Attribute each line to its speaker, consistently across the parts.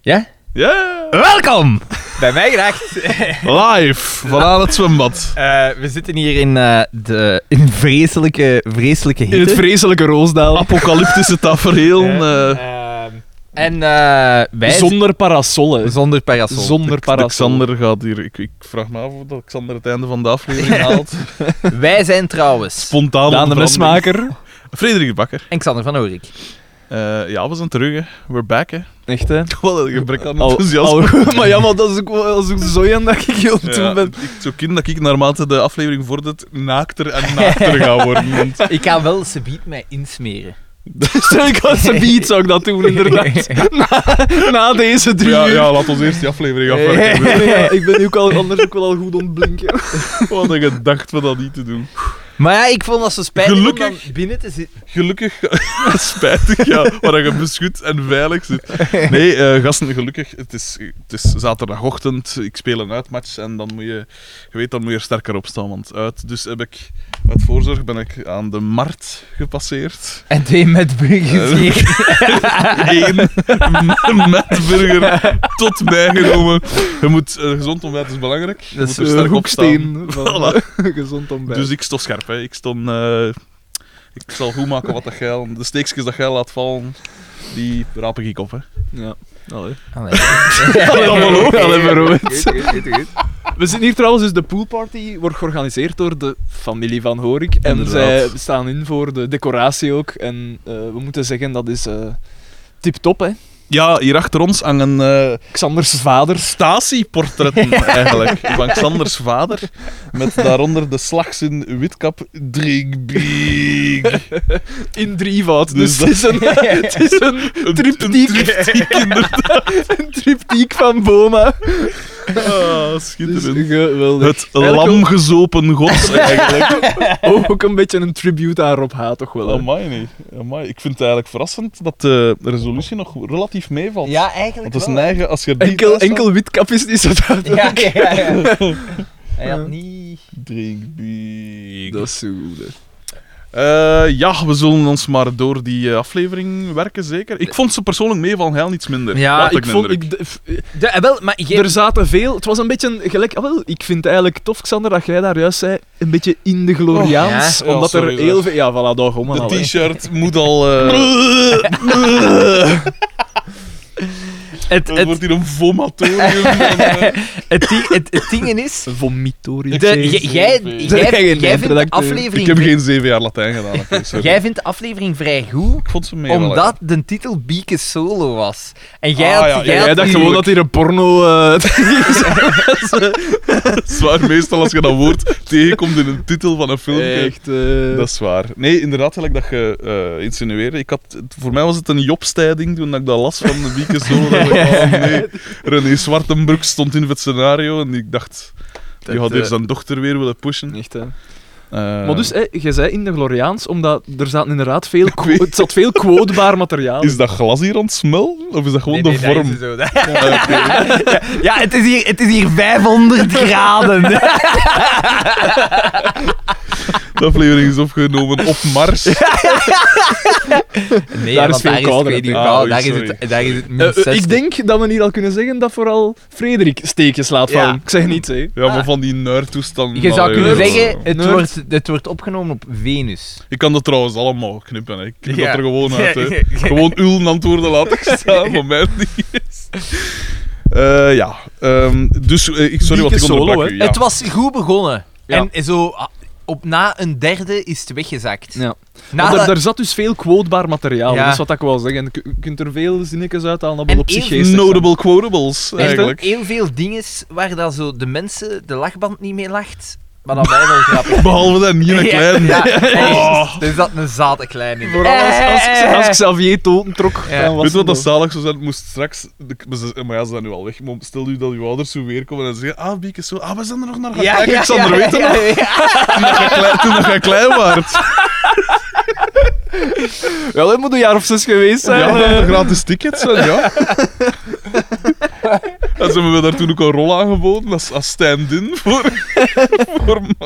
Speaker 1: Ja?
Speaker 2: Ja!
Speaker 1: Welkom! Bij mij gedacht.
Speaker 2: Live, vanaan het zwembad.
Speaker 1: We zitten hier in vreselijke hitte.
Speaker 3: In het vreselijke Roosdaal.
Speaker 2: Apocalyptische tafereel.
Speaker 1: Wij
Speaker 3: Zonder parasollen.
Speaker 1: zonder parasol.
Speaker 3: Zonder parasol.
Speaker 2: Alexander gaat hier... Ik vraag me af of Alexander het einde van de aflevering haalt.
Speaker 1: Wij zijn trouwens.
Speaker 2: Spontaan.
Speaker 3: Daan de Mesmaker.
Speaker 2: Frederik de Bakker.
Speaker 1: En Xander van Oorik.
Speaker 2: Ja, we zijn terug, hè. We're back, hè.
Speaker 3: Echt, hè?
Speaker 2: Wel een gebrek aan enthousiasme.
Speaker 3: Maar ja, maar dat is ook wel zo zoiën dat ik heel toe ben.
Speaker 2: Zo kind dat ik naarmate de aflevering vordert naakter en naakter ga worden. Want
Speaker 1: Ik ga wel subiet mij insmeren.
Speaker 3: Stel ik als een beat zou ik dat doen, inderdaad. Na deze 3 uur.
Speaker 2: ja, laat ons eerst die aflevering afwerken.
Speaker 3: Ja, ik ben nu ook al, anders ook wel al goed ontblinken.
Speaker 2: We hadden gedacht van dat niet te doen.
Speaker 1: Maar ja, ik vond dat zo spijtig
Speaker 2: Gelukkig.
Speaker 1: om dan binnen te zitten.
Speaker 2: Gelukkig, spijtig, ja, waar je beschut en veilig zit. Nee, gasten, gelukkig, het is zaterdagochtend, ik speel een uitmatch en dan moet je weet, dan moet je er sterker op staan, want dus uit voorzorg ben ik aan de markt gepasseerd.
Speaker 1: En 2 met burgers hier.
Speaker 2: 1 metburger tot bijgenomen. Je moet, gezond ontbijt is belangrijk, je
Speaker 1: Dat
Speaker 2: moet
Speaker 1: is
Speaker 2: er sterk op staan.
Speaker 3: hoeksteen van
Speaker 2: Voilà.
Speaker 3: gezond ontbijt.
Speaker 2: Dus ik stond scherp, hè. Ik zal goed maken wat dat geil, de steekjes dat geil laat vallen, die raap ik op, hè.
Speaker 3: Ja. Allee.
Speaker 1: Allee,
Speaker 3: maar goed.
Speaker 1: goed.
Speaker 3: We zitten hier trouwens, dus de poolparty wordt georganiseerd door de familie van Horik. En
Speaker 2: Inderdaad.
Speaker 3: zij staan in voor de decoratie ook. En we moeten zeggen, dat is tip-top, hè.
Speaker 2: Ja, hier achter ons hangen
Speaker 3: Xanders vader.
Speaker 2: statieportretten eigenlijk van Xanders vader, met daaronder de slagzin witkap, drink big.
Speaker 3: In drievoud.
Speaker 2: Dus
Speaker 3: Dus het is een triptiek.
Speaker 2: inderdaad.
Speaker 3: Een triptiek van Boma.
Speaker 2: Ah,
Speaker 3: Dus
Speaker 2: schitterend.
Speaker 3: geweldig.
Speaker 2: Het
Speaker 3: Eigenlijk
Speaker 2: lamgezopen gods eigenlijk.
Speaker 3: ook een beetje een tribute aan Rob H. toch wel, hè.
Speaker 2: Amai, nee. Amai. Ik vind het eigenlijk verrassend dat de resolutie nog relatief meevalt.
Speaker 1: Ja,
Speaker 2: Want
Speaker 1: eigenlijk
Speaker 2: dat is
Speaker 1: wel.
Speaker 2: een eigen, als je die
Speaker 3: Enkel witkap is niet zo duidelijk.
Speaker 1: Ja. Hij had niet...
Speaker 2: Drink big.
Speaker 3: Dat is zo goed, hè.
Speaker 2: Ja, we zullen ons maar door die aflevering werken, zeker. Ik vond ze persoonlijk meevallen heel niets minder.
Speaker 1: Ja,
Speaker 2: Had
Speaker 3: Ik
Speaker 2: de
Speaker 3: vond,
Speaker 2: indruk.
Speaker 1: Wel, maar
Speaker 3: er zaten veel... Het was een beetje gelijk... ik vind het eigenlijk tof, Xander, dat jij daar juist zei, een beetje in de Gloriaans.
Speaker 1: Oh,
Speaker 2: ja.
Speaker 3: Omdat
Speaker 2: Ja, sorry,
Speaker 3: er heel veel... Ja, voilà, daar gewoon
Speaker 2: De
Speaker 3: al. hè.
Speaker 2: t-shirt moet al... Het wordt hier een vomatorium.
Speaker 1: het ding is...
Speaker 3: Een vomitorium.
Speaker 1: Jij vindt de
Speaker 2: Ik
Speaker 1: aflevering...
Speaker 2: heb geen 7 jaar Latijn gedaan. oké, sorry.
Speaker 1: Jij vindt de aflevering vrij goed,
Speaker 2: Ik vond ze meevallen.
Speaker 1: omdat de titel Bieke Solo was. En jij
Speaker 2: Ah,
Speaker 1: had...
Speaker 2: ja,
Speaker 1: jij
Speaker 3: Jij
Speaker 1: had
Speaker 3: dacht
Speaker 1: die-
Speaker 3: gewoon dat hier een porno...
Speaker 2: Zwaar, meestal als je dat woord tegenkomt in een titel van een film.
Speaker 3: Echt...
Speaker 2: Dat is waar. Nee, inderdaad, gelijk dat je insinueerde. Voor mij was het een Jobstijding toen ik dat las van de Bieke Solo. Dat ik, oh nee, René Zwartenbroek stond in het scenario en ik dacht, die had hier zijn dochter weer willen pushen.
Speaker 3: Echt, hè.
Speaker 2: Maar
Speaker 3: Maar dus, je zei in de Gloriaans, omdat er zaten inderdaad veel...
Speaker 2: weet-
Speaker 3: Het zat veel quotebaar materiaal.
Speaker 2: is dat glas hier aan het smel? Of is dat gewoon
Speaker 1: Nee,
Speaker 2: de
Speaker 1: dat
Speaker 2: vorm?
Speaker 1: is zo.
Speaker 2: Ja, oké.
Speaker 1: Ja, het is hier 500 graden.
Speaker 2: De aflevering is opgenomen op Mars.
Speaker 1: Nee,
Speaker 3: Daar is
Speaker 1: want
Speaker 3: veel
Speaker 1: daar
Speaker 3: kouder,
Speaker 1: is het
Speaker 2: hè.
Speaker 1: koud.
Speaker 2: Ah,
Speaker 1: Daar is
Speaker 2: sorry.
Speaker 1: daar is het min 60.
Speaker 3: Ik denk dat we hier al kunnen zeggen dat vooral Frederik steekjes laat vallen.
Speaker 1: Ja.
Speaker 3: Ik zeg niet, hè.
Speaker 2: Ja, maar van die nerdtoestanden.
Speaker 1: Je zou kunnen
Speaker 2: Allee,
Speaker 1: zeggen,
Speaker 3: Nerd.
Speaker 1: het wordt opgenomen op Venus.
Speaker 2: Ik kan dat trouwens allemaal knippen. Hè. Ik knip
Speaker 1: Ja.
Speaker 2: dat er gewoon uit. Hè. Gewoon uw antwoorden laten staan, van mij niet is. Ja, dus sorry wat ik
Speaker 3: Solo,
Speaker 2: onderbrak
Speaker 3: hè.
Speaker 2: u. Ja.
Speaker 1: Het was goed begonnen.
Speaker 3: Ja.
Speaker 1: En zo, na een derde is het weggezakt.
Speaker 3: Ja.
Speaker 1: Na
Speaker 3: Maar
Speaker 1: de-
Speaker 3: er zat dus veel quotebaar materiaal,
Speaker 1: Ja.
Speaker 3: dat is wat ik wil zeggen. Je kunt er veel zinnetjes uithalen dat
Speaker 1: En
Speaker 3: wel op zich
Speaker 1: even
Speaker 3: geestig zijn.
Speaker 2: Notable quotables,
Speaker 1: Er
Speaker 2: eigenlijk.
Speaker 1: zijn heel veel dingen waar dat zo de mensen de lachband niet mee lacht. Maar dat wij wel grappig.
Speaker 2: Behalve dat niet een klein.
Speaker 1: Ja,
Speaker 2: Oh.
Speaker 1: er zat een zate klein in.
Speaker 3: Vooral als Xavier Toten trok.
Speaker 1: Ja.
Speaker 3: dan was
Speaker 2: Weet je wat dat
Speaker 3: het
Speaker 2: zalig zou zijn? Het moest straks... Maar ja, ze zijn nu al weg. Maar stel u dat uw ouders zo weer komen en zeggen... Ah, Bieke, zo... Ah, we zijn er nog naar gaan kijken, Xander. Weet je nog? Toen dat jij klein waart.
Speaker 3: Wel, het moet een jaar of 6 geweest zijn.
Speaker 2: Ja, met de gratis tickets. En ja. En ze hebben me daar toen ook een rol aangeboden als stand-in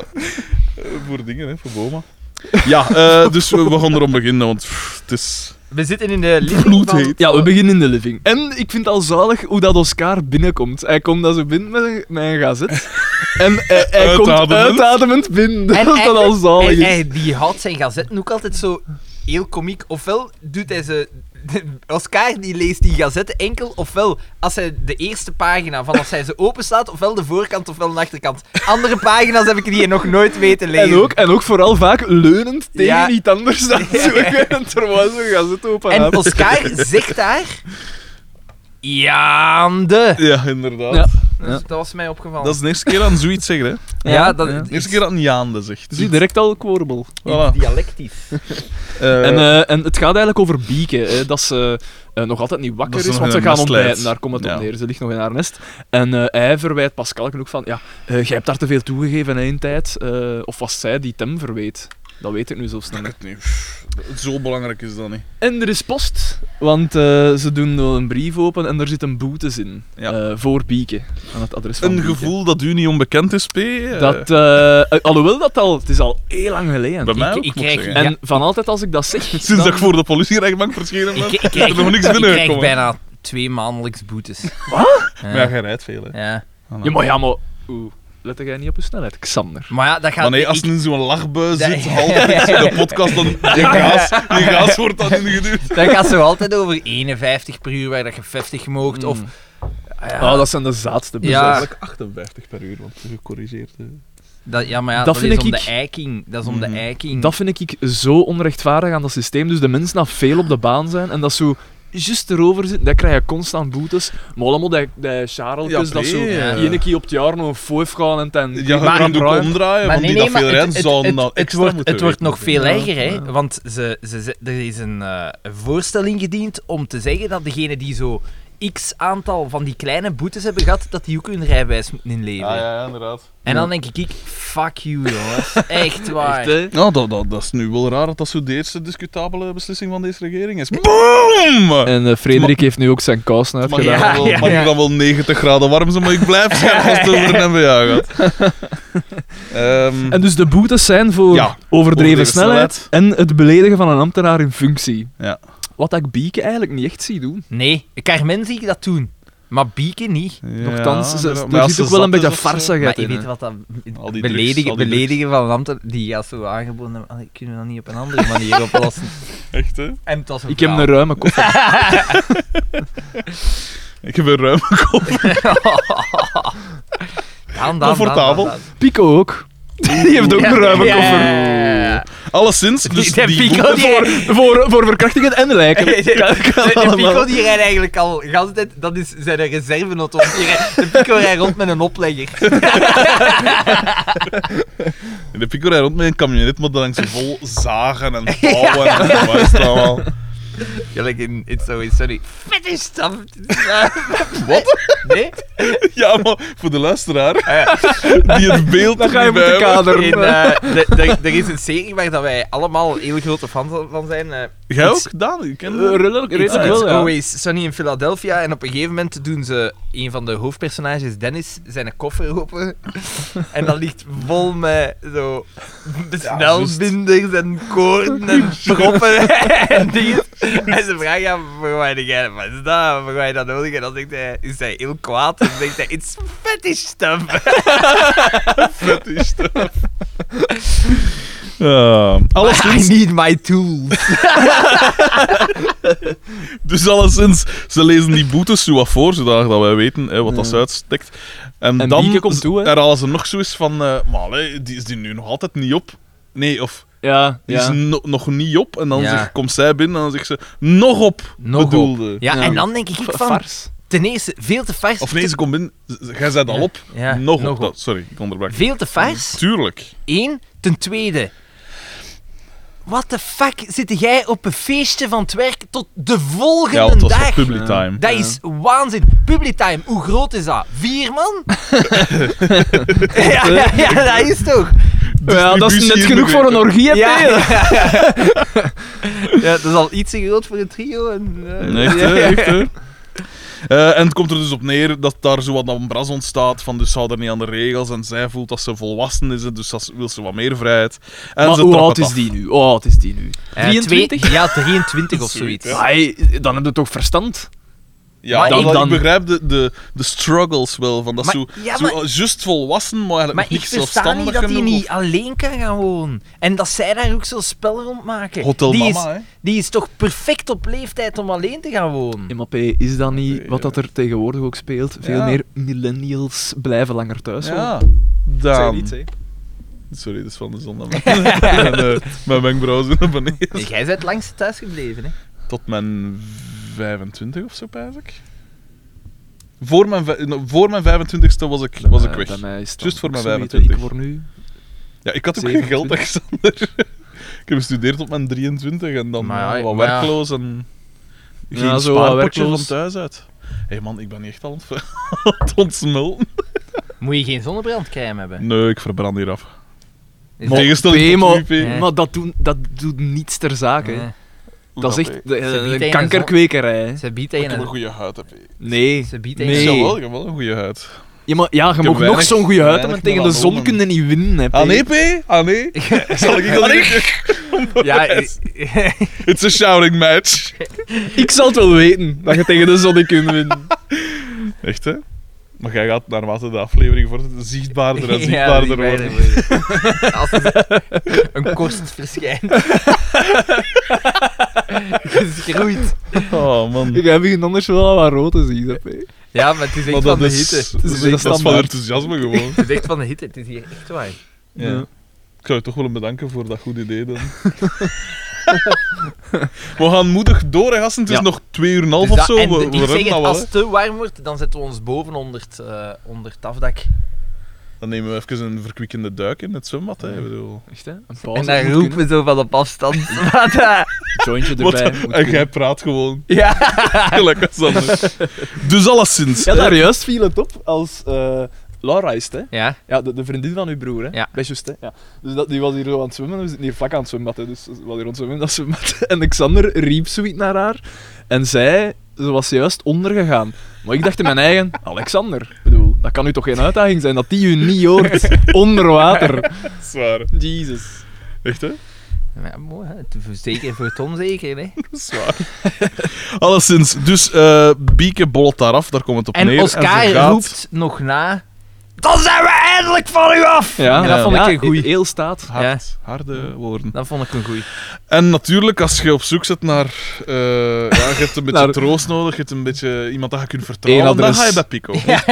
Speaker 2: voor dingen, hè, voor Boma. Ja, dus we gaan erom beginnen, want het is
Speaker 1: We zitten in de living
Speaker 2: Bloedheet.
Speaker 1: van...
Speaker 3: Ja, we beginnen in de living. En ik vind het al zalig hoe dat Oscar binnenkomt. Hij komt dan zo binnen met een gazet. En hij komt
Speaker 2: Uitademend.
Speaker 3: uitademend binnen. Dat
Speaker 1: En
Speaker 3: is dan al zalig.
Speaker 1: die houdt zijn gazetten ook altijd zo heel komiek. Ofwel doet hij ze... Oscar die leest die gazetten enkel, ofwel als hij de eerste pagina van als hij ze openslaat, ofwel de voorkant ofwel de achterkant. Andere pagina's heb ik die nog nooit weten lezen.
Speaker 3: En ook vooral vaak leunend tegen
Speaker 1: Ja.
Speaker 3: iets anders dan terwijl ze een gazet open
Speaker 1: En
Speaker 3: hebben.
Speaker 1: Oscar zegt daar... Jaande.
Speaker 2: Ja, inderdaad.
Speaker 3: Ja.
Speaker 1: Dus dat was mij opgevallen.
Speaker 2: Dat is de eerste keer dat hij zoiets zegt, hè.
Speaker 1: Ja, dat
Speaker 3: ja.
Speaker 2: De eerste keer dat hij Jaande zegt.
Speaker 3: Zie, direct al quotable.
Speaker 2: Voilà.
Speaker 1: dialectisch.
Speaker 3: En het gaat eigenlijk over Bieke, hè, dat ze nog altijd niet wakker
Speaker 2: Dat ze
Speaker 3: is,
Speaker 2: nog
Speaker 3: want ze
Speaker 2: in
Speaker 3: gaan
Speaker 2: een nest
Speaker 3: ontbijten.
Speaker 2: lijdt.
Speaker 3: Daar komt het
Speaker 2: Ja.
Speaker 3: op neer. Ze ligt nog in haar nest. En hij verwijt Pascal genoeg van, ja, jij hebt daar te veel toegegeven in tijd. Of was zij die Tim verweet? Dat weet ik nu zelfs nog niet.
Speaker 2: Nee, zo belangrijk is dat niet.
Speaker 3: En er is post, want ze doen een brief open en er zit een boetes in.
Speaker 2: Ja.
Speaker 3: Voor Bieke, aan het adres van
Speaker 2: Een
Speaker 3: Bieke.
Speaker 2: gevoel dat u niet onbekend is, P.
Speaker 3: Dat, alhoewel het is al heel lang geleden.
Speaker 2: Bij mij ook,
Speaker 1: ik
Speaker 2: moet ik
Speaker 1: krijg-
Speaker 2: zeggen.
Speaker 3: En van altijd als ik dat zeg...
Speaker 2: Sinds
Speaker 3: dan-
Speaker 2: dat ik voor de politierechtbank verschenen ben,
Speaker 1: Ik
Speaker 2: is er nog niks
Speaker 1: ik krijg
Speaker 2: binnengekomen.
Speaker 1: bijna 2 maandelijks boetes.
Speaker 3: Wat?
Speaker 2: Maar ja, jij rijdt veel, hè.
Speaker 1: Ja.
Speaker 3: Ja, maar... Oeh, let jij niet op je snelheid, Xander?
Speaker 1: Maar ja, dat gaat...
Speaker 2: Maar nee, als
Speaker 1: ik-
Speaker 2: het in zo'n lachbui
Speaker 1: Dat-
Speaker 2: zit, half in de podcast, dan die gaas wordt dan ingeduwd.
Speaker 1: dat gaat zo altijd over 51 per uur, waar dat je 50 moogt, of... Ja,
Speaker 3: Oh, dat zijn de zaadste
Speaker 1: Ja.
Speaker 3: bezorgd.
Speaker 2: Eigenlijk 58 per uur, want gecorrigeerd.
Speaker 1: ja, maar ja,
Speaker 3: Dat
Speaker 1: dat,
Speaker 3: vind
Speaker 1: is om
Speaker 3: ik-
Speaker 1: de eiking. Dat is om de eiking.
Speaker 3: Dat vind ik zo onrechtvaardig aan dat systeem. Dus de mensen dat veel op de baan zijn en dat zo juist erover zitten, dat krijg je constant boetes. Maar allemaal die Chareltjes,
Speaker 2: Ja,
Speaker 3: dat zo
Speaker 2: ja.
Speaker 3: ene keer op het jaar nog een foef gaan en dan...
Speaker 2: Ja, je
Speaker 1: Maar-
Speaker 2: kunt ook omdraaien,
Speaker 1: Maar
Speaker 2: want
Speaker 1: nee,
Speaker 2: die dat
Speaker 1: maar
Speaker 2: veel rijden zouden dan
Speaker 1: het
Speaker 2: extra
Speaker 1: wordt,
Speaker 2: moeten
Speaker 1: het wordt
Speaker 2: weten.
Speaker 1: nog veel
Speaker 3: Ja,
Speaker 1: erger, hè.
Speaker 3: ja.
Speaker 1: Want er is een voorstel ingediend om te zeggen dat degenen die zo x aantal van die kleine boetes hebben gehad, dat die ook hun rijbewijs moeten inleveren.
Speaker 2: Ah, ja, inderdaad.
Speaker 1: En dan denk ik, fuck you, jongens. Echt waar.
Speaker 3: Echt, hè?
Speaker 2: Nou, dat is nu wel raar dat dat zo de eerste discutabele beslissing van deze regering is. Boom!
Speaker 3: En Frederik heeft nu ook zijn kousen
Speaker 2: Mag
Speaker 3: uitgedaan.
Speaker 1: Ja,
Speaker 2: je
Speaker 1: ja,
Speaker 2: mag
Speaker 1: ja.
Speaker 2: je dan wel 90 graden warm zijn, maar ik blijf scherp als het over een MBA gaat.
Speaker 3: En dus de boetes zijn voor
Speaker 2: Ja,
Speaker 3: overdreven snelheid en het beledigen van een ambtenaar in functie.
Speaker 2: Ja.
Speaker 3: Wat ik Bieke eigenlijk niet echt zie doen.
Speaker 1: Nee, Carmen zie ik dat doen. Maar Bieke niet.
Speaker 3: Nochtans,
Speaker 2: Ja,
Speaker 3: er
Speaker 2: maar als
Speaker 3: zit
Speaker 2: ze
Speaker 3: ook wel een
Speaker 2: zat
Speaker 3: beetje
Speaker 2: is of zo.
Speaker 3: farsigheid
Speaker 1: Maar je
Speaker 3: in.
Speaker 1: weet
Speaker 3: hè.
Speaker 1: wat dat...
Speaker 2: Al die
Speaker 1: Beledigen,
Speaker 2: drugs, al die
Speaker 1: beledigen van een ambtenaar, die gaat zo aangeboden hebben. Allee, kunnen we dat niet op een andere manier oplossen?
Speaker 2: Echt, hè?
Speaker 1: En het was een
Speaker 3: Ik heb
Speaker 1: vrouw.
Speaker 3: een ruime koffer.
Speaker 2: Ik heb een ruime kop. Comfortabel.
Speaker 3: Pico ook. Die heeft ook een ruime koffer.
Speaker 2: Alleszins, dus
Speaker 1: De
Speaker 2: die
Speaker 1: Pico
Speaker 2: boete-
Speaker 3: Voor verkrachtingen en lijken.
Speaker 1: De Pico die rijdt eigenlijk al de hele tijd, dat is zijn reservenauto. De Pico rijdt rond met een oplegger.
Speaker 2: de Pico rijdt rond met een camionet, maar dan hangt ze vol zagen en bouwen en wat is dat allemaal.
Speaker 1: Gelijk in It's Always Sunny. Fetish stuff. Wat? Nee?
Speaker 2: Ja, maar voor de luisteraar, die het beeld
Speaker 3: Dan ga je
Speaker 2: niet bij
Speaker 3: moeten
Speaker 2: hebben.
Speaker 3: kaderen.
Speaker 1: Er is een serie waar dat wij allemaal heel grote fans van zijn.
Speaker 2: Jij ook,
Speaker 1: It's-
Speaker 2: Daan? Je kent
Speaker 3: Redelijk
Speaker 1: It's
Speaker 3: wel, ja.
Speaker 1: Always Sunny in Philadelphia. En op een gegeven moment doen ze een van de hoofdpersonages, Dennis, zijn koffer open. En dat ligt vol met zo snelbinders en koorden en proppen en dingen. En ze vragen hem, voor wat is dat? Voor wat je dat nodig? En dan zegt hij, is hij heel kwaad. En dan zegt hij, it's fetish stuff.
Speaker 2: fetish stuff. Alleszins,
Speaker 1: I need my tools.
Speaker 2: dus alleszins, ze lezen die boetes zo wat voor, zodat wij weten hè, wat dat ze uitstekt. En
Speaker 3: En
Speaker 2: dan
Speaker 3: Bieke komt toe, hè.
Speaker 2: herhalen ze nog zoiets van, maar allee, die is die nu nog altijd niet op? Nee, of
Speaker 3: Ja,
Speaker 2: die is nog niet op. En dan
Speaker 1: Ja.
Speaker 2: komt zij binnen en dan zegt ze, nog op,
Speaker 1: Nog
Speaker 2: bedoelde.
Speaker 1: Ja,
Speaker 3: Ja.
Speaker 1: en dan denk ik van,
Speaker 3: Fars.
Speaker 1: ten eerste, veel te vers.
Speaker 2: Of nee, ze komt binnen, jij zei al
Speaker 1: Ja.
Speaker 2: op,
Speaker 1: Ja,
Speaker 2: nog
Speaker 1: nog
Speaker 2: op.
Speaker 1: op.
Speaker 2: Dat, sorry, ik onderbrak.
Speaker 1: Veel te vers.
Speaker 2: Tuurlijk.
Speaker 1: Eén. Ten tweede. What the fuck zit jij op een feestje van het werk tot de volgende
Speaker 2: Ja, want dat was
Speaker 1: dag?
Speaker 2: voor public time.
Speaker 1: Dat is waanzin. Public-time, hoe groot is dat? 4 man? ja, dat is toch?
Speaker 3: Ja, dat is
Speaker 2: Distributie
Speaker 3: net
Speaker 2: in
Speaker 3: genoeg
Speaker 2: de
Speaker 3: voor een
Speaker 2: week.
Speaker 3: orgie, hè,
Speaker 1: Ja,
Speaker 3: P?
Speaker 1: ja, dat is al iets te groot voor een trio. En,
Speaker 2: Echt, hè, echt, hè. En het komt er dus op neer dat daar zo wat een bras ontstaat van dus ze houdt er niet aan de regels en zij voelt dat ze volwassen is, dus dat wil ze wat meer vrijheid. En
Speaker 3: Maar
Speaker 2: ze
Speaker 3: hoe
Speaker 2: trapt
Speaker 3: oud
Speaker 2: het
Speaker 3: is
Speaker 2: af.
Speaker 3: die nu? Hoe oud is die nu? 23?
Speaker 1: Ja, 23 of zoiets.
Speaker 2: Ja.
Speaker 3: Ai, dan heb je toch verstand?
Speaker 2: Ja,
Speaker 1: Maar
Speaker 2: dan,
Speaker 3: ik dan-
Speaker 2: ik begrijp de struggles wel, van dat
Speaker 1: Maar-
Speaker 2: zo,
Speaker 1: ja,
Speaker 2: zo
Speaker 1: maar-
Speaker 2: juist volwassen, maar eigenlijk
Speaker 1: Maar
Speaker 2: nog
Speaker 1: ik
Speaker 2: niet
Speaker 1: versta
Speaker 2: zelfstandig
Speaker 1: niet dat hij
Speaker 2: genoeg.
Speaker 1: niet alleen kan gaan wonen. En dat zij daar ook zo'n spel rond maken.
Speaker 2: Hotel
Speaker 1: die
Speaker 2: Mama, hè.
Speaker 1: die is toch perfect op leeftijd om alleen te gaan wonen?
Speaker 3: MAP, is dat niet
Speaker 2: Nee,
Speaker 3: wat dat er tegenwoordig ook speelt? Veel
Speaker 2: Ja.
Speaker 3: meer millennials blijven langer thuis wonen.
Speaker 2: Ja,
Speaker 3: Ik zeg
Speaker 2: dan.
Speaker 3: niets, hè.
Speaker 2: Sorry, dat is van de zon. En, mijn wenkbrauwen zijn naar beneden.
Speaker 1: Nee, jij bent het langste thuis gebleven, hè?
Speaker 2: Tot mijn 25 of zo, pijs ik. Voor mijn 25ste was ik weg.
Speaker 3: Bij mij is het
Speaker 2: Juist voor mijn
Speaker 3: zoiets,
Speaker 2: 25.
Speaker 3: Ik word nu...
Speaker 2: Ja, ik had ook geen geld,
Speaker 3: 27.
Speaker 2: Alexander. Ik heb gestudeerd tot mijn 23 en dan
Speaker 1: Maar ja,
Speaker 2: wat
Speaker 1: maar ja.
Speaker 2: werkloos en
Speaker 3: Ja,
Speaker 2: geen
Speaker 3: zo wat
Speaker 2: spaarpotje van
Speaker 3: werkloos.
Speaker 2: thuis uit. Hé man, ik ben niet echt aan het ontsmelten.
Speaker 1: Moet je geen zonnebrandcrème hebben?
Speaker 2: Nee, ik verbrand hier af.
Speaker 1: Is
Speaker 3: Maar-
Speaker 2: Tegenstelling tot
Speaker 3: maar-
Speaker 2: u, P.
Speaker 1: Ja.
Speaker 3: Maar dat doet niets ter zake. hè.
Speaker 1: Nee.
Speaker 3: Dat is echt
Speaker 2: P?
Speaker 3: een
Speaker 1: een
Speaker 3: kankerkwekerij. hè.
Speaker 1: Ze biedt
Speaker 2: Ik
Speaker 1: je
Speaker 2: heb een
Speaker 1: een...
Speaker 2: goede huid, hè, P.
Speaker 3: Nee.
Speaker 1: Ze biedt
Speaker 3: Nee.
Speaker 1: je een...
Speaker 2: Jawel, ik heb wel een goede huid.
Speaker 3: Ja, maar ja, je
Speaker 2: heb
Speaker 3: mag nog
Speaker 2: weinig-
Speaker 3: zo'n goede huid hebben,
Speaker 2: weinig
Speaker 3: tegen de zon
Speaker 2: melanomen.
Speaker 3: kunnen niet winnen. Hè,
Speaker 2: Ah
Speaker 3: P.
Speaker 2: nee, P? Ah nee? Zal ik
Speaker 3: Ah, nee.
Speaker 1: Ja,
Speaker 2: It's a shouting match.
Speaker 3: Ik zal het wel weten, dat je tegen de zon niet kunt winnen.
Speaker 2: Echt, hè? Maar jij gaat naarmate de aflevering wordt zichtbaarder en zichtbaarder worden.
Speaker 1: Als er een korst verschijnt. Geschroeid.
Speaker 2: Oh man.
Speaker 3: Ik heb hier anders wel wat rood te zien. Hè, P.
Speaker 1: Ja, maar het is echt
Speaker 2: Maar
Speaker 1: van
Speaker 2: dat
Speaker 1: de
Speaker 2: is,
Speaker 1: hitte.
Speaker 2: dat is,
Speaker 3: Dus
Speaker 2: dat
Speaker 3: dat
Speaker 2: is van
Speaker 3: standaard.
Speaker 2: enthousiasme gewoon.
Speaker 1: Het is echt van de hitte. Het is hier echt waar.
Speaker 2: Ja.
Speaker 3: Ja.
Speaker 2: Ik zou je toch willen bedanken voor dat goede idee dan. We gaan moedig door, hè, gasten. Het is
Speaker 3: Ja.
Speaker 2: nog 2 uur en een half
Speaker 1: Dus
Speaker 2: of
Speaker 1: dat-
Speaker 2: zo.
Speaker 1: en
Speaker 2: We
Speaker 1: ik
Speaker 2: redden
Speaker 1: zeg het,
Speaker 2: dat wel,
Speaker 1: als
Speaker 2: hè.
Speaker 1: het te warm wordt, dan zetten we ons boven onder het afdak.
Speaker 2: Dan nemen we even een verkwikkende duik in het zwembad. Hè. Ik bedoel.
Speaker 3: Echt, hè? Een pauze.
Speaker 1: En dan
Speaker 3: moet
Speaker 1: roepen
Speaker 3: kunnen.
Speaker 1: we zo van op afstand. Wat,
Speaker 3: Jointje
Speaker 2: Wat-
Speaker 3: erbij. moet
Speaker 2: en jij
Speaker 3: kunnen.
Speaker 2: praat gewoon.
Speaker 1: ja.
Speaker 2: Gelijk als anders. Dus alleszins.
Speaker 3: Ja, daar juist viel het op als Laura is het, hè?
Speaker 1: Ja.
Speaker 3: Ja, de vriendin van uw broer, hè?
Speaker 1: Ja.
Speaker 3: Bij Just, hè? Ja. Dus die was hier zo aan het zwemmen, we zitten hier vlak aan het zwembad, hè? Dus ze was hier aan het zwemmen, dat zwembad. En Alexander riep zoiets naar haar en zij, ze was juist ondergegaan. Maar ik dacht in mijn eigen, Alexander, ik bedoel, dat kan nu toch geen uitdaging zijn dat die u niet hoort onder water.
Speaker 2: Zwaar.
Speaker 3: Jezus.
Speaker 2: Echt, hè?
Speaker 1: Ja, mooi, hè. Zeker voor het onzeker, hè.
Speaker 2: Zwaar. Alleszins, dus Bieke bolt daar af, daar komt het op
Speaker 1: En
Speaker 2: neer.
Speaker 1: Oscar
Speaker 2: ze gaat-
Speaker 1: roept nog na... Dan zijn we eindelijk van u af!
Speaker 3: Ja,
Speaker 1: En dat vond ik een goeie.
Speaker 3: Heel staat.
Speaker 2: Hard, harde woorden.
Speaker 1: Dat vond ik een goeie.
Speaker 2: En natuurlijk, als je op zoek zit naar... ja, je hebt een beetje
Speaker 3: Naar-
Speaker 2: troost nodig, je hebt een beetje iemand dat je kunt vertrouwen,
Speaker 3: Eén
Speaker 2: dan
Speaker 3: adres.
Speaker 2: ga je bij Pico.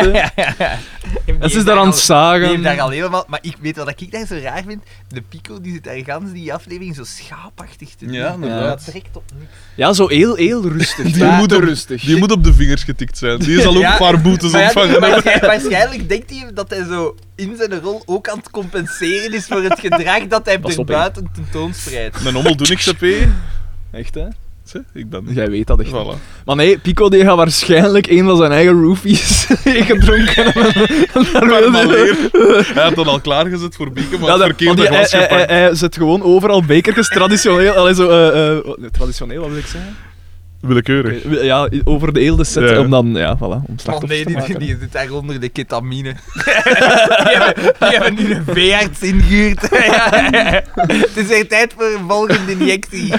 Speaker 3: En ze is daar aan het
Speaker 1: Die
Speaker 3: zagen.
Speaker 1: heeft daar al helemaal... Maar ik weet wat ik daar zo raar vind. De Pico die zit daar gans die aflevering zo schaapachtig te doen.
Speaker 2: Ja, inderdaad.
Speaker 1: Dat trekt op niks.
Speaker 3: Ja, zo heel rustig.
Speaker 2: Die
Speaker 3: Ja,
Speaker 2: moet
Speaker 3: te
Speaker 2: op-
Speaker 3: rustig.
Speaker 2: Die moet op de vingers getikt zijn. Die zal ook
Speaker 1: Ja,
Speaker 2: een paar boetes
Speaker 1: Maar ja,
Speaker 2: ontvangen hebben.
Speaker 1: waarschijnlijk denkt hij dat hij zo in zijn rol ook aan het compenseren is voor het gedrag dat hij
Speaker 3: Pas
Speaker 1: er
Speaker 3: op, hè.
Speaker 1: buiten tentoonspreidt.
Speaker 2: Mijn hommel doe niks op,
Speaker 3: Echt, hè?
Speaker 2: Ik ben...
Speaker 3: Jij weet dat echt.
Speaker 2: Voilà.
Speaker 3: Maar nee, Pico die gaat waarschijnlijk een van zijn eigen roofies gedronken hebben.
Speaker 2: Maar weer. Hij had dat al klaargezet voor Bieke, maar
Speaker 3: Ja,
Speaker 2: het verkeerde
Speaker 3: want
Speaker 2: glas gepakt.
Speaker 3: hij zet gewoon overal bekertjes traditioneel. Allee, zo, traditioneel, wat wil ik zeggen?
Speaker 2: Willekeurig.
Speaker 3: Ja, over de hele set.
Speaker 2: Ja.
Speaker 3: Om dan, ja, voilà, om
Speaker 1: Oh
Speaker 3: slachtoffers
Speaker 1: nee,
Speaker 3: te maken.
Speaker 1: die zit daar onder de ketamine. die hebben nu een veearts ingehuurd. Het is weer tijd voor een volgende injectie.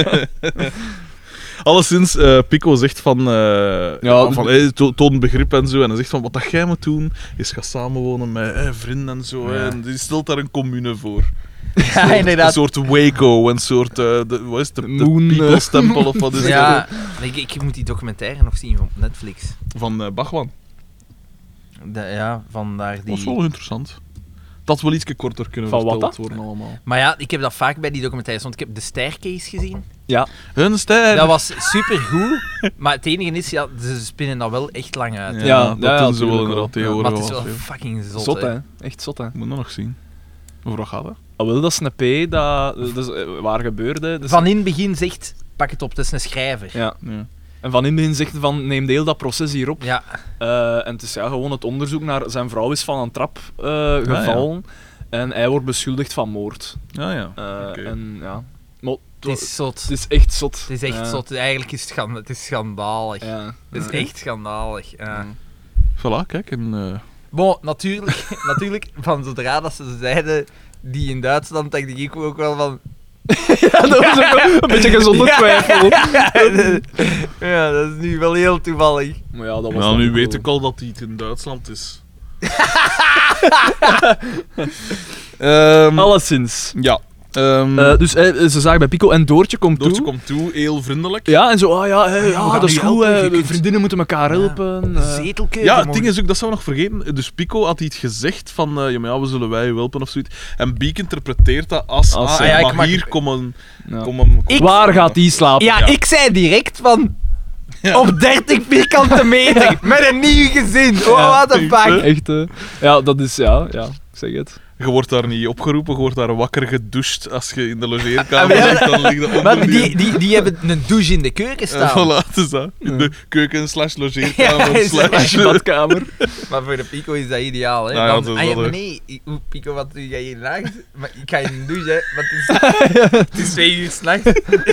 Speaker 2: Alleszins, Pico zegt van... toon begrip en zo. En hij zegt van, wat dat jij moet doen, is gaan samenwonen met vrienden en zo.
Speaker 1: Ja.
Speaker 2: En die stelt daar een commune voor.
Speaker 1: Ja,
Speaker 2: Een
Speaker 1: inderdaad.
Speaker 2: soort Waco, een soort... wat is het? De
Speaker 3: Moon,
Speaker 2: People's Temple of wat is
Speaker 1: Ja, ik moet die documentaire nog zien op Netflix.
Speaker 2: het? Van Bachwan.
Speaker 1: Ja, vandaar
Speaker 2: Dat was
Speaker 1: die...
Speaker 2: wel interessant. Dat wel iets korter kunnen
Speaker 3: Van wat
Speaker 2: verteld
Speaker 3: dat?
Speaker 2: worden allemaal.
Speaker 1: Maar ja, ik heb dat vaak bij die documentaires, want ik heb The Staircase gezien.
Speaker 3: Ja,
Speaker 2: Hun ster.
Speaker 1: Dat was supergoed, maar het enige is, ja, ze spinnen dat wel echt lang uit. hè.
Speaker 3: Ja,
Speaker 2: dat doen ze wel
Speaker 3: tuurlijk
Speaker 2: inderdaad
Speaker 3: wel.
Speaker 2: tegenwoordig.
Speaker 1: Maar het is wel
Speaker 2: veel.
Speaker 1: fucking zot,
Speaker 3: zot,
Speaker 1: hè.
Speaker 3: hè. Echt zot, hè.
Speaker 2: Ik moet dat nog zien. Over wat gaat dat?
Speaker 3: Ah, wel, dat is een P, dat is, waar gebeurde. Dus,
Speaker 1: Van in het begin zegt, pak het op, het is een schrijver.
Speaker 3: ja.
Speaker 2: Ja.
Speaker 3: En van in het begin zegt hij van, neem deel dat proces hierop.
Speaker 1: Ja,
Speaker 3: En het is ja, gewoon het onderzoek naar... Zijn vrouw is van een trap gevallen. En hij wordt beschuldigd van moord.
Speaker 2: Ja, ja. Oké.
Speaker 3: En ja... Maar
Speaker 1: Het is zot.
Speaker 3: het is echt zot.
Speaker 1: Het is echt
Speaker 3: Ja.
Speaker 1: zot. Eigenlijk is het is schandalig.
Speaker 3: Ja.
Speaker 1: Het is echt schandalig. Ja.
Speaker 2: Voilà, kijk. En,
Speaker 1: Bon, natuurlijk, van zodra dat ze zeiden die in Duitsland, dacht ik ook wel van...
Speaker 3: Ja, dat was ook wel een beetje gezonde twijfel.
Speaker 1: Ja, dat is nu wel heel toevallig.
Speaker 3: Maar ja, dat was
Speaker 2: nou,
Speaker 3: dan
Speaker 2: nu
Speaker 3: ook
Speaker 2: weet
Speaker 3: wel-
Speaker 2: ik al dat hij het in Duitsland is.
Speaker 3: Alleszins.
Speaker 2: Ja.
Speaker 3: Dus ze zagen bij Pico en Doortje komt
Speaker 2: Doortje
Speaker 3: toe.
Speaker 2: komt toe, heel vriendelijk.
Speaker 3: Ja, en zo,
Speaker 1: gaan
Speaker 3: dat is
Speaker 1: nu
Speaker 3: goed,
Speaker 1: helpen, je kunt-
Speaker 3: vriendinnen moeten elkaar helpen.
Speaker 1: Zetelkeuken.
Speaker 2: Ja, het ding is ook, dat zouden we nog vergeten. Dus Pico had iets gezegd van, ja, maar ja, we zullen wij u helpen of zoiets. En Beek interpreteert dat als,
Speaker 3: Als,
Speaker 2: ah,
Speaker 1: ja, ik
Speaker 2: maar
Speaker 1: mag-
Speaker 2: hier komen...
Speaker 3: Ja.
Speaker 1: Ik-
Speaker 3: Waar gaat die slapen?
Speaker 1: Ja,
Speaker 2: Ja.
Speaker 1: ik zei direct van...
Speaker 2: Ja.
Speaker 1: Op 30 vierkante meter, met een nieuw gezin. Oh,
Speaker 2: Ja,
Speaker 1: what the
Speaker 2: echt,
Speaker 1: fuck.
Speaker 3: Echt, ja, dat is, ja, ik zeg het.
Speaker 2: Je wordt daar niet opgeroepen, je wordt daar wakker gedoucht als je in de logeerkamer
Speaker 1: Ja,
Speaker 2: ligt, dan ligt dat onder
Speaker 1: Maar die hebben een douche in de keuken staan.
Speaker 2: Voilà, het is dat. In de keuken slash logeerkamer
Speaker 1: Ja,
Speaker 2: slash...
Speaker 3: Badkamer.
Speaker 1: Maar voor de Pico is dat ideaal, hè.
Speaker 2: Ja, ja,
Speaker 1: Dan,
Speaker 2: dat is
Speaker 1: ah, ja,
Speaker 2: wel,
Speaker 1: maar
Speaker 2: hè.
Speaker 1: nee, hoe, Pico, wat doe jij hier nachts? Maar ik ga in de douche, hè. Maar het is 2 uur s'nachts.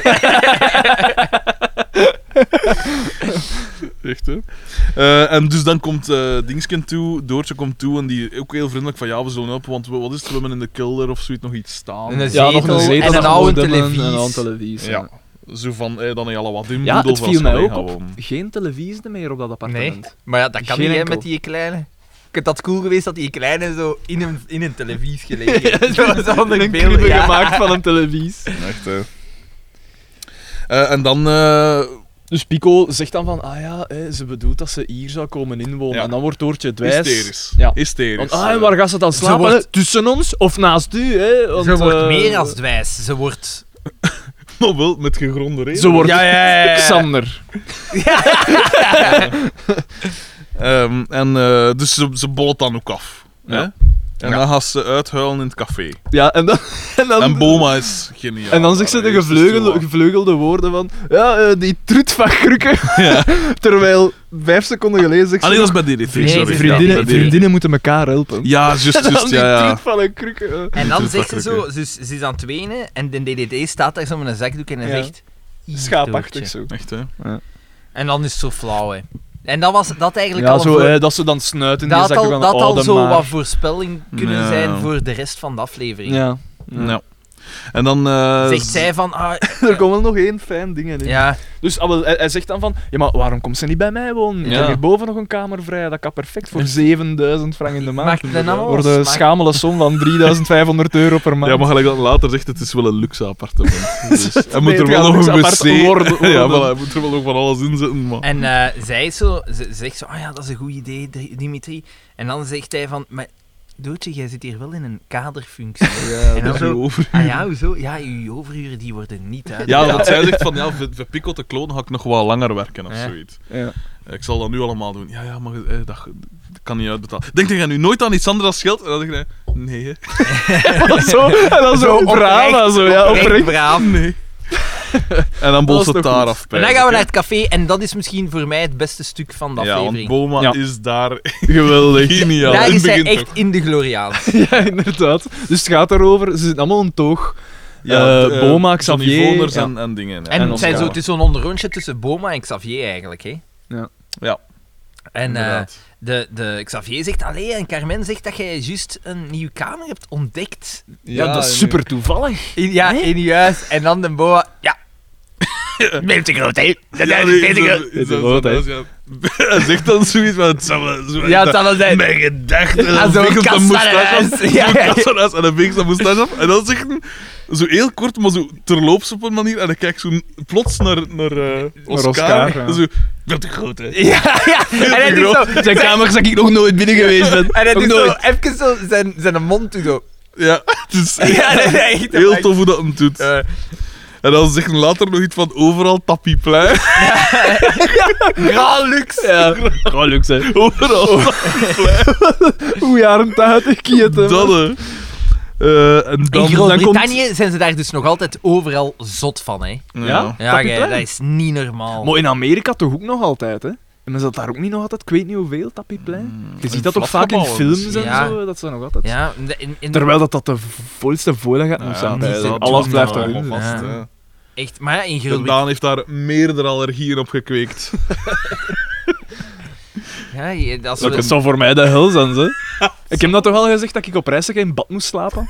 Speaker 2: Echt, hè? En dus dan komt Dingsken toe, Doortje komt toe en die ook heel vriendelijk van ja, we zullen helpen, want wat is het, we hebben in de kelder of zoiets nog iets staan.
Speaker 1: En een
Speaker 3: Ja, nog een zetel
Speaker 1: en een
Speaker 3: dat
Speaker 1: oude
Speaker 3: we hebben,
Speaker 1: televisie.
Speaker 3: Een oude televisie.
Speaker 2: Ja, zo van, dan heb je al wat in
Speaker 3: Ja, het viel mij ook op.
Speaker 2: Gewoon.
Speaker 3: Geen televisie meer op dat
Speaker 1: Nee,
Speaker 3: appartement.
Speaker 1: maar ja, dat kan
Speaker 3: Geen
Speaker 1: niet, hè,
Speaker 3: enkel.
Speaker 1: met die kleine. Ik had dat cool geweest dat die kleine zo in een televisie gelegen heeft. Zo
Speaker 3: Een
Speaker 1: beelden,
Speaker 3: kribbe
Speaker 1: ja.
Speaker 3: gemaakt van een televisie.
Speaker 2: Echt, hè. En dan...
Speaker 3: Dus Pico zegt dan van, ze bedoelt dat ze hier zou komen inwonen.
Speaker 2: Ja.
Speaker 3: En dan wordt Doortje dwijs.
Speaker 2: hysterisch.
Speaker 3: Ja.
Speaker 2: Hysterisch.
Speaker 3: Want, en waar gaat ze dan
Speaker 1: Ze
Speaker 3: slapen?
Speaker 1: wordt-
Speaker 3: Tussen ons of naast u? Hè? Want,
Speaker 1: Ze wordt
Speaker 3: eh,
Speaker 1: meer als dwijs. Ze wordt...
Speaker 2: Maar wel met gegronde reden.
Speaker 3: Ze wordt
Speaker 1: Ja.
Speaker 3: Xander.
Speaker 2: Dus ze bollet dan ook af.
Speaker 3: Ja.
Speaker 2: Hè? En dan gaat ze uithuilen in het café.
Speaker 3: Ja, en dan...
Speaker 2: En Boma is geniaal.
Speaker 3: En dan zegt ze de
Speaker 2: Eerst is het zo.
Speaker 3: gevleugelde woorden van... Ja, die trut van Krukken.
Speaker 2: Ja.
Speaker 3: Terwijl 5 seconden geleden zegt
Speaker 2: Ah
Speaker 3: ze...
Speaker 2: nee, dat is bij DDT,
Speaker 1: Nee,
Speaker 2: sorry.
Speaker 3: vriendinnen,
Speaker 2: Ja, bij DDT.
Speaker 3: vriendinnen moeten elkaar helpen.
Speaker 2: Ja, juist,
Speaker 3: En dan
Speaker 2: juist,
Speaker 3: die
Speaker 2: ja.
Speaker 3: trut van een Krukken.
Speaker 1: En dan
Speaker 2: Dat is
Speaker 1: zegt ze zo,
Speaker 2: makkelijk,
Speaker 1: ze is aan het wenen en de DDT staat daar zo met een zakdoek en hij
Speaker 3: Ja.
Speaker 1: zegt... "Hier,
Speaker 3: Schaapachtig
Speaker 1: Doortje."
Speaker 3: zo.
Speaker 2: Echt, hè.
Speaker 1: En dan is het zo flauw, hè. En dat was dat eigenlijk
Speaker 3: Ja,
Speaker 1: al
Speaker 3: zo,
Speaker 1: voor...
Speaker 3: dat ze dan snuit in die
Speaker 1: Dat had
Speaker 3: zakdoek
Speaker 1: al,
Speaker 3: van...
Speaker 1: dat al
Speaker 3: de
Speaker 1: zo
Speaker 3: maar.
Speaker 1: wat voorspelling kunnen
Speaker 2: Ja.
Speaker 1: zijn voor de rest van de aflevering.
Speaker 3: Ja.
Speaker 2: Ja. En dan...
Speaker 1: Zegt zij van...
Speaker 3: Er komt wel nog één fijn ding in.
Speaker 1: ja,
Speaker 3: Dus hij zegt dan van... Ja, maar waarom komt ze niet bij mij wonen? Ik
Speaker 2: Ja.
Speaker 3: heb hierboven nog een kamer vrij. Dat kan perfect voor 7000 frank in de maand.
Speaker 1: maakt het nou
Speaker 3: Voor de schamele som van 3500 euro per maand.
Speaker 2: Ja, maar gelijk dat later zegt, het is wel een luxe appartement. Dus hij moet
Speaker 3: Nee,
Speaker 2: er
Speaker 3: het
Speaker 2: wel
Speaker 3: gaat
Speaker 2: nog
Speaker 3: een
Speaker 2: een
Speaker 3: luxe
Speaker 2: wc...
Speaker 3: apart worden.
Speaker 2: Ja, voilà, hij moet er wel nog van alles in zetten, maar...
Speaker 1: En zij is zo, ze zegt zo, ja, dat is een goed idee, Dimitri. En dan zegt hij van, maar Doortje, jij zit hier wel in een kaderfunctie.
Speaker 3: Ja,
Speaker 1: En dan
Speaker 2: dat
Speaker 1: zo,
Speaker 2: over.
Speaker 1: ah ja, hoezo? Ja, uw overuren die worden niet uit.
Speaker 2: Ja, want zij zegt van, ja, voor Pico te klonen ga ik nog wel langer werken of
Speaker 1: Ja.
Speaker 2: zoiets.
Speaker 3: Ja.
Speaker 2: Ik zal dat nu allemaal doen. Ja, maar dat kan niet uitbetalen. Denk jij nu nooit aan iets anders dan geld? En dan zeg je, nee, hè.
Speaker 3: Zo, en dan zo drama, zo, ja, oprecht.
Speaker 1: braaf.
Speaker 2: Nee. En dan bolt
Speaker 3: Dat is
Speaker 2: het
Speaker 3: toch
Speaker 2: daar
Speaker 3: goed.
Speaker 2: af.
Speaker 1: En dan gaan we naar het café en dat is misschien voor mij het beste stuk van de
Speaker 2: Ja, want
Speaker 1: aflevering.
Speaker 2: Boma
Speaker 3: Ja.
Speaker 2: is daar
Speaker 3: Geweldig.
Speaker 2: geniaal.
Speaker 1: Daar
Speaker 2: In
Speaker 1: is
Speaker 2: het
Speaker 1: hij
Speaker 2: begin
Speaker 1: echt
Speaker 2: toch.
Speaker 1: in de Gloriaans.
Speaker 3: Ja, inderdaad. Dus het gaat erover, ze zitten allemaal een toog.
Speaker 2: Ja,
Speaker 3: Boma,
Speaker 2: Johnny
Speaker 3: Xavier,
Speaker 2: Voners
Speaker 3: ja.
Speaker 2: en dingen.
Speaker 1: En
Speaker 3: En
Speaker 1: het, zijn
Speaker 3: Oscar.
Speaker 1: zo, het is zo'n onderrondje tussen Boma en Xavier eigenlijk, hè.
Speaker 2: Ja,
Speaker 1: En
Speaker 2: inderdaad.
Speaker 1: de Xavier zegt, allee, en Carmen zegt dat jij juist een nieuwe kamer hebt ontdekt.
Speaker 3: Ja, dat is super toevallig.
Speaker 1: In je huis. En dan de Boma, ja. Ben te groot, hè? Dat
Speaker 2: Ja,
Speaker 1: is
Speaker 2: nee,
Speaker 1: ben te
Speaker 2: zo-
Speaker 1: groot.
Speaker 2: zo-
Speaker 3: Zo
Speaker 2: zo-
Speaker 3: groot, hè.
Speaker 2: ja. Hij zegt dan zoiets van, het zal wel zo...
Speaker 1: Ja, het zal wel zijn.
Speaker 2: Mijn gedachten. En
Speaker 1: Ah,
Speaker 2: dan
Speaker 1: zo'n
Speaker 2: veegt zijn moustache
Speaker 1: kastanehuis.
Speaker 2: af.
Speaker 1: Ja,
Speaker 2: Zo'n
Speaker 1: ja, ja.
Speaker 2: kastanehuis en dan veegt zijn moustache af. En dan zegt hij, zo heel kort, maar zo terloops op een manier. En dan kijkt zo plots naar Oscar.
Speaker 3: Oscar, ja.
Speaker 2: En zo, dat is groot, hè.
Speaker 1: Ja, ja. En hij doet zo...
Speaker 3: Zijn kamer dat ik nog nooit binnen geweest ben.
Speaker 1: En hij
Speaker 3: Nog
Speaker 1: doet zo
Speaker 3: nooit.
Speaker 1: even zo zijn mond toe, zo.
Speaker 2: Ja, het is
Speaker 1: Ja, dat is echt...
Speaker 2: heel tof hoe dat hem doet. En dan zegt hij later nog iets van overal tapiplein.
Speaker 1: Grand luxe.
Speaker 3: Ja, gewoon lukt, hè.
Speaker 2: Overal.
Speaker 3: Hoe jaren 80 kieten.
Speaker 2: Dat, hè. En
Speaker 1: In
Speaker 2: dan...
Speaker 1: Groot-Brittannië zijn ze daar dus nog altijd overal zot van, hè.
Speaker 3: Ja?
Speaker 1: Ja,
Speaker 3: Tapiplein?
Speaker 1: dat is niet normaal.
Speaker 3: Maar in Amerika toch ook nog altijd, hè? Hebben ze dat daar ook niet nog altijd? Ik weet niet hoeveel, Tapiplein. Je ziet
Speaker 2: in
Speaker 3: dat ook vaak in
Speaker 2: flatgebouwen,
Speaker 3: films
Speaker 2: dus,
Speaker 3: en
Speaker 1: ja.
Speaker 3: zo, dat ze nog altijd...
Speaker 1: Ja,
Speaker 3: Terwijl dat de volste volle gaat moet zijn.
Speaker 2: inderdaad,
Speaker 3: Alles
Speaker 2: dat
Speaker 3: blijft
Speaker 2: staat
Speaker 3: erin.
Speaker 2: allemaal vast,
Speaker 1: Ja.
Speaker 2: hè.
Speaker 1: echt. Maar ja, in
Speaker 2: En
Speaker 1: Groot-Brittannië...
Speaker 2: Daan heeft daar meerdere allergieën op gekweekt.
Speaker 1: Ja, als
Speaker 3: Dat
Speaker 1: we...
Speaker 3: zou voor mij de hel zijn, hè. Ik heb dat toch al gezegd dat ik op reis in bad moest slapen?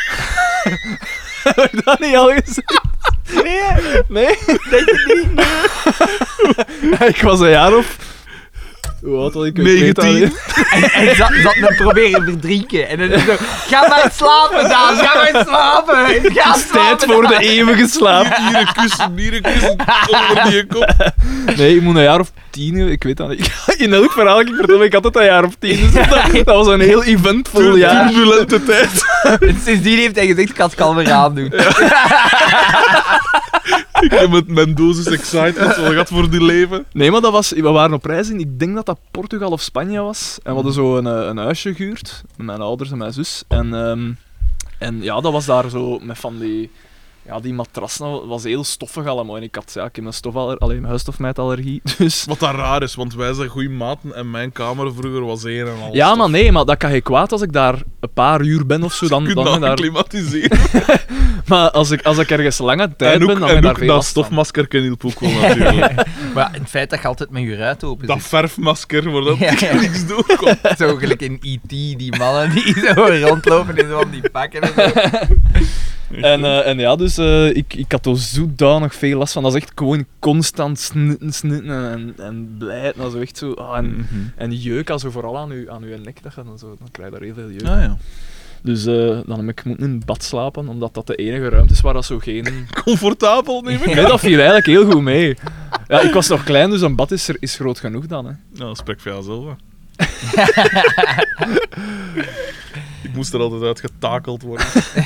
Speaker 3: Heb ik dat niet al gezegd? Nee? Denk je niet? Ik was een jaar of... Hoe oud was ik? Ik weet dat
Speaker 2: 19.
Speaker 3: niet.
Speaker 1: En zat me proberen verdrinken. En dan is het zo... Ga maar slapen, Daan. Ga maar slapen. Ga
Speaker 3: Het is
Speaker 1: slapen,
Speaker 3: tijd voor de
Speaker 1: Daan.
Speaker 3: eeuwige slaap.
Speaker 2: Nieren kussen onder die kop.
Speaker 3: Nee, ik moet een jaar of 10, ik weet dat niet. In elk verhaal dat ik vertel, ik had het een jaar of 10. Dus dat was een heel eventvol jaar.
Speaker 2: Turbulente tijd.
Speaker 1: En sindsdien heeft hij gezegd, ik ga het kalmer aandoen.
Speaker 2: Ik heb met mijn dosis excitement wel gehad voor die leven.
Speaker 3: Nee, maar we waren op reis in, ik denk dat dat Portugal of Spanje was. En we hadden zo een huisje gehuurd, met mijn ouders en mijn zus. En ja, dat was daar zo met van die... Ja, die matrassen was heel stoffig allemaal. En ik heb mijn huisstofmijtallergie, dus...
Speaker 2: Wat dat raar is, want wij zijn goede maten en mijn kamer vroeger was één en al.
Speaker 3: Ja, maar nee, maar dat kan geen kwaad als ik daar een paar uur ben of zo. Dan
Speaker 2: Je
Speaker 3: ben
Speaker 2: kunt
Speaker 3: ik
Speaker 2: dat
Speaker 3: daar...
Speaker 2: klimatiseren.
Speaker 3: Maar als ik ergens lange tijd
Speaker 2: En
Speaker 3: ben,
Speaker 2: ook,
Speaker 3: dan heb ik daar veel
Speaker 2: dat
Speaker 3: last van.
Speaker 2: stofmasker hielp ook wel natuurlijk.
Speaker 1: Maar het feit dat je altijd met je ruit open
Speaker 2: Dat
Speaker 1: zit.
Speaker 2: verfmasker, waar dat
Speaker 1: Ja.
Speaker 2: niks doen kon.
Speaker 1: Zo gelijk in E.T., die mannen die zo rondlopen in zo van die pakken en zo.
Speaker 3: En ja, dus ik had er zodanig veel last van. Dat is echt gewoon constant snitten en blijten. Dat is echt zo... En jeuk, also vooral aan uw nek, dan krijg je daar heel veel jeuk.
Speaker 2: Ah, ja.
Speaker 3: Dus dan heb ik moeten in bad slapen, omdat dat de enige ruimte is waar dat zo geen...
Speaker 2: Comfortabel, neem ik.
Speaker 3: Nee, dat viel eigenlijk heel goed mee. Ja, ik was nog klein, dus een bad is groot genoeg dan. Hè.
Speaker 2: Nou, dat spreekt voor jouzelf. Hè. Ik moest er altijd uit getakeld worden.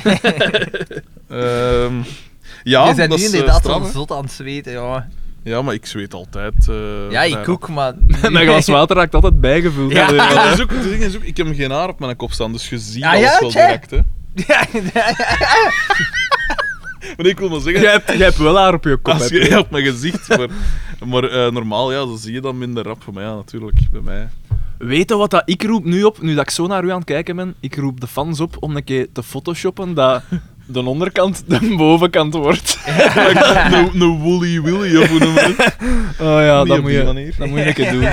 Speaker 2: Ja,
Speaker 1: Je bent
Speaker 2: dat
Speaker 1: nu
Speaker 2: is
Speaker 1: inderdaad
Speaker 2: straf,
Speaker 1: zo
Speaker 2: hè.
Speaker 1: zot aan het zweten, ja.
Speaker 2: Ja, maar ik zweet altijd.
Speaker 1: Ja, ik
Speaker 2: bijna.
Speaker 1: ook, maar...
Speaker 3: Mijn glas water raakt altijd bijgevuld.
Speaker 1: Ja.
Speaker 2: Het ding is ook, ik heb geen haar op mijn kop staan, dus je ziet
Speaker 1: Ah,
Speaker 2: alles
Speaker 1: ja,
Speaker 2: wel
Speaker 1: tja.
Speaker 2: direct. Hè. Maar ik wil maar zeggen,
Speaker 3: Jij hebt wel haar op je kop.
Speaker 2: als
Speaker 3: heb je.
Speaker 2: je op mijn gezicht, maar normaal ja, dan zie je dat minder rap. Maar ja, natuurlijk, bij mij.
Speaker 3: Weet je wat dat ik roep nu op, nu dat ik zo naar u aan het kijken ben? Ik roep de fans op om een keer te photoshoppen dat de onderkant de bovenkant wordt.
Speaker 2: Een Woolly Willy, of hoe noem je het?
Speaker 3: Oh ja,
Speaker 2: Niet
Speaker 3: dat
Speaker 2: op
Speaker 3: moet
Speaker 2: die
Speaker 3: je
Speaker 2: manier.
Speaker 3: een keer doen.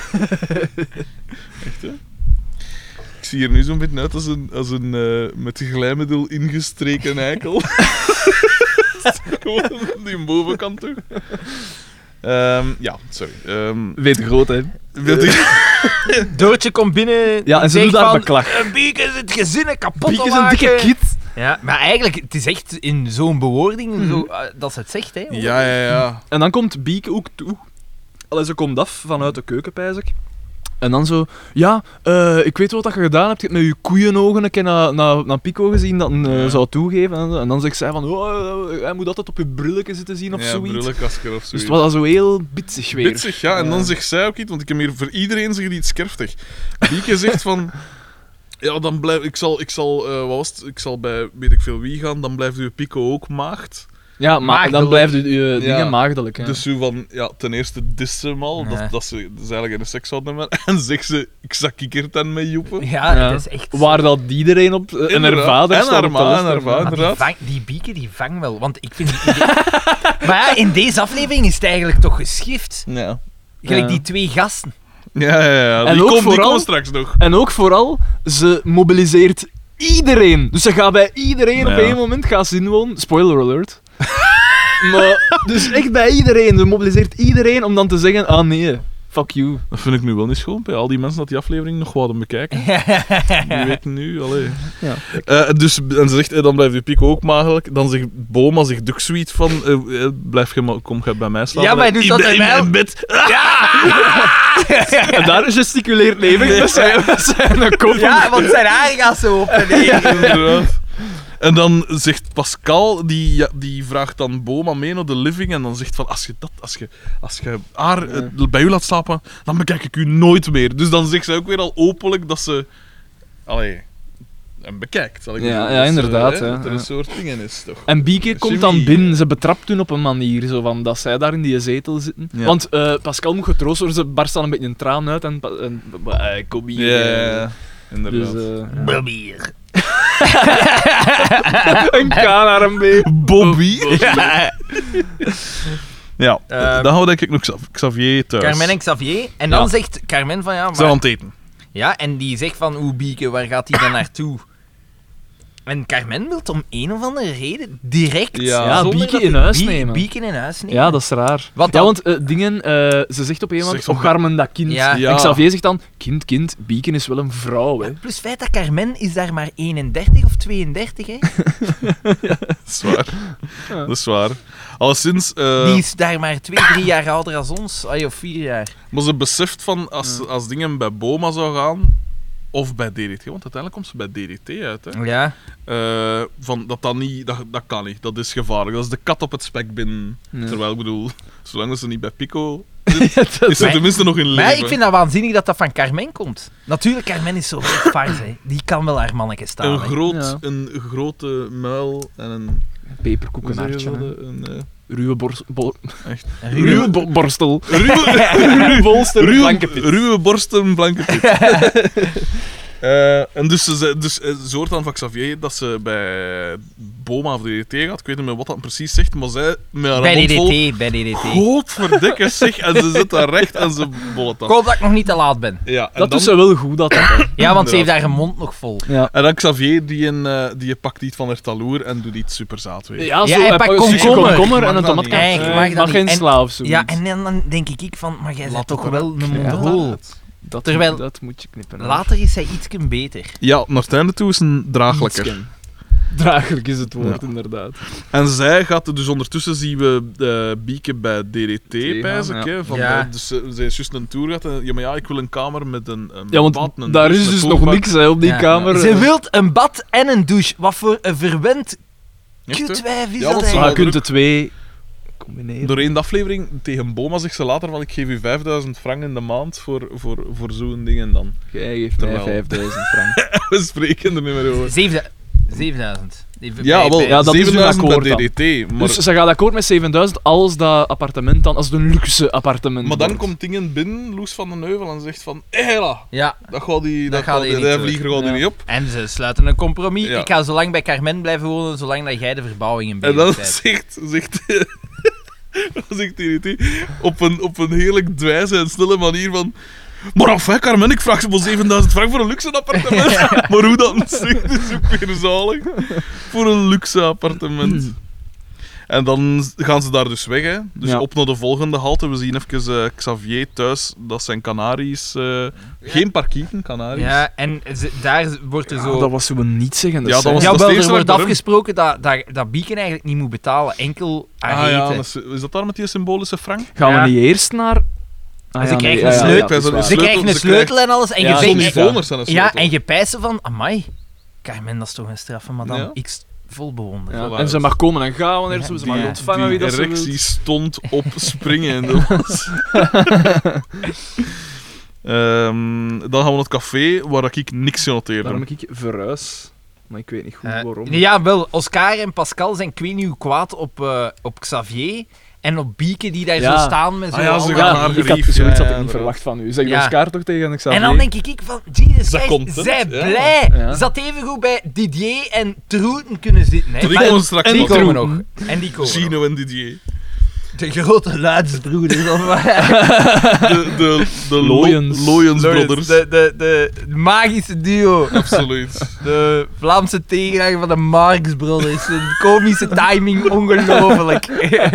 Speaker 2: Echt, hè? Ik zie er nu zo'n beetje uit als een met glijmiddel ingestreken eikel. Gewoon die bovenkant toch? Ja, sorry.
Speaker 3: Weet groot, hè?
Speaker 2: Wilt u...
Speaker 1: Doortje komt binnen...
Speaker 3: Ja, en ze
Speaker 1: zegt
Speaker 3: doet daar
Speaker 1: van,
Speaker 3: beklag.
Speaker 1: Bieke is het gezin kapot
Speaker 3: Bieke
Speaker 1: te
Speaker 3: is een
Speaker 1: maken.
Speaker 3: dikke kid.
Speaker 1: Ja, maar eigenlijk, het is echt in zo'n bewoording zo, dat ze het zegt, hè.
Speaker 2: Ja.
Speaker 3: En dan komt Bieke ook toe. Allee, ze komt af vanuit de keuken, pijs ik. En dan zo... Ja, ik weet wat dat je gedaan hebt. Je hebt met je koeienogen een keer naar Pico gezien dat een zou toegeven. En dan zegt zij van... Oh, hij moet altijd op je brilletje zitten zien of
Speaker 2: Ja,
Speaker 3: zoiets.
Speaker 2: brullenkasker of zoiets.
Speaker 3: Dus het was al zo heel bitsig weer.
Speaker 2: Bitsig, ja. En dan zegt zij ook iets, want ik heb hier voor iedereen zegt iets skerftig. Bieke zegt van... Ja, dan blijf ik zal wat was het? Ik zal bij weet ik veel wie gaan, dan blijft uw Pico ook maagd.
Speaker 3: Ja, maar
Speaker 1: Maagdelijk.
Speaker 3: dan blijft je dingen
Speaker 2: Ja.
Speaker 3: maagdelijk. Hè.
Speaker 2: Dus zo van, ja, ten eerste dist ze hem al,
Speaker 1: Ja.
Speaker 2: dat ze dus eigenlijk geen seks hadden met. En zegt ze, ik zag kikkerten met joepen.
Speaker 1: Ja,
Speaker 3: Ja.
Speaker 1: het is echt...
Speaker 3: Waar dat iedereen op... en haar vader
Speaker 2: En
Speaker 3: staat
Speaker 2: haar
Speaker 3: op de
Speaker 2: ma en
Speaker 3: lijst,
Speaker 2: haar
Speaker 3: hè.
Speaker 2: vader.
Speaker 1: Maar
Speaker 2: inderdaad.
Speaker 1: die Bieke, die vangt wel. Want ik vind... Maar ja, in deze aflevering is het eigenlijk toch geschift.
Speaker 2: Ja.
Speaker 1: Gelijk
Speaker 3: Ja.
Speaker 1: die twee gasten.
Speaker 2: Ja.
Speaker 3: En
Speaker 2: Die
Speaker 3: ook
Speaker 2: komt
Speaker 3: vooral-
Speaker 2: straks nog.
Speaker 3: En ook vooral, ze mobiliseert iedereen. Dus ze gaat bij iedereen op
Speaker 2: Ja.
Speaker 3: één moment gaan inwonen. Spoiler alert. Maar, dus echt bij iedereen. Ze mobiliseert iedereen om dan te zeggen, ah nee, fuck you.
Speaker 2: Dat vind ik nu wel niet schoon, bij al die mensen dat die aflevering nog wouden bekijken. Die weten nu, allee.
Speaker 3: Ja.
Speaker 2: Dus, en ze zegt, dan blijft je Pico ook maagdelijk. Dan zegt Boma, zegt Ducksweet van, kom jij bij mij slapen?
Speaker 1: Ja, maar hij doet
Speaker 2: In
Speaker 1: dat
Speaker 2: be-
Speaker 1: in mij-
Speaker 2: in bed.
Speaker 3: En daar gesticuleert Nevig met zijn kop.
Speaker 1: Ja, want zijn haar gaat zo op en neer.
Speaker 2: Inderdaad. En dan zegt Pascal, die vraagt dan Boma mee naar de living en dan zegt van, als je haar bij u laat slapen, dan bekijk ik u nooit meer. Dus dan zegt zij ook weer al openlijk dat ze... Allee... en bekijkt. Zal ik
Speaker 3: Ja,
Speaker 2: zeggen.
Speaker 3: ja,
Speaker 2: Dus,
Speaker 3: inderdaad,
Speaker 2: hè,
Speaker 3: ja,
Speaker 2: dat er
Speaker 3: ja.
Speaker 2: een soort dingen is, toch?
Speaker 3: En Bieke komt dan
Speaker 2: Chemie.
Speaker 3: binnen, ze betrapt toen op een manier, zo van dat zij daar in die zetel zitten.
Speaker 2: Ja.
Speaker 3: Want Pascal moet getroost worden, ze barst al een beetje een traan uit en kom hier.
Speaker 2: Ja, inderdaad.
Speaker 3: Dus,
Speaker 1: Probeer.
Speaker 3: een K naar een B.
Speaker 2: Bobby.
Speaker 1: Ja.
Speaker 2: Ja, dan hou denk ik nog Xavier thuis.
Speaker 1: Carmen en Xavier. En dan
Speaker 2: Ja.
Speaker 1: zegt Carmen van ja,
Speaker 2: Ze zijn aan
Speaker 1: maar...
Speaker 2: het eten.
Speaker 1: Ja, en die zegt van, hoe Bieke, waar gaat hij dan naartoe? En Carmen wil om een of andere reden direct...
Speaker 2: Ja,
Speaker 1: zonder
Speaker 3: Bieke
Speaker 1: dat
Speaker 3: in
Speaker 1: hij-
Speaker 3: huis nemen.
Speaker 1: Bieke in huis nemen.
Speaker 3: Ja, dat is raar.
Speaker 1: Wat
Speaker 3: Ja,
Speaker 1: dan?
Speaker 3: want ze zegt op een moment,
Speaker 2: Zegt van-
Speaker 3: oh Carmen, dat kind.
Speaker 1: Ja.
Speaker 2: Ja.
Speaker 3: En Xavier zegt dan, kind, Bieke is wel een vrouw, hè.
Speaker 1: Plus het feit dat Carmen is daar maar 31 of 32, hè.
Speaker 2: Dat is waar.
Speaker 3: Ja.
Speaker 2: Dat is waar. Alleszins,
Speaker 1: Die is daar maar 2-3 jaar ouder dan ons. Of 4 jaar.
Speaker 2: maar ze beseft van als dingen bij Boma zou gaan, of bij DDT, want uiteindelijk komt ze bij DDT uit, hè.
Speaker 1: Ja.
Speaker 2: Van dat niet, dat kan niet, dat is gevaarlijk. Dat is de kat op het spek binnen.
Speaker 3: Ja.
Speaker 2: Terwijl, ik bedoel, zolang ze niet bij Pico
Speaker 3: Dat
Speaker 2: is ze
Speaker 1: Maar-
Speaker 2: tenminste nog in
Speaker 1: Maar
Speaker 2: leven.
Speaker 1: ik vind dat waanzinnig dat dat van Carmen komt. Natuurlijk, Carmen is zo fars, hè. Die kan wel haar manneke staan.
Speaker 2: een,
Speaker 1: hè.
Speaker 3: Ja.
Speaker 2: een grote muil en een...
Speaker 3: peperkoekenhartje.
Speaker 2: hoe zeg
Speaker 3: hè.
Speaker 2: je dat? Een
Speaker 3: Ruwe
Speaker 1: Ruwe-
Speaker 3: borstel.
Speaker 2: ruwe
Speaker 3: bolster, blanke pit.
Speaker 2: ruwe borsten, blanke pit. En dus ze hoort dan van Xavier dat ze bij Boma of DDT gaat. Ik weet niet meer wat dat precies zegt, maar zij met haar
Speaker 1: Bij
Speaker 2: mond vol...
Speaker 1: DDT, bij DDT.
Speaker 2: Godverdikke zeg. En ze zit daar recht en ze bollet
Speaker 1: Ik
Speaker 2: af.
Speaker 1: hoop dat ik nog niet te laat ben.
Speaker 2: Ja, en
Speaker 3: Dat
Speaker 2: dan,
Speaker 3: doet ze wel goed, dat.
Speaker 1: Ja, want ze heeft daar een mond nog vol.
Speaker 3: Ja.
Speaker 2: en dan Xavier, die pakt iets van haar taloer en doet iets superzaad weer.
Speaker 3: Ja,
Speaker 1: Ja, hij pakt komkommer.
Speaker 3: en een
Speaker 2: Mag dat
Speaker 3: tomaat.
Speaker 2: niet.
Speaker 1: Eigenlijk mag dat
Speaker 3: geen
Speaker 1: niet. En-
Speaker 3: sla of zo.
Speaker 1: Ja, en dan denk ik van, maar jij bent
Speaker 2: Laat
Speaker 1: toch
Speaker 2: het
Speaker 1: wel een
Speaker 3: Ja.
Speaker 1: mongool.
Speaker 3: dat,
Speaker 1: terwijl-
Speaker 3: dat moet je knippen. hè.
Speaker 1: Later is hij iets beter.
Speaker 2: Ja, naar het einde toe is een draaglijker.
Speaker 3: Ietsken. Draaglijk is het woord,
Speaker 2: Ja.
Speaker 3: inderdaad.
Speaker 2: En zij gaat er dus ondertussen zien we Bieke bij DDT, pijs ik.
Speaker 3: ja.
Speaker 2: Hè, van,
Speaker 1: Ja.
Speaker 2: dus ze is juist een tour gehad en ja, maar ja, ik wil een kamer met een
Speaker 3: Ja, want
Speaker 2: bad, een
Speaker 3: daar
Speaker 2: douche,
Speaker 3: is
Speaker 2: een
Speaker 3: dus nog
Speaker 2: kookbak.
Speaker 3: niks hè, op die
Speaker 1: Ja.
Speaker 3: kamer.
Speaker 1: Ze wilt een bad en een douche. Wat voor een verwend
Speaker 2: Echt, hè?
Speaker 1: kutwijf is
Speaker 2: Ja,
Speaker 1: dat
Speaker 2: want ze
Speaker 3: Maar je
Speaker 1: eigenlijk?
Speaker 3: kunt de twee combineren.
Speaker 2: Door één aflevering tegen Boma zegt ze later van ik geef u 5000 frank in de maand voor zo'n ding en dan.
Speaker 3: Jij geeft mij
Speaker 2: Terwijl-
Speaker 3: 5000 frank.
Speaker 2: We spreken er niet meer over.
Speaker 1: 7000.
Speaker 2: Ja, wel,
Speaker 3: Ja, dat is hun
Speaker 2: 7000
Speaker 3: akkoord
Speaker 2: bij DDT. Maar,
Speaker 3: Dus ze gaat akkoord met 7000 als dat appartement dan, als het een luxe appartement
Speaker 2: maar dan
Speaker 3: wordt.
Speaker 2: komt dingen binnen, Loes van den Heuvel, en zegt van hela,
Speaker 1: Ja.
Speaker 2: dat gaat die,
Speaker 1: Dat gaat hier niet door.
Speaker 2: vlieger gaat
Speaker 3: Ja.
Speaker 2: er niet op.
Speaker 1: En ze sluiten een compromis.
Speaker 2: Ja.
Speaker 1: Ik ga zo lang bij Carmen blijven wonen, zolang dat jij de verbouwingen
Speaker 2: En
Speaker 1: bezig
Speaker 2: dan
Speaker 1: bent.
Speaker 2: zegt DDT op een heerlijk dwijze en snelle manier van... Maar enfin, Carmen, ik vraag ze wel 7000 frank voor een luxe appartement. Maar hoe dat zegt, is ook weer zalig. Voor een luxe appartement. En dan gaan ze daar dus weg, hè. Dus
Speaker 3: Ja.
Speaker 2: op naar de volgende halte. We zien even Xavier thuis. Dat zijn Canaries. Geen parkieten, Canaries.
Speaker 1: Ja, en daar wordt er zo...
Speaker 3: Dat was zo niet zeggen.
Speaker 2: Ja, dat was-
Speaker 1: Ja,
Speaker 2: het
Speaker 1: wel,
Speaker 2: eerste
Speaker 1: er
Speaker 2: wat
Speaker 1: wordt
Speaker 2: ik daarom-
Speaker 1: afgesproken dat Bieken eigenlijk niet moet betalen, enkel haar
Speaker 2: Ah ja,
Speaker 1: eten.
Speaker 2: is dat daar met die symbolische frank?
Speaker 3: Gaan
Speaker 1: Ja.
Speaker 3: we niet eerst naar... Ah,
Speaker 1: Ze krijgen
Speaker 3: nee,
Speaker 1: een sleutel.
Speaker 3: dat is waar.
Speaker 2: Ze
Speaker 1: Ze krijgen een
Speaker 2: ze
Speaker 1: sleutel en alles, en
Speaker 3: Ja,
Speaker 1: je
Speaker 3: zo'n
Speaker 1: zegt...
Speaker 3: niet
Speaker 2: Voners zijn een
Speaker 1: Ja,
Speaker 2: sleutel.
Speaker 1: en je pijst van, amai, Carmen, dat is toch een straffe madame.
Speaker 2: Ja.
Speaker 1: Ik vol bewonderen.
Speaker 3: Ja,
Speaker 2: Voilà.
Speaker 3: en ze mag komen en gaan wanneer ze,
Speaker 1: Ja,
Speaker 3: ze mag
Speaker 1: die-
Speaker 3: ontvangen wie dat ze
Speaker 2: erectie
Speaker 3: wil.
Speaker 2: stond op springen. Dat was... Dan gaan we naar het café, waar ik niks genoteerd
Speaker 3: Daarom
Speaker 2: heb.
Speaker 3: heb ik verhuis. Maar ik weet niet goed waarom.
Speaker 1: Ja, wel, Oscar en Pascal zijn ik weet niet hoe kwaad op Xavier en op Bieke die daar
Speaker 3: Ja.
Speaker 1: zo staan met zo...
Speaker 2: Ah ja, ze
Speaker 1: al
Speaker 2: gaan
Speaker 1: dat-
Speaker 2: haar
Speaker 3: ik had,
Speaker 2: gerief,
Speaker 3: zoiets
Speaker 2: ja,
Speaker 3: had ik niet
Speaker 2: inderdaad.
Speaker 3: verwacht van u. Zeg
Speaker 1: Ja.
Speaker 3: Oscar toch tegen Xavier?
Speaker 1: En dan denk ik van, Jesus
Speaker 2: Dat
Speaker 1: Christ,
Speaker 2: komt, hè?
Speaker 1: zij
Speaker 2: Ja.
Speaker 1: blij.
Speaker 3: Ja.
Speaker 1: Ze had even goed bij Didier en Troeten kunnen zitten. Hè.
Speaker 2: Die
Speaker 1: Maar-
Speaker 2: komen straks
Speaker 1: en die
Speaker 2: nog.
Speaker 1: komen nog. En die komen nog.
Speaker 2: Gino en Didier.
Speaker 1: De grote luidsbroeders.
Speaker 2: De
Speaker 3: Loyens.
Speaker 2: Loyens Brothers.
Speaker 1: De magische duo.
Speaker 2: Absoluut.
Speaker 1: De Vlaamse tegenhanger van de Marx Brothers. Een komische timing, ongelooflijk.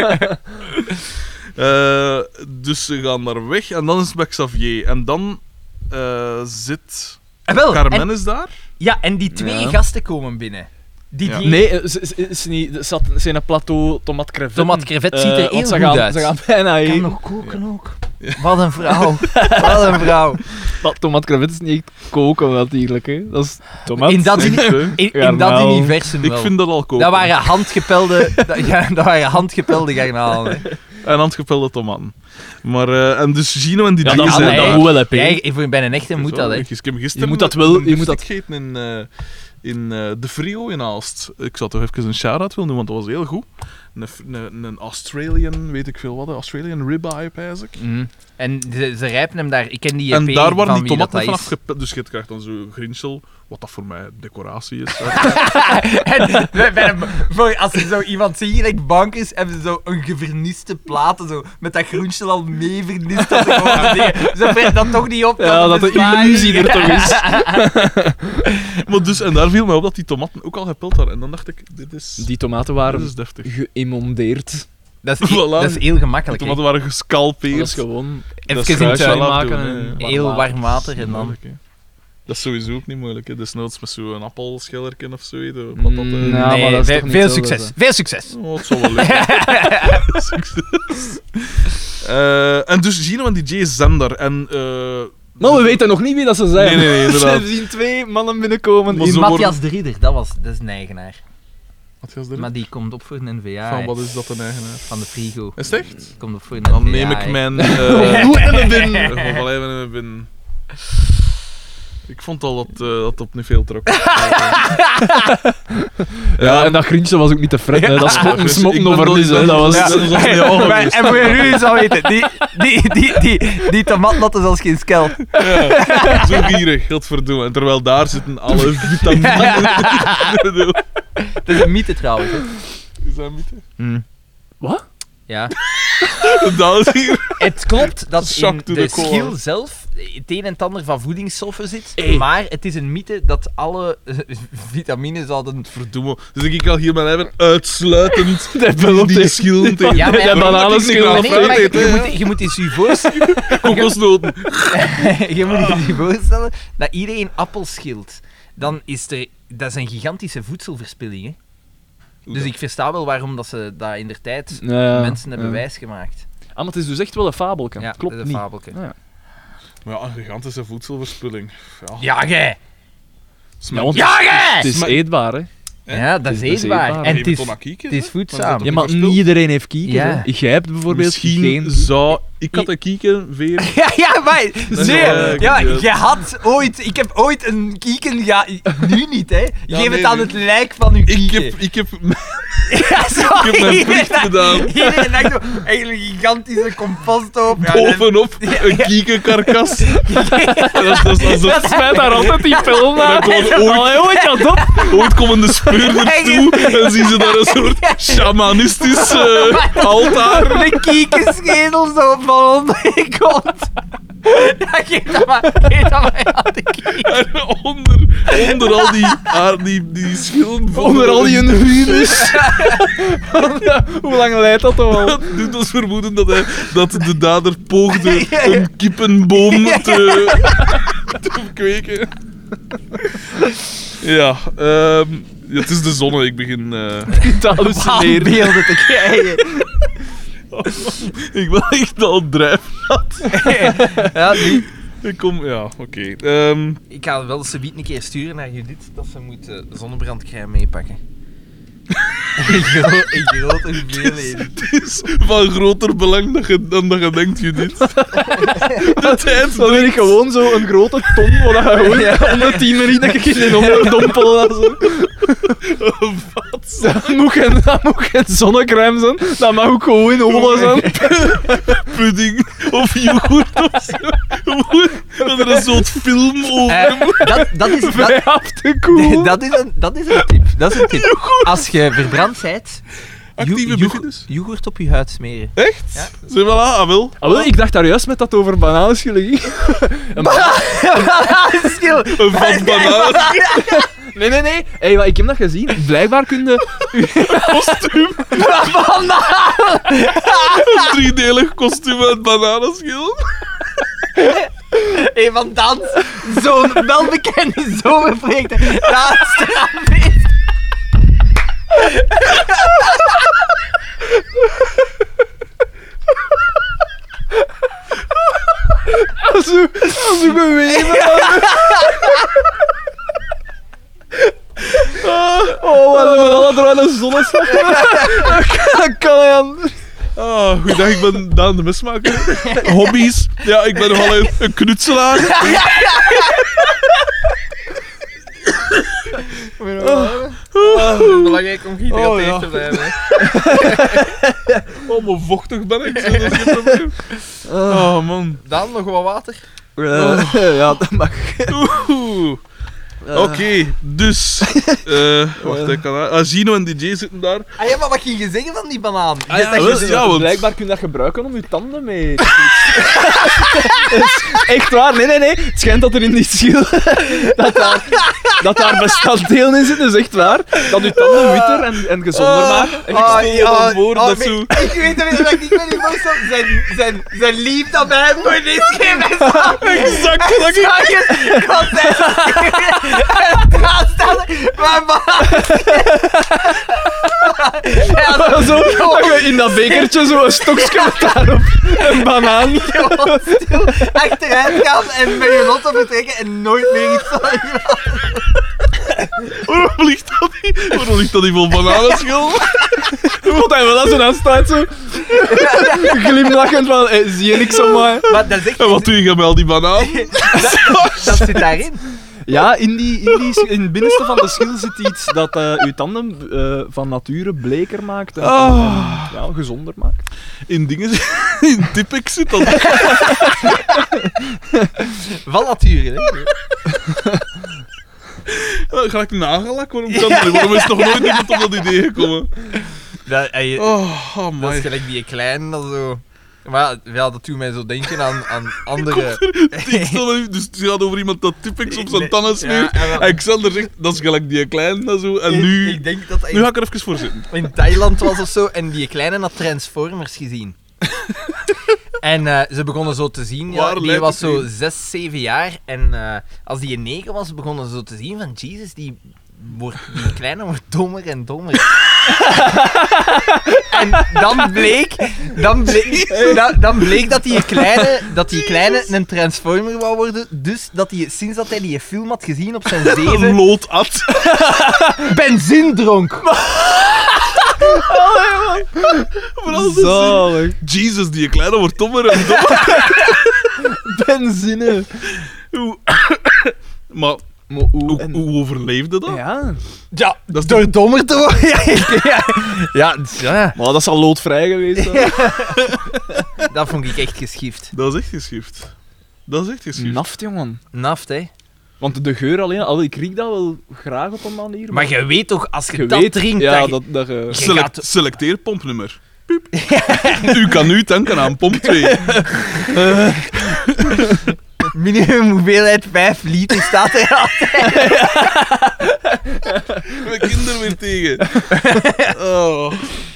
Speaker 2: Dus ze gaan daar weg en dan is het bij Xavier. En dan zit...
Speaker 1: En wel,
Speaker 2: Carmen
Speaker 1: en,
Speaker 2: is daar.
Speaker 1: ja, en die twee
Speaker 3: Ja.
Speaker 1: gasten komen binnen. Didier,
Speaker 3: Nee, ze is niet, ze zijn een plateau tomat crevet.
Speaker 1: Tomat crevet ziet er heel
Speaker 3: want ze
Speaker 1: goed
Speaker 3: gaan,
Speaker 1: uit.
Speaker 3: Ze gaan bijna
Speaker 1: kan
Speaker 3: eten.
Speaker 1: nog koken ook. Wat een vrouw. Wat een vrouw.
Speaker 3: Maar tomat crevet is niet echt koken natuurlijk, hè. Dat is tomat.
Speaker 1: In dat, in dat
Speaker 3: Garnaal.
Speaker 1: universum
Speaker 2: Ik
Speaker 1: wel.
Speaker 2: vind dat al koken.
Speaker 1: Dat waren handgepelde, dat waren handgepelde garnalen. hè.
Speaker 2: En handgepelde tomaten. Maar, en dus Gino en Didier
Speaker 3: Ja,
Speaker 2: zijn
Speaker 1: nee.
Speaker 2: daar.
Speaker 3: moet wel, hè, P.
Speaker 1: Jij, bij een echte moet dat, hè.
Speaker 2: Ik heb gisteren
Speaker 3: Je moet dat wel-
Speaker 2: een
Speaker 3: je moet dat-
Speaker 2: bestek gegeten in de Frio in Aalst. Ik zou toch even een shout-out willen doen, want dat was heel goed. Een Australian, weet ik veel wat, een Australian ribeye, pijs ik.
Speaker 1: En ze rijpen hem daar. Ik ken die EP
Speaker 2: En daar waren
Speaker 1: van
Speaker 2: die
Speaker 1: wie dat
Speaker 2: tomaten vanaf
Speaker 1: is.
Speaker 2: gepeld. Dus je krijgt dan zo'n grinsel, wat dat voor mij decoratie is.
Speaker 1: En als er zo iemand ziet, gelijk bank is, hebben ze zo een geverniste platen, zo, met dat groentje al mee vernist. Dat ze gewoon dingen. Ze vreten dat toch niet op.
Speaker 3: Ja, dat de illusie er toch is.
Speaker 2: Maar dus, en daar viel mij op dat die tomaten ook al gepeld waren. En dan dacht ik, dit is
Speaker 3: Die tomaten waren
Speaker 2: deftig.
Speaker 3: geëmondeerd.
Speaker 1: Dat is,
Speaker 2: Voilà.
Speaker 1: dat is heel
Speaker 2: De
Speaker 1: gemakkelijk.
Speaker 2: tomaten
Speaker 1: hè.
Speaker 2: waren gescalpeerd.
Speaker 3: Dat is gewoon...
Speaker 2: Dat
Speaker 1: Even
Speaker 2: is
Speaker 1: in het
Speaker 2: kruis wel
Speaker 3: maken
Speaker 2: afdoen,
Speaker 3: en
Speaker 2: hè.
Speaker 1: heel warm water en dan...
Speaker 2: Moeilijk, hè. Dat is sowieso ook niet moeilijk. Hè. Desnoods met zo'n appelschillerken of zoiets.
Speaker 3: Mm, ja, maar dat is toch niet
Speaker 1: veel
Speaker 3: zo,
Speaker 1: succes.
Speaker 3: dat
Speaker 1: Veel succes.
Speaker 2: Oh, het zal wel lukken. Succes. En dus zien we een DJ Zender. En,
Speaker 3: Maar we weten nog niet wie dat ze zijn.
Speaker 2: Nee, inderdaad.
Speaker 3: We zien 2 mannen binnenkomen.
Speaker 2: Maar
Speaker 3: in
Speaker 2: zo
Speaker 1: Matthias de Ridder, dat is een eigenaar.
Speaker 2: Wat was er?
Speaker 1: Maar die komt op voor een NVA.
Speaker 2: Van
Speaker 1: hè,
Speaker 2: wat is dat een eigenaar?
Speaker 1: van de frigo.
Speaker 2: Is het echt?
Speaker 1: Komt op voor een NVA.
Speaker 2: Dan neem ik
Speaker 1: hè.
Speaker 2: mijn...
Speaker 3: Hoe in de bin.
Speaker 2: Gewoon wel even in mijn bin. Ik vond al dat op niet veel trok.
Speaker 3: Ja, en dat grientje was ook niet te fret. hè. Dat
Speaker 2: dus
Speaker 3: smokken
Speaker 2: ik ben
Speaker 3: over
Speaker 2: wel-
Speaker 3: is. hè. Dat was...
Speaker 2: Ja. Dat is al niet al
Speaker 1: Maar-
Speaker 2: geweest.
Speaker 1: en moet je nu eens al weten, die tomat dat is als geen skel.
Speaker 2: Ja, zo gierig, godverdomme. En terwijl daar zitten alle vitamine.
Speaker 1: Het is een mythe trouwens. Hè.
Speaker 2: Is dat mythe?
Speaker 3: Wat?
Speaker 1: Ja.
Speaker 2: Dat is hier.
Speaker 1: Het klopt dat
Speaker 2: Shock
Speaker 1: in
Speaker 2: to
Speaker 1: de
Speaker 2: the core.
Speaker 1: schil zelf het een en het ander van voedingsstoffen zit,
Speaker 3: Hey.
Speaker 1: maar het is een mythe dat alle vitamines zouden...
Speaker 2: Verdomme. Dus ik al hier mijn hebben uitsluitend
Speaker 3: belooft
Speaker 2: die
Speaker 3: hij.
Speaker 2: schillen tegen.
Speaker 1: Ja, maar-
Speaker 3: De bananenschil.
Speaker 2: Ja,
Speaker 1: Maar nee, maar
Speaker 2: fruit
Speaker 1: je moet eens je voorstellen...
Speaker 2: kokosnoten.
Speaker 1: je moet je voorstellen dat iedereen appel schilt. Dan is dat is een gigantische voedselverspilling. Hè? Dus ik versta wel waarom dat ze dat in der tijd mensen hebben wijsgemaakt.
Speaker 3: Ah, maar het is dus echt wel een fabelke.
Speaker 1: Ja,
Speaker 3: Klopt
Speaker 1: dat is
Speaker 3: niet.
Speaker 1: een fabelke.
Speaker 3: Ja.
Speaker 2: Maar ja, een gigantische voedselverspilling. Ja,
Speaker 1: Ja, jij!
Speaker 3: Ja, want
Speaker 1: Ja, jij!
Speaker 3: het is eetbaar, hè.
Speaker 1: Ja, dat is
Speaker 3: Het is
Speaker 1: eetbaar.
Speaker 3: eetbaar.
Speaker 1: En het is
Speaker 2: het
Speaker 1: het is voedzaam.
Speaker 3: Ja, maar niet iedereen heeft kieken.
Speaker 1: Ja.
Speaker 3: hè. Jij hebt bijvoorbeeld
Speaker 2: Misschien
Speaker 3: geen...
Speaker 2: zou... Ik had een kieken, weer...
Speaker 1: Ja, maar... Nee,
Speaker 2: ja,
Speaker 1: je had ooit... Ik heb ooit een kieken... Ja, nu niet, hè.
Speaker 2: Ja,
Speaker 1: Geef
Speaker 2: nee,
Speaker 1: het aan
Speaker 2: nee.
Speaker 1: het lijk van uw kieken.
Speaker 2: Ik heb
Speaker 1: Ja, zo,
Speaker 2: ik heb mijn plicht gedaan.
Speaker 1: Iedereen dacht zo, eigenlijk een gigantische composthoop. Ja, en-
Speaker 2: bovenop een kiekenkarkas. Dat is
Speaker 3: Dat smijt daar altijd die film naar.
Speaker 2: Dan komen ooit-
Speaker 3: Allee, hoe dat op?
Speaker 2: Ooit komen de speurders toe en zien ze daar een soort shamanistisch altaar.
Speaker 1: Een kiekenschedel zo van onder je kont. Ja, geef dat maar aan de kieken.
Speaker 2: En onder al die schillen.
Speaker 3: Onder al die ruïnes. Hoe lang leidt dat toch al?
Speaker 2: Dat doet ons vermoeden dat de dader poogde een kippenboom te kweken. Ja, het is de zonne. Ik begin...
Speaker 3: Te hallucineren.
Speaker 1: Beelden te krijgen.
Speaker 2: ik ben echt al drijfnat.
Speaker 1: Ja, nu.
Speaker 2: Ik kom... Ja, oké.
Speaker 1: Ik ga wel subiet een keer sturen naar Judith dat ze moet zonnebrandcrème meepakken. In grote hoeveelheden.
Speaker 2: Het is van groter belang dan dat je denkt, Judith. De tijd
Speaker 3: Dan ben ik gewoon zo een grote ton, waar je gewoon onder 10 minuten dat ik in de onderdompel en zo. Dat moet geen zonnecrème zijn, dat mag ook gewoon in olie zijn.
Speaker 2: pudding of yoghurt of zo. Dat er een soort film over.
Speaker 3: Vrij af te koel.
Speaker 1: Dat is een tip. Dat is een tip. Als je verbrand bent,
Speaker 2: Actieve bifidus.
Speaker 1: yoghurt op je huid smeren.
Speaker 2: Echt?
Speaker 1: Ja.
Speaker 2: Zeg wel aan, wel.
Speaker 3: Ah, wel, ik dacht daar juist met dat over bananenschillen ging.
Speaker 1: Schil.
Speaker 2: Een vat bananen.
Speaker 3: Nee. Hey, maar ik heb dat gezien. Blijkbaar kun je...
Speaker 2: Kostuum. Een 3-delig kostuum uit bananenschil.
Speaker 1: Een van dans. Zo'n welbekende zomerproject. Strandfeest.
Speaker 3: Als u bewezen. Oh, wat hebben we alle door aan de zonneslag? Dat kan hij aan.
Speaker 2: Goeiedag, ik ben Daan de Mesmaker. Hobby's. Ja, ik ben nogal een knutselaar.
Speaker 1: Belangrijk om gehydrateerd te blijven.
Speaker 2: Oh, maar vochtig ben ik. Zo, dat is geen probleem. Oh, man.
Speaker 1: Dan nog wat water.
Speaker 3: Ja, dat mag.
Speaker 2: Oeh. Oké, dus... wacht, ik kan... Gino en DJ zitten daar.
Speaker 1: Ah ja, maar wat ging je zeggen van die banaan?
Speaker 2: Ah, ja,
Speaker 1: Je zegt
Speaker 2: wel,
Speaker 1: je-
Speaker 2: ja, want-
Speaker 3: Blijkbaar kun je dat gebruiken om je tanden mee te poetsen. Dat is echt waar. Nee. Het schijnt dat er in die schil... dat daar bestanddelen in zitten, is echt waar. Dat je tanden witter en gezonder maken. En ik stel me dan voor dat
Speaker 1: maar
Speaker 3: zo...
Speaker 1: Ik weet niet wat ik met die voorstel. Zijn lief dat bij hem moet is geen bestaan.
Speaker 2: Exact wat ik...
Speaker 1: Ik was daar staan. Mijn banaan. Ja,
Speaker 3: Zo, dat je in dat bekertje zo een stokje met daarop een banaan.
Speaker 1: gewoon stil achteruit gaan en met je lotto vertrekken en nooit meer iets van iemand.
Speaker 2: Waarom ligt dat niet vol bananenschil?
Speaker 3: Wat hij wel als een aanstaat zo. Glimlachend van, zie je niks aan mij?
Speaker 1: Maar dat is echt...
Speaker 2: En wat doe je met al die bananen?
Speaker 1: Dat zit daarin.
Speaker 3: Ja, in het binnenste van de schil zit iets dat uw tanden van nature bleker maakt en ja, gezonder maakt.
Speaker 2: In dingen... In Tipex zit dat.
Speaker 1: Van nature, hè.
Speaker 2: Ga ik nagellak? Waarom is nog nooit iemand op dat idee gekomen?
Speaker 1: Dat,
Speaker 2: Oh,
Speaker 1: dat is
Speaker 2: my.
Speaker 1: gelijk die klein dat zo... Maar ja, dat doet mij zo denken aan andere...
Speaker 2: Ik stel me nu, dus het gaat over iemand dat Tipex op zijn tanden smeert.
Speaker 1: Ja, en wel-
Speaker 2: En Xander zegt, dat is gelijk die klein en zo. En nu...
Speaker 1: Ik denk dat hij
Speaker 2: Nu ga ik er even voor zitten.
Speaker 1: in Thailand was of zo en die kleine had Transformers gezien. En ze begonnen zo te zien, ja,
Speaker 2: Waar
Speaker 1: die
Speaker 2: lijkt
Speaker 1: was
Speaker 2: het
Speaker 1: zo
Speaker 2: nu?
Speaker 1: 6, 7 jaar. En als die een 9 was, begonnen ze zo te zien van, Jesus, die kleine wordt dommer en dommer. En dan bleek dat die kleine een Transformer wou worden. Dus dat hij, sinds dat hij die film had gezien op zijn 7,
Speaker 2: Loodat.
Speaker 1: benzine dronk.
Speaker 3: Zalig.
Speaker 2: Jesus, die kleine wordt dommer en dommer.
Speaker 3: Benzine.
Speaker 2: Maar
Speaker 3: Maar
Speaker 2: hoe overleefde dat?
Speaker 3: Ja.
Speaker 1: Ja,
Speaker 2: Dat is
Speaker 1: door dommer te worden. Ja, ja,
Speaker 3: Maar dat is al loodvrij geweest. Dan.
Speaker 1: dat vond ik echt geschift.
Speaker 2: Dat is echt geschift. Dat is echt geschift.
Speaker 3: Naft, jongen.
Speaker 1: Naft, hè.
Speaker 3: Want de geur alleen, ik riek dat wel graag op een manier.
Speaker 1: Maar je weet toch, als je,
Speaker 3: je
Speaker 1: dat
Speaker 3: weet,
Speaker 1: drinkt,
Speaker 3: ja,
Speaker 1: dat
Speaker 3: dat je...
Speaker 1: Je gaat-
Speaker 2: Selecteer pompnummer. Piep. U kan nu tanken aan pomp 2.
Speaker 1: minimum hoeveelheid 5 liter staat er altijd.
Speaker 2: Mijn kinderen weer tegen. Oh.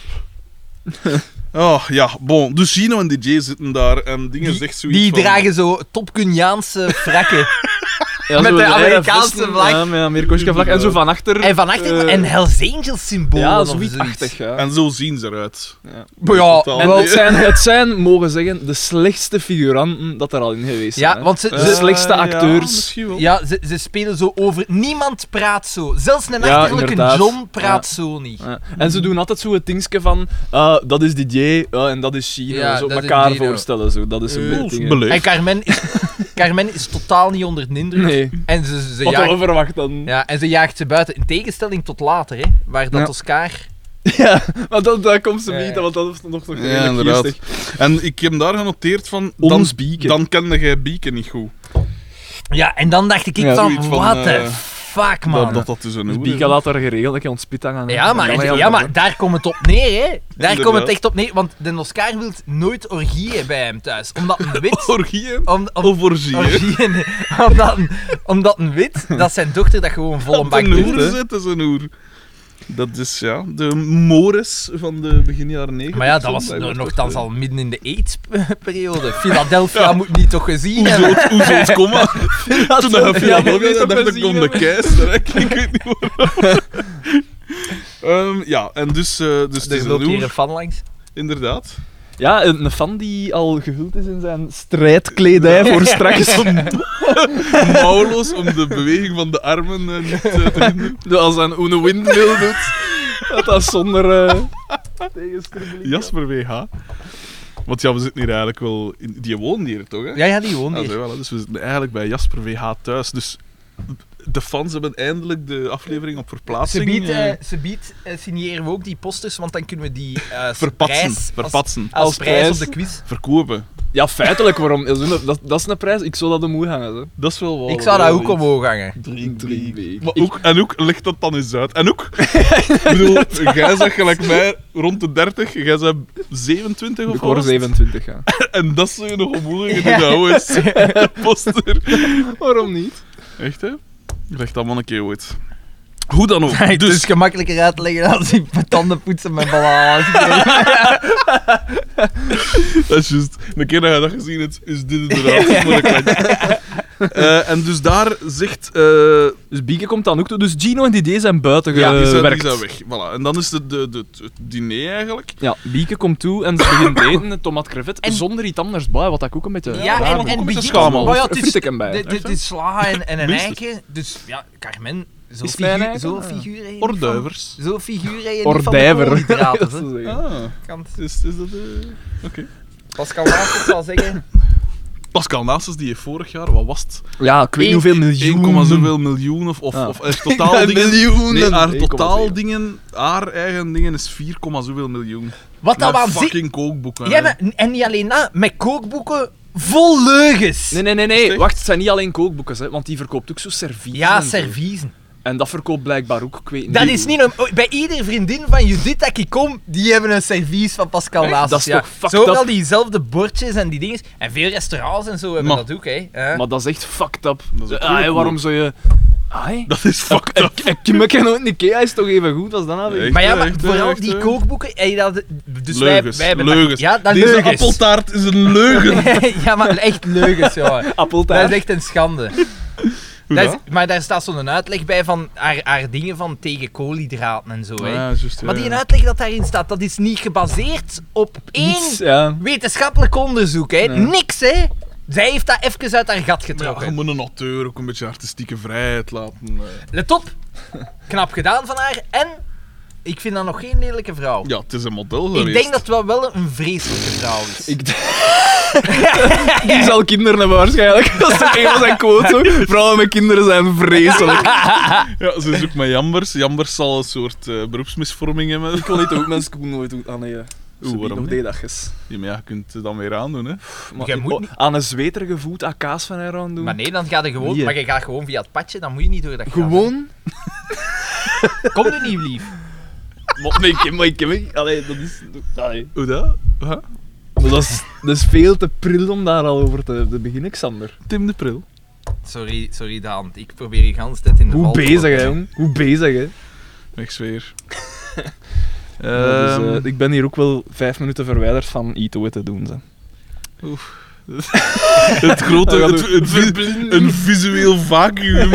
Speaker 2: Oh, ja, bon. Dus Gino en DJ zitten daar en dingen zegt zoiets
Speaker 1: Die
Speaker 2: van...
Speaker 1: dragen zo topkuniaanse frakken.
Speaker 3: Ja,
Speaker 1: Met
Speaker 3: zo
Speaker 1: de
Speaker 3: rare
Speaker 1: Amerikaanse
Speaker 3: vesten,
Speaker 1: vlag.
Speaker 3: Ja, met Amerikaanse vlag. En zo van achter...
Speaker 1: En van achter een Hells Angels symbool
Speaker 3: Ja,
Speaker 1: of
Speaker 3: zoiets
Speaker 1: zoiets.
Speaker 3: achtig, ja.
Speaker 2: En zo zien ze eruit.
Speaker 3: Ja.
Speaker 1: Maar ja,
Speaker 2: Totaal.
Speaker 3: En
Speaker 1: wel,
Speaker 3: het zijn, mogen zeggen, de slechtste figuranten dat er al in geweest zijn.
Speaker 1: ja,
Speaker 3: hè.
Speaker 1: want
Speaker 3: De slechtste acteurs.
Speaker 2: misschien wel.
Speaker 1: ja, ze spelen zo over... Niemand praat zo. Zelfs een
Speaker 3: Ja,
Speaker 1: achterlijke
Speaker 3: inderdaad.
Speaker 1: John praat zo niet.
Speaker 3: Ja. En ze doen altijd zo het dingetje van, dat is DJ en dat is Chino.
Speaker 1: Ja,
Speaker 3: zo
Speaker 1: dat is
Speaker 3: elkaar
Speaker 1: Gino.
Speaker 3: voorstellen. Zo. Dat is een beetje dingen.
Speaker 2: Beleefd.
Speaker 1: En Carmen is totaal niet onder de indruk.
Speaker 3: Nee,
Speaker 1: En ze
Speaker 3: wat
Speaker 1: jaagt...
Speaker 3: we verwacht dan.
Speaker 1: Ja, en ze jaagt ze buiten. In tegenstelling tot later, hè, waar dat
Speaker 3: Ja.
Speaker 1: Oscar...
Speaker 3: Ja, maar dat komt ze
Speaker 1: Ja,
Speaker 3: niet,
Speaker 1: ja.
Speaker 3: want dat is nog
Speaker 2: Ja,
Speaker 3: redelijk
Speaker 2: inderdaad.
Speaker 3: geestig.
Speaker 2: En ik heb daar genoteerd van...
Speaker 3: Ons Bieke.
Speaker 2: Dan kende jij Bieke niet goed.
Speaker 1: Ja, en dan dacht ik
Speaker 3: Ja,
Speaker 1: van,
Speaker 2: zoiets van,
Speaker 1: what the fuck, man.
Speaker 2: Dat is een
Speaker 3: Dus
Speaker 2: hoer is.
Speaker 3: Bieke laat daar geregeld een spit hangen.
Speaker 1: Ja, maar daar komt het op neer, hè. Daar komt het
Speaker 2: Inderdaad.
Speaker 1: echt op neer, want de Oscar wil nooit orgieën bij hem thuis. Omdat een wit...
Speaker 2: Orgieën?
Speaker 1: Of
Speaker 2: orgieën?
Speaker 1: orgieën, omdat een wit, dat zijn dochter dat gewoon vol een bak
Speaker 2: een
Speaker 1: doet.
Speaker 2: hoer
Speaker 1: hè.
Speaker 2: zit, is een hoer. Dat is, ja, de Morris van de begin jaren 90.
Speaker 1: Maar ja, dat was nogthans al midden in de AIDS-periode. Philadelphia moet niet toch gezien
Speaker 2: Hoe
Speaker 1: hebben.
Speaker 2: zou het komen? Toen hij
Speaker 3: moet
Speaker 2: Philadelphia
Speaker 3: je toch
Speaker 2: dacht ik
Speaker 3: gezien
Speaker 2: om de
Speaker 3: hebben.
Speaker 2: keizer. Ik weet niet waarom. Ja, en dus het is
Speaker 1: Er
Speaker 2: een
Speaker 1: loopt hier
Speaker 2: hoer,
Speaker 1: een fan langs.
Speaker 2: inderdaad.
Speaker 3: Ja, een fan die al gehuld is in zijn strijdkledij voor straks.
Speaker 2: Mouwloos om de beweging van de armen niet te hinderen.
Speaker 3: Als een Uno Windmill doet. Dat zonder tegenstribbeling.
Speaker 2: Jasper WH. Want ja, we zitten hier eigenlijk wel... Die woont hier toch, hè?
Speaker 1: Ja, die woont
Speaker 2: Ah,
Speaker 1: hier.
Speaker 2: zo wel, hè. Dus we zitten eigenlijk bij Jasper WH thuis. Dus de fans hebben eindelijk de aflevering op verplaatsing.
Speaker 1: Ze biedt signeren we ook die posters, want dan kunnen we die
Speaker 2: Verpatsen.
Speaker 1: als prijs op
Speaker 3: prijs.
Speaker 1: de quiz.
Speaker 2: Verkopen.
Speaker 3: Ja, feitelijk, waarom? Dat is een prijs. Ik zou dat omhoog hangen. Hè.
Speaker 2: Dat is wel wat.
Speaker 1: Ik zou dat ook omhoog hangen.
Speaker 3: 3 weken.
Speaker 2: Maar ook, en ook, leg dat dan eens uit. En ook, ik bedoel, jij zegt gelijk mij rond de 30, jij bent 27 of
Speaker 3: Ik hoor
Speaker 2: wat?
Speaker 3: 27 gaan.
Speaker 2: En dat zou je nog ommoedigen in de oude poster.
Speaker 3: Waarom niet?
Speaker 2: Echt, hè? Leg dat man een keer ooit. Hoe dan ook.
Speaker 1: Het
Speaker 2: Dus,
Speaker 1: is gemakkelijker uit te leggen als die tanden poetsen met ballen.
Speaker 2: dat is juist. Een keer dat je dat gezien hebt, is dit inderdaad voor een kantje. En dus daar zegt...
Speaker 3: Dus Bieke komt dan ook toe. Dus Gino en Didier zijn buiten
Speaker 2: die
Speaker 3: gewerkt.
Speaker 2: zijn weg. Voilà. En dan is het diner eigenlijk.
Speaker 3: Ja, Bieke komt toe en ze begint te eten, een tomat crevet,
Speaker 1: En-
Speaker 3: zonder iets anders bij, wat ik ook een beetje
Speaker 1: Ja,
Speaker 3: raar
Speaker 1: en
Speaker 3: vind.
Speaker 2: met
Speaker 1: begin...
Speaker 2: een schamel.
Speaker 1: Maar ja,
Speaker 3: Een
Speaker 1: het is,
Speaker 3: fritteken bij.
Speaker 1: dit is sla en een
Speaker 2: Minstens.
Speaker 1: eiken. Dus ja, Carmen, zo'n
Speaker 3: Is het mijn eiken?
Speaker 1: zo'n
Speaker 3: Ja.
Speaker 1: figuur heb je niet
Speaker 2: Orduivers.
Speaker 1: van- Zo'n figuur heb je niet
Speaker 3: Ordijver.
Speaker 1: van de koolhydraten,
Speaker 3: Dat
Speaker 1: hè.
Speaker 3: ze zeggen.
Speaker 2: Ah,
Speaker 1: Kant.
Speaker 2: is dat... Oké.
Speaker 1: Pascal Naast zal zeggen...
Speaker 2: Pascal Naastes, die heeft vorig jaar, wat was het?
Speaker 3: Ja, ik weet niet hoeveel miljoen.
Speaker 2: 1, zoveel miljoen of
Speaker 3: Ja.
Speaker 2: totaal
Speaker 3: Ja,
Speaker 2: dingen...
Speaker 3: miljoenen.
Speaker 2: Nee, haar
Speaker 3: 1,7.
Speaker 2: totaal dingen, haar eigen dingen is 4, zoveel miljoen.
Speaker 1: Wat dat
Speaker 2: Met
Speaker 1: waanzinnig...
Speaker 2: fucking kookboeken.
Speaker 1: Ja,
Speaker 2: hè.
Speaker 1: maar, en niet alleen dat, met kookboeken vol leugens.
Speaker 3: Nee.
Speaker 2: echt?
Speaker 3: Wacht, het zijn niet alleen kookboeken, hè, want die verkoopt ook zo servies.
Speaker 1: Ja,
Speaker 3: en zo.
Speaker 1: serviezen.
Speaker 3: En dat verkoopt blijkbaar ook, ik weet niet.
Speaker 1: Dat is niet... Bij iedere vriendin van Judith dat ik kom, die hebben een servies van Pascal
Speaker 3: Echt?
Speaker 1: Naast.
Speaker 3: Dat is toch fucked
Speaker 1: Zo
Speaker 3: up?
Speaker 1: al diezelfde bordjes en die dingen. En veel restaurants en zo hebben
Speaker 2: Maar-
Speaker 1: dat ook, hè.
Speaker 3: Maar dat is echt fucked up.
Speaker 2: Dat is ook
Speaker 3: Ah,
Speaker 2: heel
Speaker 3: waarom
Speaker 2: cool.
Speaker 3: zou je... Ai?
Speaker 2: Dat is fucked up.
Speaker 3: Ik ken nooit een Ikea, is toch even goed als dat nou?
Speaker 2: Echt,
Speaker 1: Maar ja,
Speaker 2: hè,
Speaker 1: maar
Speaker 2: echt, hè,
Speaker 1: vooral
Speaker 2: echt,
Speaker 1: die
Speaker 2: hè.
Speaker 1: kookboeken... Dus
Speaker 2: Leugens,
Speaker 1: wij hebben
Speaker 2: leugens.
Speaker 1: Ja, dat
Speaker 2: Deze
Speaker 1: leugens.
Speaker 2: appeltaart is een leugen.
Speaker 1: Ja, maar echt leugens, jongen. Dat
Speaker 3: Appeltaart.
Speaker 1: is echt een schande.
Speaker 2: Hoe
Speaker 1: Dat
Speaker 2: dat?
Speaker 1: is- maar daar staat zo'n uitleg bij van haar dingen van tegen koolhydraten en zo, hè.
Speaker 2: Ja, juist, ja,
Speaker 1: Maar die
Speaker 2: ja.
Speaker 1: uitleg dat daarin staat, dat is niet gebaseerd op één
Speaker 3: Iets, ja.
Speaker 1: wetenschappelijk onderzoek, hè.
Speaker 3: Nee.
Speaker 1: Niks, hè. Zij heeft dat even uit haar gat
Speaker 2: Maar ja,
Speaker 1: getrokken.
Speaker 2: je moet een auteur ook een beetje artistieke vrijheid laten.
Speaker 1: Let op. Knap gedaan van haar. En ik vind dat nog geen lelijke vrouw.
Speaker 2: Ja, het is een model geweest.
Speaker 1: Ik denk dat het wel een vreselijke vrouw is.
Speaker 3: Die zal kinderen hebben waarschijnlijk. Dat is toch een van zijn quotes ook. Vrouwen met kinderen zijn vreselijk.
Speaker 2: Ja, ze is ook met Jambers. Jambers zal een soort beroepsmisvorming hebben.
Speaker 3: Ik kon niet ook mijn schoen nooit doen. Ah nee.
Speaker 2: waarom
Speaker 3: nog
Speaker 2: niet?
Speaker 3: deed dat eens.
Speaker 2: Ja, maar ja, je kunt het dan weer aandoen, hè.
Speaker 3: Maar
Speaker 1: Jij moet niet-
Speaker 3: aan een zweterige voet aan kaas van haar aan doen.
Speaker 1: Maar nee, dan ga je gewoon...
Speaker 3: Nee, hè.
Speaker 1: Maar je gaat gewoon via het padje, dan moet je niet door dat gat, hè.
Speaker 3: Gewoon?
Speaker 1: Kom nu niet, lief.
Speaker 3: Maar ik ken allee, dat is... Allee.
Speaker 2: Hoe dat? Huh?
Speaker 3: Maar dat is veel te pril om daar al over te beginnen, Xander.
Speaker 2: Tim de Pril.
Speaker 1: Sorry Daan, ik probeer je gans tijd in de
Speaker 3: Hoe
Speaker 1: val te
Speaker 3: bezig, hè,
Speaker 1: lokken.
Speaker 3: jong? Hoe bezig, hè?
Speaker 2: Ik zweer.
Speaker 3: Ja, dus, ik ben hier ook wel 5 minuten verwijderd van Ito te doen. Ze.
Speaker 2: Het grote...
Speaker 3: Ja,
Speaker 2: een visueel vacuüm.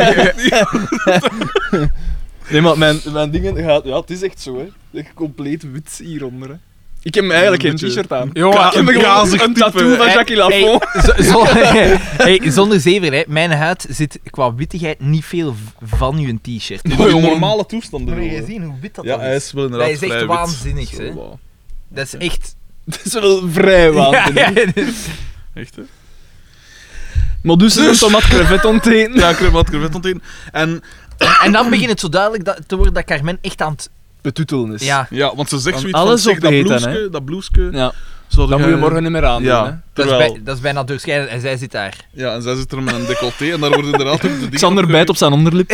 Speaker 3: Nee, maar mijn dingen gaat... Ja, het is echt zo, hè. Echt compleet wit hieronder, hè. Ik heb eigenlijk geen
Speaker 2: Een beetje-
Speaker 3: t-shirt aan.
Speaker 1: Jongen,
Speaker 3: ik heb
Speaker 2: een
Speaker 3: gewoon
Speaker 2: gazig
Speaker 3: een
Speaker 2: type,
Speaker 3: tattoo van
Speaker 1: Hey,
Speaker 3: Jackie Lafont.
Speaker 1: Zonder zever, hè. Mijn huid zit qua wittigheid niet veel van uw t-shirt.
Speaker 2: In de normale toestand.
Speaker 1: Moet
Speaker 2: bedoel
Speaker 1: je
Speaker 2: je?
Speaker 1: zien hoe wit dat
Speaker 2: Ja,
Speaker 1: is?
Speaker 2: hij is wel inderdaad
Speaker 1: Dat is echt
Speaker 2: vrij wit.
Speaker 1: waanzinnig, hè.
Speaker 3: Zo,
Speaker 1: Dat is echt...
Speaker 3: dat is wel vrij waanzinnig.
Speaker 1: Ja, dus-
Speaker 2: Echt, hè?
Speaker 3: Maar dus is een tomat crevet onteten.
Speaker 2: Ja, ik heb wat crevet onteen. En
Speaker 1: En dan begint het zo duidelijk te worden dat Carmen echt aan het...
Speaker 3: Betutelen is.
Speaker 1: Ja,
Speaker 2: ja, want ze zegt
Speaker 3: Want
Speaker 2: zoiets
Speaker 3: alles
Speaker 2: van, zeg, dat
Speaker 3: opeten,
Speaker 2: bloeske,
Speaker 3: hè.
Speaker 2: dat bloeske...
Speaker 3: Ja.
Speaker 2: zou
Speaker 3: Dan
Speaker 2: jij-
Speaker 3: moet je morgen niet meer aan doen, hè.
Speaker 2: Ja, terwijl...
Speaker 1: dat is bijna doorschijnend en zij zit daar.
Speaker 2: Ja, en zij zit er met een decolleté en daar wordt inderdaad ook de dingen
Speaker 3: Xander bijt op zijn onderlip.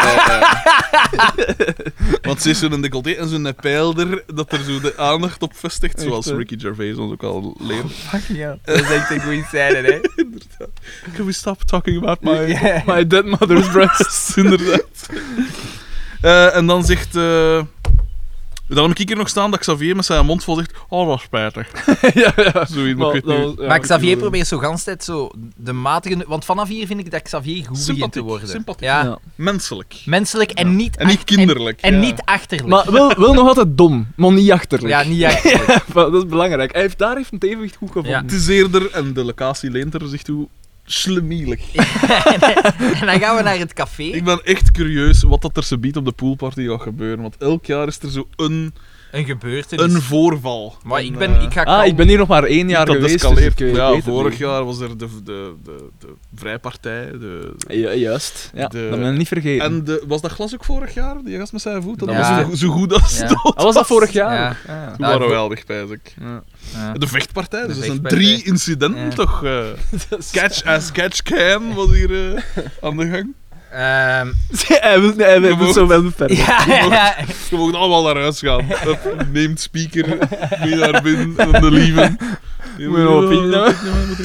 Speaker 2: Want ze is zo'n decolleté en zo'n pijlder dat er zo de aandacht op vestigt,
Speaker 3: Echt,
Speaker 2: zoals
Speaker 3: hè?
Speaker 2: Ricky Gervais ons ook al leert.
Speaker 1: Ja. Dat is echt een goede scène, hè.
Speaker 2: Can we stop talking about my...
Speaker 3: My dead mother's breast.
Speaker 2: Inderdaad. En dan zegt... dan heb ik hier nog staan dat Xavier met zijn mond vol zegt... Oh, dat is spijtig.
Speaker 3: ja.
Speaker 2: Zoiets, maar ik weet niet...
Speaker 1: Maar Xavier probeert zo gans tijd zo de matige... Want vanaf hier vind ik dat Xavier goed begint te
Speaker 2: Sympathiek,
Speaker 1: worden.
Speaker 2: sympathiek.
Speaker 1: Ja.
Speaker 3: Ja.
Speaker 2: Menselijk.
Speaker 1: Menselijk en niet...
Speaker 2: En niet
Speaker 1: ach-
Speaker 2: kinderlijk.
Speaker 1: En
Speaker 2: ja.
Speaker 1: niet achterlijk.
Speaker 3: Maar wel nog altijd dom, maar niet achterlijk.
Speaker 1: Ja, niet achterlijk.
Speaker 3: Dat is belangrijk. Daar heeft het evenwicht goed gevonden.
Speaker 1: Ja.
Speaker 2: Het is eerder, en de locatie leent er zich toe, slemielig.
Speaker 1: En dan gaan we naar het café.
Speaker 2: Ik ben echt curieus wat dat er zo biedt op de poolparty gaat gebeuren. Want elk jaar is er zo een
Speaker 1: Een gebeurtenis.
Speaker 2: Een voorval.
Speaker 1: Maar
Speaker 2: En,
Speaker 1: ik ga
Speaker 3: Ik ben hier nog maar 1 jaar
Speaker 2: dat
Speaker 3: geweest.
Speaker 2: escaleert.
Speaker 3: Dus ik
Speaker 2: Ja,
Speaker 3: weet het
Speaker 2: vorig
Speaker 3: niet.
Speaker 2: jaar was er de Vrijpartij.
Speaker 3: Juist. Ja,
Speaker 2: De-
Speaker 3: dat ben ik niet vergeten.
Speaker 2: En was dat glas ook vorig jaar? Die gast met zijn voet? Dat
Speaker 1: Ja.
Speaker 2: was zo goed als
Speaker 1: Ja.
Speaker 2: dood.
Speaker 3: Was dat vorig jaar?
Speaker 1: Ja.
Speaker 3: ook? Ah,
Speaker 2: Toen waren we al weg, pijs ik.
Speaker 3: ja.
Speaker 1: Ja.
Speaker 2: De vechtpartij,
Speaker 1: De
Speaker 2: dus er zijn
Speaker 1: vechtpartij.
Speaker 2: 3 incidenten
Speaker 1: Ja.
Speaker 2: toch. Catch as catch can was hier aan de gang.
Speaker 3: Hij wil zo wel beperken.
Speaker 1: ja.
Speaker 2: Je mocht allemaal naar huis gaan. Neemt speaker mee naar binnen en de lieven.
Speaker 3: Moet je nog op in, hè?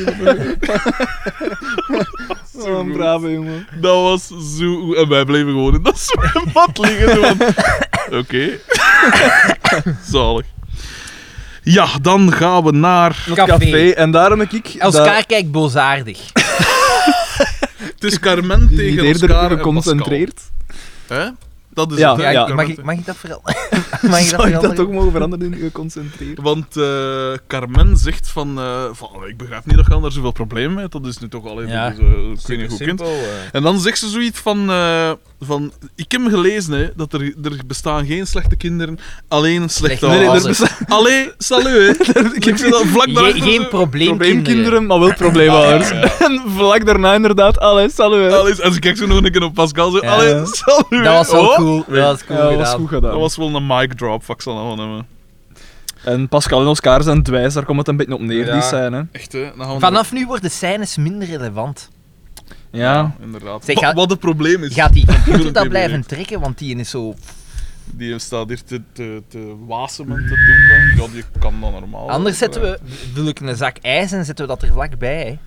Speaker 2: Zo
Speaker 3: Oh, een
Speaker 2: goed.
Speaker 3: brave jongen.
Speaker 2: Dat was zo goed. En wij bleven gewoon in dat zwembad liggen. Zo van, Oké. Zalig. Ja, dan gaan we naar...
Speaker 3: Het
Speaker 1: Café.
Speaker 3: café. En daarom heb ik...
Speaker 1: Oscar kijkt boosaardig.
Speaker 2: Het is Carmen
Speaker 3: niet
Speaker 2: tegen
Speaker 3: eerder
Speaker 2: Oscar en
Speaker 3: geconcentreerd.
Speaker 2: Pascal. Hè? Dat is
Speaker 3: Ja,
Speaker 2: het, hè,
Speaker 3: ja.
Speaker 2: Carmen
Speaker 1: Mag ik dat veranderen? Mag ik
Speaker 3: Zou ik dat
Speaker 1: veranderen?
Speaker 3: toch mogen veranderen in geconcentreerd?
Speaker 2: Want Carmen zegt van ik begrijp niet dat je daar zoveel problemen mee hebt. Dat is nu toch al even
Speaker 1: Ja.
Speaker 2: ik weet niet hoe kind.
Speaker 1: Simpel,
Speaker 2: En dan zegt ze zoiets van ik heb gelezen hè, dat er bestaan geen slechte kinderen, alleen slechte
Speaker 1: Slechte
Speaker 3: Nee, er
Speaker 2: ouders.
Speaker 3: bestaan
Speaker 2: Allee, salut hè. Ik zeg dat vlak daarachter
Speaker 1: Geen
Speaker 2: zo-
Speaker 3: probleemkinderen, maar wel probleemhouders. En vlak daarna inderdaad, allee, salut.
Speaker 2: Allee, en ze kijkt zo nog een keer op Pascal zo,
Speaker 1: Ja.
Speaker 2: allee, salut
Speaker 1: Dat was wel
Speaker 2: Oh.
Speaker 1: cool. Dat was cool
Speaker 3: Ja, dat was
Speaker 1: gedaan.
Speaker 3: goed gedaan.
Speaker 2: Dat was wel een mic drop, fuck zal dat wel hebben.
Speaker 3: En Pascal en Oscar zijn dwijs, daar komt het een beetje op neer,
Speaker 1: Ja.
Speaker 3: die scène.
Speaker 2: Echt hè. Dan gaan we
Speaker 1: Vanaf nu worden scènes minder relevant.
Speaker 3: Ja.
Speaker 2: inderdaad.
Speaker 1: Zeg, ga-
Speaker 2: Wat het probleem is.
Speaker 1: Gaat die computer
Speaker 2: Moet
Speaker 1: dat
Speaker 2: het
Speaker 1: blijven
Speaker 2: niet
Speaker 1: trekken? Want die is zo...
Speaker 2: Die staat hier te wasemen, te doen. Ja, die kan dat normaal.
Speaker 1: Anders zetten we... Vul ik een zak ijs en zetten we dat er vlakbij,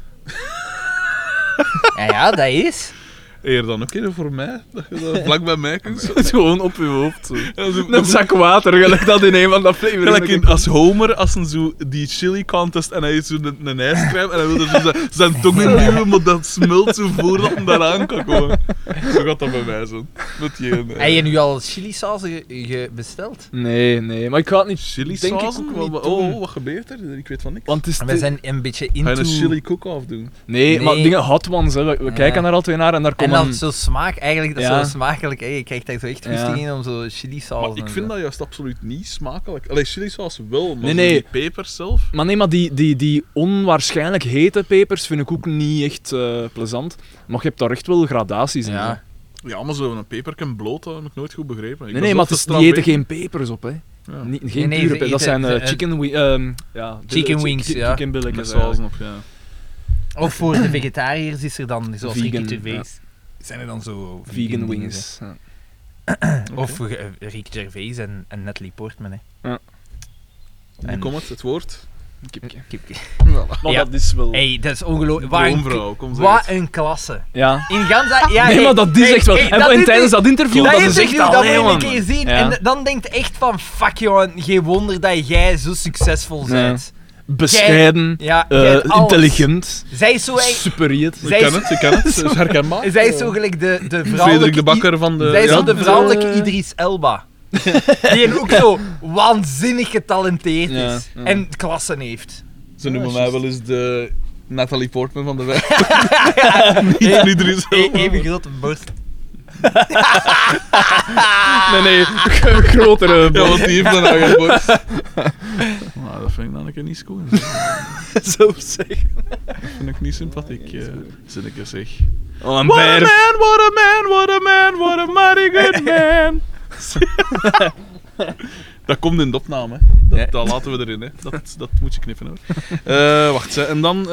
Speaker 1: hè. Ja, dat is...
Speaker 2: Eer dan ook even voor mij, dat je dat vlak bij mij kunt zetten.
Speaker 3: Het is gewoon op je hoofd. Zo.
Speaker 2: Ja, zo-
Speaker 3: Een zak water, gelijk dat in een van de afleveringen.
Speaker 2: Gelijk in, als Homer, als een zo die chili contest en hij is zo een ijscrème en hij wil er zo zijn tong in duwen, maar dat smelt zo voordat hij daaraan kan komen. Zo gaat dat bij mij zo. Met die
Speaker 1: Heb je nu al chilisaus besteld?
Speaker 3: Nee, maar ik ga het niet...
Speaker 2: chili
Speaker 3: denk ik
Speaker 2: sauzen?
Speaker 3: ook niet
Speaker 2: Wat,
Speaker 3: doen.
Speaker 2: wat gebeurt er? Ik weet van niks.
Speaker 3: Want het is
Speaker 1: We zijn een beetje
Speaker 2: Ga je
Speaker 1: into...
Speaker 2: een chili cook-off doen?
Speaker 3: Nee, maar
Speaker 1: Nee.
Speaker 3: dingen hot ones, hè. We kijken daar al 2 naar en daar
Speaker 1: En
Speaker 3: komen...
Speaker 1: dat zo smaak, eigenlijk dat is
Speaker 3: Ja.
Speaker 1: zo smakelijk. Hè. Je krijgt daar zo echt
Speaker 3: Ja.
Speaker 1: rustig in om zo chilisaus
Speaker 2: Maar ik
Speaker 1: en
Speaker 2: vind
Speaker 1: zo.
Speaker 2: dat juist absoluut niet smakelijk. Allee, chili saus wel, maar
Speaker 3: Nee,
Speaker 2: zo
Speaker 3: nee.
Speaker 2: die pepers zelf...
Speaker 3: Maar nee, maar die onwaarschijnlijk hete pepers vind ik ook niet echt plezant. Maar je hebt daar echt wel gradaties in. hè.
Speaker 1: Ja.
Speaker 2: Ja, maar zo'n peperken bloot, dat heb ik nooit goed begrepen. Ik
Speaker 3: Nee,
Speaker 2: ben
Speaker 3: maar
Speaker 2: zelf
Speaker 3: het
Speaker 2: te
Speaker 3: is, die eten
Speaker 2: straf
Speaker 3: geen pepers op, hè.
Speaker 2: Ja.
Speaker 3: Niet, geen
Speaker 1: Nee,
Speaker 3: pure
Speaker 1: ze
Speaker 3: pepers. Dat
Speaker 1: eten-
Speaker 3: zijn
Speaker 1: ze-
Speaker 3: chicken wings.
Speaker 1: Chicken wings, ja.
Speaker 3: Chicken billetjes.
Speaker 2: Met sauzen op, ja.
Speaker 1: Of voor de vegetariërs is er dan, zoals
Speaker 3: Vegan,
Speaker 1: Ricky Gervais, zijn er dan zo
Speaker 3: Vegan
Speaker 1: dingen,
Speaker 3: wings. Ja.
Speaker 1: hè. Of Ricky Gervais en Natalie Portman. Hè.
Speaker 3: Ja.
Speaker 2: Nu komt het woord.
Speaker 1: Kipke.
Speaker 2: Voilà.
Speaker 3: Maar
Speaker 1: Ja.
Speaker 3: dat is wel...
Speaker 1: Hey, dat is ongelooflijk. Wat een-
Speaker 2: Droomvrouw, kom zeg
Speaker 1: Wat
Speaker 2: het.
Speaker 1: een klasse.
Speaker 3: Ja.
Speaker 1: In gans ja,
Speaker 3: Nee,
Speaker 1: hey,
Speaker 3: maar dat is
Speaker 1: hey,
Speaker 3: echt wel...
Speaker 1: hey,
Speaker 3: en
Speaker 1: dat
Speaker 3: en
Speaker 1: is
Speaker 3: tijdens
Speaker 1: echt-
Speaker 3: dat interview, dat is echt
Speaker 1: interview, dat
Speaker 3: allee,
Speaker 1: moet je
Speaker 3: man.
Speaker 1: een keer zien.
Speaker 3: Ja.
Speaker 1: En dan denkt echt van, fuck jongen, geen wonder dat jij zo succesvol bent.
Speaker 3: Bescheiden,
Speaker 1: Ja, jij hebt alles.
Speaker 3: intelligent,
Speaker 1: Zij is zo,
Speaker 3: superieur.
Speaker 1: Zij
Speaker 2: Ik
Speaker 1: is-
Speaker 2: ken het, ik ken het. Het is herkenbaar.
Speaker 1: zij is zo gelijk de vrouwelijke...
Speaker 2: Frederik de Bakker van de...
Speaker 1: Zij is
Speaker 2: ja.
Speaker 1: zo de vrouwelijke Idris Elba. Die ook zo waanzinnig getalenteerd is.
Speaker 3: Ja, ja.
Speaker 1: En klassen heeft.
Speaker 2: Ze noemen mij wel eens de Natalie Portman van de wijk.
Speaker 1: Ja.
Speaker 2: Niet Idris Elba.
Speaker 1: Even grote borst.
Speaker 3: Nee, grotere
Speaker 2: Ja, want die heeft een eigen borst. Nou, dat vind ik dan een keer niet zo cool.
Speaker 3: zo zeggen.
Speaker 2: Dat vind ik niet sympathiek, zinnetje zeg.
Speaker 3: Oh, een
Speaker 2: What a
Speaker 3: beer.
Speaker 2: man, what a man, what a man, what a mighty good man. Dat komt in de opname, hè.
Speaker 1: Ja.
Speaker 2: Dat laten we erin, hè. Dat moet je knippen, hoor. Wacht, hè. En dan...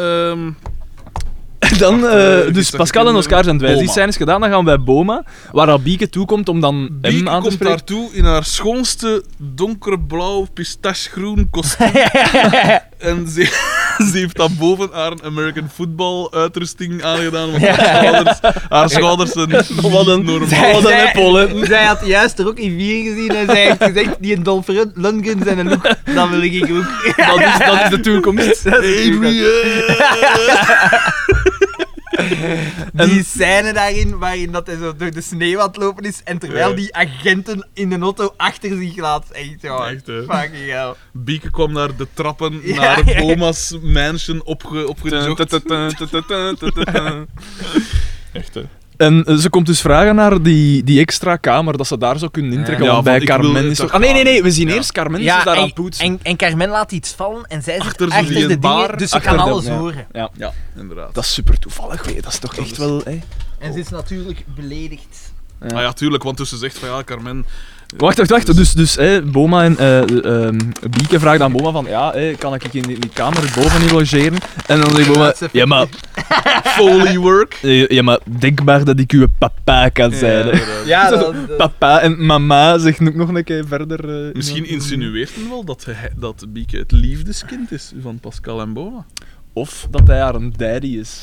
Speaker 3: Dan,
Speaker 2: Wacht,
Speaker 3: dus
Speaker 2: die
Speaker 3: Pascal en Oscar zijn dwijs. Die
Speaker 2: Boma.
Speaker 3: zijn eens gedaan, dan gaan we bij Boma, waar Abieke toekomt om dan
Speaker 2: Bieke
Speaker 3: M aan te
Speaker 2: komt
Speaker 3: spreken.
Speaker 2: daartoe in haar schoonste donkerblauw pistachegroen kostuum. En ze heeft dan boven haar een American football uitrusting aangedaan. Want haar schouders zijn niet
Speaker 3: Wat een-
Speaker 2: normaal.
Speaker 3: Wat een epauletten.
Speaker 1: Zij had juist Rocky 4 gezien en zij heeft gezegd, die Dolph Lundgren zijn een look, dat wil ik ook.
Speaker 3: Dat is de toekomst.
Speaker 1: Dat is de toekomst. Die scène daarin, waarin dat hij zo door de sneeuw aan het lopen is, en terwijl
Speaker 2: Ja.
Speaker 1: die agenten in de auto achter zich laat. Echt, ja.
Speaker 2: Echt, hè.
Speaker 1: Fucking hell.
Speaker 2: Bieke kwam naar de trappen,
Speaker 1: Ja,
Speaker 2: naar
Speaker 1: ja.
Speaker 2: Boma's mansion opgejogd. Echt, hè.
Speaker 3: En ze komt dus vragen naar die extra kamer, dat ze daar zou kunnen intrekken.
Speaker 2: Ja,
Speaker 3: want
Speaker 2: van,
Speaker 3: bij
Speaker 2: ik wil
Speaker 3: Carmen
Speaker 2: het
Speaker 3: is...
Speaker 2: toch
Speaker 3: Nee, we zien
Speaker 2: Ja.
Speaker 3: eerst Carmen is daar aan het poetsen.
Speaker 1: en Carmen laat iets vallen en zij zit
Speaker 2: Achter
Speaker 1: achter,
Speaker 2: zo die
Speaker 1: de
Speaker 2: bar,
Speaker 1: dingen, dus ze
Speaker 3: achter
Speaker 1: kan
Speaker 3: de-
Speaker 1: alles
Speaker 3: ja.
Speaker 1: horen.
Speaker 3: Ja.
Speaker 2: Ja, inderdaad.
Speaker 3: Dat is super toevallig, weet je. Dat is toch
Speaker 2: Dat
Speaker 3: echt
Speaker 2: is-
Speaker 3: wel... Hè?
Speaker 1: En ze is natuurlijk beledigd.
Speaker 3: Ja.
Speaker 2: Ah ja, tuurlijk, want tussen zegt van ja, Carmen...
Speaker 3: Wacht. Dus Boma en Bieke vragen aan Boma van ja, kan ik in die kamer boven niet logeren? En dan zegt Boma, ja maar,
Speaker 2: Foley work.
Speaker 3: ja maar denkbaar dat ik uw papa kan zijn. hè.
Speaker 2: inderdaad.
Speaker 1: Ja,
Speaker 3: Papa en mama zegt ook nog een keer verder.
Speaker 2: Misschien insinueert hij wel dat Bieke het liefdeskind is van Pascal en Boma.
Speaker 3: Of dat hij haar een daddy is.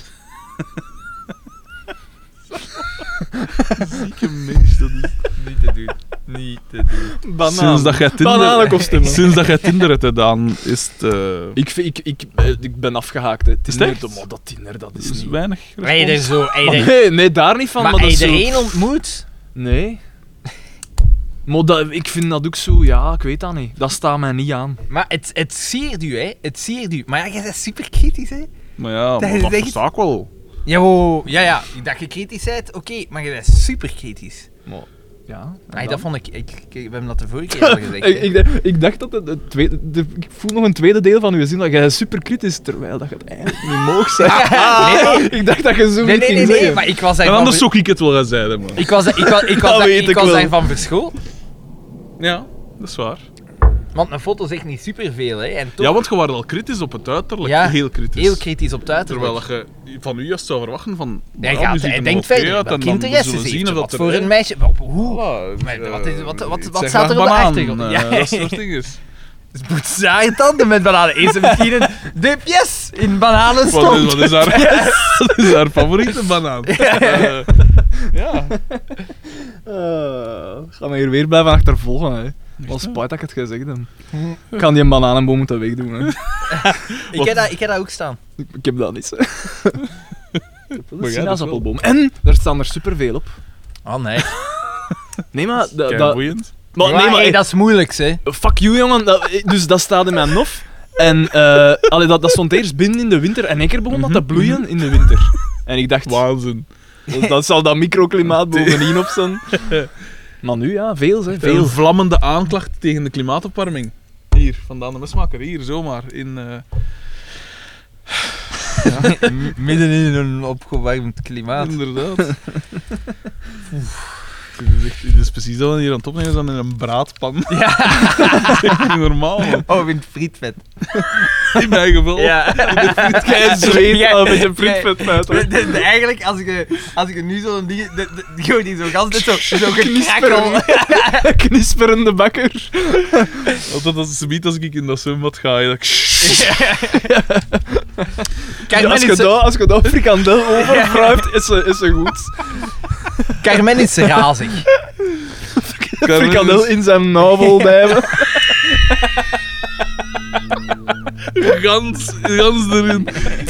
Speaker 2: Zieke mens, dat is...
Speaker 1: niet te doen. Niet te doen.
Speaker 2: Sinds dat jij
Speaker 3: Bananenkostuum.
Speaker 2: Sinds dat jij Tinder hebt gedaan, is het...
Speaker 3: Ik ben afgehaakt. Hè. Tinder,
Speaker 2: echt?
Speaker 3: maar dat Tinder, dat is
Speaker 2: is
Speaker 3: niet...
Speaker 2: weinig
Speaker 1: Heb je er
Speaker 2: respons.
Speaker 1: zo... heb je
Speaker 3: Maar
Speaker 1: er-
Speaker 3: nee, daar niet van.
Speaker 1: Maar
Speaker 3: Maar
Speaker 1: heb
Speaker 3: dat
Speaker 1: je
Speaker 3: is
Speaker 1: er
Speaker 3: zo...
Speaker 1: één ontmoet?
Speaker 3: Nee. Maar ik vind dat ook zo... Ja, ik weet dat niet. Dat staat mij niet aan.
Speaker 1: Maar het siert u, hè. Het siert u. Maar ja, jij bent super kritisch, hè.
Speaker 2: Maar ja,
Speaker 1: Dat
Speaker 2: maar
Speaker 1: is
Speaker 2: dat
Speaker 1: echt-
Speaker 2: versta ik wel.
Speaker 1: Ja, dat je kritisch bent, oké, maar je bent super kritisch.
Speaker 3: Maar, ja.
Speaker 1: Nee, dat vond ik we hebben dat de vorige keer al gezegd. hè.
Speaker 3: Ik dacht dat het tweede... ik voel nog een tweede deel van uw zin, dat jij super kritisch, terwijl dat je het eigenlijk niet mocht zijn.
Speaker 1: Nee.
Speaker 3: Ik dacht dat je zo
Speaker 1: Nee,
Speaker 3: niet ging
Speaker 1: nee,
Speaker 3: zeggen.
Speaker 1: maar ik was
Speaker 2: En
Speaker 1: daarvan...
Speaker 2: anders zou ik het wel gaan zeggen, man.
Speaker 1: Ik was
Speaker 3: Dat weet ik wel.
Speaker 1: daarvan verscholen.
Speaker 2: Ja, dat is waar.
Speaker 1: Want een foto zegt niet superveel, hè. En toch
Speaker 2: Ja, want je was al kritisch op het uiterlijk.
Speaker 1: Ja,
Speaker 2: heel kritisch.
Speaker 1: heel kritisch op het uiterlijk.
Speaker 2: Terwijl je van u juist zou verwachten van...
Speaker 1: Hij,
Speaker 2: waarom
Speaker 1: gaat,
Speaker 2: ziet
Speaker 1: hij
Speaker 2: er
Speaker 1: denkt
Speaker 2: nog oké
Speaker 1: verder.
Speaker 2: uit en
Speaker 1: Welke
Speaker 2: dan
Speaker 1: interesses
Speaker 2: zullen we
Speaker 1: heeft
Speaker 2: zien
Speaker 1: ze?
Speaker 2: of
Speaker 1: Wat
Speaker 2: dat
Speaker 1: voor
Speaker 2: er-
Speaker 1: een meisje... Hoe?
Speaker 2: Voilà,
Speaker 1: Maar wat
Speaker 2: ik
Speaker 1: staat
Speaker 2: zeg
Speaker 1: er op de
Speaker 2: banaan,
Speaker 1: achtergrond? Ja.
Speaker 2: dat soort dingen.
Speaker 1: Dus poetsaar tanden met bananen. Is ze misschien een dipjes in
Speaker 2: Wat
Speaker 1: bananenstond?
Speaker 2: is wat is haar favoriete banaan? Ja.
Speaker 3: Gaan we hier weer blijven achtervolgen, hè. Wat spijt dat ik het gezegd heb. Ik kan die een bananenboom moeten wegdoen, hè.
Speaker 1: Ik heb dat ook staan.
Speaker 3: Ik heb dat niet, hè. Ik heb wel
Speaker 2: Maar
Speaker 3: een
Speaker 2: jij dus
Speaker 3: sinaasappelboom. En er staan er superveel op.
Speaker 1: Oh nee.
Speaker 3: Nee, maar...
Speaker 2: Kei boeiend.
Speaker 3: Maar, nee, maar
Speaker 1: dat is moeilijk, hè.
Speaker 3: fuck you, jongen. Dus dat staat in mijn nof. En dat stond eerst binnen in de winter. En één keer begon dat te bloeien in de winter. En ik dacht,
Speaker 2: Waanzin.
Speaker 3: dat zal dat microklimaat bovenin op staan. Maar nu, ja, veel, hè.
Speaker 2: Een
Speaker 3: Veel.
Speaker 2: vlammende aanklacht tegen de klimaatopwarming. Hier, van Daan de Mesmaker. Hier, zomaar. In...
Speaker 1: Midden in een opgewarmd klimaat.
Speaker 2: Inderdaad. Dit is precies dat we hier aan het opnemen zijn in een braadpan.
Speaker 1: Ja.
Speaker 2: Dat is echt niet normaal, man.
Speaker 1: Oh, in het frietvet.
Speaker 2: In mijn geval.
Speaker 1: Ja.
Speaker 3: Jij zweet
Speaker 1: Jij-
Speaker 3: al met je
Speaker 1: jij-
Speaker 3: frietvet uit. hoor.
Speaker 1: Eigenlijk, als ik nu zo'n ding... Gewoon die zo gans net zo
Speaker 3: Knisperend.
Speaker 1: gekrakkel.
Speaker 3: Knisperende bakker.
Speaker 2: Altijd als ze biedt als ik in dat zwembad ga, dat ik...
Speaker 1: Carmen
Speaker 3: Als je dat frikandel overvruift, is ze goed.
Speaker 1: Carmen is razig.
Speaker 3: Frikandel in zijn navel bijven.
Speaker 2: Gans erin.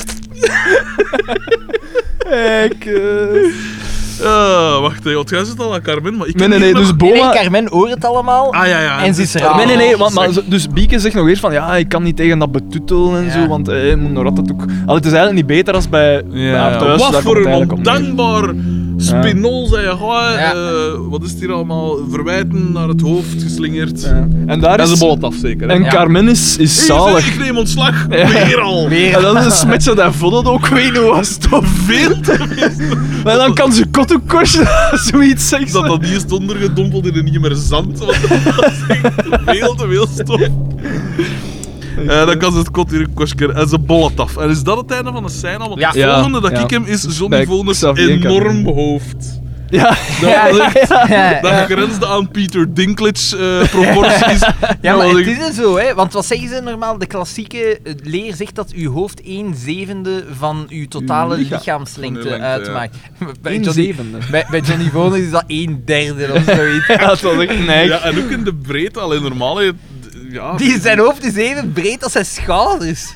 Speaker 2: Wacht, wat jij zit al aan Carmen, maar ik...
Speaker 3: Nee,
Speaker 2: ken die
Speaker 3: dus
Speaker 2: nog-
Speaker 3: Boma...
Speaker 1: Carmen hoort het allemaal.
Speaker 2: Ah, ja.
Speaker 1: En ze is
Speaker 2: dus-
Speaker 1: raar.
Speaker 3: Nee, dus Bieke zegt nog eerst van ja, ik kan niet tegen dat betuttel en
Speaker 1: Ja.
Speaker 3: zo, want je moet nog altijd ook... Allee, het is eigenlijk niet beter als bij haar thuis.
Speaker 2: Wat
Speaker 3: daar
Speaker 2: voor
Speaker 3: komt het
Speaker 2: een
Speaker 3: eigenlijk om neer.
Speaker 2: ondankbaar spinol, zei je.
Speaker 1: Ja.
Speaker 2: Wat is het hier allemaal? Verwijten naar het hoofd geslingerd.
Speaker 3: Ja. En daar
Speaker 2: Dat is
Speaker 3: is...
Speaker 2: een bollet af, zeker. Hè?
Speaker 3: En
Speaker 1: Ja.
Speaker 3: Carmen is
Speaker 2: Hier,
Speaker 3: zalig.
Speaker 2: ik neem ontslag.
Speaker 3: Ja.
Speaker 2: Weer al.
Speaker 3: En dan is een smetje dat voelde ook weet hoe was toch
Speaker 2: Veel te
Speaker 3: Maar dan kan ze kottoekosje zoiets zeggen.
Speaker 2: dat niet is ondergedompeld in een niet meer zand. Want dat is echt veel te veel stof. Dan kan ze het kot hier kostje en ze bollet af. En is dat het einde van de scène? Want
Speaker 1: Ja.
Speaker 2: het volgende dat
Speaker 3: Ja.
Speaker 2: ik hem is Johnny
Speaker 3: Bij
Speaker 2: Voners
Speaker 3: Xavier
Speaker 2: enorm
Speaker 3: Carmen.
Speaker 2: hoofd.
Speaker 3: Ja,
Speaker 1: Ja,
Speaker 2: Dat was echt...
Speaker 1: ja.
Speaker 2: Dat grensde aan Peter Dinklage proporties.
Speaker 1: Ja, maar
Speaker 2: Dat was
Speaker 1: het
Speaker 2: echt-
Speaker 1: is er zo, hè. Want wat zeggen ze normaal? De klassieke leer zegt dat uw hoofd 1/7 van uw totale
Speaker 3: Uw lichaam.
Speaker 1: lichaamslengte
Speaker 2: Van uw lengte,
Speaker 1: uitmaakt. Bij
Speaker 3: een
Speaker 1: Johnny,
Speaker 3: zevende.
Speaker 1: bij Johnny Voners is dat 1/3 of zoiets.
Speaker 3: Ja, dat was echt nee.
Speaker 2: Ja, en ook in de breedte, alleen normaal. Ja,
Speaker 1: Zijn hoofd is even breed als zijn schouders.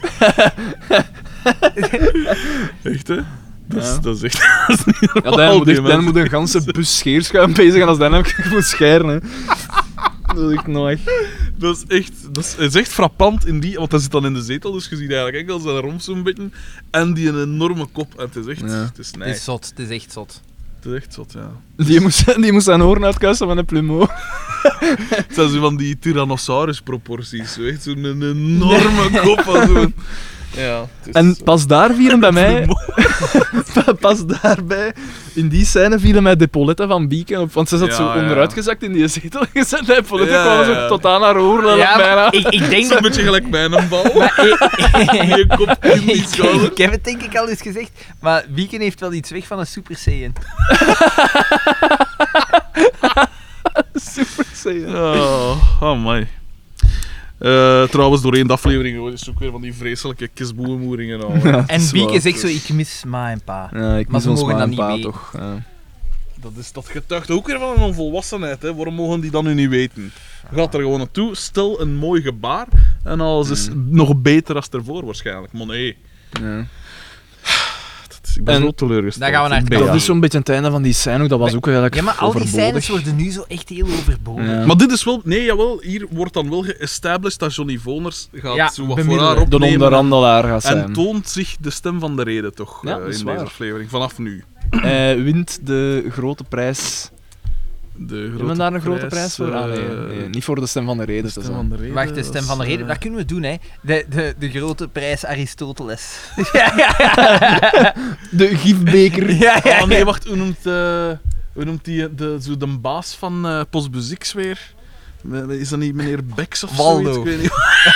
Speaker 2: echt hè? Dat is,
Speaker 3: Ja.
Speaker 2: dat is echt. Dat is niet
Speaker 3: Ja,
Speaker 2: normaal,
Speaker 3: dan moet,
Speaker 2: die
Speaker 3: echt, dan
Speaker 2: mensen.
Speaker 3: moet een ganse bus scheerschuim bezig zijn als dan heb ik moet scheren. Hè. Dat is echt nooit.
Speaker 2: Dat is echt, het is echt frappant in die, want hij zit dan in de zetel, dus je ziet eigenlijk enkel zijn romp zo'n beetje en die een enorme kop. En het is echt,
Speaker 3: Ja.
Speaker 2: het is
Speaker 1: Het
Speaker 2: nice.
Speaker 1: is zot, het is echt zot.
Speaker 2: Het is echt zot, ja.
Speaker 3: Die moest zijn oren uitkuisen met een plumeau.
Speaker 2: Het zijn zo van die Tyrannosaurus-proporties. Zo echt zo'n enorme kop. Zo'n... Ja, het is
Speaker 3: En
Speaker 2: zo.
Speaker 3: pas daar vielen bij mij... pas daarbij, in die scène vielen mij de epauletten van Bieke op. Want ze zat
Speaker 2: Ja,
Speaker 3: zo
Speaker 2: ja.
Speaker 3: onderuitgezakt in die zetel gezet. De epauletten
Speaker 2: Ja,
Speaker 3: kwamen
Speaker 2: ja.
Speaker 3: zo tot aan haar oren
Speaker 1: Ja,
Speaker 3: bijna.
Speaker 1: maar ik denk
Speaker 2: Zo'n beetje gelijk bij een bal. Je kop in die schouder.
Speaker 1: Ik heb het denk ik al eens gezegd, maar Wieken heeft wel iets weg van een Super Saiyan.
Speaker 3: Super Saiyan.
Speaker 2: Oh my. Trouwens, doorheen de aflevering is het ook weer van die vreselijke kisboememoeringen.
Speaker 3: Ja,
Speaker 1: En Wieken zegt zo, ik mis ma en pa.
Speaker 3: Ja, ik
Speaker 1: Maar
Speaker 3: mis
Speaker 1: ze
Speaker 3: ons
Speaker 1: mogen
Speaker 3: ma
Speaker 1: dat
Speaker 3: en
Speaker 1: niet
Speaker 3: pa
Speaker 1: weten.
Speaker 3: toch. Ja.
Speaker 2: Dat getuigt ook weer van een onvolwassenheid. Hè. Waarom mogen die dat nu niet weten? Je gaat er gewoon naartoe, stel een mooi gebaar en alles is nog beter als ervoor waarschijnlijk. Maar nee,
Speaker 3: Ja.
Speaker 2: ik ben
Speaker 3: En
Speaker 2: zo teleurgesteld.
Speaker 1: dan gaan we naar het
Speaker 2: Ik ben-
Speaker 3: Dat is zo'n beetje het einde van die scène ook. Dat was ook eigenlijk
Speaker 1: Ja, maar al die
Speaker 3: overbodig.
Speaker 1: scènes worden nu zo echt heel overbodig.
Speaker 3: Ja.
Speaker 2: Maar dit is wel... Nee, jawel, hier wordt dan wel geestablished dat Johnny Voners gaat
Speaker 1: Ja,
Speaker 2: zo wat voor
Speaker 1: bemiddelen.
Speaker 2: haar
Speaker 3: De
Speaker 2: opnemen.
Speaker 3: onderhandelaar gaat
Speaker 2: En
Speaker 3: zijn.
Speaker 2: toont zich de stem van de reden toch
Speaker 3: Ja, dat is
Speaker 2: in
Speaker 3: waar.
Speaker 2: deze aflevering, vanaf nu.
Speaker 3: Wint de grote prijs. Hebben we daar een grote prijs voor? Nee, niet voor de stem van de reden.
Speaker 2: De stem van de reden.
Speaker 1: Wacht, de stem van de reden,
Speaker 2: dat
Speaker 1: dat kunnen we doen, hè. De grote prijs Aristoteles.
Speaker 3: De gifbeker.
Speaker 1: Ja, ja,
Speaker 2: Oh nee,
Speaker 1: ja.
Speaker 2: wacht, hoe noemt die zo de baas van Postbuzix weer? Is dat niet meneer Beks of
Speaker 1: Waldo.
Speaker 2: zoiets? Ik weet niet.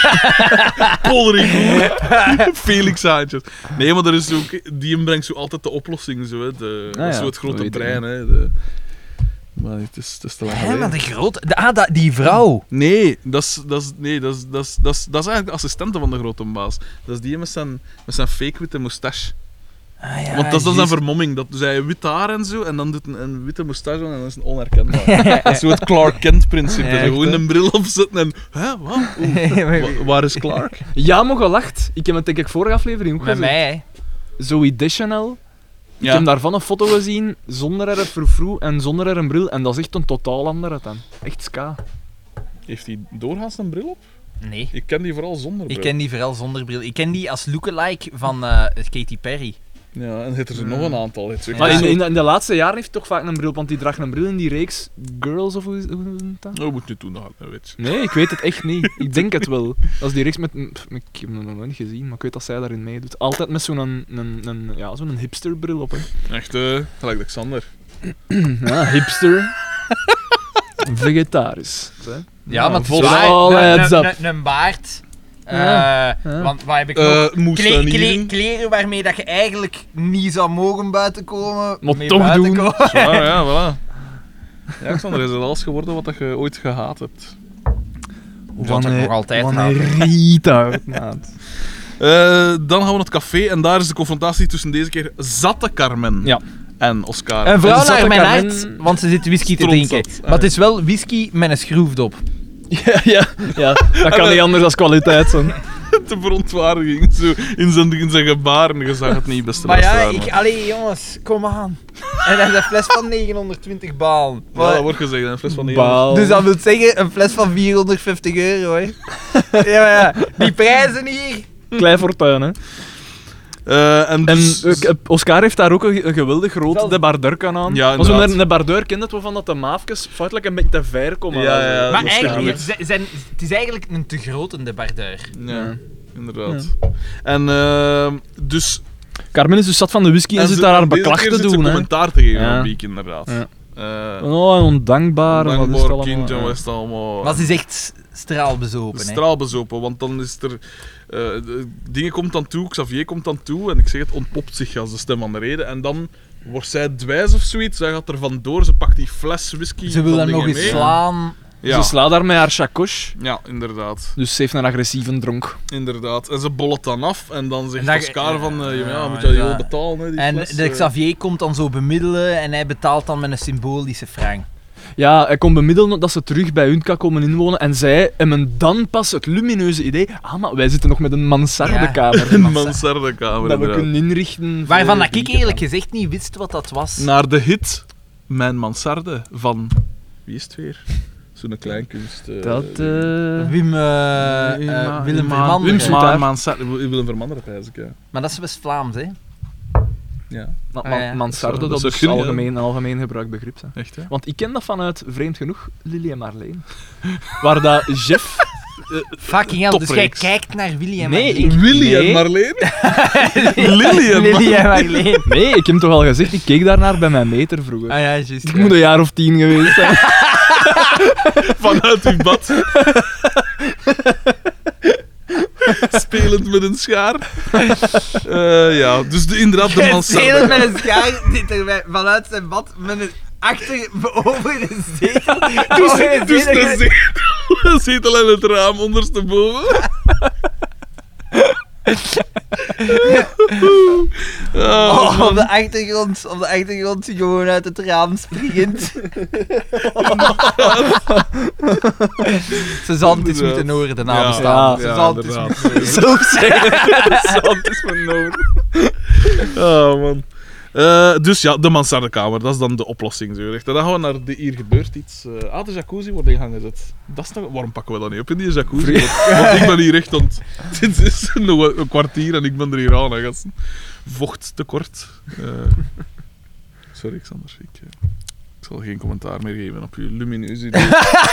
Speaker 2: Polderink. Felix Haantjes. Nee, maar er is ook, die brengt zo altijd de oplossing. Zo, hè. Dat is zo het
Speaker 3: dat
Speaker 2: grote
Speaker 3: weet ik
Speaker 2: brein. Hè. Maar het is te lang
Speaker 1: Hé, maar
Speaker 2: geleden.
Speaker 1: de grote... die vrouw.
Speaker 2: Nee, dat is eigenlijk de assistente van de grote baas. Dat is die met zijn fake witte moustache.
Speaker 1: Ah, ja,
Speaker 2: Want dat is dan zijn
Speaker 1: juist.
Speaker 2: vermomming. Dat zij wit haar en zo, en dan doet een witte moustache aan en dan is het onherkenbaar. Dat is zo het Clark Kent-principe.
Speaker 1: Ja,
Speaker 2: Zo gewoon een bril opzetten en... Hè, wat? Waar is Clark?
Speaker 3: Ja, maar gelacht. Ik heb het denk ik vorige aflevering ook
Speaker 1: Met
Speaker 3: gezegd.
Speaker 1: mij, hè.
Speaker 3: Zoe Deschanel. Ik
Speaker 2: Ja.
Speaker 3: heb daarvan een foto gezien, zonder haar frufru en zonder haar een bril. En dat is echt een totaal andere dan. Echt ska.
Speaker 2: Heeft hij doorgaans een bril op?
Speaker 1: Nee.
Speaker 2: Ik ken die vooral zonder bril.
Speaker 1: Ik ken die vooral zonder bril. Ik ken die als lookalike van Katy Perry.
Speaker 2: Ja, en heeft er zo nog een aantal. Heeft ze
Speaker 1: Ja.
Speaker 3: Maar
Speaker 2: echt zo-
Speaker 3: in de laatste jaren heeft hij toch vaak een bril, want die draagt een bril in die reeks Girls of hoe noemt dat?
Speaker 2: Oh, moet nu doen, dat weet je.
Speaker 3: Nee, ik weet het echt niet. Ik denk het wel. Dat is die reeks met... Ik heb hem nog nooit gezien, maar ik weet dat zij daarin meedoet. Altijd met zo'n zo'n hipsterbril op, hè.
Speaker 2: Echt, gelijk Alexander.
Speaker 3: Ja, hipster. Vegetarisch. Hè?
Speaker 1: Ja, maar het is
Speaker 3: vol
Speaker 1: waar.
Speaker 3: all adds up.
Speaker 1: Een baard.
Speaker 3: Ja.
Speaker 1: Want wat heb ik nog?
Speaker 2: Moestanieren.
Speaker 1: Kleren waarmee dat je eigenlijk niet zou mogen buiten komen.
Speaker 3: Maar
Speaker 1: mee
Speaker 3: toch
Speaker 1: buiten
Speaker 3: doen.
Speaker 1: komen.
Speaker 2: Zwaar, ja, voilà. Ja, Alexander, is het alles geworden wat je ooit gehaat hebt?
Speaker 1: Dat ik nog altijd
Speaker 3: wanneer retard, maat.
Speaker 2: Dan gaan we naar het café en daar is de confrontatie tussen deze keer zatte Carmen
Speaker 3: Ja.
Speaker 2: en Oscar.
Speaker 1: Een vrouw
Speaker 3: En zat
Speaker 1: naar
Speaker 3: de
Speaker 1: mijn
Speaker 3: Carmen-
Speaker 1: hart, want ze zit whisky te
Speaker 2: Strontzat.
Speaker 1: drinken. Maar het is wel whisky met een schroefdop.
Speaker 3: Ja, dat kan niet anders dan kwaliteit zijn.
Speaker 2: De verontwaardiging zo in zijn gebaren. Je zag het niet, beste
Speaker 1: Maar ja,
Speaker 2: luisteraar,
Speaker 1: allee jongens, kom aan. En dat is een fles van 920 baal.
Speaker 2: Ja, dat wordt gezegd, een fles van die
Speaker 3: Baal.
Speaker 1: Dus dat wil zeggen een fles van 450 euro, hè. Ja, maar ja, die prijzen hier.
Speaker 3: Klein fortuin, hè.
Speaker 2: En
Speaker 3: En
Speaker 2: dus...
Speaker 3: Oscar heeft daar ook een geweldig groot
Speaker 1: Zelfs-
Speaker 3: debardeur aan.
Speaker 2: Ja,
Speaker 3: maar zo'n
Speaker 2: inderdaad.
Speaker 3: debardeur kent het wel van dat de maafjes feitelijk een beetje te ver komen.
Speaker 2: Ja, ja,
Speaker 1: Maar
Speaker 2: dat is
Speaker 1: eigenlijk,
Speaker 2: duidelijk.
Speaker 1: het is eigenlijk een te grote debardeur.
Speaker 2: Ja, inderdaad. En dus...
Speaker 3: Carmen is dus zat van de whisky en zit daar haar beklag te doen. Hè.
Speaker 2: commentaar te geven
Speaker 3: Ja.
Speaker 2: aan Biek, inderdaad.
Speaker 3: Ja.
Speaker 2: Eh,
Speaker 3: Oh, en ondankbaar. en wat is het
Speaker 2: Dankbaar
Speaker 3: allemaal?
Speaker 2: kind, en
Speaker 3: Ja.
Speaker 2: wat is het allemaal...
Speaker 1: Maar ze is echt straalbezopen, hè.
Speaker 2: straalbezopen, want dan is er... dingen komt dan toe, Xavier komt dan toe, en ik zeg het, ontpopt zich als de stem van de reden. En dan wordt zij dwijs of zoiets, zij gaat er vandoor, ze pakt die fles whisky
Speaker 1: Ze wil
Speaker 2: van
Speaker 1: hem nog
Speaker 2: dingen
Speaker 1: eens
Speaker 2: mee.
Speaker 1: slaan.
Speaker 2: Ja,
Speaker 3: Ze slaat daar met haar chacoche.
Speaker 2: ja, inderdaad.
Speaker 3: Dus ze heeft een agressieve dronk.
Speaker 2: Inderdaad. En ze bollet dan af, en dan zegt
Speaker 1: En dat-
Speaker 2: Oscar van, ja,
Speaker 1: ja,
Speaker 2: moet je die
Speaker 1: ja.
Speaker 2: wel betalen, hè, die
Speaker 1: En
Speaker 2: fles.
Speaker 1: de Xavier komt dan zo bemiddelen en hij betaalt dan met een symbolische frank.
Speaker 3: Ja, hij komt bemiddelen dat ze terug bij hun kan komen inwonen. En zij hebben dan pas het lumineuze idee. Ah, maar wij zitten nog met een mansardekamer.
Speaker 2: Een mansardekamer,
Speaker 3: dat we
Speaker 2: inderdaad.
Speaker 3: kunnen inrichten.
Speaker 1: Waarvan
Speaker 3: voor
Speaker 1: dat ik
Speaker 3: die
Speaker 1: eerlijk
Speaker 3: kant.
Speaker 1: gezegd niet wist wat dat was.
Speaker 2: Naar de hit Mijn Mansarde van... Wie is het weer? Zo'n kleinkunst...
Speaker 3: Dat,
Speaker 1: Willem Vermanderen.
Speaker 3: Wim Soetaar.
Speaker 2: Mansarde. Willem Vermanderen, pijs ik, ja.
Speaker 1: Maar dat is West-Vlaams, hè.
Speaker 2: Ja.
Speaker 3: Mansarde,
Speaker 2: dat
Speaker 3: dat
Speaker 2: is
Speaker 3: is
Speaker 2: ook
Speaker 3: een algemeen gebruikt begrip. Hè.
Speaker 2: Echt, hè?
Speaker 3: Want ik ken dat vanuit, vreemd genoeg, Lily en Marleen. Waar dat Jeff...
Speaker 1: Fucking hell, dus jij
Speaker 2: Topreeks.
Speaker 1: kijkt naar Willy en
Speaker 3: Nee,
Speaker 1: Marleen.
Speaker 2: Willy
Speaker 3: Nee.
Speaker 2: en Marleen? Lily en
Speaker 1: Willy en Marleen.
Speaker 3: Nee, ik heb toch al gezegd, ik keek daarnaar bij mijn meter vroeger.
Speaker 1: Ah ja, juist.
Speaker 3: Ik moet een jaar of 10 geweest zijn.
Speaker 2: Vanuit uw bad. Spelend met een schaar. Ja, dus inderdaad de
Speaker 1: Spelen
Speaker 2: mansarde.
Speaker 1: met een schaar zit er vanuit zijn bad met een achter over de zetel.
Speaker 2: Dus de zetel en het raam ondersteboven.
Speaker 1: Oh, op de achtergrond gewoon uit het raam springend. Ze zal het eens moeten horen, de nabestaanden.
Speaker 3: Ja,
Speaker 1: Ze zal het eens
Speaker 2: inderdaad.
Speaker 1: moeten horen.
Speaker 3: Zo zeggen. Zand is mijn nood.
Speaker 2: Oh, man. Dus ja, de mansardekamer, dat is dan de oplossing. Zo gezegd. En dan gaan we naar de hier gebeurt iets. De jacuzzi wordt in gang gezet. Dat is nog... Waarom pakken we dat niet op in die jacuzzi? Want ik ben hier echt dit is nog een kwartier en ik ben er hier aan, hè, gasten. Vochttekort. Sorry, Xander. Ik zal geen commentaar meer geven op je lumineuze idee.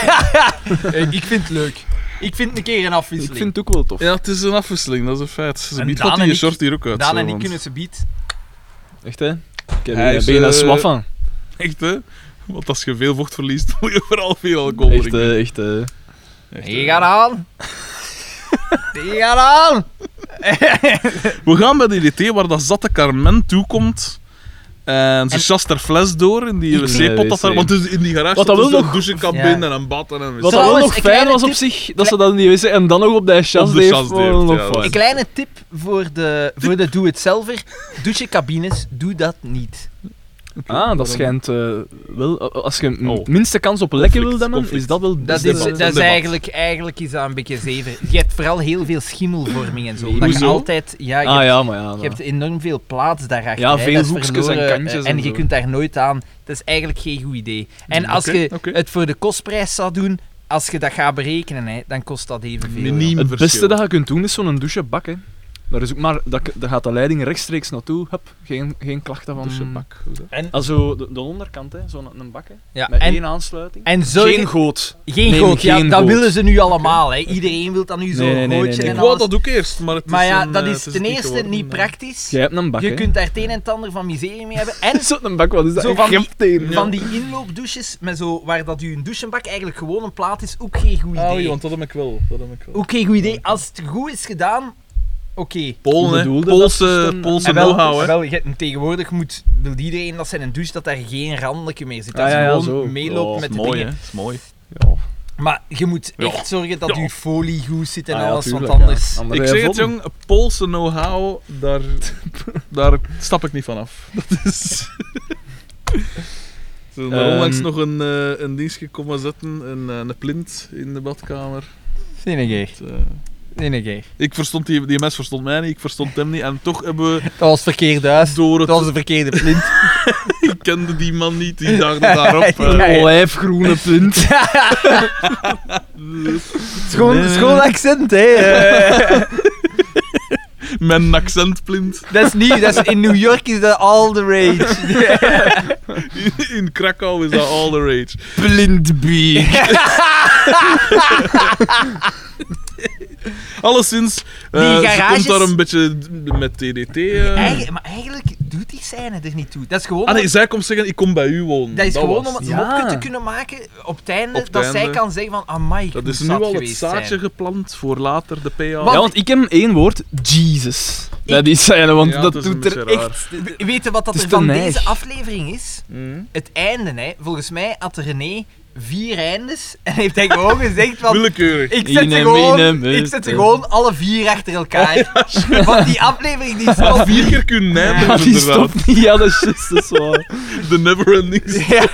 Speaker 1: Ik vind het leuk. Ik vind een keer een
Speaker 3: Ik
Speaker 1: afwisseling.
Speaker 3: vind het ook wel tof.
Speaker 2: Ja, het is een afwisseling, dat is een feit. Ze
Speaker 1: En
Speaker 2: biedt
Speaker 1: Daan
Speaker 2: wat
Speaker 1: en
Speaker 2: die
Speaker 1: ik-
Speaker 2: short hier ook uit.
Speaker 1: Daan
Speaker 2: zo,
Speaker 1: en ik
Speaker 2: want-
Speaker 1: kunnen ze bied.
Speaker 3: Echt, hè? Ik heb
Speaker 2: Hij is,
Speaker 3: bijna swaf van.
Speaker 2: Echt, hè? Want als je veel vocht verliest, moet je vooral veel alcohol
Speaker 3: Echt,
Speaker 2: drinken.
Speaker 3: echt.
Speaker 2: Echt,
Speaker 1: Die gaat aan. Die gaat aan.
Speaker 2: We gaan bij die DT waar dat zatte Carmen toekomt. En ze chast haar fles door in die
Speaker 1: Ik vind-
Speaker 2: wc-pot. dat daar-
Speaker 3: wc.
Speaker 2: Want dus in die garage
Speaker 3: Wat dat
Speaker 2: staat
Speaker 3: wel
Speaker 2: dus
Speaker 3: nog-
Speaker 2: een douchekabine
Speaker 1: Ja.
Speaker 2: en een bad en een wc.
Speaker 3: Wat dat wel
Speaker 1: Trouwens,
Speaker 3: nog
Speaker 1: een
Speaker 3: fijn
Speaker 1: kleine
Speaker 3: was op
Speaker 1: tip-
Speaker 3: zich, dat ze dat in die wc en dan nog op de chas
Speaker 2: Op de
Speaker 3: deed.
Speaker 2: chas
Speaker 3: vond
Speaker 2: deed,
Speaker 3: ik nog
Speaker 2: ja,
Speaker 3: fijn.
Speaker 1: Een kleine tip voor de doe-het-zelver. Douchecabines, doe dat niet.
Speaker 3: Dat schijnt wel... Als je
Speaker 2: Oh.
Speaker 3: minste kans op lekken wil
Speaker 2: Conflict,
Speaker 3: demmen, is dat wel...
Speaker 1: Dat
Speaker 2: is
Speaker 1: is,
Speaker 2: debat,
Speaker 1: dat
Speaker 2: een
Speaker 1: is
Speaker 2: debat.
Speaker 1: eigenlijk is dat een beetje zever. Je hebt vooral heel veel schimmelvorming en zo. Omdat je
Speaker 2: Hoezo?
Speaker 1: altijd... Ja, je,
Speaker 3: Ah
Speaker 1: hebt,
Speaker 3: ja, maar ja.
Speaker 1: je hebt enorm veel plaats daarachter.
Speaker 3: Ja,
Speaker 1: hè.
Speaker 3: veel
Speaker 1: Dat is
Speaker 3: hoekjes en
Speaker 1: verloren,
Speaker 3: kantjes
Speaker 1: en
Speaker 3: en
Speaker 1: je
Speaker 3: zo.
Speaker 1: kunt daar nooit aan. Dat is eigenlijk geen goed idee. En als
Speaker 2: Oké,
Speaker 1: je
Speaker 2: oké.
Speaker 1: het voor de kostprijs zou doen, als je dat gaat berekenen, hè, dan kost dat evenveel.
Speaker 2: Miniem
Speaker 3: Het
Speaker 2: verschil.
Speaker 3: beste dat je kunt doen is zo'n douchebak. Hè. Daar, is ook maar, daar gaat de leiding rechtstreeks naartoe. Hup, geen klachten van...
Speaker 2: Douchebak. hoe is dat?
Speaker 1: En,
Speaker 3: Also, de onderkant, hè, zo'n een bak. Hè,
Speaker 1: ja,
Speaker 3: met
Speaker 1: en,
Speaker 3: één aansluiting.
Speaker 1: en zorg...
Speaker 3: Geen goot.
Speaker 1: Geen
Speaker 3: Nee,
Speaker 1: goot, ja,
Speaker 3: geen
Speaker 1: dat
Speaker 3: goot.
Speaker 1: willen ze nu allemaal. Hè. Iedereen wil dat nu zo
Speaker 3: Nee,
Speaker 1: gootje
Speaker 3: nee.
Speaker 1: en
Speaker 2: Ik wou
Speaker 1: alles.
Speaker 2: dat ook eerst, maar het
Speaker 1: Maar
Speaker 2: is
Speaker 1: ja,
Speaker 2: een,
Speaker 1: dat
Speaker 2: het
Speaker 1: is ten
Speaker 2: het
Speaker 1: eerste
Speaker 2: geworden,
Speaker 1: niet
Speaker 2: nee.
Speaker 1: praktisch.
Speaker 3: Jij hebt een bak,
Speaker 1: Je
Speaker 3: hè.
Speaker 1: kunt daar het een en het ander van miserie mee hebben. En
Speaker 3: Zo'n bak, wat is dat?
Speaker 1: Zo
Speaker 3: Een
Speaker 1: van die-
Speaker 3: gifteen.
Speaker 1: van die inloopdouches, met zo, waar dat je een douchebak eigenlijk gewoon een plaat is, ook geen goed
Speaker 2: Ah,
Speaker 1: idee.
Speaker 2: ja, want dat heb ik wel.
Speaker 1: Ook geen goed idee. Als het goed is gedaan, oké.
Speaker 2: Polen, hè.
Speaker 3: bedoelde dat
Speaker 2: Poolse
Speaker 3: systeem?
Speaker 2: Poolse
Speaker 1: En
Speaker 2: know-how, hè.
Speaker 1: wel, tegenwoordig wil iedereen dat zijn een douche dat daar geen randje meer zit. Dat
Speaker 3: Ah,
Speaker 1: je
Speaker 3: ja,
Speaker 1: gewoon
Speaker 3: zo.
Speaker 1: meeloopt
Speaker 3: Ja,
Speaker 1: met de
Speaker 2: Mooi, hè.
Speaker 1: dingen.
Speaker 2: Dat is mooi.
Speaker 3: Ja.
Speaker 1: Maar je moet
Speaker 2: Ja.
Speaker 1: echt zorgen dat
Speaker 2: Ja.
Speaker 1: je folie goed zit en
Speaker 3: Ah, ja,
Speaker 1: alles,
Speaker 3: tuurlijk,
Speaker 1: want anders...
Speaker 3: ja. Anders
Speaker 2: Ik
Speaker 3: heb je
Speaker 2: zeg het,
Speaker 3: vodden.
Speaker 2: jong, Poolse know-how, daar stap ik niet van af. Dat is... Ze hebben er onlangs nog een dienstje komen zetten, een plint in de badkamer.
Speaker 1: Zinnig,
Speaker 2: Het, ik verstond die mens verstond mij niet, ik verstond hem niet. En toch hebben we
Speaker 1: Dat was het verkeerde huis.
Speaker 2: door
Speaker 1: Dat
Speaker 2: het...
Speaker 1: was de verkeerde plint.
Speaker 2: Ik kende die man niet, die dacht daarop.
Speaker 1: Ja, ja.
Speaker 3: Een olijfgroene punt.
Speaker 1: Schoon accent, hè.
Speaker 2: Met een accentplint.
Speaker 1: Dat is niet, dat is, in New York is dat all the rage.
Speaker 2: In Krakau is dat all the rage.
Speaker 3: Blindbeek.
Speaker 2: Alleszins,
Speaker 1: Die
Speaker 2: ze
Speaker 1: garages-
Speaker 2: komt daar een beetje met TDT.
Speaker 1: Maar eigenlijk doet die scène er niet toe. Dat is gewoon...
Speaker 2: Ah nee, zij komt zeggen, ik kom bij u wonen.
Speaker 1: Dat is gewoon
Speaker 2: was
Speaker 1: om het
Speaker 2: het.
Speaker 1: mopje
Speaker 3: Ja.
Speaker 1: te kunnen maken op het einde,
Speaker 2: Op het
Speaker 1: dat zij
Speaker 2: einde.
Speaker 1: kan zeggen van, amai, ik
Speaker 2: Dat
Speaker 1: moet
Speaker 2: is nu
Speaker 1: zat
Speaker 2: al het
Speaker 1: geweest
Speaker 2: zaadje
Speaker 1: zijn.
Speaker 2: geplant voor later de PA.
Speaker 1: Wat?
Speaker 3: Ja, want ik heb één woord. Jesus. Ja, die scène, want
Speaker 2: Ja,
Speaker 3: dat
Speaker 2: het is een
Speaker 3: doet er
Speaker 2: beetje
Speaker 3: echt...
Speaker 1: Weet je wat dat
Speaker 3: Het
Speaker 1: er
Speaker 3: is te
Speaker 1: van
Speaker 3: neig.
Speaker 1: deze aflevering is?
Speaker 2: Mhm.
Speaker 1: Het einde, hè. Volgens mij had René 4 eindes en heeft hij gewoon gezegd van...
Speaker 2: Willekeurig.
Speaker 1: Ik zet, ze
Speaker 3: Ine,
Speaker 1: gewoon,
Speaker 3: mine,
Speaker 1: ik zet ze gewoon alle 4 achter elkaar. Want die aflevering die
Speaker 2: Al
Speaker 1: stopt.
Speaker 2: 4 keer kunnen nemen,
Speaker 3: Ja, die
Speaker 2: inderdaad.
Speaker 3: stopt niet. Ja, dat is juist, dat is waar.
Speaker 2: De never-ending story.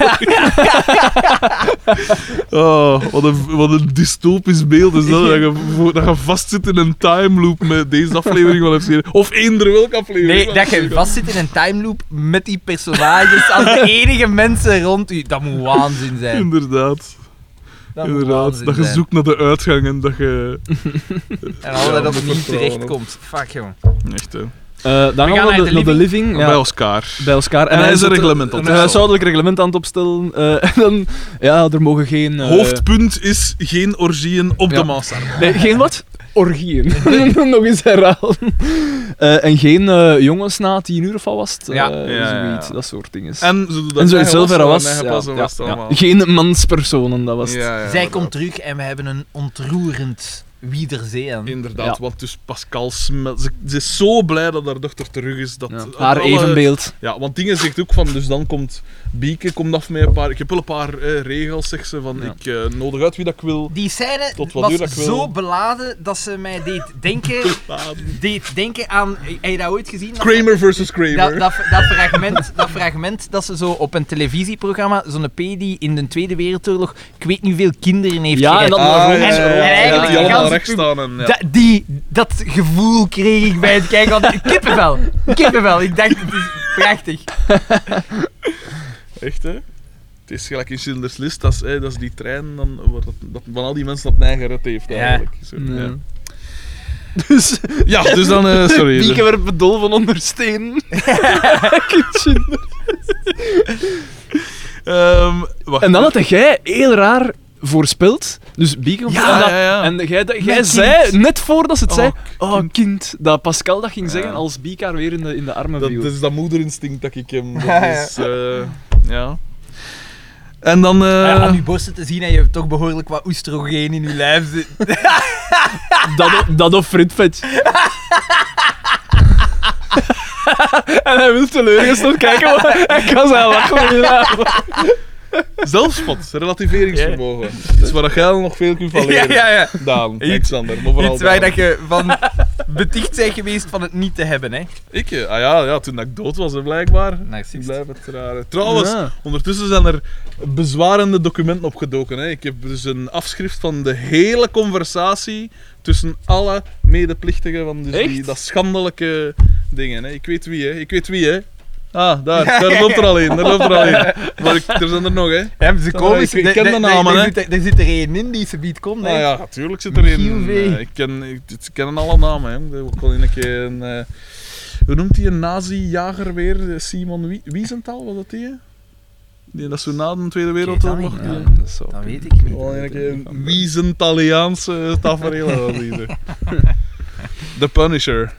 Speaker 2: Oh, wat een dystopisch beeld is dat. Dat je vastzit in een time loop met deze aflevering van FC. Of eender welke aflevering.
Speaker 1: Nee,
Speaker 2: van
Speaker 1: dat je
Speaker 2: FC.
Speaker 1: vastzit in een timeloop met die personages als de enige mensen rond u. Dat moet waanzin zijn.
Speaker 2: Inderdaad.
Speaker 1: Dat moet
Speaker 2: Inderdaad.
Speaker 1: waanzin
Speaker 2: Dat je
Speaker 1: zijn.
Speaker 2: zoekt naar de uitgang en dat je...
Speaker 1: En altijd
Speaker 2: Ja,
Speaker 1: opnieuw
Speaker 2: moet vertrouwen,
Speaker 1: terechtkomt. Fuck, jongen.
Speaker 2: Echt, hè.
Speaker 3: Dan gaan
Speaker 1: gaan
Speaker 3: we
Speaker 1: naar de
Speaker 3: naar de living.
Speaker 2: Bij
Speaker 3: Ja,
Speaker 2: Oscar.
Speaker 3: bij Oscar.
Speaker 2: En hij is een reglement aan het
Speaker 3: Een
Speaker 2: opstellen.
Speaker 3: huishoudelijk reglement aan het opstellen. En dan, ja, er mogen geen...
Speaker 2: Hoofdpunt is geen orgieën op
Speaker 3: Ja.
Speaker 2: de mansarde.
Speaker 3: Nee, geen wat? Orgieën. Nog eens herhalen. En geen jongens na 10 uur of wat was het?
Speaker 1: Ja.
Speaker 3: Zoiets,
Speaker 2: Ja.
Speaker 3: dat soort dingen.
Speaker 2: En ze doet dat
Speaker 3: En zo
Speaker 2: eigen
Speaker 3: zover
Speaker 2: was,
Speaker 3: was.
Speaker 2: eigen
Speaker 3: Ja,
Speaker 2: pas, dat
Speaker 3: ja,
Speaker 2: was het
Speaker 3: ja.
Speaker 2: allemaal.
Speaker 3: Geen manspersonen, dat was het.
Speaker 2: Ja, ja,
Speaker 1: Zij
Speaker 2: inderdaad.
Speaker 1: komt terug en we hebben een ontroerend wiederzien.
Speaker 2: Inderdaad,
Speaker 3: Ja.
Speaker 2: want dus Pascal smelt... Ze is zo blij dat haar dochter terug is. Dat
Speaker 3: Ja.
Speaker 2: uit
Speaker 3: Haar
Speaker 2: alle-
Speaker 3: evenbeeld.
Speaker 2: Ja, want dingen zegt ook van, dus dan komt Bieke komt af met een paar... Ik heb wel een paar regels, zegt ze, van
Speaker 3: Ja.
Speaker 2: ik nodig uit wie dat ik wil.
Speaker 1: Die scène
Speaker 2: Tot wat
Speaker 1: was
Speaker 2: uur dat ik wil.
Speaker 1: zo beladen dat ze mij deed denken aan... Heb je dat ooit gezien?
Speaker 2: Kramer versus Kramer.
Speaker 1: Dat fragment dat ze zo op een televisieprogramma, zo'n P die in de Tweede Wereldoorlog, ik weet niet hoeveel kinderen heeft
Speaker 3: Ja, en
Speaker 1: gered.
Speaker 3: dan
Speaker 2: Ah,
Speaker 3: rond.
Speaker 2: ja,
Speaker 1: En-
Speaker 2: ja,
Speaker 1: en
Speaker 2: ja,
Speaker 1: eigenlijk
Speaker 2: die
Speaker 1: de
Speaker 2: allemaal
Speaker 1: ganse
Speaker 2: recht
Speaker 1: pub-
Speaker 2: staan en... Ja.
Speaker 1: Dat gevoel kreeg ik bij het kijken van kippenvel. Kippenvel. Ik dacht, het is prachtig.
Speaker 2: Echt, hè? Het is gelijk in Schindler's List, dat is die trein dan, wordt dat van al die mensen dat mij gered heeft,
Speaker 1: Ja.
Speaker 2: eigenlijk. Zo,
Speaker 3: Nee.
Speaker 2: ja.
Speaker 3: Dus
Speaker 2: Ja, dus dan... sorry.
Speaker 3: Bieke werd bedolven onder stenen.
Speaker 2: Wacht.
Speaker 3: En dan had jij heel raar voorspeld. Dus Bieke komt
Speaker 2: Ja,
Speaker 3: en, dat-
Speaker 2: ja, ja.
Speaker 3: en jij
Speaker 1: Mijn
Speaker 3: zei, net voordat ze het
Speaker 2: Oh,
Speaker 3: zei, oh kind, dat Pascal dat ging
Speaker 2: Ja.
Speaker 3: zeggen als Bieke haar weer in de armen
Speaker 2: Dat
Speaker 3: viel.
Speaker 2: is dat moederinstinct dat ik heb. Dat
Speaker 1: Ja, ja.
Speaker 2: is... ja. En dan...
Speaker 1: Aan uw borsten te zien dat je toch behoorlijk wat oestrogeen in je lijf zit.
Speaker 3: Dat of fritvet. En hij wil teleurgesteld kijken, maar hij kan zijn lachen.
Speaker 2: Zelfspot, relativeringsvermogen. Dat is waar jij al nog veel kunt van leren.
Speaker 1: ja.
Speaker 2: Daan,
Speaker 1: Iets-
Speaker 2: Alexander, maar vooral
Speaker 1: Iets waar
Speaker 2: Daan.
Speaker 1: dat je van beticht bent geweest van het niet te hebben, hè.
Speaker 2: Ik? Ja, toen dat ik dood was, hè, blijkbaar.
Speaker 1: Narcist.
Speaker 2: Ik blijf het raar. Trouwens,
Speaker 3: Ja.
Speaker 2: ondertussen zijn er bezwarende documenten opgedoken. Hè. Ik heb dus een afschrift van de hele conversatie tussen alle medeplichtigen van dus
Speaker 3: Echt?
Speaker 2: dat schandelijke dingen. Hè. Ik weet wie, hè. Ah, daar loopt er al een, Maar er zijn er nog, hè.
Speaker 1: Ja, ze komen...
Speaker 2: Ik ken de namen, hè.
Speaker 1: Er zit er één in die ze biedt komt, hè.
Speaker 2: Ah ja, natuurlijk zit er een.
Speaker 1: Michiel V.
Speaker 2: Ik ken alle namen, hè. Ik kon een keer een... hoe noemt hij een nazi-jager weer? Simon Wiesenthal, was dat die? Die dat zo na de Tweede Wereldoorlog...
Speaker 1: Ik weet dat
Speaker 2: die-
Speaker 3: dat is zo.
Speaker 1: Dat weet ik niet.
Speaker 2: Wel een keer een Wiesentaliaanse tafereel was die. The Punisher.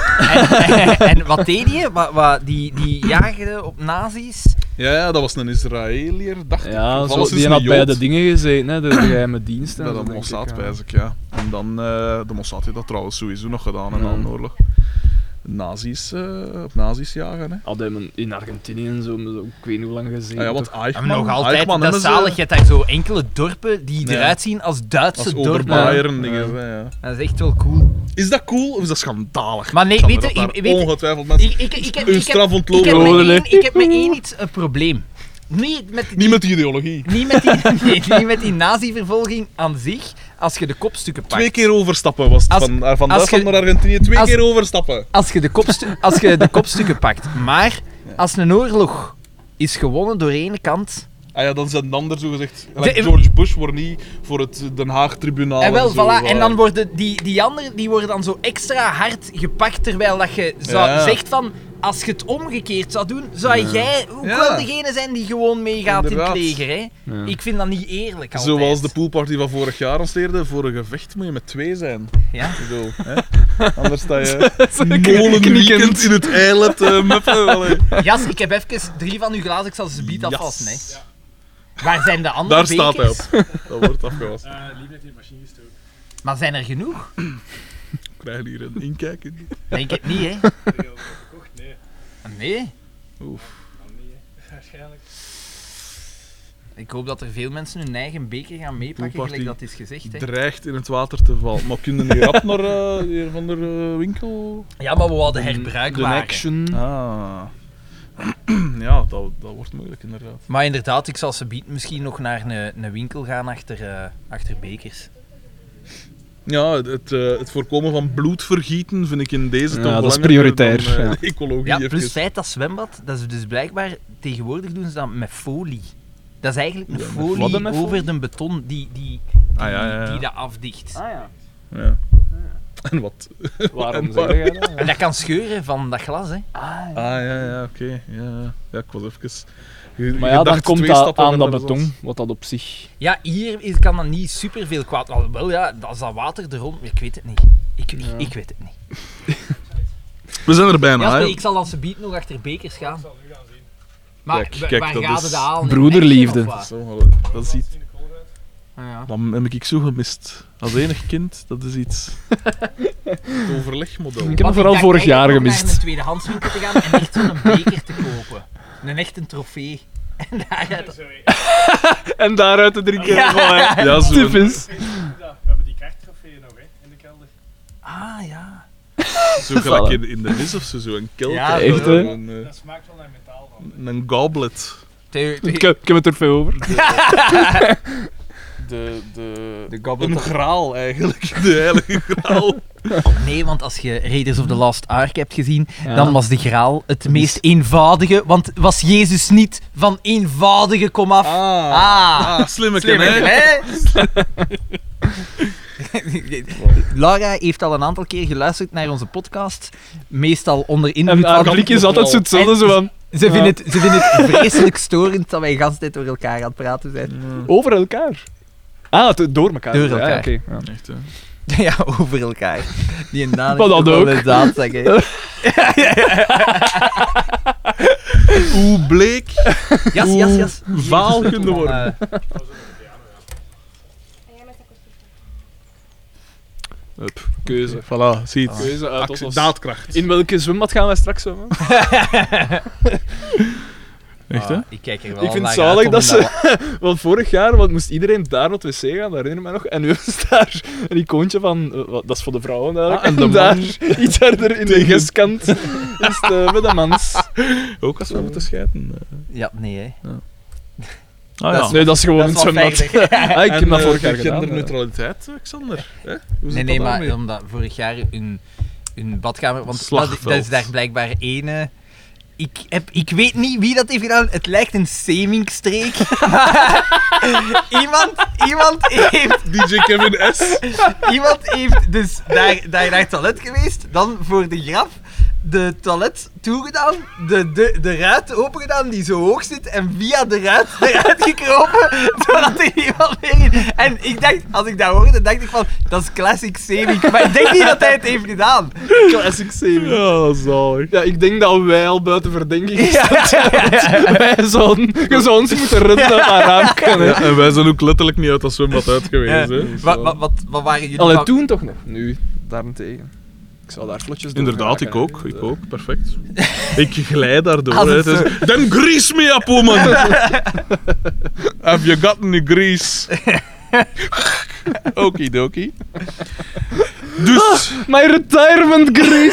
Speaker 1: En wat deed je? Die jaagde op nazi's?
Speaker 2: Ja, dat was een Israëliër, dacht ik.
Speaker 3: Ja,
Speaker 2: Of
Speaker 3: zo,
Speaker 2: alles is
Speaker 3: die
Speaker 2: een
Speaker 3: had bij
Speaker 2: Jood.
Speaker 3: de dingen gezeten, hè, de geheime diensten.
Speaker 2: Bij
Speaker 3: en zo,
Speaker 2: de
Speaker 3: denk ik,
Speaker 2: Mossad,
Speaker 3: ja.
Speaker 2: wijs ik, ja. En dan, de Mossad heeft dat trouwens sowieso nog gedaan in
Speaker 3: Ja.
Speaker 2: de oorlog. Nazi's, op nazi's jagen, hè.
Speaker 3: Hadden hem in Argentinië en zo, ik weet niet hoe lang gezeten.
Speaker 2: Ah ja, want
Speaker 3: toch?
Speaker 2: Eichmann,
Speaker 1: Maar nog altijd,
Speaker 2: Eichmann
Speaker 1: dat is
Speaker 2: hebben ze
Speaker 1: zalig. Je hebt daar zo enkele dorpen die
Speaker 2: Ja.
Speaker 1: eruit zien als Duitse
Speaker 2: als
Speaker 1: dorpen.
Speaker 2: Oberbeieren
Speaker 3: Ja.
Speaker 2: dingen. Ja.
Speaker 1: Dat is echt wel cool.
Speaker 2: Is dat cool of is dat schandalig?
Speaker 1: Maar nee,
Speaker 2: Sander,
Speaker 1: weet je,
Speaker 2: dat
Speaker 1: ik-
Speaker 2: daar
Speaker 1: weet je-
Speaker 2: ongetwijfeld mensen hun straf ontlopen worden.
Speaker 1: Ik heb met één iets een probleem. Niet met die,
Speaker 2: Niet met die ideologie.
Speaker 1: niet met die nazi-vervolging aan zich, als je de kopstukken pakt.
Speaker 2: 2 keer overstappen was het.
Speaker 1: Als-
Speaker 2: Van
Speaker 1: als
Speaker 2: Duitsland
Speaker 1: je-
Speaker 2: naar Argentinië, 2
Speaker 1: als-
Speaker 2: keer overstappen.
Speaker 1: Als je de kopstukken pakt. Maar als een oorlog is gewonnen door ene kant...
Speaker 2: Ah ja, dan zijn de ander zo gezegd. Like
Speaker 1: De-
Speaker 2: George Bush wordt niet voor het Den Haag-tribunaal.
Speaker 1: En wel,
Speaker 2: en zo,
Speaker 1: voilà. En dan worden die anderen die worden dan zo extra hard gepakt, terwijl dat je
Speaker 2: Ja.
Speaker 1: zegt van... Als je het omgekeerd zou doen, zou jij ook
Speaker 2: Ja.
Speaker 1: wel degene zijn die gewoon meegaat
Speaker 2: Inderdaad.
Speaker 1: in het leger, hè?
Speaker 3: Ja.
Speaker 1: Ik vind dat niet eerlijk altijd.
Speaker 2: Zoals de poolparty van vorig jaar ons leerde, voor een gevecht moet je met 2 zijn.
Speaker 1: Ja?
Speaker 2: Zo, hè? Anders sta je molenwiekend in het eilet muffen. Allee.
Speaker 1: Jas, ik heb even 3 van uw glazen, ik zal ze bied afwassen, hè.
Speaker 2: Yes.
Speaker 1: Waar zijn de andere
Speaker 2: Daar staat hij
Speaker 1: bekers?
Speaker 2: op. Dat wordt afgewassen.
Speaker 4: Lief heeft in de machine gestoken.
Speaker 1: Maar zijn er genoeg?
Speaker 2: Krijg je hier een inkijk?
Speaker 1: Denk het niet, hè?
Speaker 4: Gekocht? Nee.
Speaker 1: Nee.
Speaker 2: Oef.
Speaker 4: Dan niet, hè. Waarschijnlijk.
Speaker 1: Ik hoop dat er veel mensen hun eigen beker gaan meepakken,
Speaker 2: Poolparty
Speaker 1: gelijk dat is gezegd, hè.
Speaker 2: Dreigt in het water te vallen. Maar kunnen we niet rap naar de een van de winkel?
Speaker 1: Ja, maar we hadden
Speaker 3: De
Speaker 1: herbruikbare.
Speaker 3: action.
Speaker 2: Ah. Ja, dat wordt moeilijk inderdaad.
Speaker 1: Maar inderdaad, ik zal ze bieden misschien nog naar een winkel gaan achter bekers.
Speaker 2: Ja, het voorkomen van bloedvergieten vind ik in deze
Speaker 3: Ja,
Speaker 2: toch
Speaker 3: dat is
Speaker 2: belangrijker
Speaker 3: prioritair,
Speaker 2: dan,
Speaker 3: ja.
Speaker 2: de ecologie.
Speaker 1: Ja,
Speaker 2: even.
Speaker 1: plus het feit dat zwembad, dat is dus blijkbaar, tegenwoordig doen ze dat met folie. Dat is eigenlijk een
Speaker 2: Ja, met
Speaker 1: folie
Speaker 3: wat met
Speaker 1: over de beton die
Speaker 2: Ah, ja.
Speaker 1: dat afdicht.
Speaker 3: Ah ja.
Speaker 2: Ja. En wat?
Speaker 3: Waarom
Speaker 2: En
Speaker 3: zeg
Speaker 2: waar?
Speaker 3: jij dat?
Speaker 1: En dat kan scheuren van dat glas, hè.
Speaker 2: Ah, ja, oké. Ja, ik was even...
Speaker 3: Maar ja, dan
Speaker 2: gedacht
Speaker 3: komt
Speaker 2: twee
Speaker 3: dat
Speaker 2: stappen
Speaker 3: aan dat
Speaker 2: verder,
Speaker 3: beton, wat dat op zich...
Speaker 1: Ja, kan dat niet superveel kwaad. Wel ja, als dat water er rond... Ik weet het niet. Ik weet het niet.
Speaker 2: We zijn er bijna,
Speaker 1: Ja,
Speaker 2: hè.
Speaker 1: ik zal als ze biedt nog achter bekers gaan.
Speaker 4: Ik zal nu gaan zien.
Speaker 1: Maar
Speaker 2: Kijk,
Speaker 1: waar
Speaker 2: dat
Speaker 1: gaat
Speaker 2: is
Speaker 1: het halen?
Speaker 3: broederliefde.
Speaker 1: In Mechelen, of
Speaker 2: Zo, dat is iets...
Speaker 4: In de koolruit.
Speaker 1: wat? Ah, ja.
Speaker 2: Dat heb ik zo gemist. Als enig kind, dat is iets... Het overlegmodel.
Speaker 3: Ik heb
Speaker 1: Want
Speaker 3: hem vooral
Speaker 1: dacht
Speaker 3: vorig jaar
Speaker 1: eigenlijk om
Speaker 3: gemist.
Speaker 1: naar een tweedehandswinkel te gaan en echt zo'n beker te kopen. Een echte trofee. En daaruit...
Speaker 4: Sorry.
Speaker 3: En daaruit te drinken.
Speaker 1: Ja.
Speaker 2: Ja, zo.
Speaker 3: Typisch.
Speaker 4: We hebben die karttrofeeën nog, hè, in de kelder.
Speaker 1: Ah, ja.
Speaker 2: Zo gelijk in de nis of zo, een kelk.
Speaker 1: Ja,
Speaker 2: of
Speaker 3: echt,
Speaker 2: zo,
Speaker 3: hè?
Speaker 4: Dat smaakt wel naar metaal van.
Speaker 2: een goblet.
Speaker 3: Ik heb het er veel over.
Speaker 2: De
Speaker 1: goblet
Speaker 2: een
Speaker 1: of-
Speaker 2: graal eigenlijk. De heilige graal.
Speaker 1: Nee, want als je Raiders of the Lost Ark hebt gezien,
Speaker 3: Ja.
Speaker 1: dan was de graal het meest eenvoudige. Want was Jezus niet van eenvoudige komaf?
Speaker 2: Slimmeken, hè?
Speaker 1: Laura heeft al een aantal keer geluisterd naar onze podcast. Meestal onder invloed
Speaker 3: En haar
Speaker 1: van...
Speaker 3: blik is altijd zo hetzelfde, zo van...
Speaker 1: Ze vinden het vreselijk storend dat wij de hele tijd door elkaar aan het praten zijn.
Speaker 3: Over elkaar. Door elkaar.
Speaker 1: Door
Speaker 3: Ja,
Speaker 1: elkaar.
Speaker 3: oké, ja.
Speaker 2: Echt, hè.
Speaker 1: Ja, over elkaar. Die een Daan
Speaker 3: Maar dat
Speaker 1: wel
Speaker 3: ook.
Speaker 1: een zaadzak, hè.
Speaker 2: Hoe bleek,
Speaker 1: Jas.
Speaker 2: vaal kunnen worden. Hup.
Speaker 3: Keuze.
Speaker 2: Voilà, zie het.
Speaker 3: Keuze uit
Speaker 2: Actie,
Speaker 3: ons.
Speaker 2: daadkracht.
Speaker 3: In welke zwembad gaan wij straks zwemmen?
Speaker 2: Echt, hè?
Speaker 1: Ik kijk er wel
Speaker 3: Ik vind
Speaker 1: naar
Speaker 3: het
Speaker 1: uit
Speaker 3: zalig
Speaker 1: om
Speaker 3: dat
Speaker 1: in
Speaker 3: ze... Want vorig jaar moest iedereen daar naar het wc gaan, dat herinner ik mij nog. En nu is daar een icoontje van... dat is voor de vrouwen eigenlijk.
Speaker 2: Ah, en de
Speaker 3: en daar,
Speaker 2: man-
Speaker 3: iets verder in de gestkant, is het met de mans.
Speaker 2: Ook als we moeten scheiden.
Speaker 1: Ja, nee, hè.
Speaker 2: Ah ja.
Speaker 3: Nee, dat is gewoon
Speaker 1: Dat
Speaker 3: een
Speaker 1: is wel
Speaker 3: zwembad.
Speaker 1: veilig.
Speaker 3: Ah, ik heb dat vorig jaar gedaan.
Speaker 2: genderneutraliteit, Alexander. Hè? Hoe zit
Speaker 1: Nee,
Speaker 2: dat
Speaker 1: maar
Speaker 2: daarmee?
Speaker 1: omdat vorig jaar hun badkamer... Want
Speaker 2: Slagveld.
Speaker 1: dat is daar blijkbaar ene... Ik weet niet wie dat heeft gedaan. Het lijkt een Semingstreek. iemand heeft...
Speaker 2: DJ Kevin S.
Speaker 1: Iemand heeft dus daar naar het toilet geweest, dan voor de grap de toilet toegedaan, de ruit opengedaan die zo hoog zit en via de ruit eruit gekropen, zodat er niemand meer in. En ik dacht, als ik dat hoorde, dacht ik van, dat is classic Seming. Maar ik denk niet dat hij het heeft gedaan.
Speaker 3: Classic saving.
Speaker 2: Ja, zalig.
Speaker 3: Ja, ik denk dat wij al buiten verdenking staan. Wij zouden moeten redden aan raamken.
Speaker 2: Ja, en wij zijn ook letterlijk niet uit dat zwembad uit geweest. Hè.
Speaker 1: Wat waren jullie...
Speaker 3: Allee,
Speaker 1: van-
Speaker 3: toen toch nog? Nu, daarentegen. Ik zal daar vlotjes door
Speaker 2: Inderdaad, ik
Speaker 3: geraken,
Speaker 2: ook.
Speaker 3: hè.
Speaker 2: Ik ook, perfect. Ik glijd daardoor.
Speaker 1: Als
Speaker 2: Hè.
Speaker 1: het
Speaker 2: Het is, then grease me up, woman! Have you got any grease? Okidoki. Dus,
Speaker 3: My retirement grease!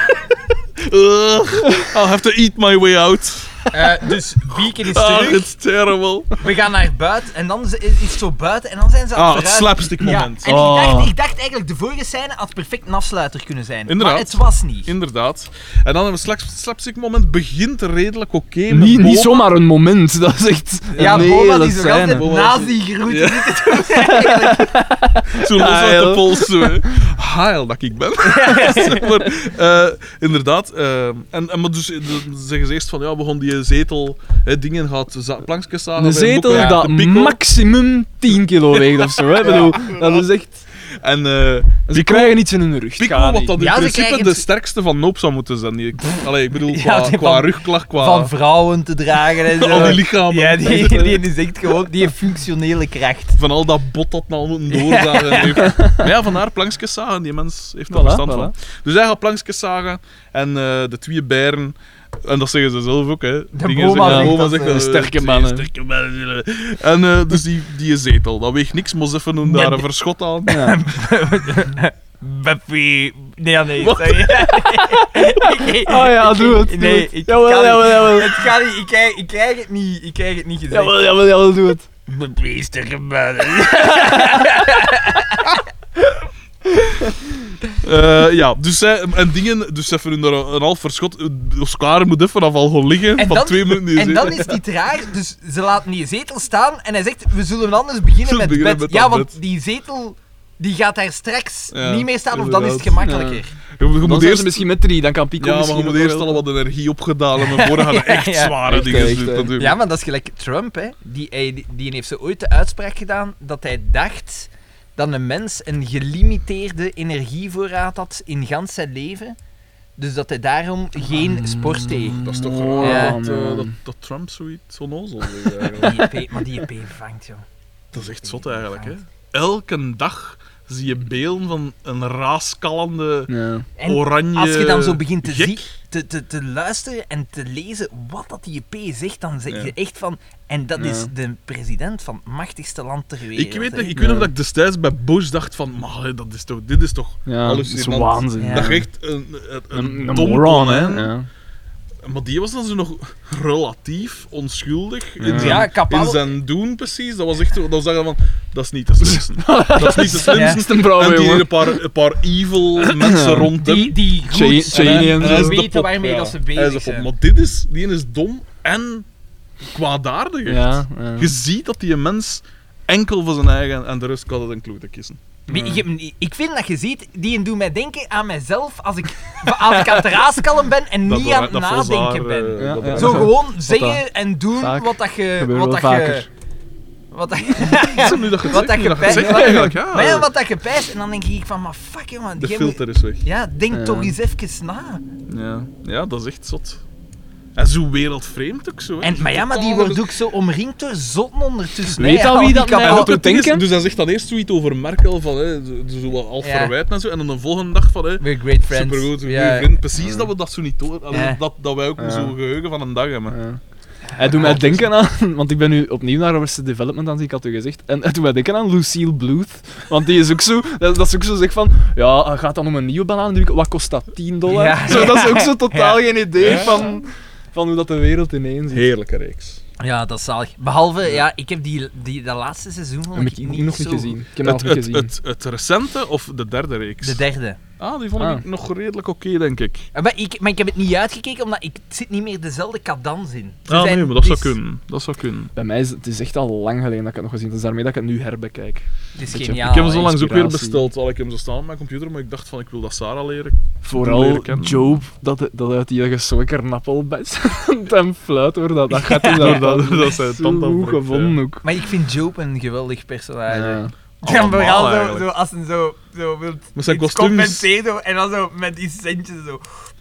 Speaker 2: I'll have to eat my way out.
Speaker 1: Dus Beacon is
Speaker 2: Ah,
Speaker 1: terug.
Speaker 2: it's terrible.
Speaker 1: We gaan naar buiten en dan is het zo buiten en dan zijn ze aan
Speaker 2: Ah,
Speaker 1: het
Speaker 2: het
Speaker 1: verhuizen.
Speaker 2: slapstick moment.
Speaker 1: Ja, en
Speaker 3: Oh.
Speaker 1: ik dacht eigenlijk, de vorige scène had perfect een afsluiter kunnen zijn.
Speaker 2: Inderdaad.
Speaker 1: Maar het was niet.
Speaker 2: Inderdaad. En dan hebben we slapstick moment begint redelijk oké. met
Speaker 3: Niet
Speaker 2: Boma.
Speaker 3: zomaar een moment, dat is echt...
Speaker 1: Ja,
Speaker 3: nee,
Speaker 1: Boma
Speaker 3: dat
Speaker 1: die zo
Speaker 3: zijn
Speaker 1: altijd
Speaker 2: Boma
Speaker 1: nazi-groeten
Speaker 2: Ja.
Speaker 1: zit te doen eigenlijk.
Speaker 2: Zo los uit de
Speaker 3: Heil.
Speaker 2: pols, zo, hè. Heil dat ik ben. Zeg maar, inderdaad. Maar dus zeggen ze eerst van, ja, we gaan die zetel, dingen gaat plankjes zagen.
Speaker 3: Een
Speaker 2: bij
Speaker 3: zetel
Speaker 2: boeken,
Speaker 3: dat
Speaker 2: de pico.
Speaker 3: maximum 10 kilo weegt of zo. Hè? Ik bedoel, dat is echt...
Speaker 2: En
Speaker 3: Ze
Speaker 2: Pico,
Speaker 3: krijgen iets in hun rug.
Speaker 2: Pico,
Speaker 3: Gaat
Speaker 2: wat
Speaker 3: niet.
Speaker 2: dat in
Speaker 1: Ja, ze
Speaker 2: principe
Speaker 1: krijgen
Speaker 2: de
Speaker 1: het-
Speaker 2: sterkste van Noop zou moeten zijn. Ik bedoel,
Speaker 1: Ja,
Speaker 2: qua,
Speaker 1: die
Speaker 2: qua
Speaker 1: van-
Speaker 2: rugklacht, qua...
Speaker 1: Van vrouwen te dragen en zo.
Speaker 2: al die lichamen.
Speaker 1: Ja, die is echt gewoon... Die heeft functionele kracht.
Speaker 2: Van al dat bot dat nou moeten doorzagen. heeft. Maar ja, vandaar plankjes zagen. Die mens heeft er
Speaker 3: Voilà,
Speaker 2: verstand
Speaker 3: voilà.
Speaker 2: van. Dus hij gaat plankjes zagen. En de twee beren... En dat zeggen ze zelf ook, hè. Dingen
Speaker 1: Boma
Speaker 2: zeggen-
Speaker 1: zegt
Speaker 2: Boma
Speaker 1: dat
Speaker 2: zegt
Speaker 1: ze-
Speaker 2: wel,
Speaker 3: sterke
Speaker 2: twee
Speaker 3: mannen.
Speaker 2: sterke mannen zullen. En dus die zetel, dat weegt niks, maar ze even doen daar een verschot aan.
Speaker 3: Ja.
Speaker 1: Buffy... Nee,
Speaker 2: Wat?
Speaker 1: sorry.
Speaker 3: Oh ja, doe het.
Speaker 1: Nee,
Speaker 3: doe het.
Speaker 1: ik
Speaker 3: Jawel,
Speaker 1: kan
Speaker 3: jawel,
Speaker 1: niet.
Speaker 3: jawel.
Speaker 1: Het gaat niet. Ik krijg het niet. Ik krijg het niet gezegd.
Speaker 3: Jawel, doe het.
Speaker 1: Buffy, sterke mannen.
Speaker 2: Ja, dus en dingen, dus even daar een half verschot. Oscar moet even afval gaan liggen.
Speaker 1: En
Speaker 2: van
Speaker 1: dan-
Speaker 2: 2 minuten in
Speaker 1: En
Speaker 2: zetel.
Speaker 1: dan is het niet raar, dus ze laten die zetel staan en hij zegt, we zullen anders beginnen
Speaker 2: Zullen
Speaker 1: met
Speaker 2: beginnen
Speaker 1: bed.
Speaker 2: met
Speaker 1: Ja,
Speaker 2: dat
Speaker 1: want
Speaker 2: bed.
Speaker 1: die zetel die gaat daar straks
Speaker 2: Ja,
Speaker 1: niet meer staan, of dan is het
Speaker 2: inderdaad.
Speaker 1: gemakkelijker.
Speaker 2: Je moet
Speaker 3: Dan zijn
Speaker 2: eerst...
Speaker 3: ze misschien met 3, dan kan Pico
Speaker 2: Ja, maar
Speaker 3: misschien
Speaker 2: je moet
Speaker 3: nog
Speaker 2: eerst
Speaker 3: wel-
Speaker 2: al wat energie opgedaan hebben voor je echt
Speaker 1: Ja.
Speaker 2: zware
Speaker 3: Echt,
Speaker 2: dingen
Speaker 3: echt,
Speaker 2: doet.
Speaker 3: hè.
Speaker 2: natuurlijk.
Speaker 1: Ja, maar dat is gelijk Trump, hè. Die heeft zo ooit de uitspraak gedaan dat hij dacht dat een mens een gelimiteerde energievoorraad had in gans zijn leven. Dus dat hij daarom geen sport deed.
Speaker 2: Dat is toch
Speaker 3: Oh,
Speaker 2: raar
Speaker 1: ja.
Speaker 2: dat Trump zoiets onnozel is eigenlijk.
Speaker 1: Maar die EP vangt, joh.
Speaker 2: Dat is echt zot eigenlijk, hè. Elke dag zie je beelden van een raaskallende
Speaker 3: Ja.
Speaker 1: En
Speaker 2: oranje
Speaker 1: als je dan zo begint te,
Speaker 2: gek.
Speaker 1: te luisteren en te lezen wat dat die EP zegt, dan zeg je
Speaker 2: Ja.
Speaker 1: echt van... En dat
Speaker 3: Ja.
Speaker 1: is de president van het machtigste land ter wereld.
Speaker 2: Ik weet,
Speaker 1: hè.
Speaker 2: nog, ik weet nog dat ik destijds bij Bush dacht van, maar dit is toch
Speaker 3: Ja, dat is
Speaker 2: hallucinant.
Speaker 3: waanzin.
Speaker 1: Ja.
Speaker 2: Dat je echt een
Speaker 3: Een
Speaker 2: domkon,
Speaker 3: moron,
Speaker 2: hè.
Speaker 3: hè. Ja.
Speaker 2: Maar die was dan zo nog relatief onschuldig in
Speaker 3: Ja.
Speaker 2: zijn,
Speaker 1: Ja, capabel.
Speaker 2: in zijn doen, precies. Dat was echt zo, dat zag je van, dat is niet de slimste. Dat is niet de slimste.
Speaker 3: Dat is een brave
Speaker 2: En die
Speaker 3: jongen.
Speaker 2: een paar evil mensen rond hem.
Speaker 1: Die goed
Speaker 3: Cheney en
Speaker 2: hij
Speaker 3: zo.
Speaker 2: is de
Speaker 1: weten
Speaker 2: pop,
Speaker 1: waarmee
Speaker 2: ja.
Speaker 1: dat ze
Speaker 2: Hij is
Speaker 1: bezig
Speaker 2: de pop.
Speaker 1: zijn.
Speaker 2: Maar die is dom en kwaadaardig. echt.
Speaker 3: Ja, ja.
Speaker 2: Je ziet dat die mens enkel voor zijn eigen en de rest kan het een klote kissen.
Speaker 1: Ik vind dat je ziet, die doen mij denken aan mijzelf als ik aan het raaskallen ben en niet aan het nadenken ben.
Speaker 3: Ja, ja.
Speaker 1: Zo gewoon
Speaker 3: dat
Speaker 1: zeggen en doen
Speaker 3: vaak
Speaker 1: wat dat je...
Speaker 3: gebeurt
Speaker 1: Wat
Speaker 3: wel
Speaker 1: dat je...
Speaker 3: vaker.
Speaker 1: Wat dat,
Speaker 2: Nu dat je het
Speaker 1: wat
Speaker 2: zegt,
Speaker 1: dat
Speaker 2: nu
Speaker 1: je
Speaker 2: dat je het
Speaker 1: pijst.
Speaker 2: zegt eigenlijk, ja.
Speaker 1: Maar ja, wat dat je pijst. En dan denk ik van, maar fuck jongen.
Speaker 2: De
Speaker 1: jij moet-
Speaker 2: filter is weg.
Speaker 1: Ja, denk
Speaker 3: Ja.
Speaker 1: toch eens even na.
Speaker 2: Ja, dat is echt zot. En zo wereldvreemd ook zo. Hè.
Speaker 1: Maar die
Speaker 2: Totaal
Speaker 1: wordt ook zo omringd door zotten ondertussen.
Speaker 3: Weet
Speaker 1: hè.
Speaker 3: al wie
Speaker 1: die
Speaker 3: dat mij
Speaker 1: kapot-
Speaker 3: ook doet
Speaker 2: ding is,
Speaker 3: denken?
Speaker 2: dus hij zegt dan eerst zoiets over Merkel, van, hè, zo wat half
Speaker 1: Ja.
Speaker 2: verwijten en zo. En dan de volgende dag van, hè,
Speaker 1: We're great friends.
Speaker 2: supergoed,
Speaker 1: Ja.
Speaker 2: goeie vriend. Precies dat we dat zo niet doen.
Speaker 1: Ja.
Speaker 2: Dat wij ook
Speaker 3: Ja.
Speaker 2: zo'n geheugen van een dag hebben.
Speaker 3: Ja. Hij doet mij denken aan, want ik ben nu opnieuw naar Arrested Development aan het zien, ik had u gezegd. En hij doet mij denken aan Lucille Bluth. Want die is ook zo, dat is ook zo zeg van, ja, gaat dan om een nieuwe banaan, nu, wat kost dat? $10?
Speaker 1: Ja.
Speaker 3: Zo, dat is ook zo totaal
Speaker 1: Ja.
Speaker 3: geen idee
Speaker 2: Ja.
Speaker 3: van hoe dat de wereld ineens is.
Speaker 2: Heerlijke reeks.
Speaker 1: Ja, dat is zalig. Behalve, ja, ik heb dat laatste seizoen vond
Speaker 3: Heb
Speaker 1: ik
Speaker 3: ik
Speaker 1: niet
Speaker 3: nog
Speaker 1: zo
Speaker 3: niet gezien. Ik heb dat nog niet gezien.
Speaker 2: Het recente of de derde reeks?
Speaker 1: De derde.
Speaker 2: Ah, die vond
Speaker 3: Ah.
Speaker 2: ik nog redelijk oké, denk ik.
Speaker 1: Maar ik heb het niet uitgekeken, omdat het zit niet meer dezelfde cadans in. Ze
Speaker 2: Ah,
Speaker 1: zijn-
Speaker 2: nee, maar dat zou
Speaker 1: het is-
Speaker 2: kunnen. Dat zou kunnen.
Speaker 3: Bij mij is het is echt al lang geleden dat ik het nog gezien heb. Dus daarmee dat ik het nu herbekijk.
Speaker 1: Het is
Speaker 3: Beetje-
Speaker 1: geniaal.
Speaker 2: Ik heb hem zo
Speaker 1: hè.
Speaker 2: langs ook weer
Speaker 3: inspiratie.
Speaker 2: besteld. Al ik hem zo staan op mijn computer, maar ik dacht van ik wil dat Sarah leren
Speaker 3: Vooral
Speaker 2: leren kennen.
Speaker 3: Job, dat uit die gesokken nappelbest en fluit door dat gaat hij
Speaker 2: Door dat zijn
Speaker 3: zo
Speaker 2: tand
Speaker 3: goed
Speaker 2: afbreekt,
Speaker 3: gevonden ook.
Speaker 1: Maar ik vind Job een geweldig personage.
Speaker 3: Ja.
Speaker 1: Ja,
Speaker 2: Allemaal
Speaker 1: vooral
Speaker 2: eigenlijk.
Speaker 1: zo, als hij zo wilt
Speaker 2: Met zijn
Speaker 1: iets
Speaker 2: kostuums.
Speaker 1: compenseren en dan zo met die centjes zo.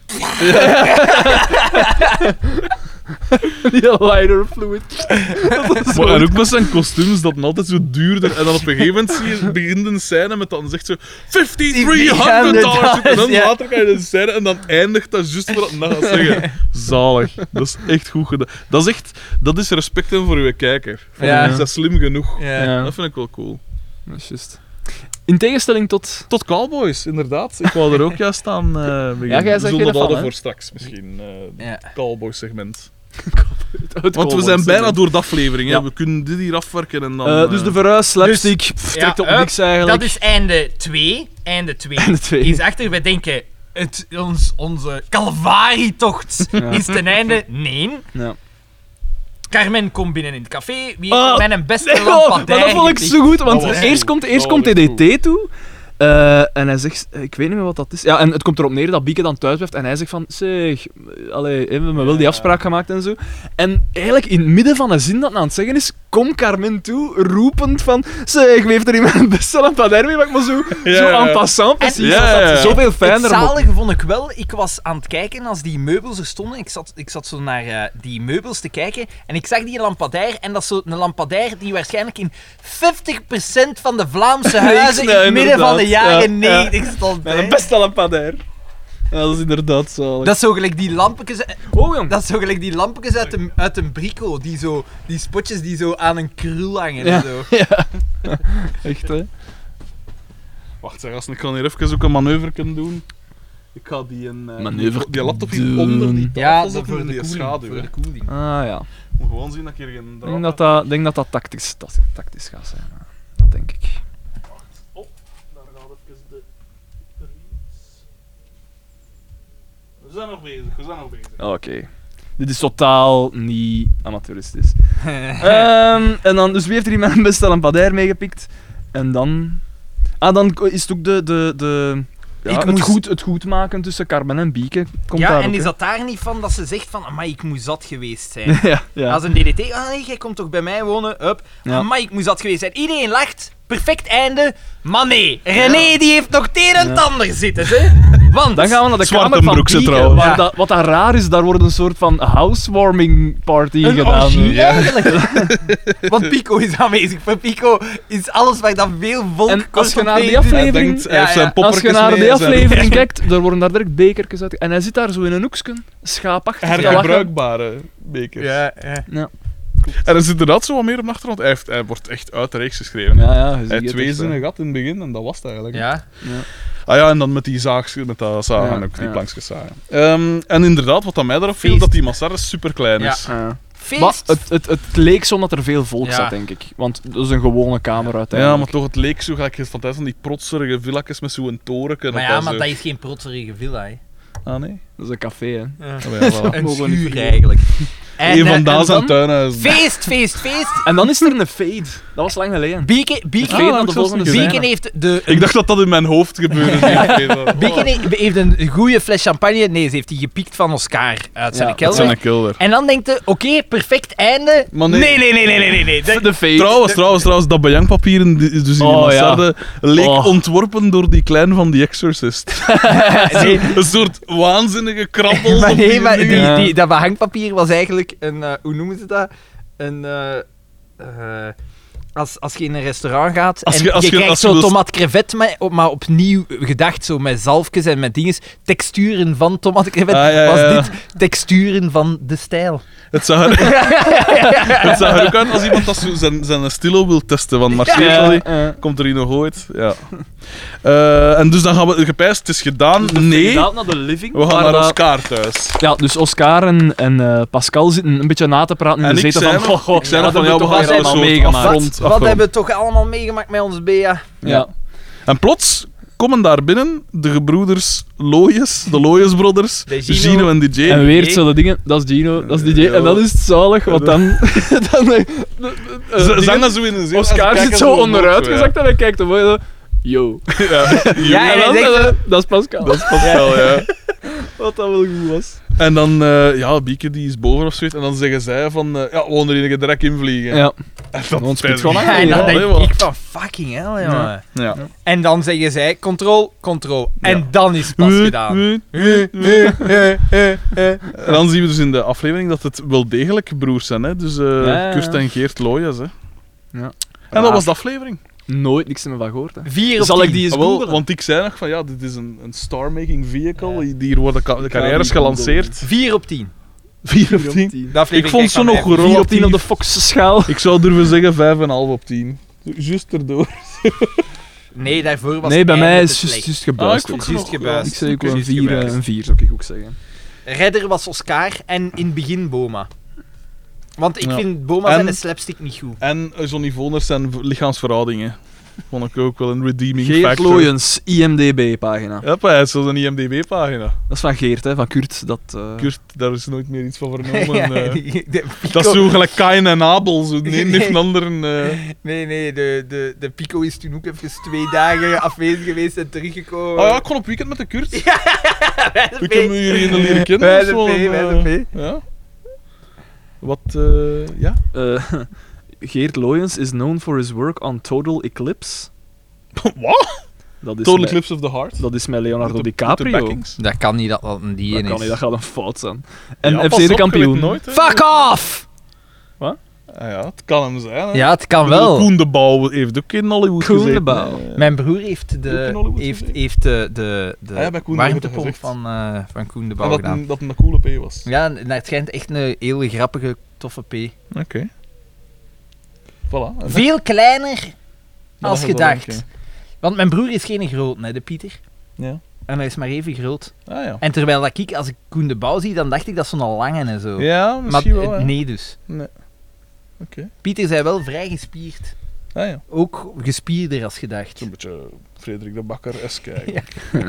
Speaker 3: Die lighter fluid.
Speaker 2: Maar en ook met zijn kostuums, dat altijd zo duurder. En dan op een gegeven moment zie je, begint een scène met dan zegt zo $5,300. En dan
Speaker 1: Ja.
Speaker 2: later kan je de scène en dan eindigt dat juist voordat hij gaat zeggen. Zalig. Dat is echt goed gedaan. Dat is respect voor uw kijker. Van,
Speaker 1: Ja.
Speaker 2: Is dat slim genoeg?
Speaker 1: Ja.
Speaker 3: Ja.
Speaker 2: Dat vind ik wel cool.
Speaker 3: Dat is juist. In tegenstelling tot...
Speaker 2: Tot Cowboys, inderdaad. Ik wou er ook juist aan beginnen.
Speaker 3: Ja, jij
Speaker 2: We
Speaker 3: zegt
Speaker 2: zullen
Speaker 3: weer
Speaker 2: dat
Speaker 3: ervan,
Speaker 2: houden
Speaker 3: hè?
Speaker 2: voor straks misschien.
Speaker 1: Ja.
Speaker 2: Cowboys-segment.
Speaker 3: het
Speaker 2: Want we zijn bijna door de aflevering. Hè.
Speaker 3: Ja.
Speaker 2: We kunnen dit hier afwerken en dan...
Speaker 3: Dus de verhuis, slapstick, trekt op
Speaker 1: ja,
Speaker 3: niks eigenlijk.
Speaker 1: Dat is einde 2. Einde 2.
Speaker 3: Einde twee.
Speaker 1: Is achter, wij denken, onze Calvarietocht
Speaker 3: Ja.
Speaker 1: is ten einde. Nee.
Speaker 3: Ja.
Speaker 1: Carmen komt binnen in het café. Wie
Speaker 3: Ah,
Speaker 1: heeft mijn beste
Speaker 3: Nee, oh, maar
Speaker 1: lampadair
Speaker 3: dat vond ik
Speaker 1: gepikt?
Speaker 3: zo goed, want
Speaker 2: Dat was
Speaker 3: eerst
Speaker 2: goed.
Speaker 3: komt
Speaker 2: Dat was echt
Speaker 3: DDT toe. En hij zegt, ik weet niet meer wat dat is. Ja, en het komt erop neer dat Bieke dan thuis blijft. En hij zegt van, zeg, allee, we hebben wel die afspraak gemaakt en zo. En eigenlijk in het midden van een zin dat hij aan het zeggen is, komt Carmen toe, roepend van, zeg, wie heeft er iemand een beste lampadair mee? Maar zo
Speaker 2: ja.
Speaker 3: en passant, precies.
Speaker 2: Ja,
Speaker 3: Dat
Speaker 2: ja.
Speaker 3: is zoveel
Speaker 1: Het
Speaker 3: fijner. maar-
Speaker 1: zalige vond ik wel, ik was aan het kijken als die meubels er stonden. Ik zat zo naar die meubels te kijken en ik zag die lampadair. En dat is zo een lampadair die waarschijnlijk in 50% van de Vlaamse huizen in
Speaker 3: Ja,
Speaker 1: het midden van de
Speaker 3: inderdaad.
Speaker 1: jaren
Speaker 3: Ja,
Speaker 1: 90 stond.
Speaker 3: Met
Speaker 1: hè.
Speaker 3: een beste lampadair. Ja, dat is inderdaad zalig.
Speaker 1: Dat is zo gelijk die lampetjes.
Speaker 3: Oh, jong.
Speaker 1: Dat is zo gelijk die lampetjes uit een brico. Die spotjes die zo aan een krul hangen.
Speaker 3: Ja.
Speaker 1: En zo.
Speaker 3: Ja. Echt, hè.
Speaker 2: Wacht, zeg, als ik kan hier even ook een manoeuvre kunnen doen. Ik ga
Speaker 3: Manoeuvre
Speaker 2: die laptop hier
Speaker 3: doen.
Speaker 2: onder die
Speaker 1: Ja,
Speaker 2: tafel
Speaker 1: dat
Speaker 2: zetten
Speaker 1: voor
Speaker 2: in
Speaker 1: de
Speaker 2: die
Speaker 1: koeling.
Speaker 2: schaduw.
Speaker 1: Voor
Speaker 2: hè.
Speaker 1: de koeling.
Speaker 3: Ah, ja.
Speaker 2: Ik moet gewoon zien dat ik hier geen
Speaker 3: Ik
Speaker 2: draad
Speaker 3: denk dat tactisch gaat zijn. Ja. Dat denk ik.
Speaker 2: Op, daar gaat even de reeds. We zijn nog bezig.
Speaker 3: Oké. Dit is totaal niet amateuristisch. En dan, dus wie heeft er iemand een beste lampadair meegepikt? En dan... Dan is het ook
Speaker 1: Ik moest-
Speaker 3: het goed maken tussen Carmen en Bieke. Komt
Speaker 1: Ja,
Speaker 3: daar
Speaker 1: en
Speaker 3: ook,
Speaker 1: is
Speaker 3: hè.
Speaker 1: dat daar niet van dat ze zegt van, amai, ik moet zat geweest zijn.
Speaker 3: ja.
Speaker 1: Als een DDT, ah nee, jij komt toch bij mij wonen, hup.
Speaker 3: Ja.
Speaker 1: Amai, ik moet zat geweest zijn. Iedereen lacht, perfect einde. Maar nee, René die heeft nog het een en het ander zitten, hè. Want...
Speaker 3: Dan gaan we naar de kamer van
Speaker 2: Zwartenbroekse
Speaker 3: Bieke,
Speaker 2: trouwen.
Speaker 3: waar
Speaker 1: Ja.
Speaker 3: wat daar raar is, daar wordt een soort van housewarming party
Speaker 1: Een
Speaker 3: gedaan.
Speaker 1: orgie eigenlijk. Want Pico is aanwezig. Voor Pico is alles waar dan veel volk
Speaker 3: En als
Speaker 1: kort
Speaker 3: je
Speaker 1: op
Speaker 3: naar die
Speaker 1: bezig is.
Speaker 2: Hij
Speaker 3: aflevering...
Speaker 2: denkt, hij heeft zijn
Speaker 1: ja.
Speaker 3: Als je
Speaker 2: poppertjes
Speaker 3: naar
Speaker 2: mee
Speaker 3: die
Speaker 2: en zijn-
Speaker 3: aflevering kijkt, er worden daar direct bekertjes uit... En hij zit daar zo in een hoekje, schaapachtig te lachen.
Speaker 2: Hergebruikbare bekers.
Speaker 1: Ja.
Speaker 3: Ja.
Speaker 2: En er zit inderdaad zo wat meer op de achtergrond. Hij wordt echt uit de reeks geschreven.
Speaker 3: Ja, ja, je
Speaker 2: Hij
Speaker 3: ziet
Speaker 2: had
Speaker 3: het
Speaker 2: 2
Speaker 3: echt,
Speaker 2: zinnen gehad in het begin en dat was het eigenlijk.
Speaker 1: Ja.
Speaker 2: Ah ja, en dan met die met dat zagen
Speaker 3: Ja,
Speaker 2: ook, die
Speaker 3: ja.
Speaker 2: plankjes zagen. En inderdaad, wat aan mij daarop viel,
Speaker 1: Feest.
Speaker 2: dat die Massarres super klein is.
Speaker 3: Ja.
Speaker 1: Feest.
Speaker 3: Maar het leek zo dat er veel volk
Speaker 1: Ja.
Speaker 3: zat, denk ik. Want dat is een gewone kamer
Speaker 2: Ja,
Speaker 3: uiteindelijk.
Speaker 2: maar toch, het leek zo gelijk van tijd van die protserige villakjes met zo'n toren.
Speaker 1: Maar ja, maar dat is geen protserige villa, hè.
Speaker 2: Ah, nee?
Speaker 3: Dat is een café, hè.
Speaker 1: Ja.
Speaker 2: Oh, ja, voilà.
Speaker 1: Een
Speaker 3: Mogen we niet
Speaker 1: schuur
Speaker 3: vergeten.
Speaker 1: eigenlijk. En,
Speaker 2: Een van
Speaker 1: en
Speaker 2: Daas en
Speaker 3: dan-
Speaker 2: tuinhuizen.
Speaker 1: feest.
Speaker 3: En dan is er een fade. Dat was lang geleden.
Speaker 1: Bieke
Speaker 3: Fade
Speaker 2: Ah,
Speaker 3: naar
Speaker 2: ik
Speaker 3: de
Speaker 2: zou
Speaker 3: volgende
Speaker 2: het niet
Speaker 3: scène.
Speaker 1: Bieke heeft de...
Speaker 2: Ik dacht dat dat in mijn hoofd gebeurde.
Speaker 1: Bieke heeft een goede fles champagne. Nee, ze heeft die gepikt van Oscar uit zijn
Speaker 3: Ja,
Speaker 2: Dat
Speaker 1: kelder.
Speaker 2: zijn een kelder.
Speaker 1: En dan denkt ze, oké, perfect einde.
Speaker 2: Maar nee.
Speaker 1: Nee.
Speaker 3: De fade.
Speaker 2: Trouwens, dat bejangpapieren, dus in die
Speaker 3: Oh, ja.
Speaker 2: mansarde, leek
Speaker 3: Oh.
Speaker 2: ontworpen door die klein van The Exorcist.
Speaker 1: Nee,
Speaker 2: Een soort waanzinnige krabbels
Speaker 1: maar
Speaker 2: op
Speaker 1: nee,
Speaker 2: die
Speaker 1: maar
Speaker 2: muur.
Speaker 3: Ja.
Speaker 1: dat behangpapier was eigenlijk een... hoe noemen ze dat? Een... als je in een restaurant gaat
Speaker 2: Als
Speaker 1: en
Speaker 2: je- als
Speaker 1: je
Speaker 2: je-
Speaker 1: krijgt
Speaker 2: als je
Speaker 1: zo
Speaker 2: wil-
Speaker 1: tomat crevet, maar opnieuw gedacht, zo met zalfjes en met dinges, texturen van tomat crevet,
Speaker 2: Ah, ja,
Speaker 1: was
Speaker 2: ja.
Speaker 1: dit texturen van de stijl.
Speaker 2: Het zag er, het zag er ook uit als iemand dat zo zijn stilo wil testen. Van marcheert dat niet? Komt er hier nog ooit? Ja. En dus dan gaan we gepijst, het is gedaan. Nee,
Speaker 3: Inderdaad naar de living.
Speaker 2: we gaan
Speaker 3: waar
Speaker 2: naar
Speaker 3: dat-
Speaker 2: Oscar thuis.
Speaker 3: Ja, dus Oscar en Pascal zitten een beetje na te praten in
Speaker 2: En
Speaker 3: de
Speaker 2: ik
Speaker 3: zetel
Speaker 2: zei
Speaker 3: van...
Speaker 2: nog- ik zei nog
Speaker 3: dat
Speaker 2: van,
Speaker 3: hebben
Speaker 2: ja,
Speaker 3: we
Speaker 2: we
Speaker 3: toch
Speaker 2: gaan
Speaker 3: allemaal
Speaker 2: een soort
Speaker 3: meegemaakt.
Speaker 2: afrond.
Speaker 1: Wat hebben we toch allemaal meegemaakt met ons Bea?
Speaker 3: Ja.
Speaker 2: En plots komen daar binnen de gebroeders Looyes, de Looyes Brothers,
Speaker 1: De Gino.
Speaker 2: Gino en DJ.
Speaker 3: En weer hetzelfde dingen. Dat is Gino, dat is DJ.
Speaker 2: Ja.
Speaker 3: En dan is het zalig, want dan...
Speaker 2: Ze zangen zo in een zin.
Speaker 3: Oscar zit zo onderuit gezakt en hij kijkt hem zo... Yo.
Speaker 1: Ja,
Speaker 3: En dan,
Speaker 1: hij zegt zo-
Speaker 3: dat is Pascal.
Speaker 2: Dat is Pascal, ja.
Speaker 3: Wat dat wel goed was.
Speaker 2: En dan, ja, Bieke die is boven of zoiets. En dan zeggen zij van, ja, we gaan er hier direct invliegen.
Speaker 3: Ja.
Speaker 2: En dat
Speaker 3: Want spit
Speaker 2: spijt
Speaker 3: gewoon
Speaker 2: me.
Speaker 3: aan.
Speaker 1: En dan
Speaker 3: Ja,
Speaker 1: denk
Speaker 2: helemaal.
Speaker 1: ik van, fucking hell, jongen.
Speaker 2: Ja.
Speaker 1: En dan zeggen zij, control. En
Speaker 2: Ja.
Speaker 1: dan is het pas gedaan.
Speaker 2: En dan zien we dus in de aflevering dat het wel degelijk broers zijn, hè. Dus
Speaker 3: Ja.
Speaker 2: Kurt en Geert Looyes, hè.
Speaker 3: Ja.
Speaker 2: En dat was de aflevering.
Speaker 3: Nooit niks meer van gehoord. Hè.
Speaker 1: 4 op
Speaker 3: Zal
Speaker 1: 10.
Speaker 3: ik die eens
Speaker 2: Ah, wel,
Speaker 3: googelen?
Speaker 2: want ik zei nog van, ja, dit is een star-making vehicle.
Speaker 1: Ja.
Speaker 2: Hier worden de carrières
Speaker 3: die
Speaker 2: gelanceerd.
Speaker 1: 4 op 10.
Speaker 2: 4 op 10.
Speaker 1: De aflevering
Speaker 2: Ik vond ze
Speaker 1: kijkt van
Speaker 2: nog
Speaker 1: mij.
Speaker 3: 4 op 10 op de
Speaker 2: relatief.
Speaker 3: Fox-schaal.
Speaker 2: Ik zou durven zeggen 5,5 op 10. Juist erdoor.
Speaker 1: Nee, daarvoor was
Speaker 3: Nee, bij
Speaker 1: het
Speaker 3: mij
Speaker 1: einde
Speaker 3: is
Speaker 1: te
Speaker 3: juist
Speaker 1: slecht.
Speaker 3: gebuist.
Speaker 2: ik vond
Speaker 1: Juist
Speaker 2: ze nog-
Speaker 1: gebuist.
Speaker 3: Ik zei ook wel
Speaker 2: Juist
Speaker 3: een 4,
Speaker 2: gebuist.
Speaker 3: een 4 zou ik ook zeggen.
Speaker 1: Redder was Oscar en in het begin Boma. Want ik
Speaker 2: Ja.
Speaker 1: vind Boma
Speaker 2: En-
Speaker 1: zijn de slapstick niet goed.
Speaker 2: En Johnny Voners zijn lichaamsverhoudingen. Vond ik ook wel een redeeming
Speaker 3: Geert
Speaker 2: factor.
Speaker 3: Looyens, IMDB-pagina.
Speaker 2: Ja, pa, het is zo'n IMDb-pagina.
Speaker 3: Dat is van Geert, hè, van Kurt. Dat,
Speaker 2: Kurt, daar is nooit meer iets van vernomen.
Speaker 1: De Pico-
Speaker 2: Dat is zo gelijk Kain en Abel. Zo. Nee, heeft een ander.
Speaker 1: Nee, de Pico is toen ook even 2 dagen afwezig geweest en teruggekomen.
Speaker 2: Oh ja, ik kon op weekend met de Kurt.
Speaker 1: Wij zijn
Speaker 2: Ik heb me hier in de leren kennen.
Speaker 1: Wij
Speaker 2: dat is
Speaker 1: zijn
Speaker 2: wel
Speaker 1: P,
Speaker 2: een,
Speaker 1: wij zijn P.
Speaker 2: Ja. Wat, ja?
Speaker 3: Geert Looyens is known for his work on Total Eclipse.
Speaker 2: Wat?
Speaker 3: Dat is
Speaker 2: Total
Speaker 3: met-
Speaker 2: Eclipse of the Heart?
Speaker 3: Dat is met Leonardo
Speaker 2: Met de
Speaker 3: DiCaprio.
Speaker 2: backings?
Speaker 1: Dat kan niet dat dat een die
Speaker 3: Dat
Speaker 1: is.
Speaker 3: kan niet, dat gaat een fout zijn. En
Speaker 2: Ja,
Speaker 3: FC
Speaker 2: pas
Speaker 3: de
Speaker 2: op, je
Speaker 3: kampioen.
Speaker 2: weet nooit, hè.
Speaker 1: Fuck off!
Speaker 2: Ah ja, het kan hem zijn. Hè.
Speaker 1: Ja, het kan
Speaker 2: Ik bedoel,
Speaker 1: wel.
Speaker 2: Koen de Bouw heeft ook in Hollywood
Speaker 3: Koen de
Speaker 2: gezeten.
Speaker 3: Bouw.
Speaker 1: Mijn broer heeft
Speaker 2: Ook in Hollywood gezeten?
Speaker 1: de
Speaker 2: Ah ja, bij Koen de
Speaker 1: warmtepomp
Speaker 2: Bouw
Speaker 1: van Koen de
Speaker 2: En
Speaker 1: Bouw
Speaker 2: dat
Speaker 1: gedaan.
Speaker 2: dat een coole P was.
Speaker 1: Ja, nou, het schijnt echt een hele grappige, toffe P.
Speaker 2: Oké. Voilà.
Speaker 1: Veel kleiner
Speaker 2: Dan
Speaker 1: als
Speaker 2: had je
Speaker 1: gedacht.
Speaker 2: dat ook,
Speaker 1: Want mijn broer is geen groot, hè, de Pieter.
Speaker 2: Ja.
Speaker 1: En hij is maar even groot.
Speaker 2: Ah ja.
Speaker 1: En terwijl dat ik, als ik Koen de Bouw zie, dan dacht ik dat zo'n lange en zo.
Speaker 2: Ja,
Speaker 1: maar
Speaker 2: misschien wel. hè.
Speaker 1: nee dus.
Speaker 2: Nee. Oké.
Speaker 1: Pieter zei wel vrij gespierd.
Speaker 2: Ah ja.
Speaker 1: Ook gespierder als gedacht.
Speaker 2: Zo'n beetje Frederik de Bakker-esque eigenlijk.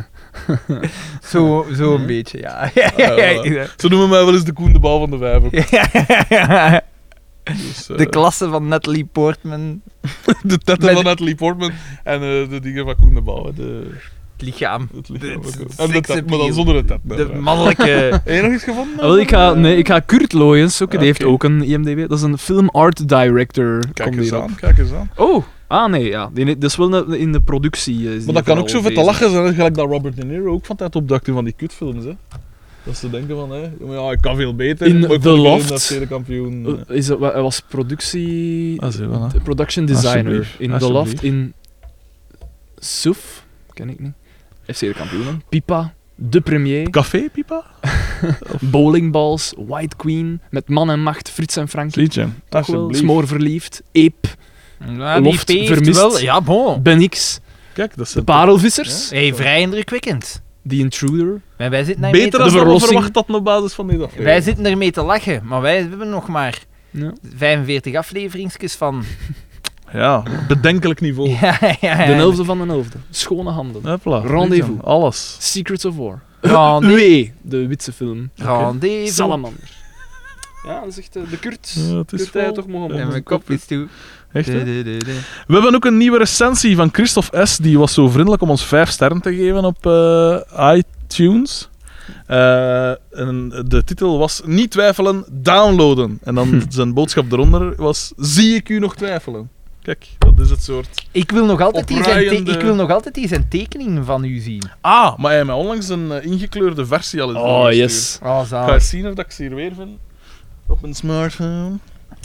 Speaker 1: Zo een beetje, ja.
Speaker 2: Zo noemen mij wel eens de Koen de Bouw van de Vijver. Dus,
Speaker 1: De klasse van Natalie Portman.
Speaker 2: de tetten
Speaker 1: Met-
Speaker 2: van Natalie Portman en de dingen van Koen de Bouw.
Speaker 1: Het lichaam.
Speaker 2: Het lichaam
Speaker 1: De-
Speaker 2: ook wel.
Speaker 1: het
Speaker 2: En de tet, maar dan
Speaker 1: seksappeal.
Speaker 2: zonder de tet.
Speaker 1: De
Speaker 2: uiteraard.
Speaker 1: mannelijke...
Speaker 2: Heb je nog iets gevonden?
Speaker 3: Wel, ik ga Kurt Loyens zoeken, die
Speaker 2: Oké.
Speaker 3: heeft ook een IMDb. Dat is een film art director.
Speaker 2: Kijk
Speaker 3: komt
Speaker 2: eens
Speaker 3: hierop.
Speaker 2: aan, kijk eens aan.
Speaker 3: Oh, nee, ja. Dat is wel in de productie. Is die
Speaker 2: Maar dat kan ook
Speaker 3: vooral
Speaker 2: zo vet te
Speaker 3: bezig.
Speaker 2: lachen zijn, gelijk dat Robert De Niro ook van tijd opduikt in van die kutfilms. Hè. Dat ze denken van, ja, ik kan veel beter.
Speaker 3: In
Speaker 2: maar ik
Speaker 3: The
Speaker 2: word
Speaker 3: Loft.
Speaker 2: Dat stedenkampioen.
Speaker 3: Hij was productie...
Speaker 2: Ah, zie je wel, hè.
Speaker 3: production designer.
Speaker 2: Alsjeblieft,
Speaker 3: In The
Speaker 2: alsjeblieft.
Speaker 3: Loft, in... Souf, ken ik niet. FC de kampioenen. Pipa, De Premier,
Speaker 2: Café, Pipa?
Speaker 3: Bowlingballs, White Queen, Met Man en Macht, Frits en Frankie.
Speaker 2: Liedje.
Speaker 3: Toch wel, Smoor verliefd, Ape,
Speaker 1: Ja, die
Speaker 3: Loft,
Speaker 1: heeft
Speaker 3: vermist.
Speaker 1: wel... Ja, bon.
Speaker 3: Ben X,
Speaker 2: Kijk, dat is
Speaker 3: De Parelvissers,
Speaker 1: Hey, vrij indrukwekkend.
Speaker 3: The Intruder.
Speaker 1: Wij zitten daarmee
Speaker 2: beter
Speaker 1: te-
Speaker 2: dan we
Speaker 3: verlossing.
Speaker 2: verwacht hadden op basis van deze aflevering.
Speaker 1: Wij zitten ermee te lachen, maar wij hebben nog maar
Speaker 3: Ja.
Speaker 1: 45 afleveringsjes van...
Speaker 2: Ja, bedenkelijk niveau.
Speaker 1: Ja.
Speaker 3: De 11e van de 11e. Schone handen.
Speaker 2: Hopla,
Speaker 3: Rendezvous.
Speaker 2: liedje. Alles.
Speaker 3: Secrets of War.
Speaker 1: Rendezvous.
Speaker 3: Wee, de Witse film.
Speaker 1: Rendezvous.
Speaker 3: Salamander. Ja, dat is echt de Kurt.
Speaker 2: Ja, het is
Speaker 3: Kurt hij
Speaker 2: wel-
Speaker 3: toch mogen
Speaker 1: En mijn kop is toe.
Speaker 2: Echt, hè?
Speaker 1: De.
Speaker 2: We hebben ook een nieuwe recensie van Christophe S. Die was zo vriendelijk om ons 5 sterren te geven op iTunes. En de titel was Niet twijfelen, downloaden. En dan zijn boodschap eronder was Zie ik u nog twijfelen? Kijk, dat is het soort...
Speaker 1: Ik wil nog altijd
Speaker 2: Opruiende-
Speaker 1: die zijn tekening van u zien.
Speaker 2: Ah, maar hij heeft mij onlangs een ingekleurde versie al eens
Speaker 3: Oh,
Speaker 2: doorgestuurd.
Speaker 3: yes.
Speaker 1: Oh,
Speaker 2: Ik ga eens zien of dat ik ze hier weer vind. Op mijn smartphone.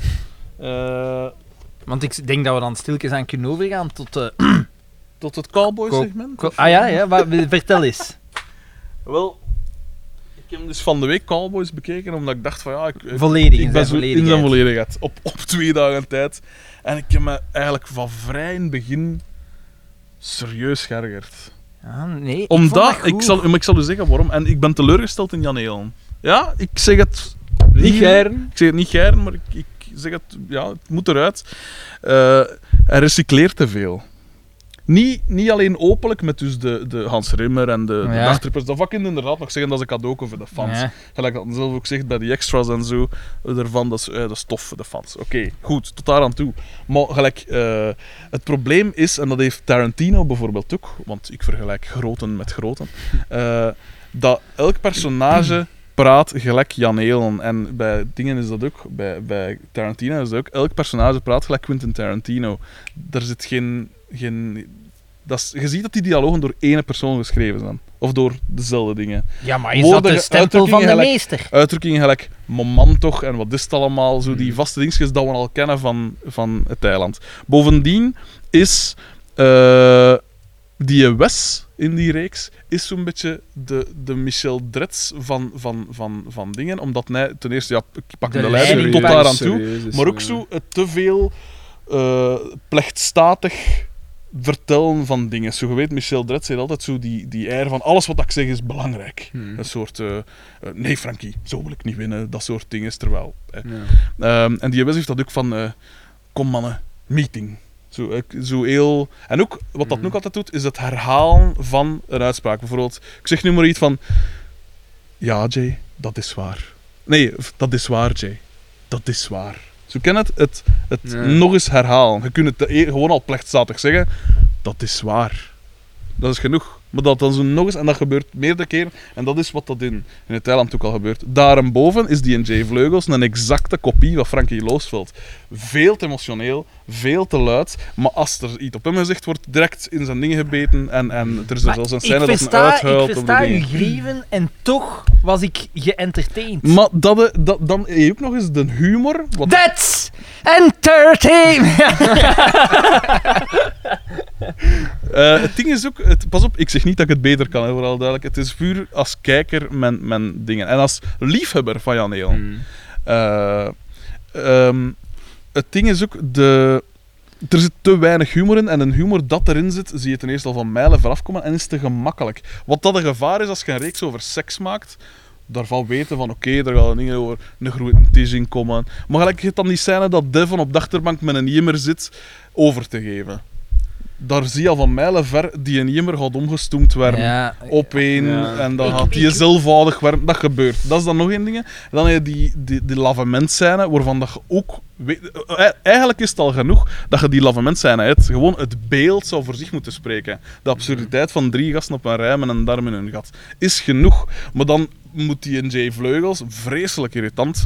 Speaker 1: Want ik denk dat we dan stilletjes aan kunnen overgaan tot...
Speaker 2: Tot het cowboy-segment.
Speaker 1: ja, maar vertel eens.
Speaker 2: Wel, ik heb dus van de week Cowboys bekeken, omdat ik dacht van ja,
Speaker 1: Volledig
Speaker 2: ik ben zo in zijn
Speaker 1: volledigheid.
Speaker 2: volledigheid. Op 2 dagen tijd. En ik heb me eigenlijk van vrij in het begin serieus geërgerd.
Speaker 1: Ja, nee, ik
Speaker 2: Omdat,
Speaker 1: vond dat goed.
Speaker 2: ik zal u zeggen waarom. En ik ben teleurgesteld in Jan Eelen. Ja, ik zeg het
Speaker 3: Niet geiren.
Speaker 2: Ik zeg het niet geiren, maar ik zeg het, ja, het moet eruit. Hij recycleert te veel. Niet alleen openlijk met dus de Hans Rimmer en de
Speaker 1: Ja.
Speaker 2: dagtrippers. Dat vak ik inderdaad nog zeggen, dat is een cadeau voor de fans.
Speaker 1: Ja.
Speaker 2: Gelijk dat hij zelf ook zegt bij die extras en zo. Daarvan, dat is tof voor de fans. Oké, goed, tot daar aan toe. Maar gelijk, het probleem is, en dat heeft Tarantino bijvoorbeeld ook, want ik vergelijk groten met groten, dat elk personage praat gelijk Jan Eelen. En bij dingen is dat ook, bij Tarantino is dat ook, elk personage praat gelijk Quentin Tarantino. Daar zit geen je ziet dat die dialogen door één persoon geschreven zijn. Of door dezelfde dingen.
Speaker 1: Ja, maar is
Speaker 2: Woorden,
Speaker 1: dat de stempel van de
Speaker 2: uitdrukkingen
Speaker 1: meester?
Speaker 2: Uitdrukkingen gelijk moment toch en wat is het allemaal. Zo
Speaker 1: Hmm.
Speaker 2: die vaste dingetjes dat we al kennen van het eiland. Bovendien is die Wes in die reeks is zo'n beetje de Michel Dretz van dingen. Omdat hij ten eerste, ja, ik pak
Speaker 1: De
Speaker 2: de leiding
Speaker 1: leiding
Speaker 2: tot
Speaker 1: pakt.
Speaker 2: daar aan toe. Maar ook zo te veel plechtstatig vertellen van dingen. Zo, je weet, Michel Dretz heeft altijd zo die air van alles wat ik zeg is belangrijk. Een soort, nee Frankie, zo wil ik niet winnen, dat soort dingen. Terwijl, en die Wes heeft dat ook van, kom mannen, meeting. Zo heel... En ook, wat dat ook altijd doet, is het herhalen van een uitspraak. Bijvoorbeeld, ik zeg nu maar iets van... Ja, Jay, dat is waar. Nee, dat is waar, Jay. Dat is waar. Zo ken het
Speaker 3: Ja.
Speaker 2: nog eens herhalen. Je kunt het gewoon al plechtstatig zeggen. Dat is waar. Dat is genoeg. Maar dat dan zo nog eens, en dat gebeurt meerdere keren, en dat is wat dat in het eiland ook al gebeurt. Daarboven is die Jay Vleugels een exacte kopie van Frankie Loosveld. Veel te emotioneel, veel te luid, maar als er iets op hem gezegd wordt, direct in zijn dingen gebeten, en er is er zelfs een scène dat hij uithuilt.
Speaker 1: Ik
Speaker 2: op de
Speaker 1: versta uw
Speaker 2: dingen.
Speaker 1: grieven en toch was ik geëntertained.
Speaker 2: Maar dan heb je ook nog eens de humor. Wat
Speaker 1: That's entertainment!
Speaker 2: Het ding is ook, pas op, ik zeg niet dat ik het beter kan, hè, vooral duidelijk. Het is puur als kijker mijn dingen. En als liefhebber van Jan Eelen. Het ding is ook, er zit te weinig humor in. En een humor dat erin zit, zie je ten eerste al van mijlen vanaf komen en is te gemakkelijk. Wat dat een gevaar is als je een reeks over seks maakt, daarvan weten van oké, daar gaan dingen over een grote tis in komen. Maar gelijk je hebt dan die scène dat Devon op de achterbank met een jimmer zit over te geven. daar zie je al van mijlen ver die een immer gaat omgestoomd werden.
Speaker 1: Ja.
Speaker 2: Op één,
Speaker 3: Ja.
Speaker 2: en dan
Speaker 1: Ik-
Speaker 2: gaat die
Speaker 1: ik-
Speaker 2: zelfvaardig werden. Dat gebeurt. Dat is dan nog één ding. En dan heb je die lavementscène, waarvan dat je ook... Eigenlijk is het al genoeg dat je die lavementscène hebt. Gewoon het beeld zou voor zich moeten spreken. De absurditeit van 3 gasten op een rij met een darm in hun gat is genoeg. Maar dan moet die J. Vleugels, vreselijk irritant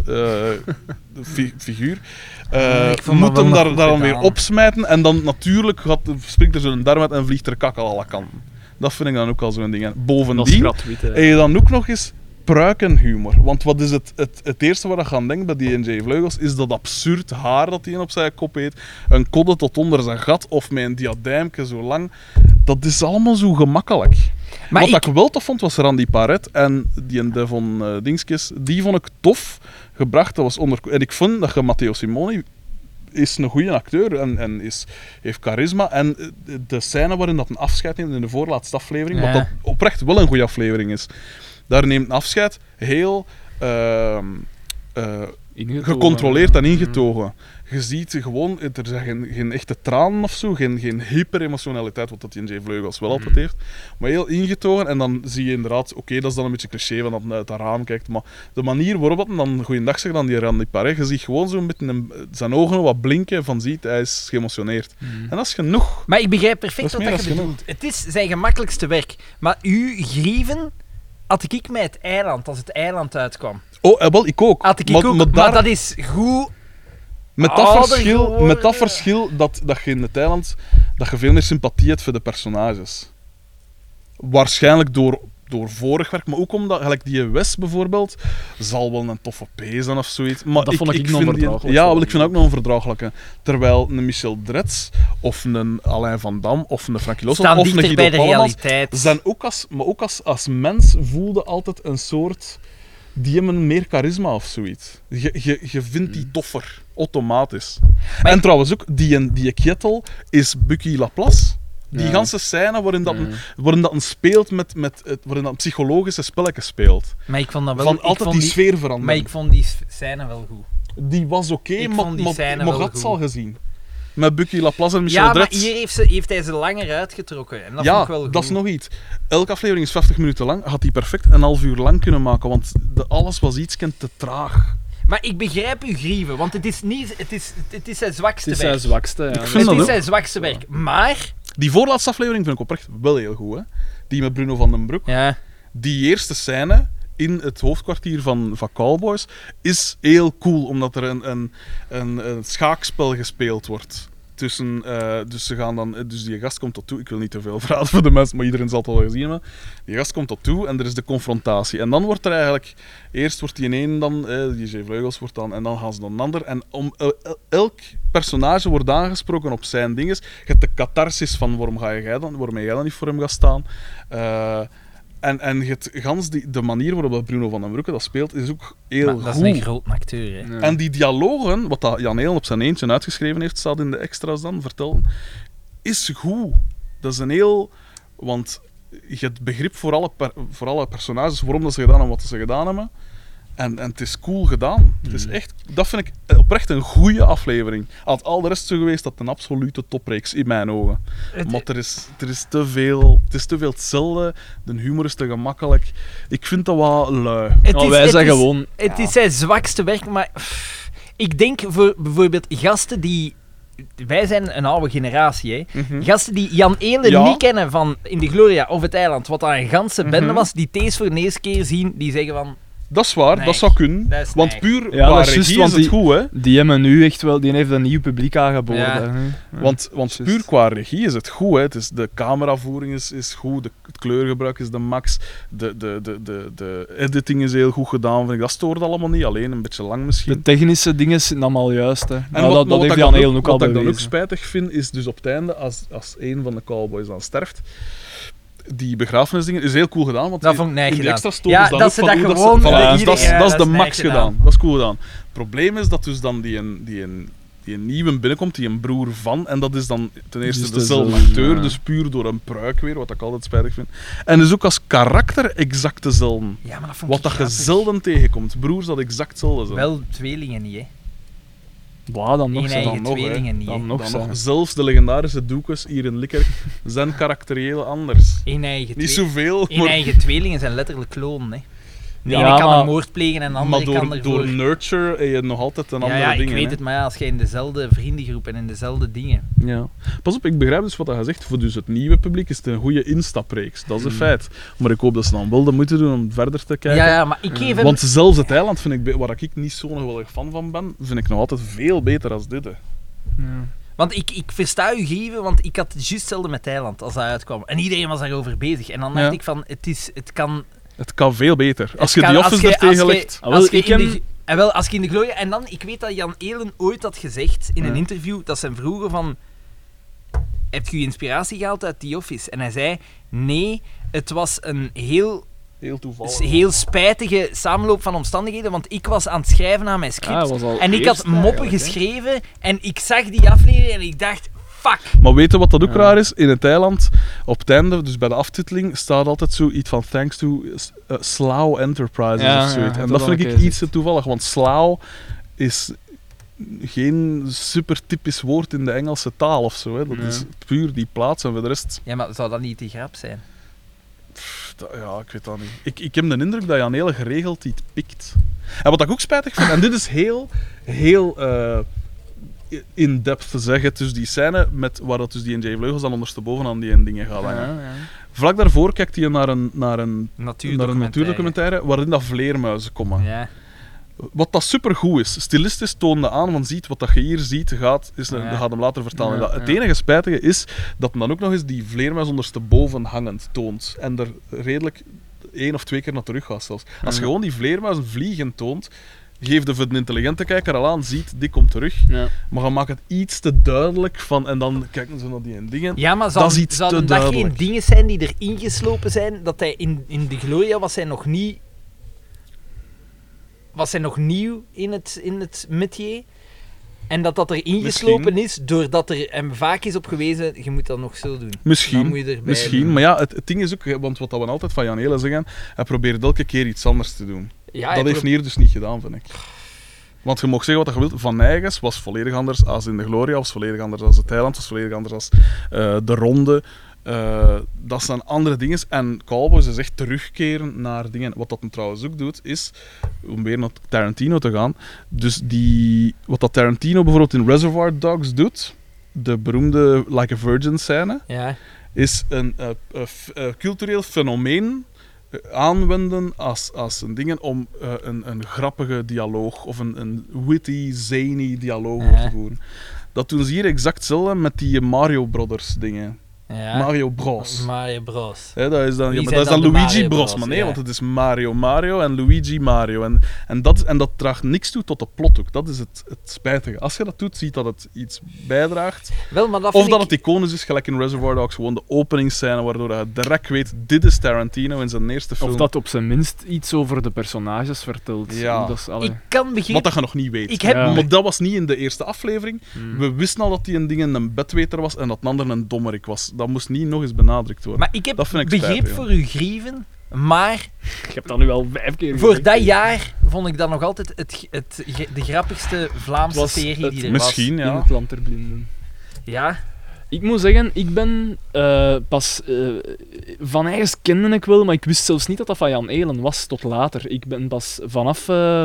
Speaker 2: figuur,
Speaker 1: ik vond
Speaker 2: moet
Speaker 1: dat
Speaker 2: hem
Speaker 1: wel
Speaker 2: daar
Speaker 1: nog
Speaker 2: dan
Speaker 1: goed
Speaker 2: weer
Speaker 1: gedaan.
Speaker 2: opsmijten en dan natuurlijk springt er zo'n darm uit en vliegt er kak al alle kanten. Dat vind ik dan ook al zo'n ding. En
Speaker 3: Dat is
Speaker 2: bovendien
Speaker 3: gratuit, hè.
Speaker 2: heb je dan ook nog eens pruikenhumor. Want wat is het eerste wat je gaan denken bij die J. Vleugels, is dat absurd haar dat hij op zijn kop heeft, een kodde tot onder zijn gat of met een diadeemke zo lang. Dat is allemaal zo gemakkelijk.
Speaker 1: Maar
Speaker 2: Wat ik wel tof vond, was Randy Paret en die Devon Dingskes. Die vond ik tof gebracht. Dat was en ik vond dat je Matteo Simoni is een goede acteur en heeft charisma. En de scène waarin dat een afscheid neemt in de voorlaatste aflevering,
Speaker 1: Ja.
Speaker 2: wat dat oprecht wel een goede aflevering is. Daar neemt een afscheid heel
Speaker 3: Ingetogen.
Speaker 2: gecontroleerd en ingetogen. Je ziet gewoon, er zijn geen echte tranen of zo, geen hyper-emotionaliteit, wat dat die J. Vleugels wel altijd heeft, maar heel ingetogen. En dan zie je inderdaad, oké, dat is dan een beetje cliché, van dat hij uit dat raam kijkt, maar de manier waarop dat hij dan goeiedag zegt aan die Randy Paret, je ziet gewoon zo'n beetje zijn ogen wat blinken van ziet, hij is geëmotioneerd. En dat is genoeg.
Speaker 1: Maar ik begrijp perfect
Speaker 2: Dat is
Speaker 1: wat
Speaker 2: meer
Speaker 1: je
Speaker 2: dan
Speaker 1: bedoelt. Het is zijn gemakkelijkste werk. Maar uw grieven had ik met het eiland, als het eiland uitkwam.
Speaker 2: Oh, wel, ik ook.
Speaker 1: Had ik
Speaker 2: Maar-
Speaker 1: ook,
Speaker 2: maar
Speaker 1: maar
Speaker 2: daar-
Speaker 1: dat is goed.
Speaker 2: Met dat
Speaker 1: ouder
Speaker 2: verschil,
Speaker 1: geworden.
Speaker 2: met dat verschil dat je in het eiland dat je veel meer sympathie hebt voor de personages. Waarschijnlijk door vorig werk, maar ook omdat, gelijk die Wes bijvoorbeeld, zal wel een toffe P zijn of zoiets. Maar
Speaker 3: Dat vond ik
Speaker 2: vind
Speaker 3: onverdraaglijk.
Speaker 2: die, ja, wel, ik vind dat ook nog onverdraaglijke. Terwijl een Michel Dretz, of een Alain Van Dam, of een Frankie Lossen,
Speaker 1: Staan
Speaker 2: of een
Speaker 1: dichter
Speaker 2: Guido
Speaker 1: bij de
Speaker 2: Pallemans,
Speaker 1: realiteit.
Speaker 2: zijn ook als mens voelde altijd een soort... Die hebben meer charisma of zoiets. Je vindt die toffer, automatisch.
Speaker 1: Maar
Speaker 2: En
Speaker 1: ik-
Speaker 2: trouwens ook, die Kjettel is Bucky Laplace. Die
Speaker 3: Ja.
Speaker 2: ganse scène waarin dat een speelt waarin dat een psychologische spelletje speelt.
Speaker 1: Maar ik vond dat wel...
Speaker 2: Van
Speaker 1: ik
Speaker 2: altijd
Speaker 1: vond
Speaker 2: die sfeer veranderen.
Speaker 1: Maar ik vond die scène wel goed.
Speaker 2: Die was oké,
Speaker 1: Ik
Speaker 2: maar
Speaker 1: vond die scène
Speaker 2: maar
Speaker 1: wel
Speaker 2: had
Speaker 1: goed.
Speaker 2: ze al gezien. Met Bucky Laplace en Michel
Speaker 1: Ja, maar
Speaker 2: Dretz.
Speaker 1: hier heeft hij ze langer uitgetrokken. En dat vond
Speaker 2: Ja,
Speaker 1: ik wel goed.
Speaker 2: dat is nog iets. Elke aflevering is 50 minuten lang. Had hij perfect een half uur lang kunnen maken, want alles was iets te traag.
Speaker 1: Maar ik begrijp uw grieven, want het is, niet, het is zijn zwakste
Speaker 3: Het is zijn
Speaker 1: werk.
Speaker 3: zwakste, ja.
Speaker 2: Ik vind
Speaker 1: Het
Speaker 2: dat
Speaker 1: is
Speaker 2: ook.
Speaker 1: zijn zwakste werk. Maar...
Speaker 2: Die voorlaatste aflevering vind ik oprecht wel heel goed. Hè? Die met Bruno van den Broek.
Speaker 1: Ja.
Speaker 2: Die eerste scène in het hoofdkwartier van Cowboys is heel cool, omdat er een schaakspel gespeeld wordt. Dus ze gaan dan, dus die gast komt tot toe. Ik wil niet te veel verhalen voor de mensen, maar iedereen zal het wel gezien hebben. Die gast komt tot toe en er is de confrontatie. En dan wordt er eigenlijk, eerst wordt die een dan, die J. Vleugels wordt dan, en dan gaan ze naar een ander. En elk personage wordt aangesproken op zijn dinges. Je hebt de catharsis van waarom jij dan niet voor hem gaat staan. En het gans de manier waarop dat Bruno van den Broeke dat speelt, is ook heel
Speaker 1: Maar
Speaker 2: goed.
Speaker 1: dat is een groot acteur, hè.
Speaker 3: Ja.
Speaker 2: En die dialogen, wat dat Jan Heelen op zijn eentje uitgeschreven heeft, staat in de extra's dan, vertellen, is goed. Dat is een heel... Want je hebt begrip voor alle personages, waarom dat ze gedaan hebben wat ze gedaan hebben. En het is cool gedaan. Het is echt, dat vind ik oprecht een goede aflevering. Had al de rest zo geweest, dat een absolute topreeks in mijn ogen. Maar er is te veel... Het is te veel hetzelfde. De humor is te gemakkelijk. Ik vind dat wel lui.
Speaker 3: Nou, wij zijn gewoon...
Speaker 1: Het is zijn zwakste werk, maar... Ik denk voor bijvoorbeeld gasten die... Wij zijn een oude generatie, hè. Gasten die Jan Eelen
Speaker 2: Ja.
Speaker 1: niet kennen van In de Gloria of Het Eiland, wat dat een ganse bende was, die deze voor de eerste keer zien, die zeggen van...
Speaker 2: Dat is waar,
Speaker 1: Nee,
Speaker 2: dat zou kunnen.
Speaker 1: dat is
Speaker 2: Want
Speaker 1: nee.
Speaker 2: puur
Speaker 3: Ja,
Speaker 2: qua
Speaker 3: dat is juist,
Speaker 2: regie
Speaker 3: want
Speaker 2: is het
Speaker 3: die-
Speaker 2: goed, hè.
Speaker 3: Die hebben nu echt wel... Die heeft een nieuw publiek aangeboden.
Speaker 1: Ja.
Speaker 3: hè. Ja.
Speaker 2: Want
Speaker 3: Juist.
Speaker 2: puur qua regie is het goed. Hè. Het is, de cameravoering is goed, het kleurgebruik is de max, de editing is heel goed gedaan. Vind ik. Dat stoort allemaal niet, alleen een beetje lang misschien.
Speaker 3: De technische dingen zijn allemaal juist. Hè.
Speaker 2: En
Speaker 3: Maar dat heeft
Speaker 2: ik
Speaker 3: Jan
Speaker 2: dan
Speaker 3: Heelen ook al
Speaker 2: wat ik dan ook
Speaker 3: bewezen.
Speaker 2: spijtig vind, is dus op het einde, als een van de cowboys dan sterft, die begrafenisdingen is heel cool gedaan. Want
Speaker 1: Dat vond ik neig
Speaker 2: in de
Speaker 1: gedaan.
Speaker 2: extra story
Speaker 1: Ja,
Speaker 2: is dan
Speaker 1: dat
Speaker 2: ook
Speaker 1: ze
Speaker 2: van
Speaker 1: dat
Speaker 2: hoe dat
Speaker 1: gewoon...
Speaker 2: Voilà,
Speaker 3: Ja,
Speaker 2: dus dat is
Speaker 1: ja,
Speaker 2: de
Speaker 1: neig
Speaker 2: max gedaan. Dat is cool gedaan. Het probleem is dat dus dan die een nieuwe binnenkomt, die een broer van, en dat is dan ten eerste
Speaker 3: Dus
Speaker 2: dezelfde
Speaker 3: dezelfde,
Speaker 2: acteur,
Speaker 3: ja.
Speaker 2: dus puur door een pruik weer, wat ik altijd spijtig vind. En dus ook als karakter exact dezelfde.
Speaker 1: Ja, maar dat vond
Speaker 2: Wat
Speaker 1: ik
Speaker 2: dat je
Speaker 1: grappig.
Speaker 2: zelden tegenkomt. Broers dat exact hetzelfde zijn.
Speaker 1: Wel tweelingen niet, hè.
Speaker 3: Wauw, dan nog
Speaker 1: Eén
Speaker 3: zo.
Speaker 1: eigen
Speaker 2: dan nog,
Speaker 1: tweelingen niet.
Speaker 3: Dan
Speaker 1: hè.
Speaker 3: nog
Speaker 2: Dan
Speaker 3: zo.
Speaker 2: nog, zelfs de legendarische doekjes hier in Likkerk zijn karakterieel anders.
Speaker 1: Eén eigen
Speaker 2: Niet
Speaker 1: twee-
Speaker 2: zoveel,
Speaker 1: Eén
Speaker 2: maar,
Speaker 1: eigen tweelingen zijn letterlijk klonen. Hè. De
Speaker 3: Ja,
Speaker 1: ene kan
Speaker 3: maar-
Speaker 1: een moord plegen en de
Speaker 2: maar
Speaker 1: andere kan
Speaker 2: door
Speaker 1: ervoor...
Speaker 2: nurture heb je nog altijd een
Speaker 1: Ja,
Speaker 2: andere
Speaker 1: ja, ik
Speaker 2: dingen.
Speaker 1: weet
Speaker 2: hè.
Speaker 1: het, maar ja, als je in dezelfde vriendengroep en in dezelfde dingen...
Speaker 2: Ja. Pas op, ik begrijp dus wat je zegt. Voor dus het nieuwe publiek is het een goede instapreeks. Dat is een feit. Maar ik hoop dat ze dan wel de moeite doen om verder te kijken.
Speaker 1: Ja, ja, maar ik geef hem...
Speaker 2: Want zelfs het eiland, vind ik, waar ik niet zo'n geweldig fan van ben, vind ik nog altijd veel beter als dit. Hè.
Speaker 3: Ja.
Speaker 1: Want ik versta u geven, want ik had juist hetzelfde met Thailand als dat uitkwam. En iedereen was daarover bezig. En dan dacht
Speaker 2: Ja.
Speaker 1: ik van, het kan...
Speaker 2: Het kan veel beter. Als
Speaker 1: Het
Speaker 2: je
Speaker 1: kan-
Speaker 2: die Office
Speaker 1: als
Speaker 2: er tegen
Speaker 1: je-
Speaker 2: legt.
Speaker 3: Ah, wel,
Speaker 1: Als je
Speaker 3: ik
Speaker 1: in
Speaker 3: heb-
Speaker 1: de, en wel, als je in de gloria... En dan, ik weet dat Jan Elen ooit had gezegd in een
Speaker 3: Ja.
Speaker 1: interview, dat ze hem vroegen van... Heb je inspiratie gehaald uit The Office? En hij zei, nee, het was een
Speaker 2: Heel toevallig.
Speaker 1: heel spijtige samenloop van omstandigheden, want ik was aan het schrijven aan mijn script.
Speaker 3: Ah, was al
Speaker 1: en ik
Speaker 3: eerst
Speaker 1: had moppen
Speaker 3: eigenlijk, hè.
Speaker 1: geschreven en ik zag die aflevering en ik dacht, fuck.
Speaker 2: Maar weet je wat dat ook
Speaker 3: Ja.
Speaker 2: raar is? In het eiland, op het einde, dus bij de aftiteling, staat altijd zoiets van thanks to Slough Enterprises
Speaker 3: Ja,
Speaker 2: of zoiets.
Speaker 3: ja,
Speaker 2: En
Speaker 3: dat
Speaker 2: dat
Speaker 3: al
Speaker 2: vind
Speaker 3: een
Speaker 2: ik
Speaker 3: keer
Speaker 2: iets te toevallig, want Slough is geen super typisch woord in de Engelse taal of zo. Hè. Dat
Speaker 3: Ja.
Speaker 2: is puur die plaats en voor de rest...
Speaker 1: Ja, maar zou dat niet de grap zijn?
Speaker 2: Ja, ik weet dat niet. Ik heb de indruk dat Jan Hele geregeld iets pikt. En wat ik ook spijtig vind, en dit is heel in-depth te zeggen, dus die scène met, waar dat dus die NJ Vleugels dan ondersteboven aan die dingen gaat hangen.
Speaker 3: Ja, ja.
Speaker 2: Vlak daarvoor kijkt hij naar een natuurdocumentaire waarin dat vleermuizen komen.
Speaker 1: Ja.
Speaker 2: Wat dat supergoed is. Stilistisch toonde aan van ziet wat dat je hier ziet, gaat hem later vertalen.
Speaker 3: Ja,
Speaker 2: Het
Speaker 3: ja.
Speaker 2: enige spijtige is dat hem dan ook nog eens die vleermuis ondersteboven hangend toont. En er redelijk 1 of 2 keer naar terug gaat zelfs. Als je
Speaker 3: Ja.
Speaker 2: gewoon die vleermuis vliegend toont, geef de voor de intelligente kijker al aan, ziet, die komt terug.
Speaker 3: Ja.
Speaker 2: Maar je maakt het iets te duidelijk van, en dan kijken ze naar die dingen.
Speaker 1: Ja, maar
Speaker 2: Dat is iets te
Speaker 1: zouden dat geen
Speaker 2: duidelijk.
Speaker 1: dingen zijn die er ingeslopen zijn, dat hij in de Gloria was hij nog niet... Was hij nog nieuw in het métier? En dat er ingeslopen is, doordat er hem vaak is op gewezen, je moet dat nog zo doen. Dan moet
Speaker 2: Misschien,
Speaker 1: je erbij
Speaker 2: misschien.
Speaker 1: doen.
Speaker 2: Maar ja, het ding is ook, want wat dat we altijd van Jan Hele zeggen, hij probeert elke keer iets anders te doen.
Speaker 1: Ja,
Speaker 2: Dat heeft hij hier dus niet gedaan, vind ik. Want je mag zeggen wat je wilt, Van Nijgens was volledig anders als in de Gloria, was volledig anders als het eiland, was volledig anders als de Ronde. Dat zijn andere dingen. En Cowboys is echt terugkeren naar dingen. Wat dat hem trouwens ook doet, is, om weer naar Tarantino te gaan, dus wat dat Tarantino bijvoorbeeld in Reservoir Dogs doet, de beroemde Like a Virgin scène,
Speaker 1: Ja.
Speaker 2: is een cultureel fenomeen aanwenden als een dingen om een grappige dialoog of een witty, zany dialoog
Speaker 1: Ja.
Speaker 2: te voeren. Dat doen ze hier exact hetzelfde met die Mario Brothers dingen.
Speaker 1: Ja.
Speaker 2: Mario Bros.
Speaker 1: Mario Bros.
Speaker 2: Hè, dat is dan,
Speaker 1: Wie
Speaker 2: ja, maar
Speaker 1: zijn
Speaker 2: dat is
Speaker 1: dan
Speaker 2: dan
Speaker 1: de
Speaker 2: Luigi
Speaker 1: Mario
Speaker 2: Bros,
Speaker 1: Bros,
Speaker 2: maar nee,
Speaker 1: ja.
Speaker 2: want het is Mario en Luigi Mario. En dat draagt niks toe tot de plot ook. Dat is het spijtige. Als je dat doet, ziet dat het iets bijdraagt.
Speaker 1: Wel, maar dat
Speaker 2: Of
Speaker 1: vind
Speaker 2: dat
Speaker 1: ik...
Speaker 2: het iconisch is, gelijk in Reservoir Dogs, gewoon de openingsscène, waardoor je direct weet, dit is Tarantino in zijn eerste film.
Speaker 3: Of dat op zijn minst iets over de personages vertelt.
Speaker 2: Ja.
Speaker 3: Dat is, allee.
Speaker 1: Ik kan begrijpen...
Speaker 2: Wat dat je nog niet weet.
Speaker 1: Ik heb...
Speaker 3: Ja.
Speaker 2: Maar dat was niet in de eerste aflevering.
Speaker 3: Hmm.
Speaker 2: We wisten al dat die een ding een bedweter was en dat een ander een dommerik was. Dat moest niet nog eens benadrukt worden.
Speaker 1: Maar ik heb
Speaker 2: Dat vind ik
Speaker 1: begrip
Speaker 2: spijtig,
Speaker 1: voor uw grieven, maar
Speaker 3: Ik heb dat nu al 5 keer
Speaker 1: voor
Speaker 3: gezegd.
Speaker 1: dat jaar vond ik dat nog altijd de grappigste Vlaamse
Speaker 3: Was
Speaker 1: serie
Speaker 3: het
Speaker 1: die er
Speaker 2: misschien,
Speaker 1: was.
Speaker 2: ja.
Speaker 3: In het land der blinden.
Speaker 1: Ja.
Speaker 3: Ik moet zeggen, ik ben pas... Van Eyckens kende ik wel, maar ik wist zelfs niet dat dat van Jan Elen was tot later. Ik ben pas vanaf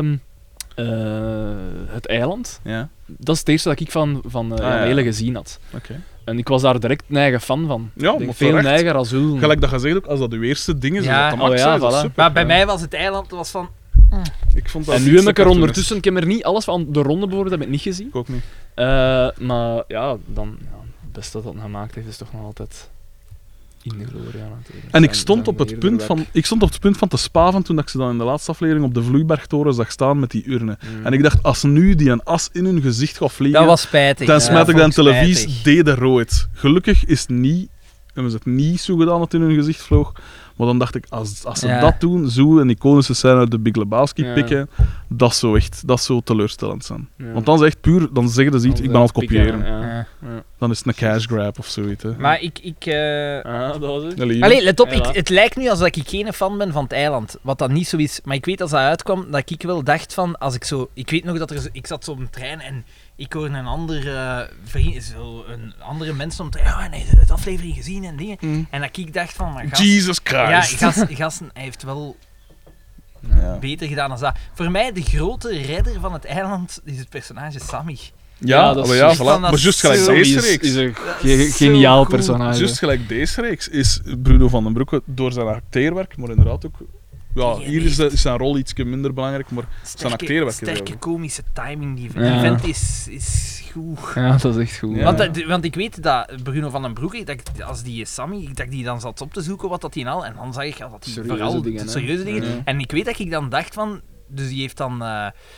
Speaker 3: het eiland...
Speaker 2: Ja,
Speaker 3: Dat is het eerste dat ik van Jan
Speaker 2: ja.
Speaker 3: Elen gezien had.
Speaker 2: oké.
Speaker 3: En ik was daar direct een eigen fan van.
Speaker 2: Ja,
Speaker 3: Ik denk
Speaker 2: maar
Speaker 3: veel
Speaker 2: terecht.
Speaker 3: neiger als Ul.
Speaker 2: Gelijk dat je zegt ook, als dat uw eerste ding is,
Speaker 1: Ja.
Speaker 2: dat de
Speaker 3: Oh
Speaker 2: max
Speaker 3: ja,
Speaker 2: is, dat is
Speaker 3: voilà.
Speaker 2: super.
Speaker 1: Maar bij
Speaker 2: Ja.
Speaker 1: mij was het eiland was van...
Speaker 2: Ik vond dat
Speaker 3: En
Speaker 2: iets
Speaker 3: nu
Speaker 2: te
Speaker 3: heb ik er
Speaker 2: cartoonisch.
Speaker 3: ondertussen... Ik heb er niet alles van de ronde bijvoorbeeld, heb ik niet gezien.
Speaker 2: Ik ook niet.
Speaker 3: Maar ja, dan... Ja, het beste dat hij gemaakt heeft, is toch nog altijd... In de Gloria natuurlijk.
Speaker 2: En ik
Speaker 3: Zijn-
Speaker 2: stond
Speaker 3: zijn
Speaker 2: op het
Speaker 3: meerdere
Speaker 2: punt
Speaker 3: werk.
Speaker 2: van, ik stond op het punt van te spaven toen ik ze dan in de laatste aflevering op de Vloeibergtoren zag staan met die urne. En ik dacht, als nu die een as in hun gezicht gaat vliegen,
Speaker 1: Dat was spijtig.
Speaker 2: dan
Speaker 1: Ja,
Speaker 2: smijt ik
Speaker 1: vond
Speaker 2: dan televisie
Speaker 1: spijtig.
Speaker 2: deden rood. Gelukkig is het niet, hebben ze het niet zo gedaan dat het in hun gezicht vloog. Maar dan dacht ik, als ze
Speaker 1: Ja.
Speaker 2: dat doen, zo een iconische scène uit de Big Lebowski
Speaker 3: Ja.
Speaker 2: pikken, dat zou echt, dat zou teleurstellend zijn.
Speaker 3: Ja.
Speaker 2: Want dan is echt puur, dan zeggen ze iets, ik ben aan het
Speaker 3: Pikken,
Speaker 2: kopiëren.
Speaker 3: ja.
Speaker 1: Ja.
Speaker 3: Ja.
Speaker 2: Dan is het een cash grab of zoiets. Hè.
Speaker 1: Maar ik
Speaker 3: dat was het.
Speaker 2: Allee,
Speaker 1: Allee, let op,
Speaker 3: Ja.
Speaker 1: het lijkt nu alsof ik geen fan ben van het eiland. Wat dat niet zo is. Maar ik weet als dat uitkwam, dat ik wel dacht van... Als ik zo... Ik weet nog dat ik zat zo op een trein en ik hoorde een andere vriend... Zo een andere mensen om te... Ja, nee, de aflevering gezien en dingen. En dat ik dacht van... Maar
Speaker 2: Jesus
Speaker 1: ja,
Speaker 2: Christ.
Speaker 1: gasten, hij heeft wel
Speaker 2: Ja.
Speaker 1: beter gedaan dan dat. Voor mij, de grote redder van het eiland is het personage Sammy.
Speaker 2: Ja,
Speaker 3: dat is
Speaker 2: maar
Speaker 3: juist
Speaker 2: voilà.
Speaker 1: van dat
Speaker 2: Maar juist gelijk
Speaker 1: zo-
Speaker 2: deze reeks.
Speaker 3: is een
Speaker 1: is zo
Speaker 3: geniaal
Speaker 1: goed.
Speaker 3: personage.
Speaker 2: Juist gelijk deze reeks is Bruno van den Broeke door zijn acteerwerk, maar inderdaad ook... Ja,
Speaker 1: Die
Speaker 2: hier is zijn rol iets minder belangrijk, maar zijn acteerwerk is
Speaker 1: sterke
Speaker 2: wel-
Speaker 1: komische timing. Die
Speaker 3: Ja.
Speaker 1: vent is goed.
Speaker 3: Ja, dat is echt goed.
Speaker 2: Ja.
Speaker 1: Want ik weet dat Bruno van den Broeke, als die Sammy, dat ik die dan zat op te zoeken wat dat hij al, en dan zag ik dat hij
Speaker 3: Serieuze
Speaker 1: vooral
Speaker 3: dingen, hè.
Speaker 1: serieuze dingen.
Speaker 3: Ja.
Speaker 1: En ik weet dat ik dan dacht van, dus die heeft dan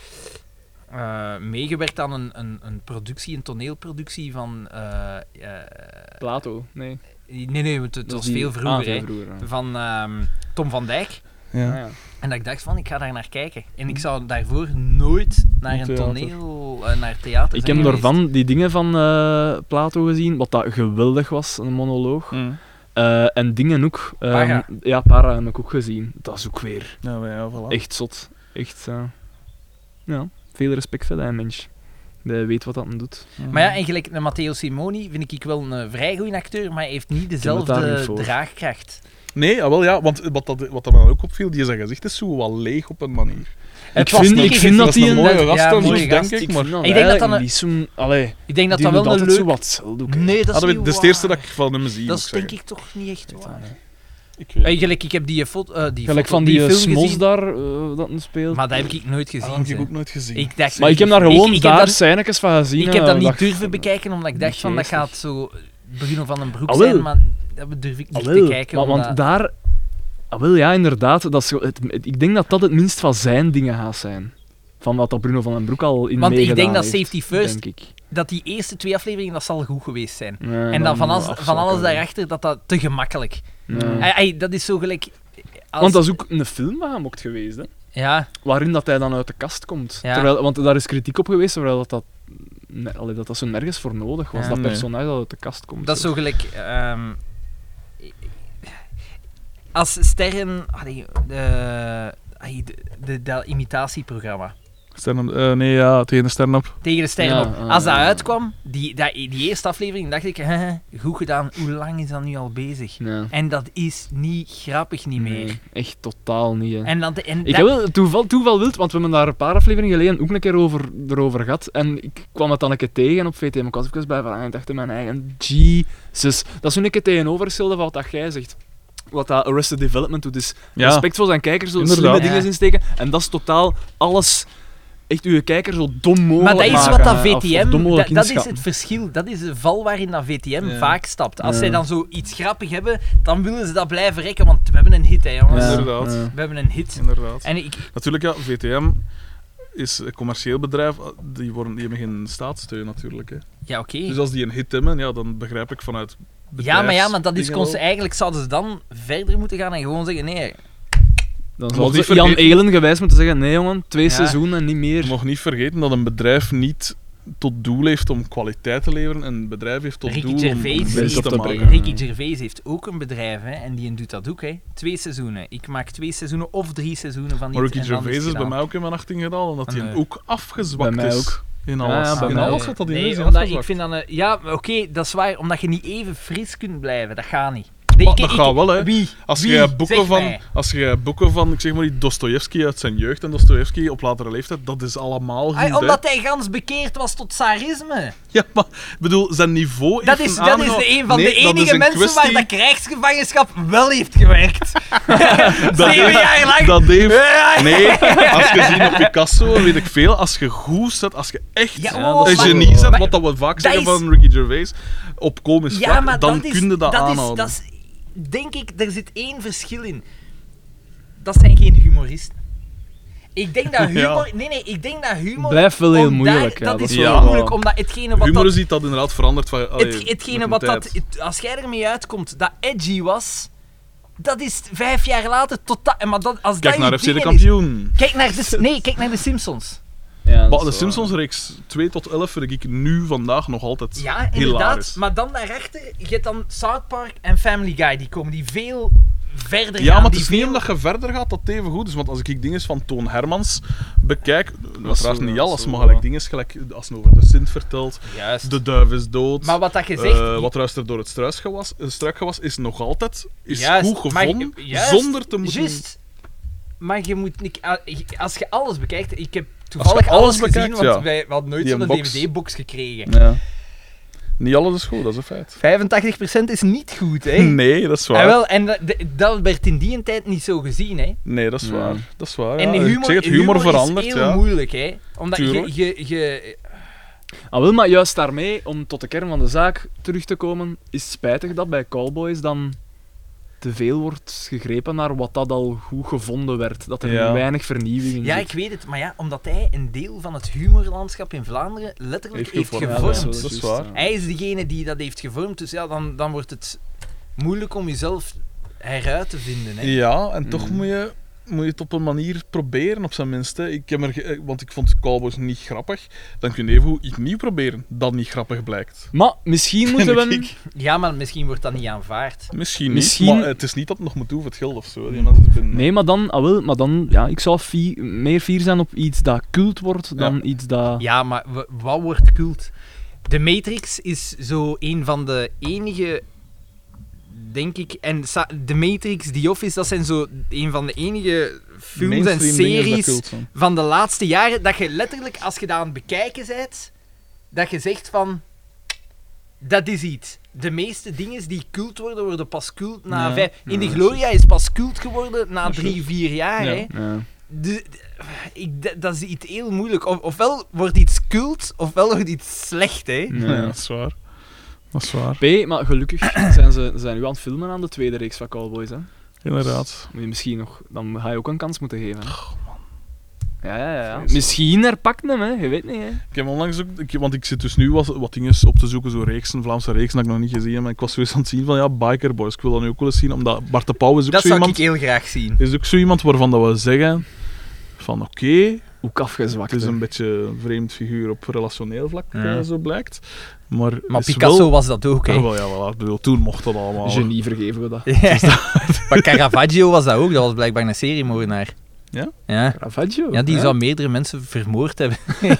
Speaker 1: meegewerkt aan een productie, een toneelproductie van...
Speaker 3: Plato, nee.
Speaker 1: nee, want het was veel vroeger, hè.
Speaker 3: ja.
Speaker 1: Van Tom van Dijk.
Speaker 2: Ja.
Speaker 3: Ja.
Speaker 1: En dat ik dacht van, ik ga daar naar kijken. En ik zou daarvoor nooit naar een
Speaker 2: Theater.
Speaker 1: toneel, naar theater
Speaker 3: Ik
Speaker 1: zijn
Speaker 3: heb
Speaker 1: geweest.
Speaker 3: daarvan die dingen van Plato gezien, wat dat geweldig was, een monoloog.
Speaker 2: Mm.
Speaker 3: En dingen ook.
Speaker 1: Para.
Speaker 3: Ja, Para heb ik ook gezien. Dat is ook weer
Speaker 2: Ja, maar ja, voilà.
Speaker 3: echt zot. Echt, ja, veel respect voor dat mens. Die weet wat dat hem doet.
Speaker 1: Maar ja, eigenlijk, een Matteo Simoni vind ik wel een vrij goede acteur, maar hij heeft niet
Speaker 3: het daar niet
Speaker 1: dezelfde
Speaker 3: voor.
Speaker 1: draagkracht.
Speaker 2: Nee, wel ja, want wat dat me dan ook opviel, die zijn gezicht is zo wel leeg op een manier.
Speaker 1: Het
Speaker 3: Ik
Speaker 1: was
Speaker 3: vind-
Speaker 1: niet
Speaker 3: ik vind dat
Speaker 2: dat is
Speaker 3: die
Speaker 2: een
Speaker 3: een-
Speaker 2: mooie gast,
Speaker 1: ja,
Speaker 2: en zo,
Speaker 1: mooie
Speaker 2: denk
Speaker 1: gast.
Speaker 2: ik, maar...
Speaker 1: Ik denk dat dat een-
Speaker 3: niet zo'n... Allee,
Speaker 1: Ik denk dat
Speaker 3: die
Speaker 1: dat wel
Speaker 3: doet
Speaker 1: een
Speaker 3: altijd zo
Speaker 1: leuk...
Speaker 3: wat hetzelfde ook, hè.
Speaker 1: Nee, dat is
Speaker 2: Dat
Speaker 1: niet
Speaker 2: is het eerste
Speaker 1: waar.
Speaker 2: dat ik van hem zie,
Speaker 1: Dat
Speaker 2: moet
Speaker 1: is
Speaker 2: ik
Speaker 1: denk
Speaker 2: zeggen.
Speaker 1: ik toch niet echt waar.
Speaker 2: Ik weet het.
Speaker 1: Eigenlijk, ik heb die
Speaker 3: Gelijk
Speaker 1: foto-
Speaker 3: van die
Speaker 1: film
Speaker 3: Smols
Speaker 1: gezien,
Speaker 3: daar, dat hem speelt.
Speaker 1: maar dat heb ik nooit
Speaker 2: Ah,
Speaker 1: gezien.
Speaker 2: dat heb ik
Speaker 1: zeg.
Speaker 2: ook nooit gezien.
Speaker 1: Ik dacht,
Speaker 3: Maar ik heb daar gewoon
Speaker 1: ik heb
Speaker 3: daar
Speaker 1: dat-
Speaker 3: scènetjes van gezien.
Speaker 1: Ik heb dat niet
Speaker 3: dacht-
Speaker 1: durven bekijken, omdat ik dacht
Speaker 3: niet
Speaker 1: van, dat
Speaker 3: geestig.
Speaker 1: gaat zo Bruno van den Broek
Speaker 3: Ah, wel.
Speaker 1: zijn, maar dat durf ik niet te kijken.
Speaker 3: maar, want
Speaker 1: omdat-
Speaker 3: daar... Ah, wel, ja, inderdaad. Dat is, zo- ik denk dat dat het minst van zijn dingen gaat zijn. Van wat dat Bruno van den Broek al in
Speaker 1: Want ik
Speaker 3: meegedaan
Speaker 1: denk dat
Speaker 3: heeft,
Speaker 1: Safety First,
Speaker 3: denk ik.
Speaker 1: dat die eerste 2 afleveringen, dat zal goed geweest zijn.
Speaker 3: Ja,
Speaker 1: En dan van alles
Speaker 3: afzakken.
Speaker 1: daarachter, dat te gemakkelijk.
Speaker 3: Ja.
Speaker 1: Dat is zo gelijk... als-
Speaker 3: Want dat is ook een film van hem ook geweest, hè.
Speaker 1: Ja,
Speaker 3: Waarin dat hij dan uit de kast komt.
Speaker 1: Ja.
Speaker 3: Terwijl, want daar is kritiek op geweest, terwijl dat zo nergens voor nodig was.
Speaker 1: Ja.
Speaker 3: Dat
Speaker 2: Nee.
Speaker 3: personage dat uit de kast komt.
Speaker 1: dat is zo gelijk... als sterren... Dat imitatieprogramma.
Speaker 2: Stand-up, nee, ja, tegen de stand-up.
Speaker 1: Tegen de sterren
Speaker 3: Ja,
Speaker 1: op. Als dat uitkwam, die eerste aflevering, dacht ik, goed gedaan, hoe lang is dat nu al bezig?
Speaker 3: Ja.
Speaker 1: En dat is niet grappig niet meer.
Speaker 3: Nee, echt totaal niet, hè.
Speaker 1: En
Speaker 3: Ik heb wel toeval wild, want we hebben daar een paar afleveringen geleden ook een keer erover gehad. En ik kwam het dan een keer tegen op VTM. Ik was even bij van en ik dacht in mijn eigen, Jesus. Dat is een keer tegenovergestelde van wat dat jij zegt. Wat dat Arrested Development doet, is
Speaker 2: Ja.
Speaker 3: respect voor zijn kijkers, zo
Speaker 2: Inderdaad.
Speaker 3: slimme
Speaker 1: Ja.
Speaker 3: dingen insteken. En dat is totaal alles, echt uw kijker zo dom mogelijk
Speaker 1: Maar dat is
Speaker 3: maken,
Speaker 1: wat dat
Speaker 3: of
Speaker 1: VTM,
Speaker 3: dom mogelijk
Speaker 1: dat is
Speaker 3: inschatten.
Speaker 1: het verschil. Dat is de val waarin dat VTM
Speaker 2: Ja.
Speaker 1: vaak stapt. Als
Speaker 3: Ja.
Speaker 1: zij dan zo iets grappig hebben, dan willen ze dat blijven rekken, want we hebben een hit, hè jongens.
Speaker 2: Ja. Inderdaad.
Speaker 1: We hebben een hit.
Speaker 2: Inderdaad.
Speaker 1: En
Speaker 2: Natuurlijk, ja, VTM is een commercieel bedrijf, die hebben geen staatssteun natuurlijk. Hè.
Speaker 1: ja, oké.
Speaker 2: Dus als die een hit hebben, ja, dan begrijp ik vanuit
Speaker 1: Ja, maar dat is
Speaker 2: dingen wel.
Speaker 1: eigenlijk zouden ze dan verder moeten gaan en gewoon zeggen, nee,
Speaker 3: Dan
Speaker 2: Maar
Speaker 3: zou
Speaker 2: niet
Speaker 3: ze Jan
Speaker 2: vergeten-
Speaker 3: Elen gewijs moeten zeggen, nee jongen, 2
Speaker 1: Ja.
Speaker 3: seizoenen en niet
Speaker 2: Je
Speaker 3: meer.
Speaker 2: mag niet vergeten dat een bedrijf niet tot doel heeft om kwaliteit te leveren. En een bedrijf heeft tot
Speaker 1: Ricky
Speaker 2: doel om
Speaker 1: Gervais
Speaker 2: winst
Speaker 3: heeft-
Speaker 2: te
Speaker 3: te
Speaker 2: maken.
Speaker 3: brengen.
Speaker 1: Ricky Gervais heeft ook een bedrijf, hè, en die doet dat ook, hè. 2 seizoenen. Ik maak 2 seizoenen of 3 seizoenen van
Speaker 2: Maar
Speaker 1: iets
Speaker 2: Ricky
Speaker 1: en dan
Speaker 2: Gervais is
Speaker 1: het
Speaker 2: bij
Speaker 1: gedaan.
Speaker 2: mij ook in mijn achting gedaan, omdat hij
Speaker 1: Nee.
Speaker 2: ook afgezwakt
Speaker 3: Bij mij
Speaker 2: is.
Speaker 3: ook.
Speaker 2: In
Speaker 3: Ja,
Speaker 2: alles.
Speaker 3: ja, bij
Speaker 2: in
Speaker 3: mij
Speaker 2: alles
Speaker 3: ook.
Speaker 2: wat dat in
Speaker 1: Nee,
Speaker 2: is,
Speaker 1: omdat ik
Speaker 2: afgezwakt.
Speaker 1: vind dan... ja, oké, dat is waar. Omdat je niet even fris kunt blijven. Dat gaat niet.
Speaker 2: Maar dat gaat wel, hè.
Speaker 1: Wie?
Speaker 2: Als
Speaker 1: Wie?
Speaker 2: je
Speaker 1: Zeg
Speaker 2: boeken van, ik zeg maar, die Dostojevski uit zijn jeugd en Dostojevski op latere leeftijd, dat is allemaal goed,
Speaker 1: Ay,
Speaker 2: hè.
Speaker 1: omdat hij gans bekeerd was tot tsarisme.
Speaker 2: Ja, maar, ik bedoel, zijn niveau
Speaker 1: Dat
Speaker 2: heeft
Speaker 1: is,
Speaker 2: een
Speaker 1: dat is
Speaker 2: aangehouden-
Speaker 1: een van
Speaker 2: Nee,
Speaker 1: de
Speaker 2: dat is
Speaker 1: enige
Speaker 2: een
Speaker 1: mensen waar
Speaker 2: kwestie-
Speaker 1: dat krijgsgevangenschap wel heeft gewerkt. 7 jaar lang.
Speaker 2: Dat heeft...
Speaker 1: Ja,
Speaker 2: Nee, als je ziet op Picasso, weet ik veel, als je goed zet, als je echt
Speaker 1: Ja,
Speaker 3: oh,
Speaker 2: een
Speaker 3: maar-
Speaker 2: genie zet,
Speaker 1: maar-
Speaker 2: wat dat we vaak
Speaker 1: dat
Speaker 2: zeggen
Speaker 1: is-
Speaker 2: van Ricky Gervais, op komisch
Speaker 1: Ja,
Speaker 2: vlak,
Speaker 1: maar
Speaker 2: dan
Speaker 1: dat
Speaker 2: kun je dat
Speaker 1: is,
Speaker 2: aanhouden.
Speaker 1: dat is, denk ik, er zit één verschil in. Dat zijn geen humoristen. Ik denk dat humor...
Speaker 2: Ja.
Speaker 1: Nee, ik denk dat humor...
Speaker 3: Blijft wel heel
Speaker 1: om
Speaker 3: moeilijk,
Speaker 1: daar-
Speaker 3: ja,
Speaker 1: dat is
Speaker 2: dat
Speaker 1: wel
Speaker 2: is-
Speaker 1: moeilijk, omdat hetgene wat
Speaker 2: Humor
Speaker 1: dat...
Speaker 2: ziet dat inderdaad veranderd van...
Speaker 1: Hetgene wat dat... Als jij ermee uitkomt, dat edgy was... Dat is 5 jaar later totaal... Maar dat, als
Speaker 2: Kijk
Speaker 1: dat
Speaker 2: naar
Speaker 1: je
Speaker 2: FC de
Speaker 1: dingen is-
Speaker 2: kampioen.
Speaker 1: Kijk naar de Simpsons.
Speaker 3: Ja, dat
Speaker 2: Maar
Speaker 3: is
Speaker 2: de
Speaker 3: waar.
Speaker 2: Simpsons-reeks 2 tot 11 vind ik nu vandaag nog altijd
Speaker 1: Ja, inderdaad.
Speaker 2: hilarisch.
Speaker 1: Maar dan daarachter, je hebt dan South Park en Family Guy. Die komen die veel verder gaan.
Speaker 2: Ja, maar het
Speaker 1: die
Speaker 2: is niet
Speaker 1: veel...
Speaker 2: omdat je verder gaat dat het even goed is. Want als ik dingen van Toon Hermans bekijk, uiteraard
Speaker 3: zo,
Speaker 2: niet
Speaker 3: dat
Speaker 2: alles,
Speaker 3: zo,
Speaker 2: maar
Speaker 3: ja.
Speaker 2: gelijk dingen gelijk als hij over de Sint vertelt,
Speaker 1: Juist.
Speaker 2: de duif is dood,
Speaker 1: Maar wat dat je zegt...
Speaker 2: wat ruist er door het struikgewas, is nog altijd
Speaker 1: Juist,
Speaker 2: goed
Speaker 1: maar-
Speaker 2: gevonden,
Speaker 1: juist,
Speaker 2: zonder te moeten...
Speaker 1: Juist. Maar je moet niet... Als je alles bekijkt... Ik heb toevallig
Speaker 2: alles
Speaker 1: alles gezien,
Speaker 2: bekijkt,
Speaker 1: want
Speaker 2: ja.
Speaker 1: wij hadden nooit
Speaker 2: Die
Speaker 1: zo'n
Speaker 2: box.
Speaker 1: DVD-box gekregen.
Speaker 2: Ja. Niet alles is goed, dat is een feit.
Speaker 1: 85% is niet goed, hè?
Speaker 2: Nee, dat is waar.
Speaker 1: En dat werd in die tijd niet zo gezien, hè?
Speaker 2: Nee, dat is
Speaker 3: Ja.
Speaker 2: waar. Dat is waar,
Speaker 1: En
Speaker 2: ja.
Speaker 1: de
Speaker 2: Ik
Speaker 1: humor,
Speaker 2: zeg het, humor verandert,
Speaker 1: is heel
Speaker 2: ja.
Speaker 1: moeilijk, hè? Omdat
Speaker 2: Tuurlijk.
Speaker 1: je
Speaker 3: Ah, wel, maar juist daarmee, om tot de kern van de zaak terug te komen, is het spijtig dat bij Cowboys dan te veel wordt gegrepen naar wat dat al goed gevonden werd. Dat er
Speaker 2: Ja.
Speaker 3: weinig vernieuwing in
Speaker 1: Ja,
Speaker 3: zit.
Speaker 1: ik weet het, maar ja, omdat hij een deel van het humorlandschap in Vlaanderen letterlijk heeft
Speaker 2: gevormd.
Speaker 3: Ja,
Speaker 1: gevormd.
Speaker 2: dat is waar.
Speaker 1: Hij is degene die dat heeft gevormd, dus ja, dan wordt het moeilijk om jezelf heruit te vinden. Hè?
Speaker 2: Ja, en toch
Speaker 3: Mm.
Speaker 2: moet je het op een manier proberen, op zijn minst. Hè. Want ik vond Cowboys niet grappig. Dan kun je even iets nieuw proberen dat niet grappig blijkt.
Speaker 3: Maar misschien moeten we...
Speaker 2: Ik-
Speaker 1: Ja, maar misschien wordt dat niet aanvaard.
Speaker 2: Misschien,
Speaker 3: Misschien-
Speaker 2: niet, maar het is niet dat het nog moet doen voor het geld of zo. Die mensen zijn-
Speaker 3: Nee, maar dan, ja, ik zou meer fier zijn op iets dat cult wordt dan
Speaker 2: Ja.
Speaker 3: iets dat...
Speaker 1: Ja, maar wat wordt cult? De Matrix is zo een van de enige, denk ik, en de Matrix, The Office, dat zijn zo een van de enige films en
Speaker 2: mainstream dingen dat
Speaker 1: series
Speaker 2: cult zijn.
Speaker 1: van de laatste jaren, dat je letterlijk, als je dat aan het bekijken bent, dat je zegt van, dat is iets. De meeste dingen die cult worden pas cult na
Speaker 2: Ja.
Speaker 1: 5... In de
Speaker 3: Ja,
Speaker 1: Gloria is pas cult geworden na
Speaker 2: Dat is
Speaker 1: 3, 4 jaar,
Speaker 2: Ja.
Speaker 1: hè.
Speaker 3: Ja.
Speaker 1: Dat is iets heel moeilijk. Ofwel wordt iets cult, ofwel wordt iets slecht, hè.
Speaker 2: Ja, dat is waar. Dat is waar.
Speaker 3: P, maar gelukkig zijn ze nu aan het filmen aan de tweede reeks van Cowboys, hè.
Speaker 2: Inderdaad.
Speaker 3: Moet je misschien nog... Dan ga je ook een kans moeten geven, hè. Ja.
Speaker 2: Vreselijk.
Speaker 3: Misschien herpakt hem, hè. Je weet niet, hè.
Speaker 2: Ik heb onlangs ook... want ik zit dus nu wat dingen op te zoeken, zo reeksen, Vlaamse reeksen, dat ik nog niet gezien heb. Maar ik was zo eens aan het zien van, ja, Biker Boys. Ik wil dat nu ook wel eens zien, omdat Bart de Pauw is ook
Speaker 1: Dat
Speaker 2: zo
Speaker 1: zou
Speaker 2: iemand...
Speaker 1: ik heel graag zien.
Speaker 2: Is ook zo iemand waarvan dat we zeggen van oké,
Speaker 3: Ook afgezwakt,
Speaker 2: het is
Speaker 3: hè.
Speaker 2: een beetje een vreemd figuur op relationeel vlak,
Speaker 1: Ja.
Speaker 2: zo blijkt. Maar,
Speaker 1: Maar
Speaker 2: is
Speaker 1: Picasso
Speaker 2: wel...
Speaker 1: was dat ook, hè.
Speaker 2: Ja, wel, ja, voilà. Ik bedoel, toen mocht dat allemaal.
Speaker 3: Genie vergeven we dat.
Speaker 1: Maar Caravaggio was dat ook. Dat was blijkbaar een seriemoordenaar.
Speaker 2: Ja?
Speaker 1: Ja.
Speaker 3: Caravaggio?
Speaker 1: Ja, die
Speaker 3: hè?
Speaker 1: zou meerdere mensen vermoord hebben.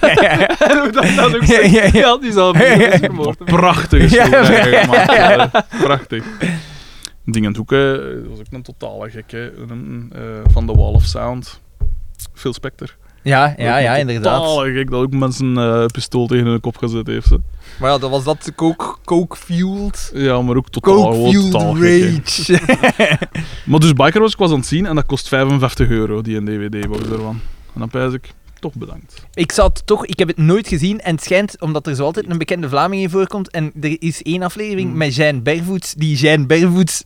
Speaker 3: Hoe dat ook zegt. Ja, die zou meerdere vermoord hebben.
Speaker 2: Prachtige
Speaker 1: Ja,
Speaker 2: schilderijen
Speaker 1: ja,
Speaker 2: gemaakt.
Speaker 1: ja.
Speaker 2: Ja. Prachtig. Dingen Hoeken, dat was ook een totale gek, hè. Van The Wall of Sound. Phil Spector.
Speaker 1: Ja,
Speaker 2: Ook een
Speaker 1: inderdaad.
Speaker 2: Totale gek dat ook mensen een pistool tegen hun kop gezet heeft. Hè.
Speaker 1: Maar ja, dat was dat coke-fueled.
Speaker 2: Ja, maar ook totaal, gewoon totaal
Speaker 1: Coke-fueled
Speaker 2: gek, hè.
Speaker 1: rage.
Speaker 2: Maar dus Biker was ik was aan het zien en dat kost €55, die een DVD-box ervan. En dan pijs ik, toch bedankt.
Speaker 1: Ik zou het toch... Ik heb het nooit gezien en het schijnt, omdat er zo altijd een bekende Vlaming in voorkomt, en er is één aflevering met Jean Bervoets, die Jean Bervoets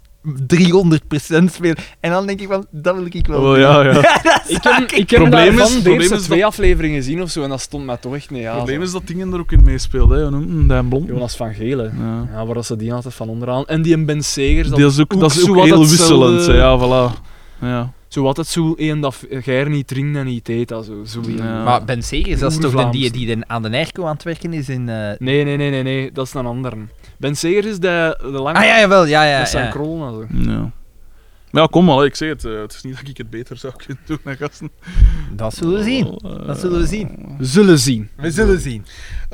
Speaker 1: 300% speelt. En dan denk ik van, dat wil ik wel
Speaker 2: Oh,
Speaker 1: doen.
Speaker 2: ja, ja.
Speaker 3: Ik heb
Speaker 2: Probleem
Speaker 3: daarvan
Speaker 2: is-
Speaker 3: de
Speaker 2: probleem
Speaker 3: eerste
Speaker 2: is
Speaker 3: 2
Speaker 2: dat-
Speaker 3: afleveringen gezien of zo en dat stond mij toch echt niet aan.
Speaker 2: Het probleem is dat dingen er ook in meespeelde. Hè. Dan Blond.
Speaker 3: Jonas van Gelen.
Speaker 2: Ja.
Speaker 3: Ja, waar dat ze die altijd van onderaan. En die en Ben Segers.
Speaker 2: Dat is ook, dat is
Speaker 3: zo
Speaker 2: ook
Speaker 3: wat
Speaker 2: heel
Speaker 3: hetzelfde-
Speaker 2: wisselend. Hè. Ja, voilà. Ja.
Speaker 3: Zo altijd zo één dat jij niet drinkt en niet eet. Zo
Speaker 2: Ja.
Speaker 1: Maar Ben Segers, dat is toch de,
Speaker 3: Oer-Vlaams.
Speaker 1: die aan de airco aan het werken is in...
Speaker 3: Nee, dat is een ander. Ben Segers is de lange...
Speaker 1: Ah ja, jawel, ja.
Speaker 3: Met zijn
Speaker 1: ja.
Speaker 3: krollen en zo.
Speaker 2: Ja. Maar ja, kom maar, hè. Ik zeg het. Het is niet dat ik het beter zou kunnen doen, hè, gasten.
Speaker 1: Dat zullen we zien. Dat zullen we zien.
Speaker 3: We zullen zien.
Speaker 1: We zullen zien.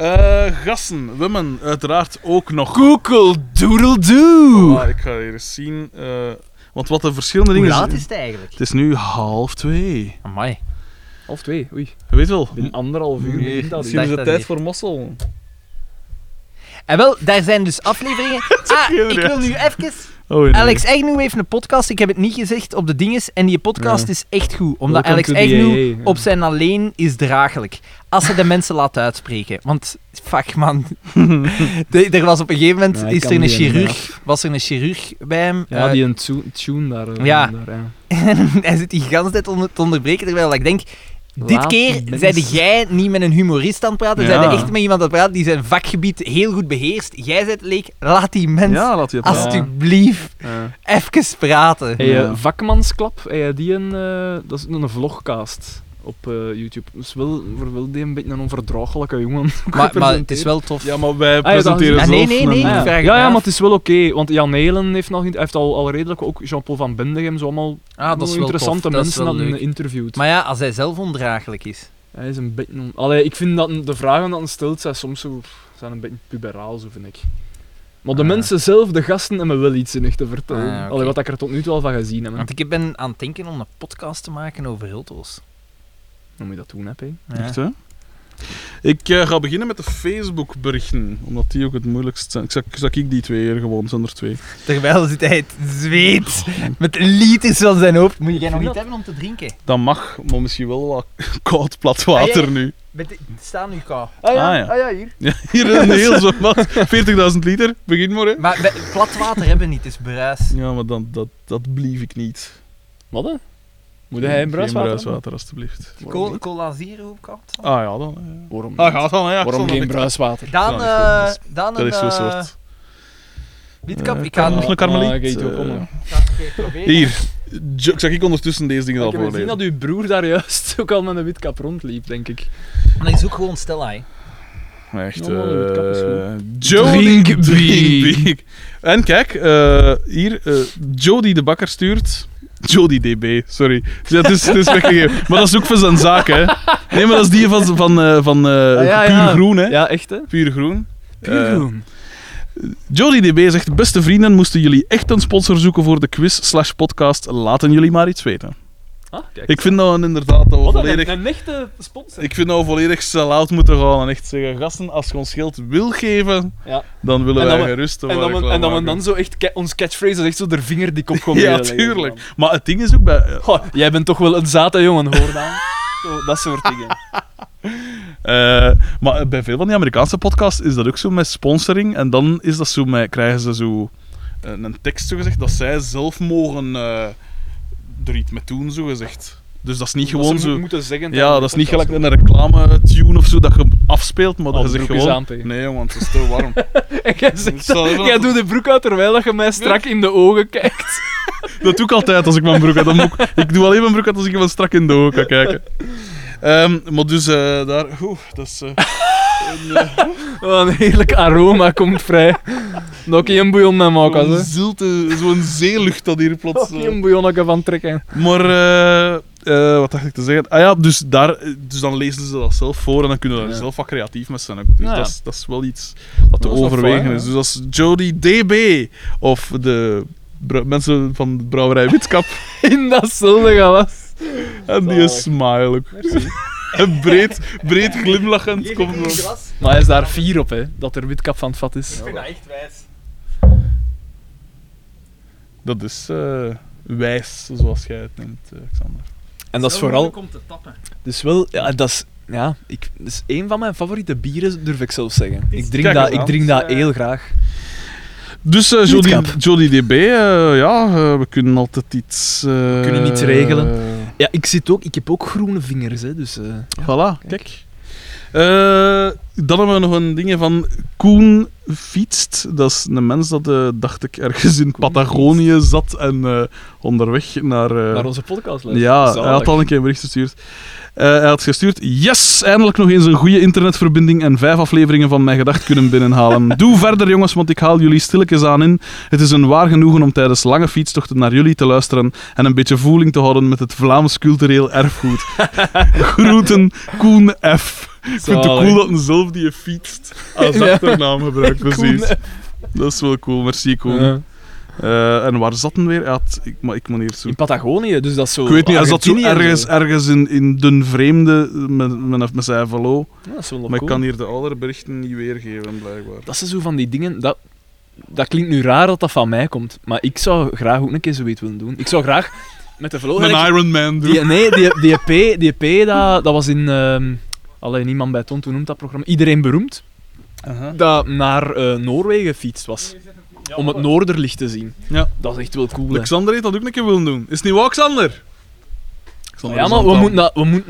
Speaker 2: Gasten, Wimmen, uiteraard ook nog.
Speaker 3: Google Doodle Doo!
Speaker 2: Ah, ik ga hier eens zien. Want wat de verschillende
Speaker 1: Hoe
Speaker 2: dingen
Speaker 1: laat
Speaker 2: zijn.
Speaker 1: is het eigenlijk?
Speaker 2: Het is nu 1:30.
Speaker 1: Amai.
Speaker 3: Of 2, oei.
Speaker 2: Je weet wel.
Speaker 3: Binnen 1,5 uur
Speaker 1: Nee,
Speaker 3: begint dat.
Speaker 1: zie
Speaker 2: Misschien is
Speaker 1: dacht
Speaker 2: het
Speaker 1: dat
Speaker 2: tijd
Speaker 1: niet.
Speaker 2: voor mossel.
Speaker 1: En wel, daar zijn dus afleveringen...
Speaker 2: geen
Speaker 1: ik wil nu even...
Speaker 2: Oh, nee.
Speaker 1: Alex Agnew heeft een podcast, ik heb het niet gezegd op de dinges, en die podcast
Speaker 3: Ja.
Speaker 1: is echt goed. Omdat
Speaker 3: Welcome
Speaker 1: Alex
Speaker 3: to the
Speaker 1: Agnew
Speaker 3: AA, ja.
Speaker 1: op zijn alleen is draaglijk. Als hij de mensen laat uitspreken. Want, fuck man. Er was op een gegeven moment,
Speaker 3: Ja, ik
Speaker 1: is
Speaker 3: kan
Speaker 1: er een
Speaker 3: die niet
Speaker 1: chirurg, was er een chirurg bij hem.
Speaker 3: Ja, die een tune daar.
Speaker 1: Ja.
Speaker 3: Daar, ja.
Speaker 1: Hij zit die ganse tijd te onderbreken, terwijl ik denk... Dit
Speaker 3: Laat
Speaker 1: keer
Speaker 3: die
Speaker 1: zeide
Speaker 3: mensen-
Speaker 1: jij niet met een humorist aan het praten,
Speaker 2: Ja.
Speaker 1: zeide echt met iemand aan het praten die zijn vakgebied heel goed beheerst. Jij zei het leek, laat die mens
Speaker 2: Ja, laat je het wel.
Speaker 1: alsjeblieft
Speaker 3: Ja.
Speaker 1: even praten.
Speaker 3: Hey,
Speaker 2: Ja.
Speaker 3: Vakmansklap, hey, die dat is een vlogcast. op YouTube. Dus wel die een beetje een onverdraaglijke jongen.
Speaker 1: Maar het is wel tof.
Speaker 2: Ja, maar wij
Speaker 3: ja,
Speaker 2: presenteren
Speaker 1: dat is-
Speaker 2: zelf...
Speaker 1: nee,
Speaker 2: een-
Speaker 1: nee.
Speaker 3: Ja,
Speaker 1: vraag het
Speaker 3: ja,
Speaker 1: me af.
Speaker 3: maar het is wel oké. Want Jan Helen heeft al redelijk, ook Jean-Paul van Bendegem, zo allemaal
Speaker 1: Dat is wel
Speaker 3: interessante
Speaker 1: tof. Dat is
Speaker 3: mensen
Speaker 1: wel
Speaker 3: dat
Speaker 1: leuk.
Speaker 3: hij interviewt.
Speaker 1: Maar ja, als hij zelf ondraaglijk is.
Speaker 3: Hij is een beetje... Allee, ik vind dat de vragen dat hij stelt, zijn soms zo... zijn een beetje puberaal, zo vind ik. Maar de mensen zelf, de gasten, hebben wel iets zinnig te vertellen.
Speaker 1: Ah, oké.
Speaker 3: Allee, wat ik er tot nu toe al van gezien heb.
Speaker 1: Want ik ben aan het denken om een podcast te maken over auto's.
Speaker 3: Dan moet je dat doen, hè, P.
Speaker 2: Echt, hè? Ik ga beginnen met de Facebook-berichten, omdat die ook het moeilijkst zijn. Ik die 2 hier gewoon, zonder 2.
Speaker 1: Terwijl zit hij het zweet met liters van zijn hoofd. Moet jij nog iets hebben om te drinken?
Speaker 2: Dat mag, maar misschien wel wat koud plat water nu.
Speaker 1: Staan nu kou.
Speaker 2: Ah, ja.
Speaker 3: hier.
Speaker 2: Ja, hier een heel zo wat. 40.000 liter, begin maar, hè.
Speaker 1: Maar plat water hebben we niet, het is bruis.
Speaker 2: Ja, maar dat blief ik niet.
Speaker 3: Wat, hè? Moet hij een
Speaker 2: Geen
Speaker 3: bruiswater?
Speaker 2: bruiswater, alstublieft.
Speaker 1: Cola Zero koud?
Speaker 2: Ah ja, dan.
Speaker 3: Waarom
Speaker 2: Ah
Speaker 3: niet?
Speaker 2: ja, dan. Ja,
Speaker 3: Waarom
Speaker 2: ik zal
Speaker 3: geen
Speaker 2: dat
Speaker 3: bruiswater?
Speaker 1: Dan,
Speaker 2: Dat
Speaker 1: dan
Speaker 2: Dat is zo'n soort.
Speaker 1: Witkap, ik ga
Speaker 2: nog een karmeliet.
Speaker 3: ik eet ook om, hè.
Speaker 1: proberen.
Speaker 2: Hier. Ik zag ik ondertussen deze dingen al
Speaker 3: Ik heb gezien
Speaker 2: voorlezen.
Speaker 3: dat uw broer daar juist ook al met een witkap rondliep, denk ik.
Speaker 1: Maar dat is ook gewoon Stella, hè.
Speaker 2: Echt,
Speaker 3: Ja, man, de witkap is
Speaker 2: Jody
Speaker 3: Drink big.
Speaker 2: En kijk, hier, Jody de Bakker stuurt... Jody DB, sorry. Ja, het is weggegeven. Maar dat is ook voor zijn zaak, hè. Nee, maar dat is die van Puur Groen, hè.
Speaker 3: Ja, echt, hè?
Speaker 2: Puur Groen.
Speaker 3: Puur groen.
Speaker 2: Jody DB zegt, beste vrienden, moesten jullie echt een sponsor zoeken voor de quiz/podcast, laten jullie maar iets weten.
Speaker 3: Ah, kijk.
Speaker 2: Ik vind dat we inderdaad dat we
Speaker 3: Wat
Speaker 2: volledig...
Speaker 3: een echte sponsor.
Speaker 2: Ik vind dat we volledig sell-out moeten gaan en echt zeggen, gasten, als je ons geld wil geven,
Speaker 3: Ja.
Speaker 2: dan willen
Speaker 3: En
Speaker 2: wij
Speaker 3: dan we-
Speaker 2: gerust
Speaker 3: En dan we dan zo echt... ons catchphrase is echt zo de vinger die kop gewoon
Speaker 2: Ja,
Speaker 3: meeleggen.
Speaker 2: tuurlijk. Maar het ding is ook bij...
Speaker 3: Goh, jij bent toch wel een zate jongen, hoor dan. Zo, dat soort dingen.
Speaker 2: Maar bij veel van die Amerikaanse podcasts is dat ook zo met sponsoring. En dan is dat zo met, krijgen ze zo een tekst zo gezegd dat zij zelf mogen er iets mee doen, zo gezegd. Dus dat is niet gewoon
Speaker 3: Dat ze
Speaker 2: zo...
Speaker 3: moeten zeggen...
Speaker 2: Ja, dat is niet gelijk een reclame-tune of zo dat je afspeelt, maar dat
Speaker 3: Oh,
Speaker 2: je zegt
Speaker 3: broek is
Speaker 2: gewoon...
Speaker 3: aan tegen.
Speaker 2: Nee, want het is te warm.
Speaker 3: En jij zegt
Speaker 2: Ik zal
Speaker 3: dat,
Speaker 2: even
Speaker 3: jij
Speaker 2: op-
Speaker 3: doet de broek uit terwijl dat je mij strak in de ogen kijkt.
Speaker 2: Dat doe ik altijd als ik mijn broek uit. Ik doe alleen mijn broek uit als ik iemand strak in de ogen kan kijken. Maar dus daar... dat is...
Speaker 3: Wat een heerlijk aroma komt vrij. Nog een bouillon met maken,
Speaker 2: zo'n
Speaker 3: hè.
Speaker 2: zilte, zo'n zeelucht dat hier plots...
Speaker 3: Nog een bouillonnetje van trekken.
Speaker 2: Maar, wat dacht ik te zeggen? Ah ja, dus dan lezen ze dat zelf voor en dan kunnen we daar
Speaker 3: Ja.
Speaker 2: zelf wat creatief met zijn. ook. Dus
Speaker 3: Ja, ja.
Speaker 2: dat is wel iets wat te
Speaker 3: Dat is wel
Speaker 2: overwegen
Speaker 3: fijn,
Speaker 2: is.
Speaker 3: ja.
Speaker 2: Dus als Jody DB of de mensen van de brouwerij Witkap
Speaker 3: In datzelfde galas.
Speaker 2: en die
Speaker 3: Zalig.
Speaker 2: smile ook. En breed glimlachend komt er.
Speaker 3: Maar hij is daar fier op, hè. Dat er witkap van het vat is.
Speaker 1: Ik vind dat echt wijs.
Speaker 2: Dat is wijs, zoals jij het noemt, Xander.
Speaker 3: En dat is vooral...
Speaker 1: om te tappen.
Speaker 3: Dus wel... Ja, dat is... Ja, dat is één van mijn favoriete bieren, durf ik zelf zeggen. Ik drink
Speaker 2: Kijk
Speaker 3: dat,
Speaker 2: eens aan.
Speaker 3: ik drink dat heel graag.
Speaker 2: Dus
Speaker 3: Witkap.
Speaker 2: Jody DB, we kunnen altijd iets...
Speaker 3: We kunnen iets regelen. Ja, ik heb ook groene vingers, hè, dus...
Speaker 2: Voilà, kijk. Dan hebben we nog een ding van Koen Fietst. Dat is een mens dat, dacht ik, ergens in Patagonië zat en onderweg naar...
Speaker 3: naar onze podcast luisteren.
Speaker 2: ja, hij
Speaker 3: Zalig.
Speaker 2: had al een keer een bericht gestuurd. Hij had gestuurd, yes, eindelijk nog eens een goede internetverbinding en 5 afleveringen van Mijn Gedacht kunnen binnenhalen. Doe verder jongens, want ik haal jullie stilletjes aan in. Het is een waar genoegen om tijdens lange fietstochten naar jullie te luisteren en een beetje voeling te houden met het Vlaams cultureel erfgoed. Groeten, Koen F. Ik vind het
Speaker 3: Zalig.
Speaker 2: cool dat hij zelf die fietst als
Speaker 3: Ja.
Speaker 2: achternaam gebruikt, precies.
Speaker 3: Koen
Speaker 2: Dat is wel cool, merci Koen.
Speaker 3: Ja.
Speaker 2: En waar zat hij weer? Ik moet hier zo...
Speaker 3: In Patagonië, dus dat is zo...
Speaker 2: Ik weet niet, hij zat zo
Speaker 3: Argentinië en zo.
Speaker 2: ergens in den vreemde met zijn velo.
Speaker 3: Ja, dat is wel nog
Speaker 2: Maar ik
Speaker 3: cool.
Speaker 2: kan hier de andere berichten niet weergeven, blijkbaar.
Speaker 3: Dat zijn zo van die dingen... Dat klinkt nu raar dat dat van mij komt, maar ik zou graag ook een keer zoiets willen doen. Ik zou graag met de vlog...
Speaker 2: Een Iron Man doen.
Speaker 3: Die EP, dat was in... alleen niemand bij Ton, hoe noemt dat programma? Iedereen beroemd.
Speaker 2: Aha.
Speaker 3: Dat naar Noorwegen gefietst was. Om het noorderlicht te zien.
Speaker 2: Ja.
Speaker 3: Dat is echt wel cool, hè.
Speaker 2: Alexander heeft dat ook een keer willen doen. Is het niet waar, Xander? Xander
Speaker 3: Ja,
Speaker 2: is
Speaker 3: maar
Speaker 2: aan
Speaker 3: we
Speaker 2: het
Speaker 3: moeten dat...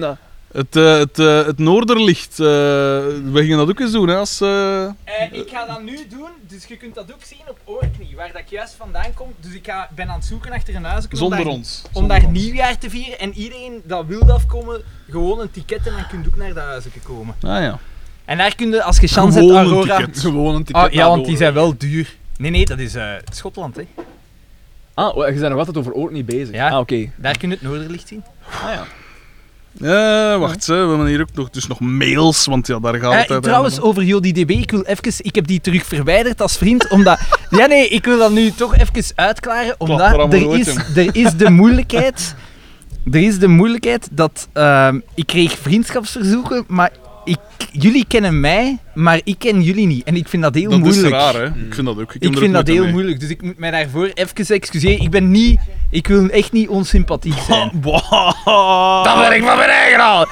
Speaker 2: Het Noorderlicht. We gingen dat ook eens doen, hè, als...
Speaker 1: Ik ga dat nu doen, dus je kunt dat ook zien op Orkney, waar dat ik juist vandaan kom. Dus ik ben aan het zoeken achter een huis.
Speaker 2: Zonder ons.
Speaker 1: Om daar nieuwjaar te vieren en iedereen dat wil afkomen, gewoon een ticket en dan kun je ook naar dat huisje komen.
Speaker 2: Ah ja.
Speaker 1: En daar kun je, als je chance hebt,
Speaker 2: Gewoon een
Speaker 1: Aurora...
Speaker 2: ticket.
Speaker 3: Gewoon een ticket.
Speaker 1: Ah, ja, want die zijn wel duur. Nee, dat is Schotland, hè.
Speaker 3: Ah, je bent nog altijd over Orkney bezig.
Speaker 1: Ja.
Speaker 3: Ah, oké.
Speaker 1: Daar kun je het Noorderlicht zien.
Speaker 3: Ah ja.
Speaker 2: Wacht, hè. We hebben hier ook nog mails, want ja, daar gaat het
Speaker 1: trouwens, over JodiDB, ik heb die terug verwijderd als vriend, omdat... Ja, nee, ik wil dat nu toch even uitklaren, omdat er is de moeilijkheid... Er is de moeilijkheid dat ik kreeg vriendschapsverzoeken, maar jullie kennen mij, maar ik ken jullie niet. En ik vind dat heel moeilijk.
Speaker 2: Dat is raar, hè. Ik vind dat ook.
Speaker 1: Ik vind dat heel moeilijk, dus ik moet mij daarvoor even excuseren. Ik wil echt niet onsympathiek zijn. Dat wil ik van mijn eigen al.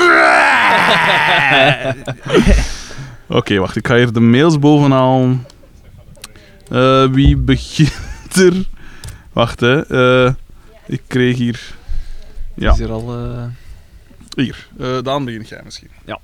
Speaker 2: Oké, wacht. Ik ga hier de mails bovenaan. Wie begint er? Wacht, hè. Ik kreeg hier... Ja.
Speaker 3: Is er al...
Speaker 2: Hier. Daan, begin jij misschien.
Speaker 3: Ja.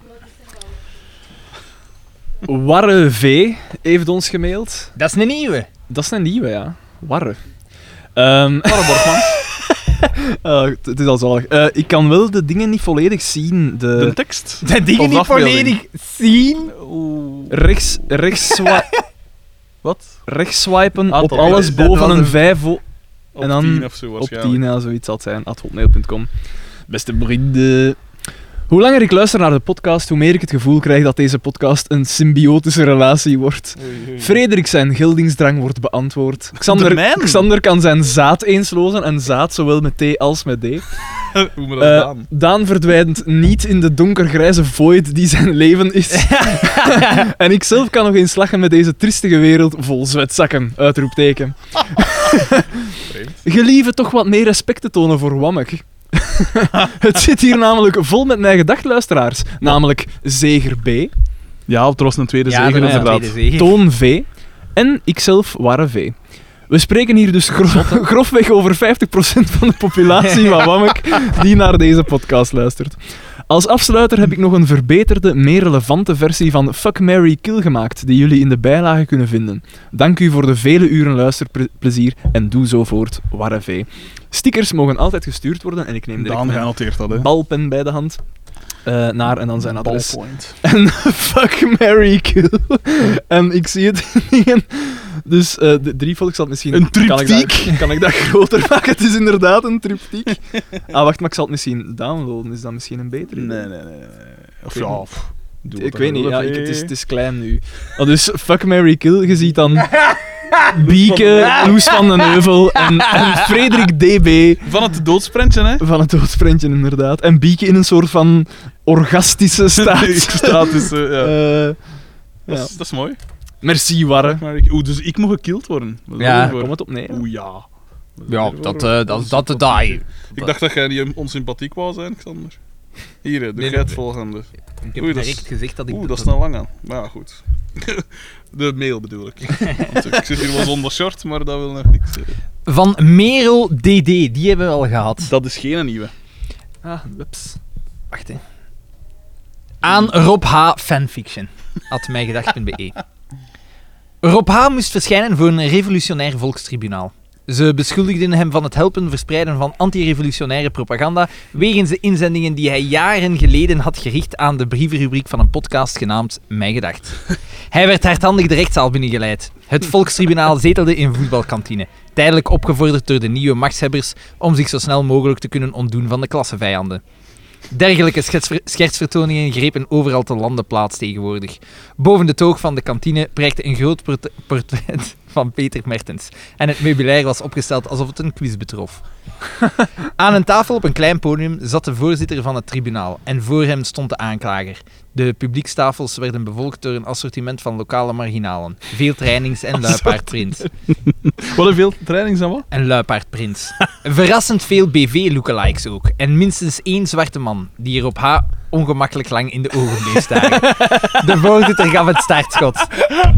Speaker 3: Warre V heeft ons gemaild.
Speaker 1: Dat is een nieuwe.
Speaker 3: Dat is een nieuwe, ja. Warre. Warre Borgman. Het is al zalig. Ik kan wel de dingen niet volledig zien.
Speaker 2: De tekst?
Speaker 1: De dingen
Speaker 2: Of
Speaker 1: niet
Speaker 2: afbeelding?
Speaker 1: volledig zien.
Speaker 3: Rechtsswipen op
Speaker 2: toch,
Speaker 3: alles
Speaker 2: dat
Speaker 3: boven
Speaker 1: was
Speaker 3: een
Speaker 1: een-
Speaker 3: 5
Speaker 2: Op
Speaker 3: en dan
Speaker 2: 10 of zo
Speaker 3: op
Speaker 2: waarschijnlijk.
Speaker 3: 10, ja, zoiets zal het zijn. @hotmail.com. Beste vrienden. Hoe langer ik luister naar de podcast, hoe meer ik het gevoel krijg dat deze podcast een symbiotische relatie wordt. Frederik zijn geldingsdrang wordt beantwoord.
Speaker 2: De mijne?
Speaker 3: Xander kan zijn zaad eens lozen en zaad zowel met T als met D.
Speaker 2: Hoe moet dat gedaan?
Speaker 3: Daan verdwijnt niet in de donkergrijze void die zijn leven is. En ik zelf kan nog eens lachen met deze triestige wereld vol zwetzakken. Uitroepteken. Gelieve toch wat meer respect te tonen voor Wammek. Het zit hier namelijk vol met mijn gedachtluisteraars. Namelijk Zeger B,
Speaker 2: Ja, er was een tweede
Speaker 1: Ja,
Speaker 2: zegen
Speaker 1: dat is een
Speaker 2: inderdaad.
Speaker 1: tweede zege.
Speaker 3: Toon V en ikzelf Warre V. We spreken hier dus grofweg over 50% van de populatie van Wammek die naar deze podcast luistert. Als afsluiter heb ik nog een verbeterde, meer relevante versie van Fuck, Marry, Kill gemaakt, die jullie in de bijlage kunnen vinden. Dank u voor de vele uren luisterplezier en doe zo voort, Warre V. Stickers mogen altijd gestuurd worden en ik neem direct
Speaker 2: Daan
Speaker 3: mijn
Speaker 2: genoteerd dat, hè.
Speaker 3: balpen bij de hand. Naar en dan zijn adres.
Speaker 2: Ballpoint.
Speaker 3: En fuck, marry, kill. En ik zie het in. Dus de drievolk zal het misschien...
Speaker 2: Een triptiek?
Speaker 3: Kan ik dat groter maken? Het is inderdaad een triptiek. Ah, wacht, maar ik zal het misschien downloaden. Is dat misschien een betere idee?
Speaker 2: Nee. Of
Speaker 3: Ik
Speaker 2: ja,
Speaker 3: weet
Speaker 2: doe
Speaker 3: Ik
Speaker 2: wat
Speaker 3: weet
Speaker 2: je
Speaker 3: niet,
Speaker 2: wil,
Speaker 3: ja,
Speaker 2: hè.
Speaker 3: het is klein nu. Ah, dus fuck, marry, kill. Je ziet dan Bieke, Loes van den Heuvel en Frederik DB
Speaker 2: Van het doodsprentje, hè.
Speaker 3: van het doodsprentje, inderdaad. En Bieke in een soort van orgastische staat.
Speaker 2: Staat is, ja.
Speaker 3: Ja.
Speaker 2: Dat is mooi.
Speaker 3: Merci, Warre.
Speaker 2: Maar dus ik mag gekild worden. Wat is
Speaker 1: Ja.
Speaker 2: dat voor?
Speaker 3: Kom het op neer.
Speaker 2: Oeh, ja.
Speaker 1: Ja, dat de die.
Speaker 2: Ik dacht dat jij niet onsympathiek wou zijn, Xander. Hier, hè, de
Speaker 1: Nee,
Speaker 2: volgende.
Speaker 1: Ik heb
Speaker 2: Oei, dat is-
Speaker 1: direct gezegd dat ik...
Speaker 2: Oeh, dat is nou lang aan. Maar ja, goed. De mail bedoel ik. Want ik zit hier wel zonder short, maar dat wil nog niks zeggen.
Speaker 1: Van Merel DD, die hebben we al gehad.
Speaker 2: Dat is geen nieuwe.
Speaker 3: Ah, ups.
Speaker 1: Wacht, hè. Aan Rob H. Fanfiction. @mijgedacht.be. Rob H. moest verschijnen voor een revolutionair volkstribunaal. Ze beschuldigden hem van het helpen verspreiden van anti-revolutionaire propaganda wegens de inzendingen die hij jaren geleden had gericht aan de brievenrubriek van een podcast genaamd Mijn Gedacht. Hij werd hardhandig de rechtszaal binnengeleid. Het volkstribunaal zetelde in voetbalkantine, tijdelijk opgevorderd door de nieuwe machtshebbers om zich zo snel mogelijk te kunnen ontdoen van de klassevijanden. Dergelijke schertsvertoningen grepen overal te landen plaats tegenwoordig. Boven de toog van de kantine prijkte een groot portret van Peter Mertens. En het meubilair was opgesteld alsof het een quiz betrof. Aan een tafel op een klein podium zat de voorzitter van het tribunaal. En voor hem stond de aanklager. De publiekstafels werden bevolkt door een assortiment van lokale marginalen. Veel trainings- en luipaardprins.
Speaker 2: Wat een veel trainings dan wat?
Speaker 1: En luipaardprins. Verrassend veel BV-lookalikes ook. En minstens één zwarte man, die er ongemakkelijk lang in de ogen bleef staren. De voorzitter gaf het startschot.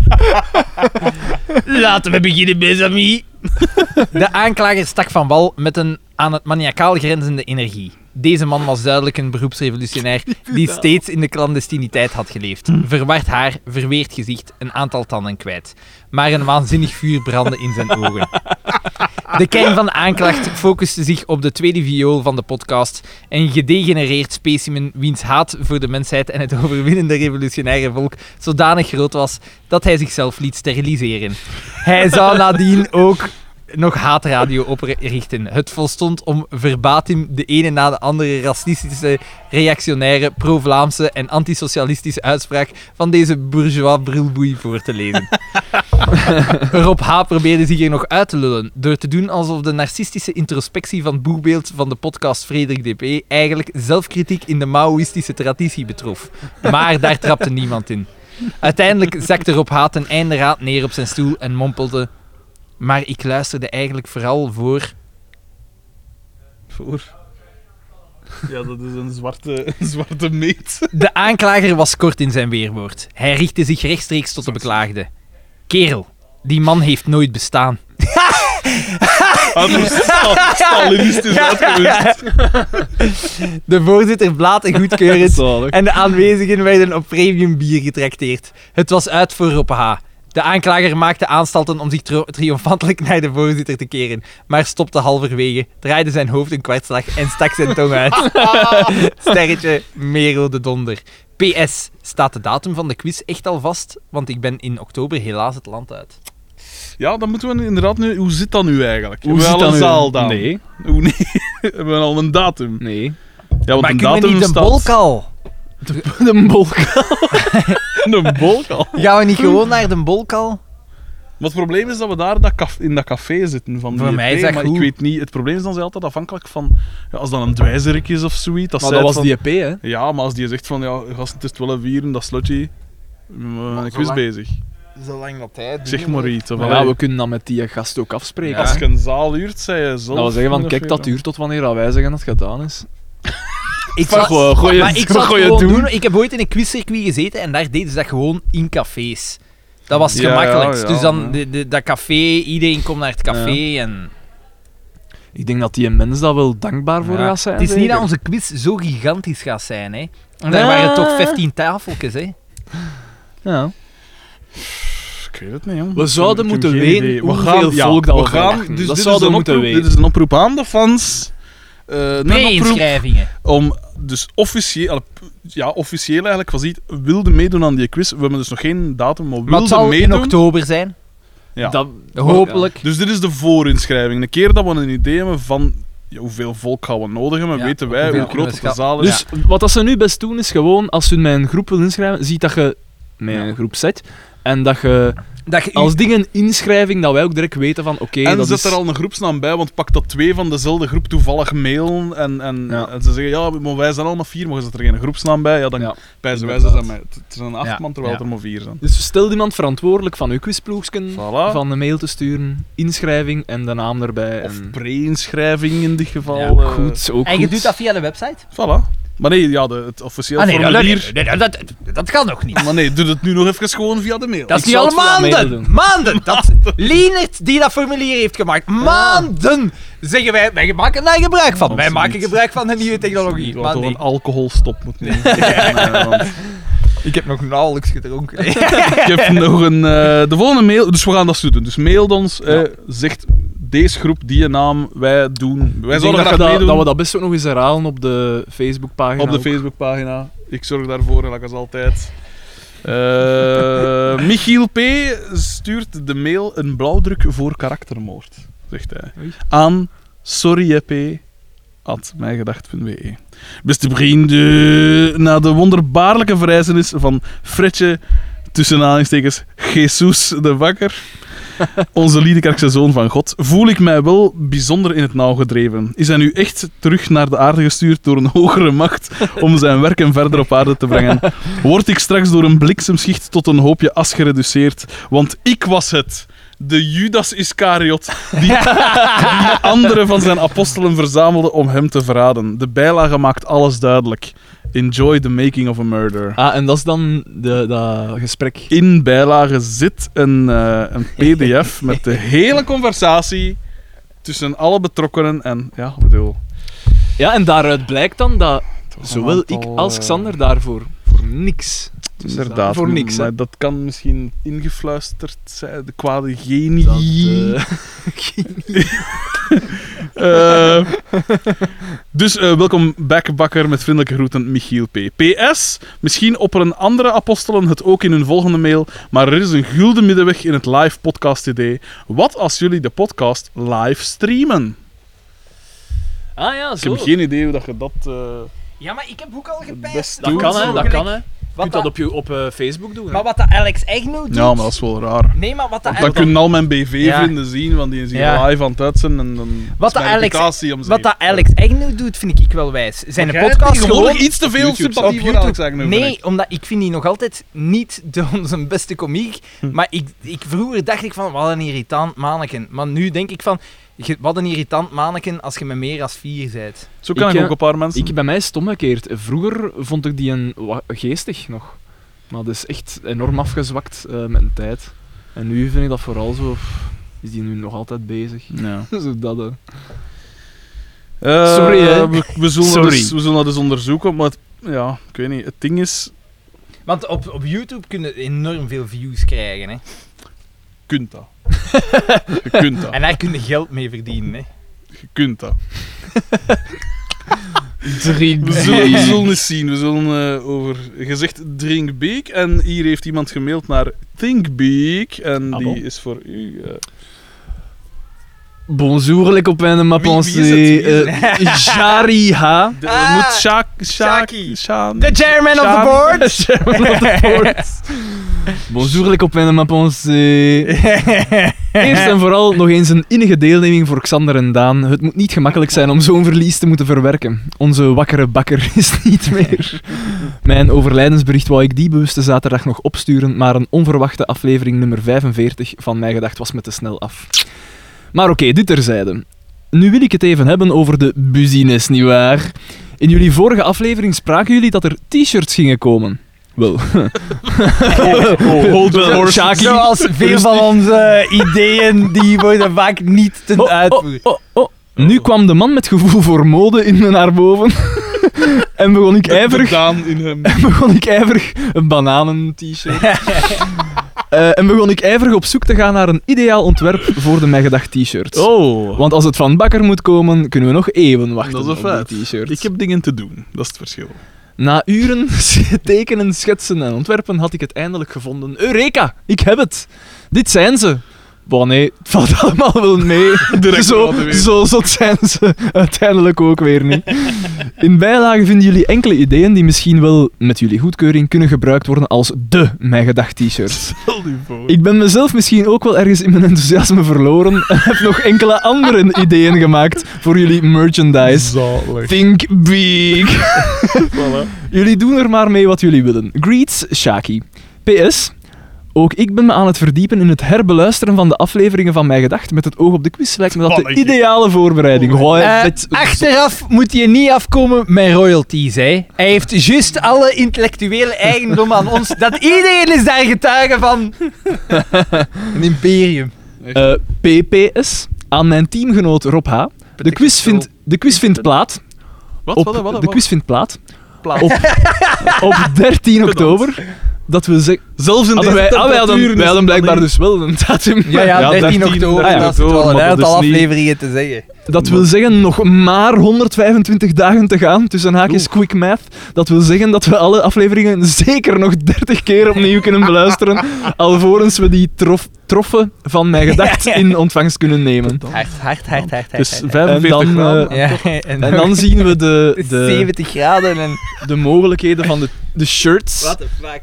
Speaker 1: Laten we beginnen, mes amis. De aanklager stak van wal met een aan het maniacaal grenzende energie. Deze man was duidelijk een beroepsrevolutionair die steeds in de clandestiniteit had geleefd. Verward haar, verweerd gezicht, een aantal tanden kwijt. Maar een waanzinnig vuur brandde in zijn ogen. De kern van de aanklacht focuste zich op de tweede viool van de podcast, een gedegenereerd specimen wiens haat voor de mensheid en het overwinnende revolutionaire volk zodanig groot was dat hij zichzelf liet steriliseren. Hij zou nadien ook nog haatradio oprichten. Het volstond om verbatim de ene na de andere racistische, reactionaire, pro-Vlaamse en antisocialistische uitspraak van deze bourgeois brilboei voor te lezen. Rob H. probeerde zich er nog uit te lullen door te doen alsof de narcistische introspectie van boegbeeld van de podcast Frederik D.P. eigenlijk zelfkritiek in de Maoïstische traditie betrof. Maar daar trapte niemand in. Uiteindelijk zakte Rob H. ten einde raad neer op zijn stoel en mompelde: maar ik luisterde eigenlijk vooral voor...
Speaker 2: Voor? Ja, dat is een zwarte meet.
Speaker 1: De aanklager was kort in zijn weerwoord. Hij richtte zich rechtstreeks tot de beklaagde. Kerel, die man heeft nooit bestaan.
Speaker 2: Stalinistisch uitgewist.
Speaker 1: De voorzitter blaatte goedkeurend en de aanwezigen werden op premium bier getrakteerd. Het was uit voor Rob H. De aanklager maakte aanstalten om zich triomfantelijk naar de voorzitter te keren, maar stopte halverwege, draaide zijn hoofd een kwartslag en stak zijn tong uit. Sterretje, Merel de Donder. PS, staat de datum van de quiz echt al vast? Want ik ben in oktober helaas het land uit.
Speaker 2: Ja, dan moeten we inderdaad nu... Hoe zit dat nu eigenlijk?
Speaker 3: Hoe zit
Speaker 2: Hebben we
Speaker 3: dat
Speaker 2: al een
Speaker 3: nu?
Speaker 2: zaal dan?
Speaker 3: Nee.
Speaker 2: Hoe nee? Hebben we al een datum?
Speaker 3: Nee.
Speaker 2: Ja, want
Speaker 1: Maar
Speaker 2: een
Speaker 1: kunnen we
Speaker 2: datum
Speaker 1: niet de
Speaker 2: staat...
Speaker 1: bolkal?
Speaker 3: De bolkal.
Speaker 2: Een bolkal.
Speaker 1: Gaan we niet gewoon naar de bolkal?
Speaker 2: Maar het probleem is dat we daar in dat café zitten van
Speaker 1: Voor
Speaker 2: die
Speaker 1: mij
Speaker 2: EP,
Speaker 1: is dat
Speaker 2: maar
Speaker 1: goed.
Speaker 2: ik weet niet... Het probleem is dan altijd afhankelijk van... Ja, als dat een dwijzerik is of zoiets...
Speaker 3: Maar
Speaker 2: zij
Speaker 3: dat was
Speaker 2: van,
Speaker 3: die EP, hè?
Speaker 2: Ja, maar als die zegt van... Ja, gast, het is 12 uur en dat slotje... Ik quiz bezig.
Speaker 1: Zolang dat hij...
Speaker 2: Zeg maar iets. Of
Speaker 3: Maar ja, we kunnen dat met die gast ook afspreken.
Speaker 2: Als je een zaal huurt, zei je zelf...
Speaker 3: Dat we zeggen van,
Speaker 2: of
Speaker 3: kijk,
Speaker 2: je
Speaker 3: dat duurt tot wanneer dat wij zeggen dat het gedaan is.
Speaker 1: Ik
Speaker 3: Maar gooi
Speaker 1: maar
Speaker 3: het-
Speaker 1: ik zou het
Speaker 3: gooi het
Speaker 1: gewoon
Speaker 3: doen.
Speaker 1: doen. Ik heb ooit in een quizcircuit gezeten en daar deden ze dat gewoon in cafés. Dat was het
Speaker 2: Ja,
Speaker 1: gemakkelijkst.
Speaker 2: ja,
Speaker 1: Dus dan
Speaker 2: ja.
Speaker 1: dat café, iedereen komt naar het café en...
Speaker 3: Ik denk dat die mens daar wel dankbaar voor
Speaker 1: Ja.
Speaker 3: gaat zijn.
Speaker 1: Het is niet
Speaker 3: zeker.
Speaker 1: dat onze quiz zo gigantisch gaat zijn, hè. En daar
Speaker 3: Ja.
Speaker 1: waren toch 15 tafeltjes, hè.
Speaker 3: Ja.
Speaker 2: Ik weet het niet, jong.
Speaker 3: We zouden
Speaker 2: Ik heb
Speaker 3: moeten
Speaker 2: geen
Speaker 3: weten
Speaker 2: idee.
Speaker 3: hoeveel volk dat we
Speaker 2: gaan.
Speaker 3: verwachten.
Speaker 2: Dus
Speaker 3: Dat
Speaker 2: dit
Speaker 3: zouden
Speaker 2: is
Speaker 3: we moeten weten.
Speaker 2: Dit is een oproep aan de fans. Een oproep
Speaker 1: Pre-inschrijvingen.
Speaker 2: om dus officieel eigenlijk was iets wilde meedoen aan die quiz. We hebben dus nog geen datum, maar
Speaker 1: Maar het
Speaker 2: wilde
Speaker 1: zal in
Speaker 2: meedoen.
Speaker 1: oktober zijn.
Speaker 2: Ja.
Speaker 3: Dat,
Speaker 1: Hopelijk.
Speaker 2: Dus dit is de voorinschrijving. Een keer dat we een idee hebben van ja, hoeveel volk gaan we nodig hebben,
Speaker 1: Ja,
Speaker 2: weten wij
Speaker 1: hoeveel
Speaker 2: hoe groot
Speaker 1: kunnen we
Speaker 2: de zaal is.
Speaker 3: Dus wat dat ze nu best doen is gewoon, als je met een groep wil inschrijven, ziet dat je met een groep zet en dat je
Speaker 1: Dat je
Speaker 3: als ding een inschrijving, dat wij ook direct weten van oké,
Speaker 2: En
Speaker 3: dat
Speaker 2: zet
Speaker 3: is...
Speaker 2: er al een groepsnaam bij, want pak dat 2 van dezelfde groep toevallig mailen en
Speaker 3: Ja.
Speaker 2: en ze zeggen ja, maar wij zijn allemaal 4, maar je zet er geen groepsnaam bij, ja, dan
Speaker 3: Ja,
Speaker 2: pijzen wij
Speaker 3: inderdaad.
Speaker 2: zijn met. Het zijn 8
Speaker 1: Ja.
Speaker 2: man, terwijl
Speaker 1: Ja.
Speaker 2: er maar 4 zijn.
Speaker 3: Dus stel iemand verantwoordelijk van uw quizploegsken,
Speaker 2: Voilà.
Speaker 3: van een mail te sturen, inschrijving en de naam erbij.
Speaker 2: Of
Speaker 3: en...
Speaker 2: pre-inschrijving in dit geval.
Speaker 1: Ja,
Speaker 3: Ook goed, ook
Speaker 1: En je
Speaker 3: goed.
Speaker 1: doet dat via de website?
Speaker 2: Voilà. Maar nee, ja, het officieel
Speaker 1: Ah, nee,
Speaker 2: formulier...
Speaker 1: dat kan nog niet.
Speaker 2: Maar nee, doe het nu nog even gewoon via de mail.
Speaker 1: Dat is
Speaker 3: Ik
Speaker 1: niet
Speaker 3: zal
Speaker 1: al
Speaker 3: het via mail
Speaker 1: maanden.
Speaker 3: doen.
Speaker 1: Maanden. Dat Lienert die dat formulier heeft gemaakt. Maanden. Zeggen wij maken daar gebruik van. Wij
Speaker 2: Absoluut.
Speaker 1: maken gebruik van de nieuwe technologie.
Speaker 2: Dat
Speaker 1: Maar
Speaker 2: toch
Speaker 1: nee,
Speaker 2: een alcoholstop moet nemen. Want
Speaker 1: ik heb nog nauwelijks gedronken.
Speaker 2: ik heb nog een... de volgende mail... Dus we gaan dat zo doen. Dus mailt ons. Zegt deze groep, die naam, wij doen... Wij
Speaker 3: Ik denk
Speaker 2: zouden
Speaker 3: dat,
Speaker 2: graag
Speaker 3: je dat,
Speaker 2: meedoen
Speaker 3: dat we dat best ook nog eens herhalen op de Facebookpagina.
Speaker 2: op de
Speaker 3: ook.
Speaker 2: Facebookpagina. Ik zorg daarvoor, gelijk als altijd. Michiel P. stuurt de mail een blauwdruk voor karaktermoord, zegt hij.
Speaker 3: Oei.
Speaker 2: Aan sorryep@mijgedacht.be. Beste vrienden, na de wonderbaarlijke verrijzenis van Fredje, tussen aanhalingstekens, Jesus de Bakker, onze Liedekerkse zoon van God, voel ik mij wel bijzonder in het nauw gedreven. Is hij nu echt terug naar de aarde gestuurd door een hogere macht om zijn werken verder op aarde te brengen? Word ik straks door een bliksemschicht tot een hoopje as gereduceerd? Want ik was het De Judas Iscariot, die anderen van zijn apostelen verzamelde om hem te verraden. De bijlage maakt alles duidelijk. Enjoy the making of a murder.
Speaker 3: Ah, en dat is dan dat gesprek.
Speaker 2: In bijlage zit een pdf met de hele conversatie tussen alle betrokkenen en... Ja, bedoel...
Speaker 3: Ja, en daaruit blijkt dan dat zowel
Speaker 2: aantal,
Speaker 3: ik als Xander daarvoor voor niks.
Speaker 2: Inderdaad,
Speaker 3: Voor niks, hè.
Speaker 2: maar dat kan misschien ingefluisterd zijn. De kwade
Speaker 3: Dat,
Speaker 2: genie. Dus welkom back, Bakker, met vriendelijke groeten, Michiel P. PS, misschien opperen andere apostelen het ook in hun volgende mail, maar er is een gulden middenweg in het live podcast idee. Wat als jullie de podcast live streamen?
Speaker 3: Ah ja,
Speaker 2: Ik
Speaker 3: zo.
Speaker 2: heb geen idee hoe dat je dat...
Speaker 1: Ja, maar ik heb ook al
Speaker 2: best
Speaker 1: gepijst.
Speaker 3: Dat
Speaker 2: doe
Speaker 3: kan,
Speaker 2: het
Speaker 3: hè.
Speaker 2: zo.
Speaker 3: Dat kan, hè. Je
Speaker 1: Wat
Speaker 3: kunt dat op Facebook doen. Hè.
Speaker 1: Maar wat dat Alex Agnew doet...
Speaker 2: Ja, maar dat is wel raar.
Speaker 1: Nee, maar wat dat
Speaker 2: Want dan kunnen al mijn BV-vrienden
Speaker 1: Ja.
Speaker 2: zien, want die is hier
Speaker 1: Ja.
Speaker 2: live aan het uitzenden en dan
Speaker 1: Wat
Speaker 2: is mijn
Speaker 1: dat Alex-
Speaker 2: reputatie om
Speaker 1: Wat dat Alex Agnew doet, vind ik wel wijs. Zijn
Speaker 2: Maar
Speaker 1: podcast
Speaker 2: tegenwoordig
Speaker 1: gewoon...
Speaker 2: iets te veel
Speaker 3: YouTube,
Speaker 2: sympathie
Speaker 1: op
Speaker 2: voor
Speaker 1: YouTube.
Speaker 2: Alex Agnew. vind
Speaker 1: Nee,
Speaker 2: ik.
Speaker 1: omdat ik vind die nog altijd niet onze beste komiek. Maar vroeger dacht ik van, wat een irritant manneken. Maar nu denk ik van, wat een irritant manneken als je met meer dan 4 bent.
Speaker 2: Zo kan ik ook een paar mensen.
Speaker 3: Bij mij is het omgekeerd. Vroeger vond ik die geestig nog. Maar dat is echt enorm afgezwakt met de tijd. En nu vind ik dat vooral zo... Is die nu nog altijd bezig?
Speaker 2: Ja.
Speaker 3: Zo dat,
Speaker 2: Eh,
Speaker 3: Sorry, hè.
Speaker 2: we zullen
Speaker 3: Sorry.
Speaker 2: we zullen dat eens onderzoeken, maar ja, ik weet niet. Het ding is,
Speaker 1: Want op YouTube kun je enorm veel views krijgen. Hè.
Speaker 2: je kunt dat. Je kunt dat.
Speaker 1: En daar kun je geld mee verdienen. Hè.
Speaker 2: Je kunt dat.
Speaker 3: Drink
Speaker 2: We zullen eens zien. We zullen over gezegd Drink Big. En hier heeft iemand gemaild naar Think Big. En
Speaker 3: Ah,
Speaker 2: die
Speaker 3: bon?
Speaker 2: is voor u.
Speaker 3: Bonjour, les copains de ma
Speaker 2: Wie is
Speaker 3: pensée.
Speaker 2: het?
Speaker 3: Jari H.
Speaker 2: Moet
Speaker 1: Shaki.
Speaker 2: Shaan.
Speaker 1: The chairman of the board!
Speaker 3: Chairman of the board. Bonjour, les copains de ma pensée. Eerst en vooral nog eens een innige deelneming voor Xander en Daan. Het moet niet gemakkelijk zijn om zo'n verlies te moeten verwerken. Onze wakkere bakker is niet meer. Mijn overlijdensbericht wou ik die bewuste zaterdag nog opsturen, maar een onverwachte aflevering nummer 45 van Mij Gedacht was me te snel af. Maar oké, dit terzijde. Nu wil ik het even hebben over de buzines, nietwaar? In jullie vorige aflevering spraken jullie dat er t-shirts gingen komen. Wel.
Speaker 2: Hold the horse.
Speaker 3: Shaki.
Speaker 1: Zoals veel van onze ideeën, die worden vaak niet ten uitvoer.
Speaker 3: Nu kwam de man met gevoel voor mode in me naar boven. En begon ik ijverig een bananen-t-shirt. En begon ik ijverig op zoek te gaan naar een ideaal ontwerp voor de Mij Gedacht t-shirts.
Speaker 2: Oh,
Speaker 3: Want als het van Bakker moet komen, kunnen we nog eeuwen wachten
Speaker 2: dat is een
Speaker 3: op
Speaker 2: feit.
Speaker 3: die t-shirts.
Speaker 2: Ik heb dingen te doen. Dat is het verschil.
Speaker 3: Na uren tekenen, schetsen en ontwerpen had ik het eindelijk gevonden. Eureka! Ik heb het! Dit zijn ze! Bon, nee, het valt allemaal wel mee. Zo zot zijn ze uiteindelijk ook weer niet. In bijlage vinden jullie enkele ideeën die misschien wel, met jullie goedkeuring, kunnen gebruikt worden als de Mijn Gedacht t-shirts.
Speaker 2: Stel je voor.
Speaker 3: Ik ben mezelf misschien ook wel ergens in mijn enthousiasme verloren en heb nog enkele andere ideeën gemaakt voor jullie merchandise.
Speaker 2: Zalig.
Speaker 3: Think big!
Speaker 2: Voilà.
Speaker 3: Jullie doen er maar mee wat jullie willen. Greets, Shaki. PS. Ook ik ben me aan het verdiepen in het herbeluisteren van de afleveringen van Mij Gedacht. Met het oog op de quiz lijkt me dat de
Speaker 2: Spannend.
Speaker 3: ideale voorbereiding.
Speaker 1: Achteraf moet je niet afkomen met royalties. Hè. Hij heeft juist alle intellectuele eigendom aan ons. Dat iedereen is daar getuige van. Een imperium.
Speaker 3: PPS. Aan mijn teamgenoot Rob H. De quiz vindt plaats.
Speaker 2: Wat?
Speaker 3: De quiz vindt plaats.
Speaker 2: Plaats.
Speaker 3: Op 13 oktober. Dat wil zeggen...
Speaker 2: Zelfs in deze
Speaker 3: wij
Speaker 2: temperaturen is
Speaker 3: hadden
Speaker 2: het
Speaker 3: blijkbaar
Speaker 2: dan
Speaker 3: dus wel een datum.
Speaker 1: Ja, 13 oktober.
Speaker 3: Ah ja,
Speaker 1: dat is wel
Speaker 3: maar
Speaker 1: een
Speaker 3: dat
Speaker 1: aantal
Speaker 3: is niet-
Speaker 1: afleveringen te zeggen.
Speaker 3: Dat wil zeggen nog maar 125 dagen te gaan, tussen haakjes quick math. Dat wil zeggen dat we alle afleveringen zeker nog 30 keer opnieuw kunnen beluisteren, alvorens we die troffen van Mijn Gedacht in ontvangst kunnen nemen.
Speaker 1: Hard.
Speaker 2: Dus
Speaker 3: En
Speaker 2: 45
Speaker 3: dan,
Speaker 2: graden.
Speaker 1: Ja,
Speaker 3: En dan zien we de
Speaker 1: 70 graden en...
Speaker 3: de mogelijkheden van de shirts.
Speaker 1: What the fuck?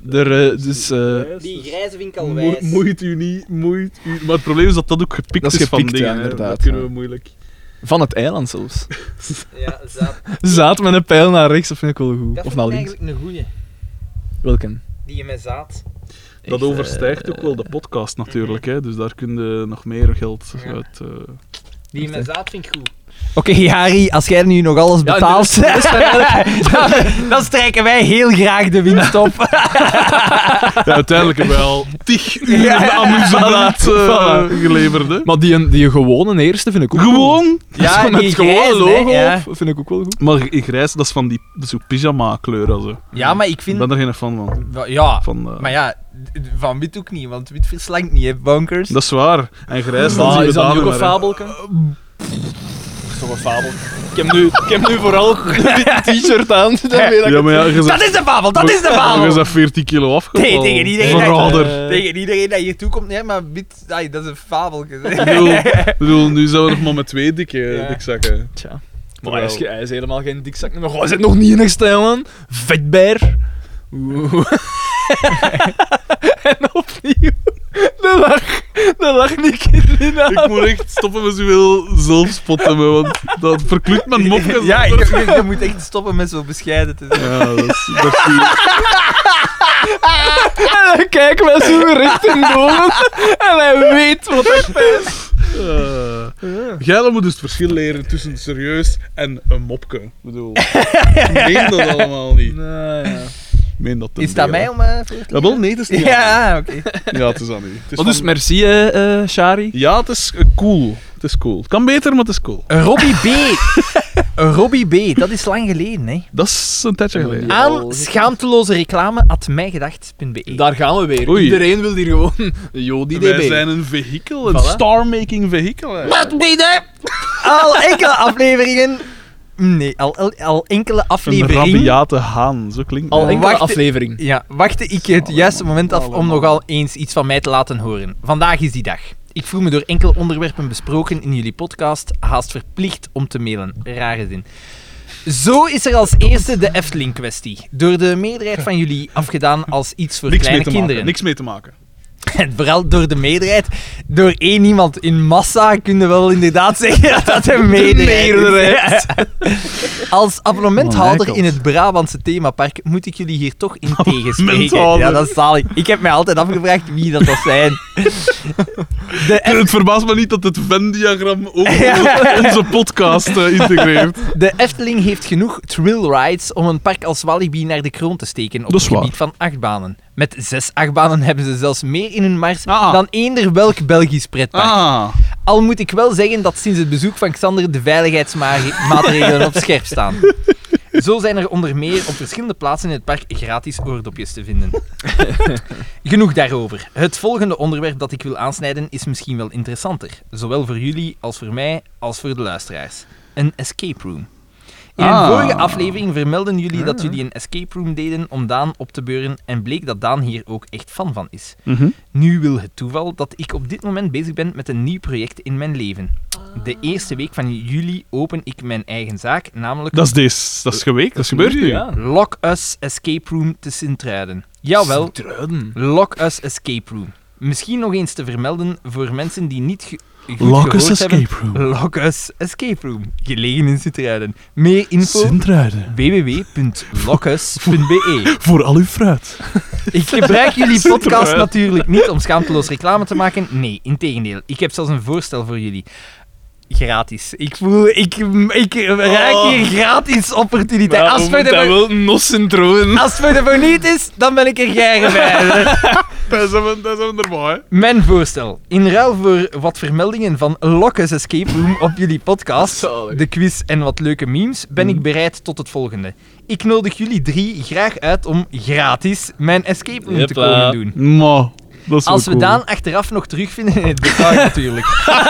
Speaker 3: Die
Speaker 1: grijze winkel
Speaker 2: Moeit u niet, moeit u. Maar het probleem is dat dat ook gepikt
Speaker 3: Dat is
Speaker 2: is van
Speaker 3: gepikt, ja,
Speaker 2: dingen. hè.
Speaker 3: inderdaad,
Speaker 2: Dat kunnen
Speaker 3: ja.
Speaker 2: we moeilijk.
Speaker 3: Van het eiland zelfs.
Speaker 1: Ja, zat.
Speaker 3: Zaad met een pijl naar rechts, dat vind ik wel goed.
Speaker 1: Dat
Speaker 3: Of
Speaker 1: vond
Speaker 3: naar
Speaker 1: ik
Speaker 3: links.
Speaker 1: eigenlijk een goeie.
Speaker 3: Welke?
Speaker 1: Die je met zaad.
Speaker 2: Dat
Speaker 3: Echt,
Speaker 2: overstijgt ook wel de podcast natuurlijk, hè. Dus daar kun je nog meer geld uit...
Speaker 1: Die met zaad vind ik goed. Oké, Harry, als jij nu nog alles
Speaker 3: Ja,
Speaker 1: betaalt, dan strijken wij heel graag de winst op.
Speaker 2: Ja, uiteindelijk hebben we al 10 uur amusement geleverd, hè.
Speaker 3: Maar die gewone eerste vind ik ook
Speaker 2: Gewoon.
Speaker 1: Ja,
Speaker 3: Zo met
Speaker 1: die
Speaker 3: het gewone
Speaker 1: grijs,
Speaker 3: logo
Speaker 1: hè, ja.
Speaker 3: op, vind ik ook wel goed.
Speaker 2: Maar grijs, dat is van die zo pyjama-kleur. Zo.
Speaker 1: Ja, maar ik
Speaker 2: Ik
Speaker 1: vind...
Speaker 2: ben er geen fan van.
Speaker 1: Ja,
Speaker 2: van
Speaker 1: maar ja, van wit ook niet, want wit verslankt niet, hè, bonkers.
Speaker 2: Dat is waar. En grijs, dan
Speaker 3: Maar
Speaker 2: zien we
Speaker 3: is dat
Speaker 2: daar
Speaker 3: nu ook
Speaker 2: weer,
Speaker 3: een
Speaker 2: hè.
Speaker 3: fabelke? Toch een fabel. Ik heb nu vooral een t-shirt aan.
Speaker 2: Ja, maar ja,
Speaker 1: Dat is de fabel, dat is de
Speaker 2: Je
Speaker 1: fabel!
Speaker 2: bent 14 kilo afgevallen.
Speaker 1: Nee, tegen iedereen
Speaker 2: Verrader.
Speaker 1: Tegen iedereen dat hier toe komt, nee, maar wit, ai, dat is een fabelke.
Speaker 2: Ik bedoel, nu zijn we nog maar met 2 dikzakken.
Speaker 3: Tja. Maar hij is helemaal geen dikzak. Maar hij zit nog niet in een stijl, man. Vetbeer. Oeh. En opnieuw. De lach niet in de
Speaker 2: Ik moet echt stoppen met zoveel zelfspotten, want dat verklukt mijn mopjes.
Speaker 1: Ja, je moet echt stoppen met zo bescheiden te zijn.
Speaker 2: Ja, dat is
Speaker 3: En hij kijkt met zo'n richting boven. En hij weet wat hij pijst.
Speaker 2: Jij moet dus het verschil leren tussen serieus en een mopke. Ik bedoel, ik meen dat allemaal niet.
Speaker 3: Nou ja.
Speaker 2: Ik meen dat ten
Speaker 1: Is dat
Speaker 2: dele.
Speaker 1: mij om voor te
Speaker 2: Ja, wel, nee, het is niet aan.
Speaker 1: Ja, oké.
Speaker 2: Ja, het is aan u. Het is
Speaker 3: Maar dus
Speaker 2: van-
Speaker 3: merci, Shari.
Speaker 2: Ja, het is cool. Het is cool. Het kan beter, maar het is cool.
Speaker 1: Robbie B. Robbie B, dat is lang geleden, hè.
Speaker 2: Dat is een tijdje geleden.
Speaker 3: Ja.
Speaker 1: Aan schaamteloze reclame@mijgedacht.be.
Speaker 3: Daar gaan we weer.
Speaker 2: Oei.
Speaker 3: Iedereen wil hier gewoon Jodi
Speaker 2: Wij
Speaker 3: DB.
Speaker 2: zijn een vehikel, een
Speaker 3: Voilà.
Speaker 2: star-making vehikel. Hè.
Speaker 1: Wat bieden? Al enkele afleveringen... Nee, al enkele
Speaker 2: Een
Speaker 1: afleveringen...
Speaker 2: rabiate haan, zo klinkt
Speaker 3: Al
Speaker 2: het.
Speaker 3: enkele
Speaker 1: wacht.
Speaker 3: aflevering.
Speaker 1: Ja, wachtte ik het juiste moment af om nogal eens iets van mij te laten horen. Vandaag is die dag. Ik voel me door enkele onderwerpen besproken in jullie podcast haast verplicht om te mailen. Rare zin. Zo is er als eerste de Efteling-kwestie. Door de meerderheid van jullie afgedaan als iets voor
Speaker 2: Niks mee
Speaker 1: kleine
Speaker 2: te maken.
Speaker 1: kinderen.
Speaker 2: Niks mee te maken.
Speaker 1: En vooral door de meerderheid. Door één iemand in massa kun je wel inderdaad zeggen dat dat een meerderheid is. Als abonnementhouder
Speaker 2: Oh,
Speaker 1: in het Brabantse themapark moet ik jullie hier toch in tegenspreken.
Speaker 2: Abonnementhouder.
Speaker 1: Ja, dat is zalig. Ik heb mij altijd afgevraagd wie dat zijn.
Speaker 2: Het verbaast me niet dat het Venn-diagram ook onze podcast integreert.
Speaker 1: De Efteling heeft genoeg thrill rides om een park als Walibi naar de kroon te steken op
Speaker 2: Dat
Speaker 1: het
Speaker 2: is
Speaker 1: gebied van achtbanen. Met 6 achtbanen hebben ze zelfs meer in hun mars
Speaker 2: Ah.
Speaker 1: dan eender welk Belgisch pretpark.
Speaker 2: Ah,
Speaker 1: Al moet ik wel zeggen dat sinds het bezoek van Xander de veiligheidsmaatregelen op scherp staan. Zo zijn er onder meer op verschillende plaatsen in het park gratis oordopjes te vinden. Genoeg daarover. Het volgende onderwerp dat ik wil aansnijden is misschien wel interessanter. Zowel voor jullie als voor mij als voor de luisteraars. Een escape room. In een vorige aflevering vermelden jullie dat jullie een escape room deden om Daan op te beuren en bleek dat Daan hier ook echt fan van is. Nu wil het toeval dat ik op dit moment bezig ben met een nieuw project in mijn leven. De eerste week van juli open ik mijn eigen zaak, namelijk
Speaker 2: dat is deze. Dat is geweest. Dat is gebeurd nu.
Speaker 3: Ja.
Speaker 1: Lock Us Escape Room te Sint-Truiden. Jawel,
Speaker 3: Truiden.
Speaker 1: Lock Us Escape Room. Misschien nog eens te vermelden voor mensen die niet goed
Speaker 2: Lock Us
Speaker 1: gehoord hebben.
Speaker 2: Escape Room.
Speaker 1: Lock Us Escape Room, gelegen in Sint-Truiden. Meer info
Speaker 2: Sint-Truiden.
Speaker 1: www.lockus.be.
Speaker 2: Voor al uw fruit.
Speaker 1: Ik gebruik jullie podcast
Speaker 2: Sint-Truiden.
Speaker 1: natuurlijk niet om schaamteloos reclame te maken. Nee, integendeel. Ik heb zelfs een voorstel voor jullie. Gratis. Ik raak hier gratis opportuniteit. Als het
Speaker 3: dat wel nossen troon.
Speaker 1: voor de verniet is, dan ben ik er graag bij.
Speaker 2: Daar zijn we erbij.
Speaker 1: Mijn voorstel. In ruil voor wat vermeldingen van Lockes Escape Room op jullie podcast,
Speaker 3: Zalig.
Speaker 1: de quiz en wat leuke memes, ben ik bereid tot het volgende. Ik nodig jullie 3 graag uit om gratis mijn escape room te
Speaker 3: Jepla.
Speaker 1: komen doen.
Speaker 2: Maar, dat is
Speaker 1: Als
Speaker 2: wel
Speaker 1: we
Speaker 2: cool.
Speaker 1: Daan achteraf nog terugvinden in het gebouw natuurlijk.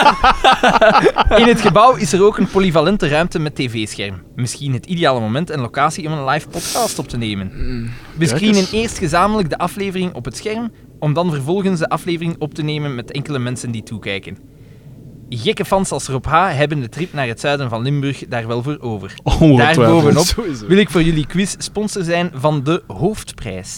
Speaker 1: In het gebouw is er ook een polyvalente ruimte met tv-scherm. Misschien het ideale moment en locatie om een live podcast op te nemen. We screenen eerst gezamenlijk de aflevering op het scherm, om dan vervolgens de aflevering op te nemen met enkele mensen die toekijken. Gekke fans als Rob H. hebben de trip naar het zuiden van Limburg daar wel voor over.
Speaker 2: Ongetwijfeld.
Speaker 1: Daarbovenop
Speaker 3: Sowieso.
Speaker 1: wil ik voor jullie quiz sponsor zijn van de hoofdprijs.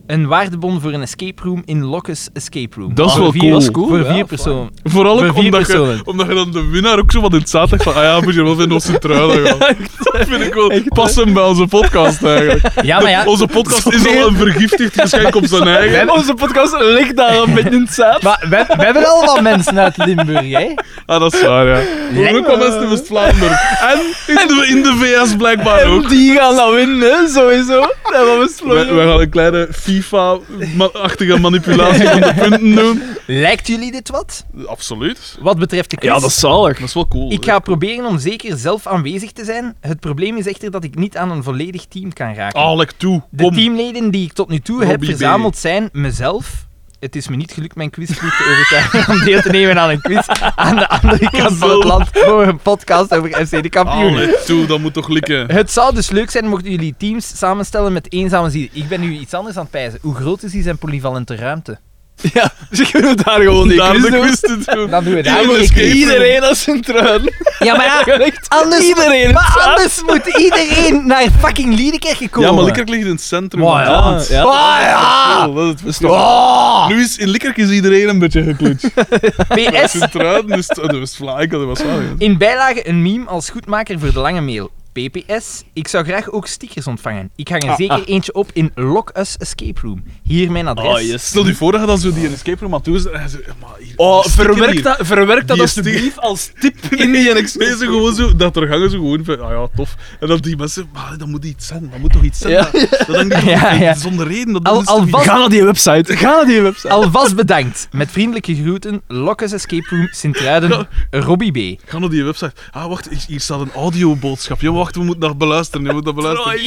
Speaker 1: Een waardebon voor een escape room in Lokkes Escape Room.
Speaker 2: Dat is
Speaker 1: Voor
Speaker 2: wel
Speaker 1: vier-
Speaker 2: cool.
Speaker 3: Dat is cool,
Speaker 1: Voor
Speaker 3: ja,
Speaker 1: 4 personen.
Speaker 2: Vooral
Speaker 1: Voor
Speaker 2: ook
Speaker 1: 4
Speaker 2: omdat
Speaker 1: personen.
Speaker 2: je dan de winnaar ook zo wat in het zaterdag van moet je wel vinden op Sint-Truiden gaan. Dat vind ik wel passen bij onze podcast eigenlijk.
Speaker 1: Ja, maar ja.
Speaker 2: Onze podcast is al een vergiftigd geschenk op zijn eigen.
Speaker 3: Onze podcast ligt daar een beetje in het zaad.
Speaker 1: Maar we hebben allemaal mensen uit Limburg, hè?
Speaker 2: Ah, dat is waar, ja. We hebben ook wel mensen in West-Vlaanderen. En in de VS blijkbaar
Speaker 3: En
Speaker 2: ook.
Speaker 3: die gaan dan winnen, hè, sowieso. Dat hebben we besproken.
Speaker 2: Wij gaan een kleine FIFA-achtige manipulatie van de punten doen.
Speaker 1: Lijkt jullie dit wat?
Speaker 2: Absoluut.
Speaker 1: Wat betreft de quiz?
Speaker 3: Ja, dat is zalig.
Speaker 2: Dat is wel cool.
Speaker 1: Ik ga proberen om zeker zelf aanwezig te zijn. Het probleem is echter dat ik niet aan een volledig team kan raken.
Speaker 2: Alek toe.
Speaker 1: De
Speaker 2: Kom.
Speaker 1: teamleden die ik tot nu toe heb
Speaker 2: Robbie B.
Speaker 1: verzameld zijn mezelf. Het is me niet gelukt mijn quizvriend te overtuigen om deel te nemen aan een quiz aan de andere kant van het land voor een podcast over FC de kampioenen.
Speaker 2: Alek toe, dat moet toch likken.
Speaker 1: Het zou dus leuk zijn mochten jullie teams samenstellen met eenzame zielen. Ik ben nu iets anders aan het pijzen. Hoe groot is die zijn polyvalente ruimte?
Speaker 3: Ja, dus je kunt daar gewoon die
Speaker 2: Daar
Speaker 3: quiz
Speaker 2: de
Speaker 3: doen.
Speaker 2: quiz te doen.
Speaker 1: Dan doen we daar
Speaker 2: Iedereen
Speaker 1: wel een
Speaker 2: escape
Speaker 1: quiz.
Speaker 2: room.
Speaker 3: Iedereen als zijn truin.
Speaker 1: Ja, maar ja,
Speaker 3: Echt.
Speaker 1: anders,
Speaker 3: Iedereen
Speaker 1: maar anders moet iedereen naar fucking Liedekerke komen.
Speaker 2: Ja, maar Likkerk ligt in het centrum.
Speaker 1: Maar ja.
Speaker 2: van het land.
Speaker 3: Ja.
Speaker 1: Ah, ja.
Speaker 2: Cool, dat is het verschil.
Speaker 1: Oh.
Speaker 2: Nu is in Likkerk is iedereen een beetje geklutsd.
Speaker 1: PS,
Speaker 2: Sint-Truiden is de West-Vlaanderen, dat was waar.
Speaker 1: in bijlage een meme als goedmaker voor de lange mail. PPS, ik zou graag ook stickers ontvangen. Ik hang er zeker eentje op in Lock Us Escape Room. Hier mijn adres.
Speaker 3: Oh, yes.
Speaker 2: Stel je voor dat je dan zo die escape room aan toe is en hij zo, maar hier,
Speaker 3: Oh,
Speaker 2: die sticker hier.
Speaker 3: verwerk dat
Speaker 2: Die
Speaker 3: alsjeblieft als tip in die
Speaker 2: Nee, ze gewoon zo, dat er gangen zo gewoon van, ah ja, tof. En dan die mensen, maar dat moet iets zijn, dat moet toch iets zijn.
Speaker 3: Ja.
Speaker 2: Dat hangt niet
Speaker 1: Ja, ja.
Speaker 2: zonder reden. Dat
Speaker 1: Al-
Speaker 2: is toch
Speaker 1: alvast-
Speaker 2: niet-
Speaker 3: Ga naar die website. Ga naar die website.
Speaker 1: Alvast bedankt. Met vriendelijke groeten, Lock Us Escape Room, Sint-Truiden, Robbie B.
Speaker 2: Ga naar die website. Ah, wacht, hier staat een audioboodschap. Ja, wacht, we moeten dat beluisteren. Je moet dat beluisteren.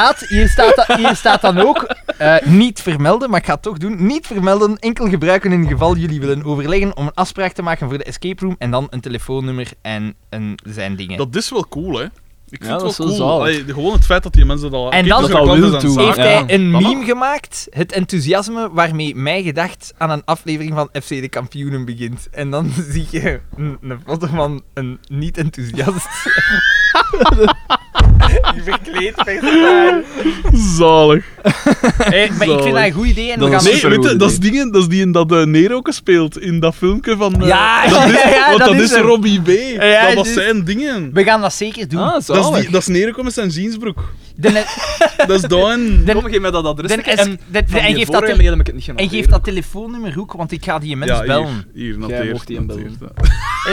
Speaker 1: Hier staat dan ook, niet vermelden, maar ik ga het toch doen, niet vermelden, enkel gebruiken in geval jullie willen overleggen om een afspraak te maken voor de escape room en dan een telefoonnummer en zijn dingen.
Speaker 2: Dat is wel cool, hè. Ik vind
Speaker 3: Ja, dat
Speaker 2: het
Speaker 3: is
Speaker 2: wel
Speaker 3: wel
Speaker 2: cool.
Speaker 3: zalig.
Speaker 2: Allee, gewoon het feit dat die mensen dat al...
Speaker 1: En
Speaker 2: Kijk,
Speaker 1: dan-
Speaker 2: dus
Speaker 3: Dat al
Speaker 2: klanten
Speaker 3: willen
Speaker 2: zijn
Speaker 3: toe.
Speaker 2: zaak.
Speaker 1: Heeft
Speaker 3: Ja.
Speaker 1: hij een
Speaker 2: Dan
Speaker 1: meme
Speaker 2: nog.
Speaker 1: gemaakt, het enthousiasme waarmee mij gedacht aan een aflevering van FC de Kampioenen begint. En dan zie je een foto van een niet-enthousiast. Die verkleed personage.
Speaker 2: Zalig.
Speaker 1: Hey, maar ik vind dat een goed idee en we
Speaker 3: Dat
Speaker 1: gaan...
Speaker 3: is
Speaker 2: Nee,
Speaker 3: supergoed
Speaker 2: weet je, dat is
Speaker 3: idee.
Speaker 2: dingen, dat is die in dat Nero speelt in dat filmpje van...
Speaker 1: Ja,
Speaker 2: dat is,
Speaker 1: ja,
Speaker 2: want
Speaker 1: dat
Speaker 2: dat
Speaker 1: is
Speaker 2: is
Speaker 1: hem.
Speaker 2: Robbie B.
Speaker 1: Ja,
Speaker 2: dat was
Speaker 1: dus-
Speaker 2: zijn dingen.
Speaker 1: We gaan dat zeker doen.
Speaker 3: Ah,
Speaker 2: Dat
Speaker 3: zalig.
Speaker 2: is, dat is Nero met zijn jeansbroek.
Speaker 1: De-
Speaker 2: Dat is Dawn.
Speaker 1: de-
Speaker 3: Kom, geef mij dat adres.
Speaker 1: de-
Speaker 3: En
Speaker 1: en geef dat
Speaker 3: mail heb ik het niet
Speaker 1: En
Speaker 3: genoteerd.
Speaker 1: geef dat telefoonnummer ook, want ik ga die mens bellen.
Speaker 2: Hier,
Speaker 3: Jij
Speaker 2: noteer.
Speaker 3: mocht die hem
Speaker 2: noteer dat.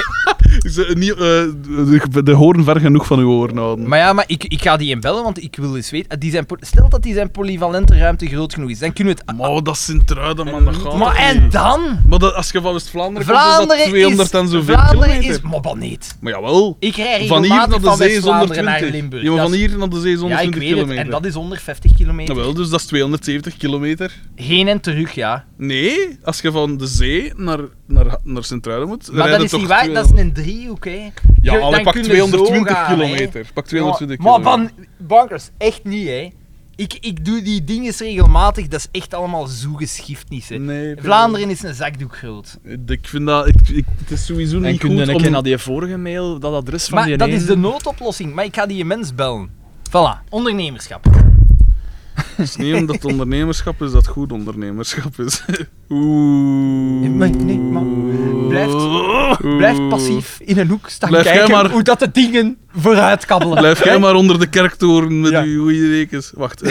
Speaker 2: De horen ver genoeg van uw oren houden.
Speaker 1: Maar ja, maar ik ga die hem bellen, want ik wil eens weten... Stel dat die zijn polyvalente ruimte groot genoeg is, dan kunnen we het...
Speaker 2: Maar dat is Sint-Truiden, man. Dat gaat
Speaker 1: Maar
Speaker 2: toch
Speaker 1: en
Speaker 2: niet?
Speaker 1: dan?
Speaker 2: Maar dat, als je van West-Vlaanderen komt, is dat
Speaker 1: Vlaanderen
Speaker 2: 200 en
Speaker 1: is...
Speaker 2: zoveel
Speaker 1: Vlaanderen
Speaker 2: kilometer.
Speaker 1: is... Maar wat niet.
Speaker 2: Maar jawel.
Speaker 1: Ik rij
Speaker 2: Van hier
Speaker 1: regelmatig
Speaker 2: naar de
Speaker 1: van
Speaker 2: zee is
Speaker 1: West-Vlaanderen naar
Speaker 2: 120.
Speaker 1: Limburg.
Speaker 2: Ja, maar
Speaker 1: Dat
Speaker 2: van
Speaker 1: is-
Speaker 2: hier naar de zee is
Speaker 1: Ja, ik
Speaker 2: 120
Speaker 1: weet het.
Speaker 2: kilometer.
Speaker 1: En dat is 150 kilometer.
Speaker 2: Jawel, dus dat is 270 kilometer.
Speaker 1: Heen en terug, ja.
Speaker 2: Nee, als je van de zee naar Sint-Truiden moet,
Speaker 1: Maar
Speaker 2: rijden
Speaker 1: dat is
Speaker 2: toch
Speaker 1: niet waar,
Speaker 2: 200.
Speaker 1: dat is een driehoek, hè.
Speaker 2: Ja,
Speaker 1: Je-
Speaker 2: allee,
Speaker 1: dan
Speaker 2: pak
Speaker 1: kun je
Speaker 2: 220
Speaker 1: zo gaan,
Speaker 2: kilometer. Pak 220
Speaker 1: Ja, maar
Speaker 2: kilometer.
Speaker 1: van bankers, echt niet, hè. Ik doe die dingen regelmatig, dat is echt allemaal zo geschiftnis, hè.
Speaker 2: Nee,
Speaker 1: Vlaanderen is een zakdoek groot.
Speaker 2: Ik vind dat... het is sowieso
Speaker 3: En
Speaker 2: niet
Speaker 3: kun je
Speaker 2: goed
Speaker 3: een
Speaker 2: om...
Speaker 3: keer naar die vorige mail dat adres van
Speaker 1: Maar
Speaker 3: die
Speaker 1: dat
Speaker 3: ene-
Speaker 1: is de noodoplossing, maar ik ga die mens bellen. Voilà, ondernemerschap.
Speaker 2: Het is niet omdat het ondernemerschap is dat goed ondernemerschap is. Oeh.
Speaker 1: Nee, maar blijf passief in een hoek staan
Speaker 2: Blijf jij
Speaker 1: kijken
Speaker 2: maar-
Speaker 1: hoe dat de dingen vooruit kabbelen.
Speaker 2: Blijf jij maar onder de kerktoren met
Speaker 1: Ja.
Speaker 2: uw goede rekens. Wacht.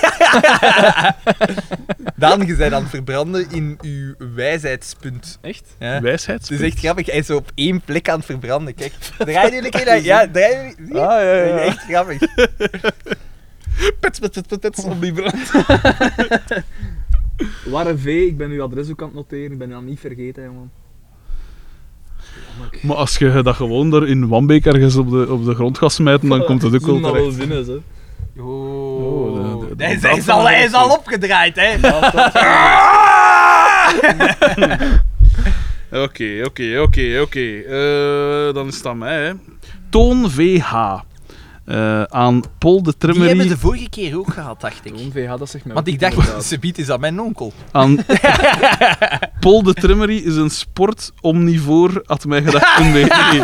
Speaker 1: Daan, je bent aan het verbranden in uw wijsheidspunt.
Speaker 3: Echt?
Speaker 1: Ja.
Speaker 2: Wijsheid.
Speaker 1: Het is echt grappig, hij is zo op één plek aan het verbranden. Kijk, draai nu een keer naar... Ja, draai nu... Zie je? Echt grappig.
Speaker 2: Pets op die brand.
Speaker 3: Warre V, ik ben uw adres ook aan het noteren. Ik ben dat niet vergeten, jongen.
Speaker 2: Maar als je dat gewoon daar in Wambeek ergens op de grond gaat smijten, dan komt het ook wel terecht.
Speaker 3: zin is, hè.
Speaker 1: Oh,
Speaker 2: de-
Speaker 1: hij is al opgedraaid, hè.
Speaker 2: Oké. Dan is het aan mij, hè. Toon VH. Aan Paul de
Speaker 1: Die hebben
Speaker 2: Trimmerie.
Speaker 1: de vorige keer ook gehad, dacht ik.
Speaker 3: Toon VH, dat zegt mij
Speaker 1: Want
Speaker 3: ook
Speaker 1: ik
Speaker 3: niet,
Speaker 1: dacht,
Speaker 3: inderdaad.
Speaker 1: ze biedt is aan mijn onkel.
Speaker 2: Aan, Paul de Trimmery is een sportomnivoor, had mij gedacht in BG.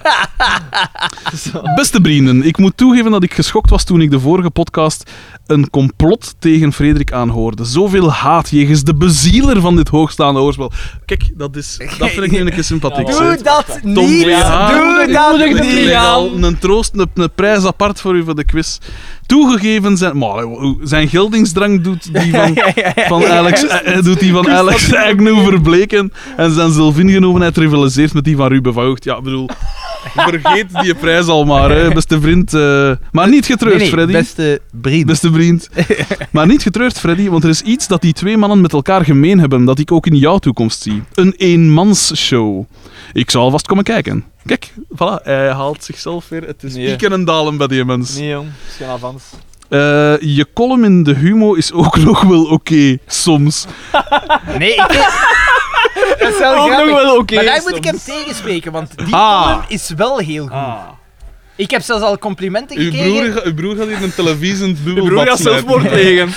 Speaker 2: Beste vrienden, ik moet toegeven dat ik geschokt was toen ik de vorige podcast een complot tegen Frederik aanhoorde. Zoveel haat jegens de bezieler van dit hoogstaande hoorspel. Kijk, dat vind ik nu een keer sympathiek.
Speaker 1: Doe
Speaker 2: zeg.
Speaker 1: dat niet!
Speaker 2: Tom Leha.
Speaker 1: Doe dat
Speaker 3: Doe
Speaker 1: niet!
Speaker 2: Ik leg al een troost, een prijs apart voor u voor de quiz. Toegegeven zijn... Maar zijn geldingsdrang doet die van Alex Agnew verbleken en zijn zelfingenomenheid rivaliseert met die van Ruben van Hoogt. Ja, ik bedoel... Vergeet die prijs al maar, hè, beste vriend. Maar niet getreurd,
Speaker 1: Nee,
Speaker 2: Freddy.
Speaker 1: beste vriend.
Speaker 2: Beste vriend. Maar niet getreurd, Freddy, want er is iets dat die twee mannen met elkaar gemeen hebben, dat ik ook in jouw toekomst zie. Een eenmansshow. Ik zal alvast komen kijken. Kijk, voilà, hij haalt zichzelf weer. Het is
Speaker 3: Nee.
Speaker 2: pieken en dalen bij die mens.
Speaker 3: Nee, jong. Het is geen avans.
Speaker 2: Je column in de Humo is ook nog wel oké, soms.
Speaker 1: Nee, dat is wel
Speaker 3: Ook
Speaker 1: grappig.
Speaker 3: nog wel oké.
Speaker 1: Maar daar moet ik
Speaker 3: soms.
Speaker 1: hem tegenspreken, want die
Speaker 2: Ah.
Speaker 1: column is wel heel goed. Ik heb zelfs al complimenten gekregen.
Speaker 2: Uw broer gaat hier een televisiend
Speaker 3: Je broer
Speaker 2: bubbelbad
Speaker 3: gaat
Speaker 2: smijten.
Speaker 3: zelfmoord plegen.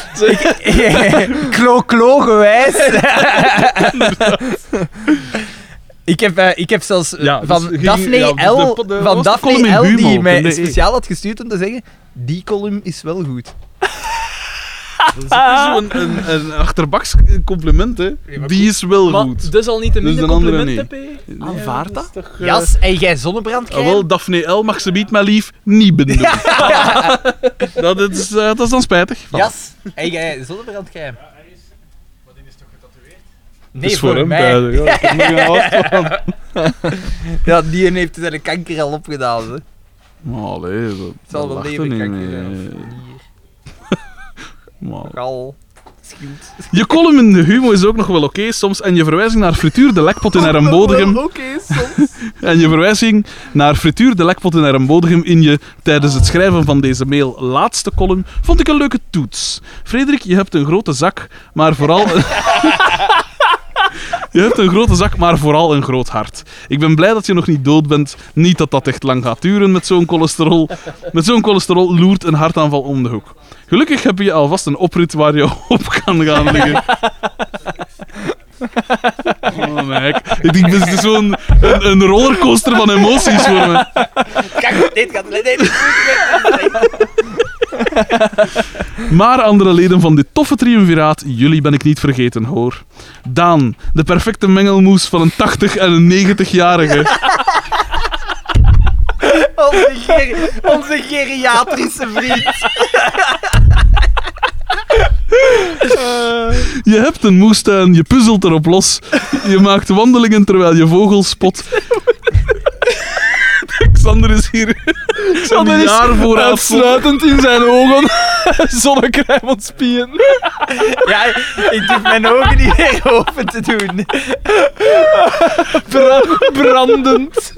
Speaker 1: Klo gewijs. Ik heb zelfs
Speaker 2: Ja,
Speaker 1: van
Speaker 2: dus
Speaker 1: Daphne
Speaker 2: ja, dus
Speaker 1: L,
Speaker 2: de
Speaker 1: van
Speaker 2: was de
Speaker 1: Daphne
Speaker 2: column in
Speaker 1: L die
Speaker 2: Humo,
Speaker 1: mij
Speaker 2: nee.
Speaker 1: speciaal had gestuurd om te zeggen, die column is wel goed.
Speaker 2: Dat is een achterbaks compliment, hè. Die is wel
Speaker 3: Maar
Speaker 2: goed.
Speaker 3: dat is al niet de
Speaker 2: Dus
Speaker 3: minder
Speaker 2: de andere
Speaker 3: compliment, P. Aanvaard dat?
Speaker 1: Jas, en jij zonnebrandcrème?
Speaker 2: Wel, Daphne L. mag ze biedt maar lief niet bedoelen. dat is dan spijtig.
Speaker 1: Jas, en jij zonnebrandcrème?
Speaker 4: Ja, hij is... Maar die is toch getatoeëerd?
Speaker 1: Nee,
Speaker 2: Dat is voor hem
Speaker 1: mij.
Speaker 2: beide. Ja, ik moet er haast van.
Speaker 1: Ja, die heeft zijn kanker al opgedaan. Hè. Het
Speaker 2: Maar allee, dat
Speaker 1: zal wel
Speaker 2: lacht er
Speaker 1: leven
Speaker 2: niet
Speaker 1: kanker
Speaker 2: mee.
Speaker 1: zijn.
Speaker 2: Maar-
Speaker 1: Gal. Schild.
Speaker 2: Je column in de Humo is ook nog wel oké soms en je verwijzing naar Frituur de Lekpot in Ermbodegem
Speaker 1: Oké, soms.
Speaker 2: en je verwijzing naar Frituur de Lekpot in Ermbodegem in je tijdens het schrijven van deze mail laatste column vond ik een leuke toets. Frederik, je hebt een grote zak, maar vooral je hebt een grote zak, maar vooral een groot hart. Ik ben blij dat je nog niet dood bent. Niet dat dat echt lang gaat duren met zo'n cholesterol. Met zo'n cholesterol loert een hartaanval om de hoek. Gelukkig heb je alvast een oprit waar je op kan gaan liggen. Oh, nee. Ik denk, dit is zo'n een rollercoaster van emoties voor me.
Speaker 1: Kijk, dit gaat... Nee.
Speaker 2: Maar andere leden van dit toffe triumviraat, jullie ben ik niet vergeten, hoor. Daan, de perfecte mengelmoes van een 80- en een 90-jarige.
Speaker 1: Onze geriatrische vriend.
Speaker 2: Je hebt een moestuin, je puzzelt erop los. Je maakt wandelingen terwijl je vogels spot. Xander is hier een jaar vooruit.
Speaker 3: uitsluitend in zijn ogen zonnecrème ontspien.
Speaker 1: Ja, ik durf mijn ogen niet meer open te doen.
Speaker 3: Brandend.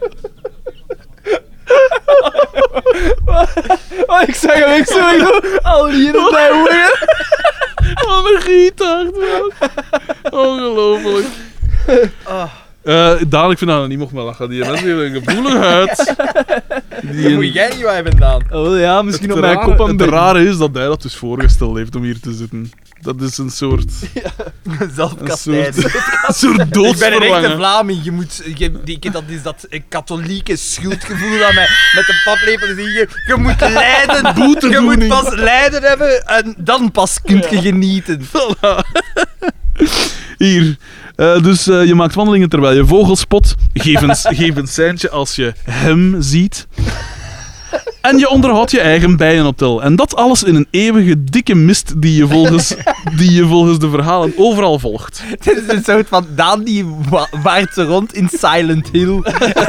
Speaker 3: Oh, ik zag hem, ik zo al hier in mijn ogen.
Speaker 2: Wat een gietard, man. Ongelooflijk. Daan, ik vind dat niet mocht meer lachen. Die mensen hebben een gevoelige huid.
Speaker 1: Dat moet jij niet wat hebben gedaan.
Speaker 3: Oh ja, misschien
Speaker 2: Het
Speaker 3: op mijn
Speaker 2: rare-
Speaker 3: kop en
Speaker 2: Het rare is dat hij dat dus voorgesteld heeft om hier te zitten. Dat is een soort
Speaker 1: Zelfkastijding.
Speaker 2: een soort
Speaker 1: Ik ben een echte
Speaker 2: doodsverlangen.
Speaker 1: Vlaming. Dat is dat katholieke schuldgevoel dat mij met de paplepel zie je moet lijden. Je
Speaker 2: Boetedoening.
Speaker 1: moet pas lijden hebben en dan pas kunt je genieten.
Speaker 2: Hier. Dus je maakt wandelingen terwijl je vogels spot. Geef een seintje als je hem ziet. En je onderhoudt je eigen bijenoptel. En dat alles in een eeuwige dikke mist die je volgens de verhalen overal volgt.
Speaker 1: Het is een soort van Daan die waart ze rond in Silent Hill.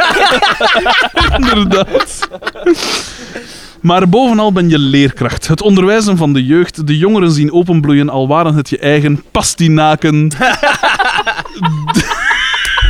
Speaker 2: Inderdaad. Maar bovenal ben je leerkracht. Het onderwijzen van de jeugd, de jongeren zien openbloeien, al waren het je eigen pastinaken.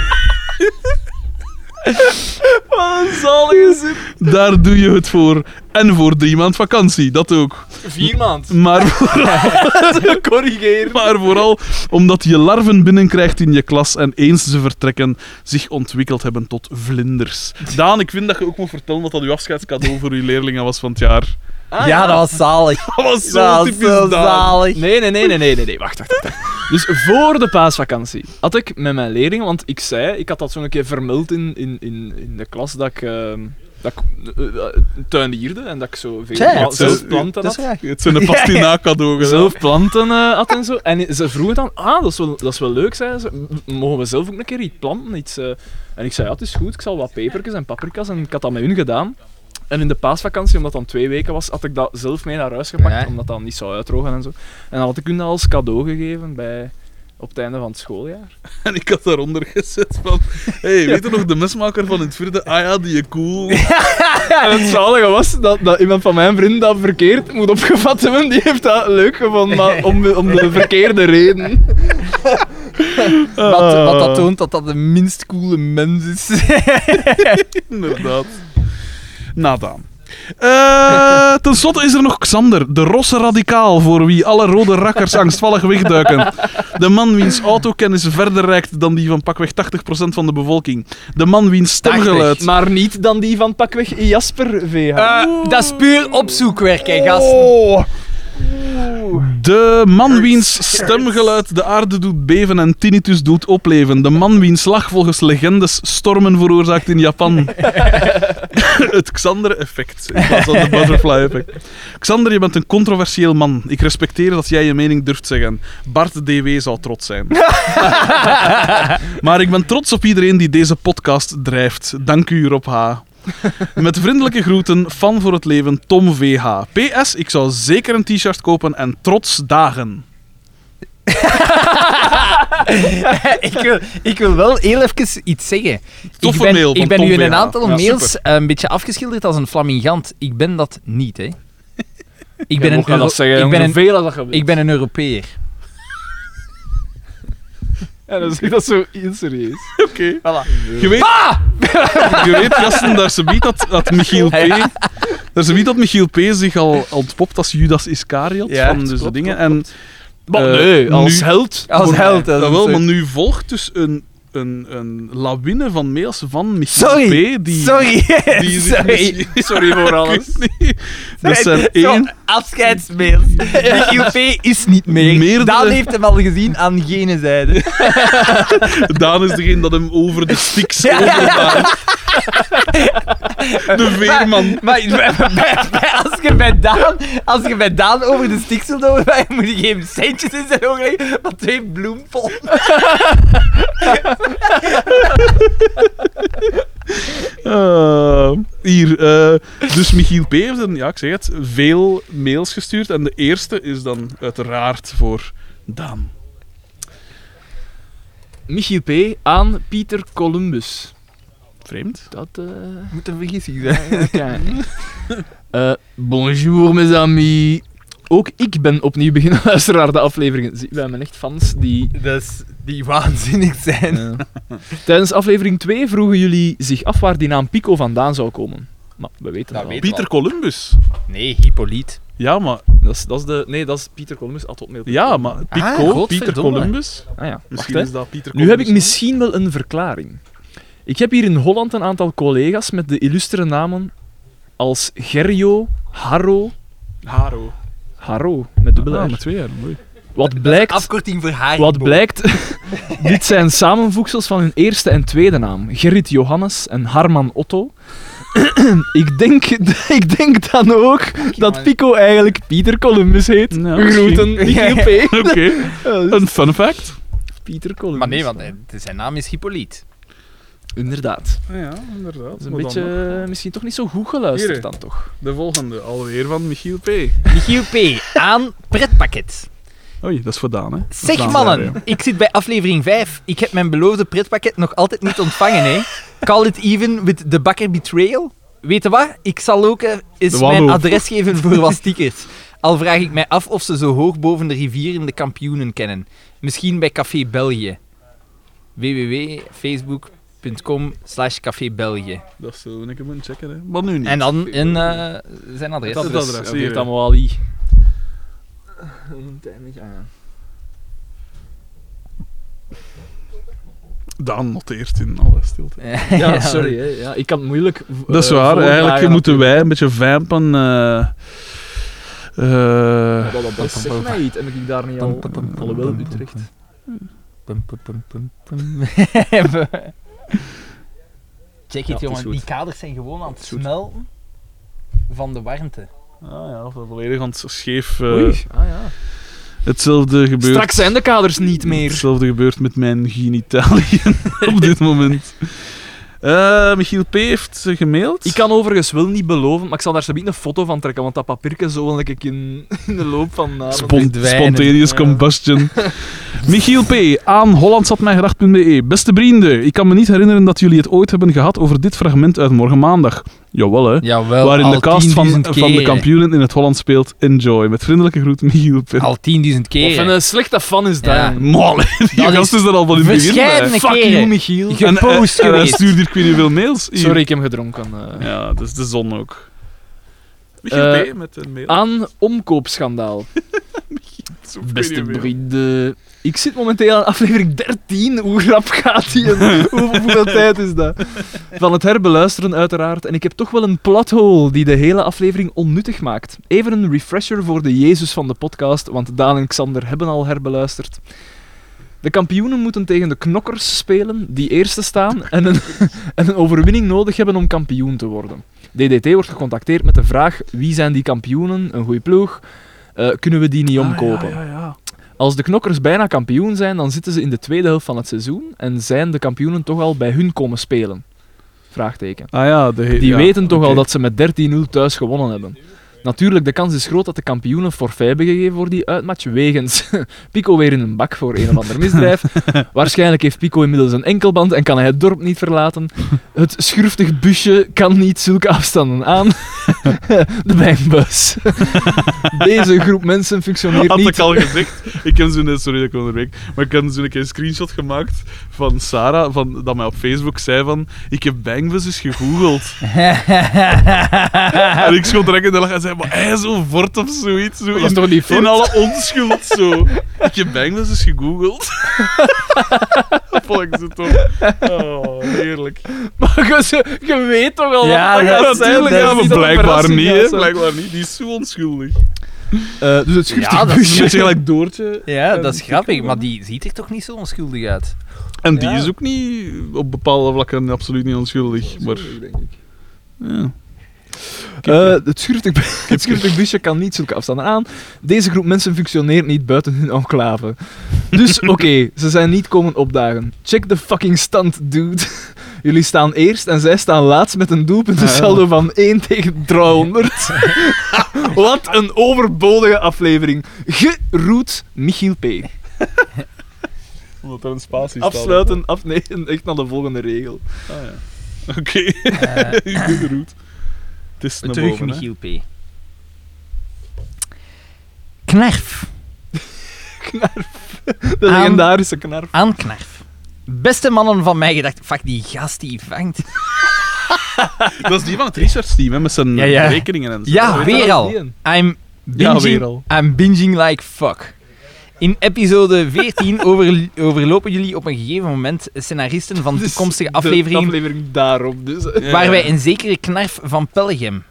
Speaker 3: Wat een zalige zin.
Speaker 2: Daar doe je het voor. En voor 3 maand vakantie, dat ook.
Speaker 3: 4 maanden.
Speaker 2: Maar
Speaker 3: Corrigeer.
Speaker 2: Maar vooral omdat je larven binnenkrijgt in je klas en eens ze vertrekken, zich ontwikkeld hebben tot vlinders. Daan, ik vind dat je ook moet vertellen dat dat uw afscheidscadeau voor uw leerlingen was van het jaar.
Speaker 1: Ja, dat was zalig.
Speaker 2: Dat was zo
Speaker 1: Dat was
Speaker 2: typisch
Speaker 1: zo
Speaker 2: Daan.
Speaker 1: zalig.
Speaker 3: Nee. Wacht. Dus voor de paasvakantie had ik met mijn leerlingen, want ik had dat zo'n keer vermeld in de klas dat ik tuinierde en dat ik zo veel zelf planten had.
Speaker 2: Het zijn een pastinaak-cadeau gedaan.
Speaker 3: Zelf planten had en zo. En ze vroegen dan, dat is wel leuk, zeiden ze. Mogen we zelf ook een keer iets planten? En ik zei, ja, het is goed, ik zal wat pepertjes en paprika's. En ik had dat met hun gedaan. En in de paasvakantie, omdat het dan 2 weken was, had ik dat zelf mee naar huis gepakt,
Speaker 1: Ja.
Speaker 3: omdat dat niet zou uitdrogen en zo. En dan had ik hun dat als cadeau gegeven op het einde van het schooljaar.
Speaker 2: En ik had daaronder gezet van... Hey, weet je nog de mesmaker van in het vierde? Ah ja, die cool.
Speaker 3: En het zalige was dat iemand van mijn vrienden dat verkeerd moet opgevat hebben. Die heeft dat leuk gevonden, maar om de verkeerde reden.
Speaker 1: Wat dat toont dat dat de minst coole mens is.
Speaker 2: Inderdaad. Nadaan. Ten slotte is er nog Xander, de rosse radicaal, voor wie alle rode rakkers angstvallig wegduiken. De man wiens autokennis verder reikt dan die van pakweg 80% van de bevolking. De man wiens stemgeluid...
Speaker 3: Maar niet dan die van pakweg Jasper VH.
Speaker 1: Dat is puur opzoekwerk, hè, gasten.
Speaker 2: Oh. De man wiens stemgeluid de aarde doet beven en tinnitus doet opleven. De man wiens lach volgens legendes stormen veroorzaakt in Japan. Het Xander-effect in plaats van het butterfly-effect. Xander, je bent een controversieel man. Ik respecteer dat jij je mening durft zeggen. Bart DW zou trots zijn. Maar ik ben trots op iedereen die deze podcast drijft. Dank u, Rob H. Met vriendelijke groeten, fan voor het leven, Tom VH. PS, ik zou zeker een t-shirt kopen en trots dagen.
Speaker 1: Ik wil wel heel even iets zeggen.
Speaker 2: Toffe mail van
Speaker 1: Ik ben
Speaker 2: Tom
Speaker 1: nu in
Speaker 2: VH.
Speaker 1: een aantal
Speaker 2: Ja,
Speaker 1: mails
Speaker 2: super.
Speaker 1: een beetje afgeschilderd als een flamingant. Ik ben dat niet, hè. Ik
Speaker 3: ben een
Speaker 1: ik ben een Europeër.
Speaker 3: Ja, dan zeg dat zo heel serieus.
Speaker 2: Oké. Je weet, je weet, gasten, daar ze biedt dat Michiel P. Daar ze biedt dat Michiel P. zich al ontpopt als Judas Iscariot
Speaker 1: Ja,
Speaker 2: van dus de dingen. En
Speaker 3: Maar nee, als
Speaker 2: nu-
Speaker 3: held.
Speaker 1: Als
Speaker 3: Voor
Speaker 1: held,
Speaker 3: mij.
Speaker 1: hè.
Speaker 2: dat wel, maar nu volgt dus een lawine van mails van Michiel
Speaker 1: Sorry.
Speaker 2: P. Die zich
Speaker 1: Sorry.
Speaker 2: misschien-
Speaker 3: Sorry voor alles.
Speaker 2: Dat zijn
Speaker 1: Zo,
Speaker 2: één...
Speaker 1: afscheidsmails. Michiel P. is niet meer.
Speaker 2: Meerdere-
Speaker 1: Daan heeft hem al gezien aan gene zijde.
Speaker 2: Daan is degene dat hem over de stiks overvaart. De veerman.
Speaker 1: Maar als je bij Daan over de stik zult overvaren, moet je geen centjes in zijn ogen leggen, maar 2 bloempol.
Speaker 2: Hier, dus Michiel P. heeft ja, ik zeg het, veel mails gestuurd. En de eerste is dan uiteraard voor Daan.
Speaker 3: Michiel P. aan Pieter Columbus.
Speaker 2: Vreemd.
Speaker 3: Dat
Speaker 1: Moet een vergissing zijn.
Speaker 3: Bonjour, mes amis. Ook ik ben opnieuw beginnen luisteren naar de afleveringen. Zie, wij hebben echt fans die...
Speaker 1: Die waanzinnig zijn.
Speaker 3: Tijdens aflevering 2 vroegen jullie zich af waar die naam Pico vandaan zou komen. Maar we weten
Speaker 1: Dat
Speaker 3: dat
Speaker 1: weet-
Speaker 3: wel.
Speaker 2: Pieter Columbus.
Speaker 1: Nee, Hippolyte.
Speaker 2: Ja, maar...
Speaker 3: Nee, dat is Pieter Columbus.
Speaker 2: Ja, maar Pico,
Speaker 1: godverdomme.
Speaker 2: Pieter Columbus.
Speaker 3: Ah ja,
Speaker 2: Misschien
Speaker 3: wacht,
Speaker 2: is
Speaker 3: hè.
Speaker 2: dat Pieter
Speaker 3: Nu
Speaker 2: Columbus.
Speaker 3: heb ik misschien wel een verklaring. Ik heb hier in Holland een aantal collega's met de illustere namen als Gerjo, Haro, met dubbele
Speaker 2: Ah,
Speaker 3: R.
Speaker 2: met 2 jaar, mooi.
Speaker 3: Wat blijkt...
Speaker 1: Afkorting voor haar.
Speaker 3: Wat blijkt, dit zijn samenvoegsels van hun eerste en tweede naam. Gerrit Johannes en Harman Otto. ik denk dan ook dat Pico eigenlijk Pieter Columbus heet.
Speaker 2: Ja,
Speaker 3: Groeten, Michiel P.
Speaker 2: Oké, een fun fact.
Speaker 3: Pieter Columbus.
Speaker 1: Maar nee, want zijn naam is Hippolyte.
Speaker 3: Inderdaad.
Speaker 2: Ja, inderdaad.
Speaker 3: Dat is een
Speaker 2: Maar
Speaker 3: beetje
Speaker 2: dan,
Speaker 3: misschien toch niet zo goed geluisterd
Speaker 2: Hier, hè.
Speaker 3: dan toch.
Speaker 2: de volgende, alweer van Michiel P.
Speaker 1: Michiel P. aan pretpakket.
Speaker 2: Oei, dat is voor Daan, hè. Dat is
Speaker 1: Zeg
Speaker 2: Daan
Speaker 1: mannen,
Speaker 2: Zijde.
Speaker 1: ik zit bij aflevering 5. Ik heb mijn beloofde pretpakket nog altijd niet ontvangen, hè. Call it even with the bakker betrayal. Weet je wat? Ik zal ook eens
Speaker 2: De
Speaker 1: mijn
Speaker 2: wanhoop.
Speaker 1: adres geven voor wat stickers. Al vraag ik mij af of ze zo hoog boven de rivieren de kampioenen kennen. Misschien bij Café België. www.facebook facebook.com/Café België.
Speaker 2: Dat zou ik moeten checken, hè. Maar nu niet.
Speaker 1: En dan in zijn adres.
Speaker 2: Dat adres,
Speaker 3: Dat
Speaker 2: hier,
Speaker 3: heeft
Speaker 2: hè.
Speaker 3: allemaal Ali.
Speaker 2: Daan noteert in alle stilte.
Speaker 3: Ja, sorry. Hè. Ja, ik kan het moeilijk...
Speaker 2: Dat is waar. Eigenlijk moeten wij een beetje vampen.
Speaker 3: Dat zegt mij iets. En ik daar niet al... Alhoewel, Utrecht.
Speaker 1: Check
Speaker 3: Ja,
Speaker 1: het,
Speaker 3: het is
Speaker 1: jongen.
Speaker 3: goed.
Speaker 1: Die kaders zijn gewoon aan het
Speaker 2: is goed.
Speaker 1: smelten van de warmte.
Speaker 2: Ah ja, volledig aan het scheef.
Speaker 3: Oei. Ja.
Speaker 2: Hetzelfde gebeurt.
Speaker 3: Straks zijn de kaders niet meer.
Speaker 2: Hetzelfde gebeurt met mijn genitaliën op dit moment. Michiel P. heeft gemaild.
Speaker 3: Ik kan overigens wel niet beloven, maar ik zal daar zometeen een foto van trekken, want dat papiertje zo wil ik in de loop van...
Speaker 1: verdwijnen.
Speaker 2: Spontaneous
Speaker 3: Ja.
Speaker 2: combustion. Michiel P. aan hollandsatmijgedacht.be. Beste vrienden, ik kan me niet herinneren dat jullie het ooit hebben gehad over dit fragment uit Morgen Maandag. Jawel, hè.
Speaker 1: Jawel,
Speaker 2: Waarin de
Speaker 1: al
Speaker 2: cast
Speaker 1: 10.000
Speaker 2: van de
Speaker 1: keren.
Speaker 2: kampioenen in het Hollands speelt. Enjoy. Met vriendelijke groet, Michiel P.
Speaker 1: Al 10.000
Speaker 3: Of
Speaker 1: keren.
Speaker 3: een slechte fan is dat.
Speaker 1: Ja.
Speaker 2: Molle, die
Speaker 1: Dat
Speaker 2: gast
Speaker 1: is
Speaker 2: is er al van in het begin bij.
Speaker 1: verscheidene
Speaker 3: Fuck
Speaker 1: keren.
Speaker 3: you, Michiel.
Speaker 1: Gepost
Speaker 2: En hij
Speaker 1: geweest.
Speaker 2: stuurt hier ik weet niet hoeveel mails. Hier.
Speaker 3: Sorry, ik heb hem gedronken.
Speaker 2: Ja, dat is de zon ook. Michiel P. met een mail.
Speaker 3: Aan omkoopschandaal.
Speaker 2: Zo, ik weet
Speaker 3: Beste
Speaker 2: niet hoeveel.
Speaker 3: vrienden. Ik zit momenteel aan aflevering 13. Hoe grap gaat die? En hoeveel tijd is dat? Van het herbeluisteren uiteraard. En ik heb toch wel een plothole die de hele aflevering onnuttig maakt. Even een refresher voor de Jezus van de podcast, want Daan en Xander hebben al herbeluisterd. De kampioenen moeten tegen de knokkers spelen, die eerste staan en een overwinning nodig hebben om kampioen te worden. DDT wordt gecontacteerd met de vraag: wie zijn die kampioenen? Een goede ploeg. Kunnen we die niet omkopen?
Speaker 2: Ja.
Speaker 3: Als de knokkers bijna kampioen zijn, dan zitten ze in de tweede helft van het seizoen en zijn de kampioenen toch al bij hun komen spelen? Vraagteken.
Speaker 2: Ah ja,
Speaker 3: Die weten toch al dat ze met 13-0 thuis gewonnen hebben. Natuurlijk, de kans is groot dat de kampioenen forfait hebben gegeven voor die uitmatch, wegens Pico weer in een bak voor een of ander misdrijf. Waarschijnlijk heeft Pico inmiddels een enkelband en kan hij het dorp niet verlaten. Het schurftig busje kan niet zulke afstanden aan. De bijnbus. Deze groep mensen functioneert
Speaker 2: Had
Speaker 3: niet...
Speaker 2: ik al gezegd. Ik heb zo'n, sorry dat ik onderbreek, maar ik heb zo'n keer een screenshot gemaakt van Sarah, dat mij op Facebook zei van, ik heb Bangbus eens gegoogeld. En ik schot direct in de lach en zei, maar hij is zo fort of zoiets. Zo
Speaker 3: Dat is
Speaker 2: in,
Speaker 3: toch niet fort?
Speaker 2: in alle onschuld zo. Ik heb Bangbus eens gegoogeld. Dat vond ik zo tof. Oh, heerlijk.
Speaker 3: Maar je weet toch al
Speaker 1: Ja,
Speaker 3: wat
Speaker 1: dat
Speaker 3: gaat
Speaker 1: is-
Speaker 3: zijn?
Speaker 1: dat
Speaker 3: Dat
Speaker 1: is
Speaker 3: is
Speaker 2: maar
Speaker 3: niet dat een
Speaker 2: blijkbaar
Speaker 3: verrassing
Speaker 2: niet,
Speaker 3: gaat
Speaker 2: hè.
Speaker 3: zijn.
Speaker 2: Blijkbaar niet. Die is zo onschuldig.
Speaker 3: Dus het schurftig
Speaker 1: Ja, dat is-
Speaker 3: busje.
Speaker 2: Je zegt gelijk Doortje.
Speaker 1: Ja, dat is grappig, maar die ziet er toch niet zo onschuldig uit.
Speaker 2: En die
Speaker 3: Ja.
Speaker 2: is ook niet op bepaalde vlakken absoluut niet onschuldig. Maar
Speaker 3: denk ik.
Speaker 2: ja.
Speaker 3: Het schurftig busje kan niet zulke afstanden aan. Deze groep mensen functioneert niet buiten hun enclave. Dus oké, ze zijn niet komen opdagen. Check the fucking stand, dude. Jullie staan eerst en zij staan laatst met een doelpuntensaldo van 1 tegen 300. Wat een overbodige aflevering. Geroet Michiel P.
Speaker 2: Omdat er een spatie staat.
Speaker 3: Afsluiten, nee, echt naar de volgende regel.
Speaker 2: Ah, ja. Oké. Goed route. Het is naar
Speaker 1: Terug
Speaker 2: boven, hè.
Speaker 1: Michiel P. Knarf.
Speaker 3: De legendarische knarf.
Speaker 1: Aan Knarf. Beste mannen van mij gedacht, fuck die gast die vangt.
Speaker 2: Dat is die van het research-team, hè, met zijn
Speaker 1: Ja, ja.
Speaker 2: rekeningen en zo.
Speaker 1: Ja,
Speaker 2: Weet je
Speaker 1: weer
Speaker 2: dat?
Speaker 1: al. I'm
Speaker 2: Ja,
Speaker 1: binging,
Speaker 2: weer al.
Speaker 1: I'm binging like fuck. In episode 14 overlopen jullie op een gegeven moment scenaristen van
Speaker 3: Dus
Speaker 1: toekomstige
Speaker 3: de
Speaker 1: afleveringen
Speaker 3: aflevering daarop, dus.
Speaker 2: Ja,
Speaker 1: waar
Speaker 2: ja.
Speaker 1: wij een zekere Knarf van Pelgrim.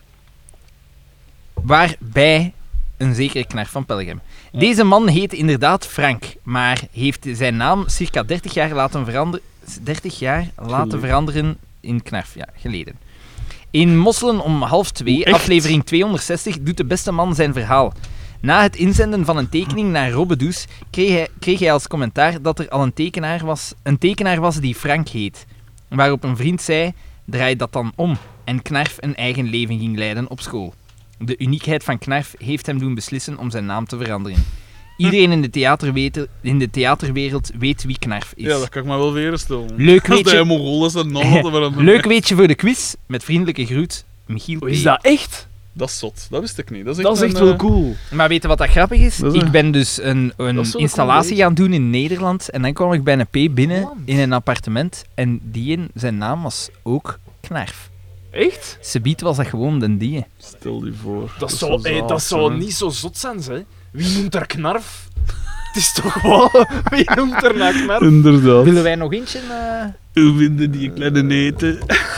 Speaker 1: Waarbij een zekere Knarf van Pelgrim.
Speaker 2: Ja.
Speaker 1: Deze man heet inderdaad Frank, maar heeft zijn naam circa 30 jaar laten veranderen in Knarf, ja, geleden. In Mosselen om 1:30,
Speaker 2: Echt?
Speaker 1: aflevering 260, doet de beste man zijn verhaal. Na het inzenden van een tekening naar Robbe Does kreeg hij als commentaar dat er al een tekenaar was die Frank heet. Waarop een vriend zei, draai dat dan om, en Knarf een eigen leven ging leiden op school. De uniekheid van Knarf heeft hem doen beslissen om zijn naam te veranderen. Iedereen in de theaterwereld weet wie Knarf is.
Speaker 2: Ja, dat kan ik me wel weer stellen.
Speaker 1: Leuk
Speaker 2: Als hij
Speaker 1: weetje,
Speaker 2: Mongool is, dan nog wat er aan
Speaker 1: leuk weetje voor de quiz, met vriendelijke groet, Michiel P.
Speaker 3: Is dat echt?
Speaker 2: Dat is zot. Dat wist ik niet. Dat is
Speaker 3: Dat is echt
Speaker 2: een,
Speaker 3: wel cool.
Speaker 1: Maar weet je wat dat grappig is?
Speaker 2: Dat is
Speaker 1: Ik ben dus een
Speaker 3: Dat is wel
Speaker 1: installatie
Speaker 3: cool,
Speaker 1: gaan doen in Nederland en dan kwam ik bij een P binnen
Speaker 3: Land.
Speaker 1: in een appartement en zijn naam was ook Knarf.
Speaker 3: Echt?
Speaker 1: Subiet was dat gewoon den die.
Speaker 2: Stel je voor.
Speaker 3: Dat
Speaker 2: is
Speaker 3: zou,
Speaker 2: zo zalig,
Speaker 3: dat zou
Speaker 2: hè.
Speaker 3: niet zo zot zijn, hè? Wie noemt er knarf? Het is toch wel... Wie noemt er nou knarf?
Speaker 2: Inderdaad.
Speaker 1: Willen wij nog eentje?
Speaker 2: Hoe vinden die kleine neten?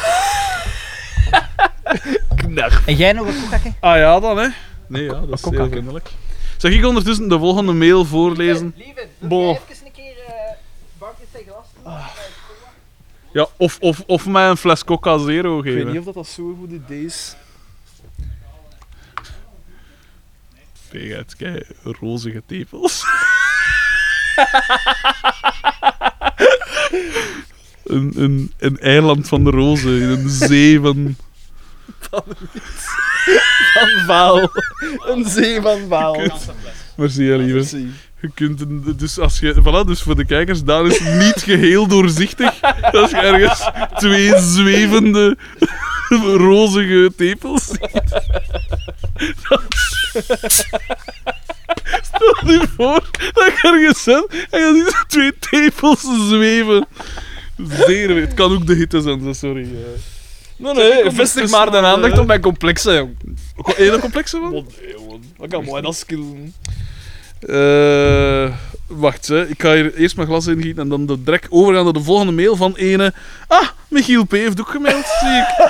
Speaker 3: Knarf.
Speaker 1: En jij nog een koekhakke?
Speaker 2: Ah ja, dan hè. Nee, ja, dat is heel vriendelijk. Zeg ik ondertussen de volgende mail voorlezen?
Speaker 1: Lieve,
Speaker 3: Bo.
Speaker 1: even een keer bankjes en glas doen?
Speaker 2: Ja, of mij een fles Coca Zero
Speaker 3: Ik weet
Speaker 2: geven.
Speaker 3: niet of dat zo'n goed idee is.
Speaker 2: Kijk, rozige tepels. een eiland van de rozen in een zee van...
Speaker 3: Van Vaal. Een zee van Vaal.
Speaker 2: Merci, hè, lieve.
Speaker 3: Zie.
Speaker 2: Je kunt dus als je... Voilà, dus voor de kijkers, Daan is niet geheel doorzichtig. Als je ergens twee zwevende rozige tepels ziet. Stel je voor dat ik ergens zit en je ziet twee tepels zweven. Zeer, het kan ook de hitte zijn, so sorry.
Speaker 3: Nee, vestig maar de aandacht op mijn complexen, jong.
Speaker 2: Ook wel één complexe van?
Speaker 3: Wat kan mooi dat skillen.
Speaker 2: Wacht, hè. Ik ga hier eerst mijn glas ingieten en dan direct overgaan naar de volgende mail van ene... Ah, Michiel P. heeft ook gemaild, zie ik.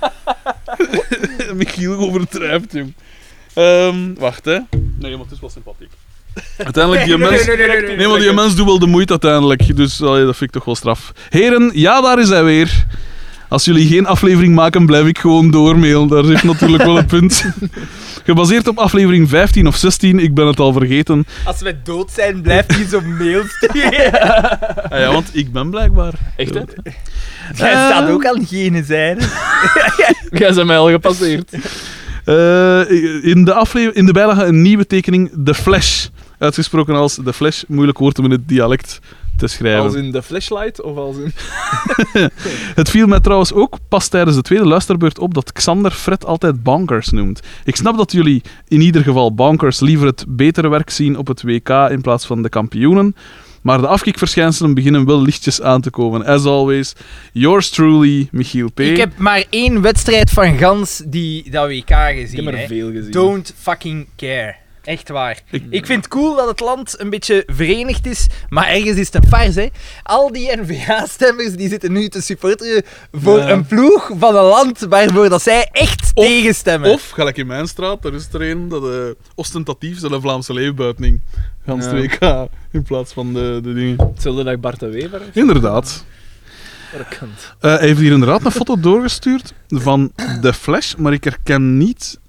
Speaker 2: Michiel overdrijft, jong. Wacht, hè. Nee, maar het is wel sympathiek. Uiteindelijk, die mens... Nee, maar die mens doet wel de moeite uiteindelijk. Dus allee, dat vind ik toch wel straf. Heren, ja, daar is hij weer. Als jullie geen aflevering maken, blijf ik gewoon doormailen. Daar zit natuurlijk wel een punt. Gebaseerd op aflevering 15 of 16, ik ben het al vergeten.
Speaker 1: Als wij dood zijn, blijft hij zo'n mail sturen.
Speaker 2: Ah ja, want ik ben blijkbaar.
Speaker 3: Echt, hè?
Speaker 1: Jij staat ook aan gene zijde.
Speaker 3: Jij bent mij al gepasseerd.
Speaker 2: In de bijlage een nieuwe tekening, The Flash. Uitgesproken als The Flash, moeilijk woord om in het dialect te schrijven.
Speaker 3: Als in de flashlight of als in...
Speaker 2: Het viel mij trouwens ook pas tijdens de tweede luisterbeurt op dat Xander Fred altijd bonkers noemt. Ik snap dat jullie in ieder geval bonkers liever het betere werk zien op het WK in plaats van de kampioenen. Maar de afkikverschijnselen beginnen wel lichtjes aan te komen. As always, yours truly, Michiel P.
Speaker 1: Ik heb maar één wedstrijd van gans dat WK gezien.
Speaker 3: Ik heb er
Speaker 1: hè.
Speaker 3: veel gezien.
Speaker 1: Don't fucking care. Echt waar. Ik vind het cool dat het land een beetje verenigd is, maar ergens is het een farce, hè. Al die N-VA-stemmers die zitten nu te supporteren voor
Speaker 2: Ja.
Speaker 1: een ploeg van een land waarvoor dat zij echt tegenstemmen.
Speaker 2: Of, gelijk in mijn straat, er is er een dat ostentatief zijn Vlaamse leefbuitening gans
Speaker 3: Ja.
Speaker 2: 2K in plaats van de dingen.
Speaker 3: Hetzelfde dat Bart de Wever heeft.
Speaker 2: Inderdaad.
Speaker 3: Arkant.
Speaker 2: Hij heeft hier inderdaad een foto doorgestuurd van The Flash, maar ik herken niet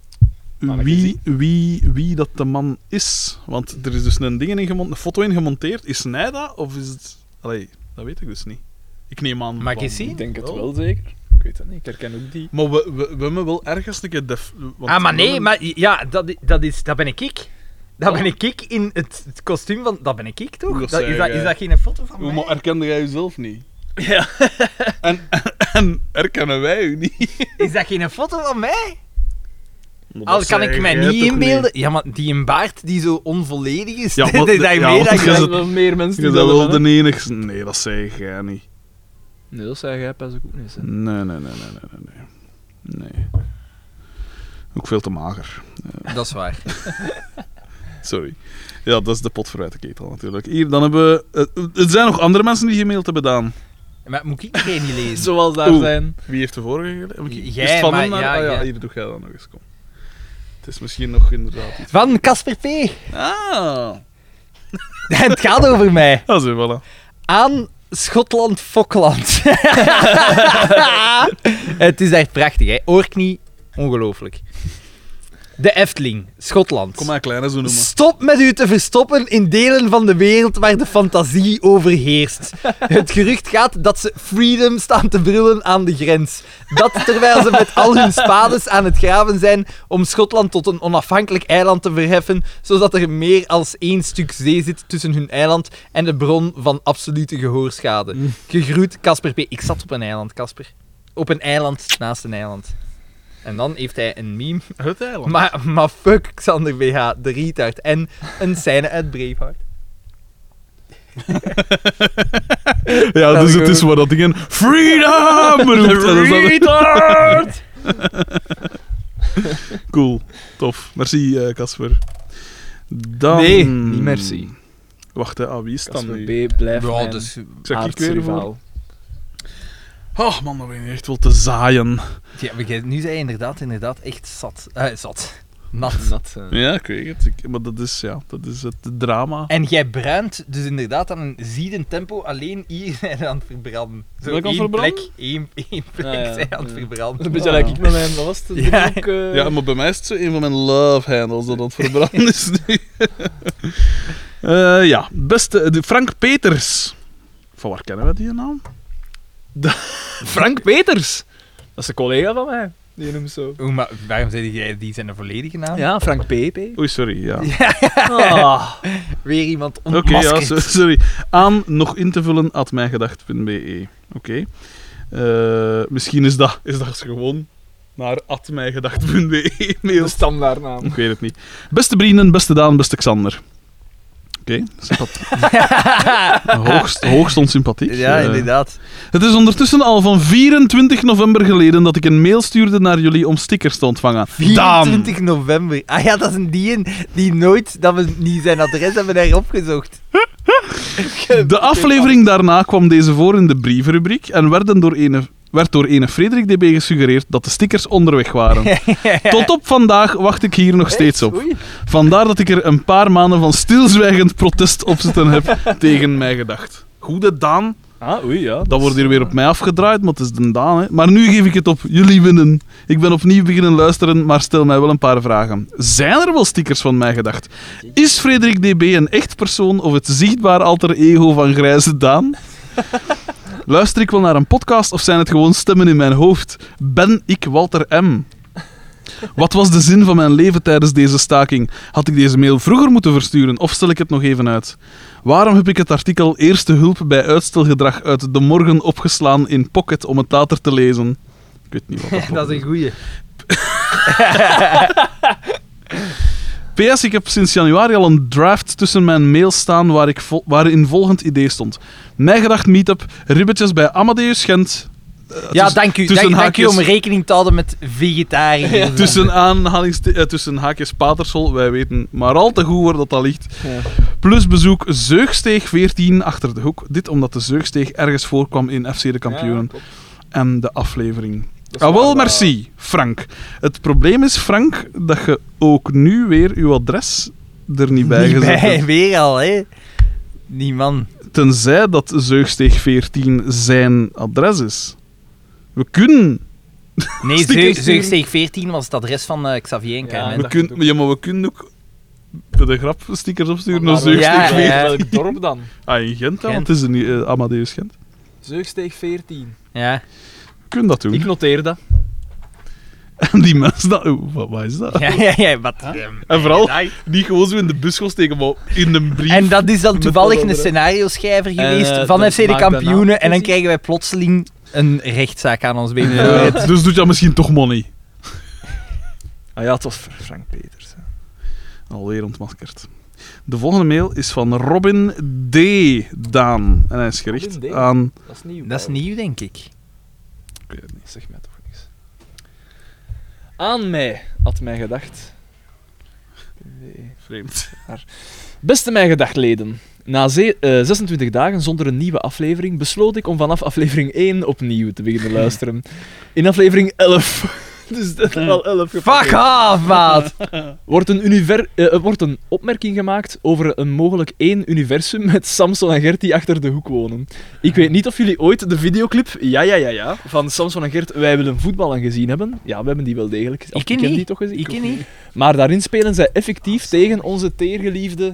Speaker 2: wie dat de man is. Want er is dus een foto in gemonteerd. Is hij dat? Of is het... Allee, dat weet ik dus niet. Ik neem aan...
Speaker 1: Mag ik
Speaker 2: van-
Speaker 1: eens zien?
Speaker 3: Ik denk het wel zeker. Ik weet het niet. Ik herken ook die.
Speaker 2: Maar we hebben wel ergens een keer...
Speaker 1: Ah, maar nee, maar ja, dat ben ik. Dat ben ik in het kostuum van... Dat ben ik toch?
Speaker 2: Hoe dat zeg
Speaker 1: Is
Speaker 2: jij?
Speaker 1: dat geen foto van
Speaker 2: Hoe
Speaker 1: mij?
Speaker 2: herkende jij jezelf niet?
Speaker 3: Ja.
Speaker 2: En herkennen wij u niet?
Speaker 1: Is dat geen foto van mij?
Speaker 2: Maar
Speaker 1: Al
Speaker 2: dat
Speaker 1: kan
Speaker 2: zeg
Speaker 1: ik mij
Speaker 2: jij
Speaker 1: niet
Speaker 2: toch
Speaker 1: inbeelden. Ja, maar die een baard die zo onvolledig is.
Speaker 2: Ja,
Speaker 1: dat
Speaker 2: maar-
Speaker 1: is dat
Speaker 2: ja,
Speaker 1: meer
Speaker 2: want
Speaker 1: dan
Speaker 2: je
Speaker 3: Er
Speaker 1: ik-
Speaker 2: zit-
Speaker 3: zijn wel meer mensen
Speaker 2: Je
Speaker 3: die
Speaker 2: bent
Speaker 3: dat
Speaker 2: wel
Speaker 3: hebben,
Speaker 2: de
Speaker 3: hè.
Speaker 2: enigste... Nee, dat zeg jij niet.
Speaker 3: Nee, dat zei jij pas ook niet. Hè.
Speaker 2: Nee. Nee. Ook veel te mager.
Speaker 1: Dat is waar.
Speaker 2: Sorry. Ja, dat is de pot vooruit de ketel natuurlijk. Hier, dan hebben we... Er zijn nog andere mensen die gemaild hebben gedaan.
Speaker 1: Maar moet ik geen niet lezen?
Speaker 3: Zoals daar
Speaker 2: Oeh.
Speaker 3: zijn.
Speaker 2: Wie heeft de vorige gelezen?
Speaker 1: Jij,
Speaker 2: Is het van
Speaker 1: maar
Speaker 2: hem naar...
Speaker 1: ja,
Speaker 2: Ah ja,
Speaker 1: ja.
Speaker 2: hier doe jij dan nog eens. Kom. Het is misschien nog inderdaad iets...
Speaker 1: Van Casper P.
Speaker 2: Ah!
Speaker 1: Het gaat over mij.
Speaker 2: Ah, zo, voilà.
Speaker 1: Aan Schotland-Fokland. Het is echt prachtig, hè. Orkney, ongelooflijk. De Efteling, Schotland.
Speaker 2: Kom maar, kleine zo noemen.
Speaker 1: Stop met u te verstoppen in delen van de wereld waar de fantasie overheerst. Het gerucht gaat dat ze freedom staan te brullen aan de grens. Dat terwijl ze met al hun spades aan het graven zijn om Schotland tot een onafhankelijk eiland te verheffen, zodat er meer als 1 stuk zee zit tussen hun eiland en de bron van absolute gehoorschade. Gegroet, Casper P. Ik zat op een eiland, Casper. Op een eiland naast een eiland. En dan heeft hij een meme.
Speaker 2: Het eiland.
Speaker 1: Maar fuck Xander BH, de retard. En een scène uit Braveheart.
Speaker 2: Ja, dus het is wat dat ding Freedom roept. En dan is dat-
Speaker 3: Retard!
Speaker 2: Cool, tof. Merci, Casper. Dan...
Speaker 3: Nee, niet merci.
Speaker 2: Wacht, hè. Wie is het dan
Speaker 3: Casper
Speaker 2: nu?
Speaker 3: B blijft
Speaker 1: Ja,
Speaker 3: mijn
Speaker 1: dus...
Speaker 2: Zeg ik weer voor?
Speaker 3: aardsrivaal.
Speaker 2: Oh man, dat ben je echt wel te zaaien.
Speaker 1: Ja, maar nu zei je inderdaad echt zat. Zat. Nat.
Speaker 3: Nat,
Speaker 2: Ja, ik weet het. Maar dat is het drama.
Speaker 1: En jij bruint dus inderdaad aan een ziedend tempo. Alleen hier zijn we aan het verbranden.
Speaker 2: Ben ik aan het
Speaker 1: één
Speaker 2: verbranden?
Speaker 1: plek, één plek
Speaker 3: Ah, ja.
Speaker 1: zijn we aan het verbranden.
Speaker 3: Een beetje like ik met mijn... Wat was het?
Speaker 1: Ja.
Speaker 3: Driehoek,
Speaker 2: Ja, maar bij mij is het zo een van mijn love handles dat het verbranden is nu. Ja, beste... Frank Peters. Van waar kennen we die naam?
Speaker 3: Frank Peters! Dat is een collega van mij. Die noemt zo.
Speaker 1: Maar waarom zei jij die zijn volledige naam?
Speaker 3: Ja, Frank PP.
Speaker 2: Oei, sorry, ja.
Speaker 3: Ah.
Speaker 1: Weer iemand
Speaker 2: Oké,
Speaker 1: ontmaskerd.
Speaker 2: ja, sorry. Aan nog in te vullen @mijgedacht.be. Oké. Misschien is dat gewoon naar @mijgedacht.be mail.
Speaker 3: De standaardnaam.
Speaker 2: Ik weet het niet. Beste vrienden, beste Daan, beste Xander. Oké, hoogst onsympathiek.
Speaker 1: Ja, inderdaad.
Speaker 2: Het is ondertussen al van 24 november geleden dat ik een mail stuurde naar jullie om stickers te ontvangen.
Speaker 1: 24 november. Ah ja, dat is een die nooit, dat we niet zijn adres hebben daar opgezocht.
Speaker 2: De aflevering daarna kwam deze voor in de brievenrubriek en werd door ene Frederik DB gesuggereerd dat de stickers onderweg waren. Tot op vandaag wacht ik hier nog steeds op.
Speaker 3: Oei.
Speaker 2: Vandaar dat ik er een paar maanden van stilzwijgend protest op zitten heb tegen mij gedacht. Goede Daan,
Speaker 3: Ah, oei, ja.
Speaker 2: dat wordt hier weer op mij afgedraaid, maar het is de Daan. Hè. Maar nu geef ik het op, jullie winnen. Ik ben opnieuw beginnen luisteren, maar stel mij wel een paar vragen. Zijn er wel stickers van mij gedacht? Is Frederik DB een echt persoon of het zichtbaar alter ego van Grijze Daan? Luister ik wel naar een podcast of zijn het gewoon stemmen in mijn hoofd? Ben ik Walter M.? Wat was de zin van mijn leven tijdens deze staking? Had ik deze mail vroeger moeten versturen of stel ik het nog even uit? Waarom heb ik het artikel Eerste hulp bij uitstelgedrag uit De Morgen opgeslaan in Pocket om het later te lezen? Ik weet niet wat
Speaker 1: Dat is een goeie.
Speaker 2: PS, ik heb sinds januari al een draft tussen mijn mails staan waarin volgend idee stond. Mijgedacht meetup, ribbetjes bij Amadeus Gent.
Speaker 1: Ja, dank u.
Speaker 2: tussen
Speaker 1: Dank u
Speaker 2: haakjes-
Speaker 1: om rekening te houden met vegetariërs.
Speaker 2: Tussen haakjes Patersel, wij weten maar al te goed waar dat ligt.
Speaker 3: Ja.
Speaker 2: Plus bezoek Zeugsteeg 14 achter de hoek. Dit omdat de Zeugsteeg ergens voorkwam in FC de Kampioenen.
Speaker 3: Ja, klopt.
Speaker 2: En de aflevering.
Speaker 3: Dat is
Speaker 2: Ah, wel,
Speaker 3: waar,
Speaker 2: merci, Frank. Het probleem is, Frank, dat je ook nu weer uw adres er niet bij
Speaker 1: Niet
Speaker 2: gezet
Speaker 1: bij,
Speaker 2: hebt.
Speaker 1: weer al, hè. Die man.
Speaker 2: Tenzij dat Zeugsteeg 14 zijn adres is. We kunnen...
Speaker 1: Nee,
Speaker 2: Stickers sturen.
Speaker 1: Zeugsteeg 14 was het adres van Xavier en
Speaker 3: Ja,
Speaker 1: Carmen.
Speaker 2: Maar we kunnen ook bij de grap stickers opsturen naar
Speaker 3: Maar
Speaker 2: Zeugsteeg
Speaker 1: ja,
Speaker 2: 14.
Speaker 1: ja.
Speaker 3: Welk dorp dan?
Speaker 2: Ah, in Gent, dan,
Speaker 1: Gent.
Speaker 2: want het is een Amadeus Gent.
Speaker 3: Zeugsteeg 14.
Speaker 1: Ja.
Speaker 2: We kunnen dat doen.
Speaker 3: Ik noteer dat.
Speaker 2: En die mensen... Wat is dat?
Speaker 1: Ja, wat...
Speaker 2: En vooral niet gewoon zo in de bus gaan steken, maar in een brief.
Speaker 1: En dat is dan
Speaker 3: Met
Speaker 1: toevallig
Speaker 3: wat
Speaker 1: een
Speaker 3: andere.
Speaker 1: scenario-schrijver geweest
Speaker 3: dat
Speaker 1: van FC de
Speaker 3: maakt de naam
Speaker 1: Kampioenen. En dan
Speaker 3: precies.
Speaker 1: krijgen wij plotseling een rechtszaak aan ons been.
Speaker 2: Ja, dus doet dat misschien toch money.
Speaker 3: Ah ja, het was Frank Peters. hè.
Speaker 2: Alweer ontmaskerd. De volgende mail is van Robin D. Daan. En hij is gericht
Speaker 3: Robin D.
Speaker 2: aan...
Speaker 3: Dat is nieuw.
Speaker 1: Dat is nieuw, denk ik.
Speaker 2: Ik weet het niet.
Speaker 3: Zeg mij toch niks. Aan mij, had mij gedacht. Nee.
Speaker 2: Vreemd.
Speaker 3: Beste mij gedachtleden. Na 26 dagen zonder een nieuwe aflevering besloot ik om vanaf aflevering 1 opnieuw te beginnen luisteren. In aflevering 11. Dus dat is al 11 gepakt.
Speaker 1: Fuck off, maat!
Speaker 3: Wordt een opmerking gemaakt over een mogelijk één universum met Samson en Gert die achter de hoek wonen. Ik weet niet of jullie ooit de videoclip van Samson en Gert Wij willen voetballen gezien hebben. Ja, we hebben die wel degelijk. Of,
Speaker 1: Ik ken
Speaker 3: heb
Speaker 1: die.
Speaker 3: die toch gezien?
Speaker 1: Ik ken niet.
Speaker 3: Maar daarin spelen zij effectief tegen onze teergeliefde...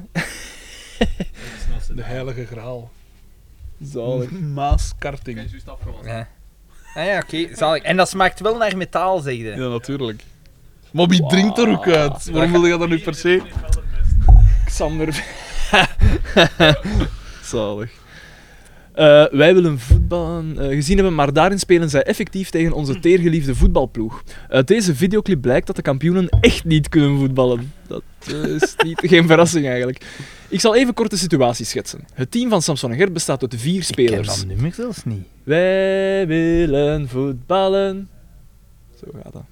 Speaker 2: De heilige graal.
Speaker 3: Zalig.
Speaker 2: Maaskarting.
Speaker 1: Ja. Ah ja, oké, zalig. En dat smaakt wel naar metaal, zeg je.
Speaker 2: Ja, natuurlijk. Maar wie drinkt er ook uit? Waarom wil je dat nu per se?
Speaker 3: Xander. Zalig. Wij willen voetballen gezien hebben, maar daarin spelen zij effectief tegen onze teergeliefde voetbalploeg. Uit deze videoclip blijkt dat de kampioenen echt niet kunnen voetballen. Dat is geen verrassing eigenlijk. Ik zal even kort de situatie schetsen. Het team van Samson en Gert bestaat uit 4 spelers.
Speaker 1: Ik ken dat nummer zelfs niet.
Speaker 3: Wij willen voetballen. Zo gaat dat.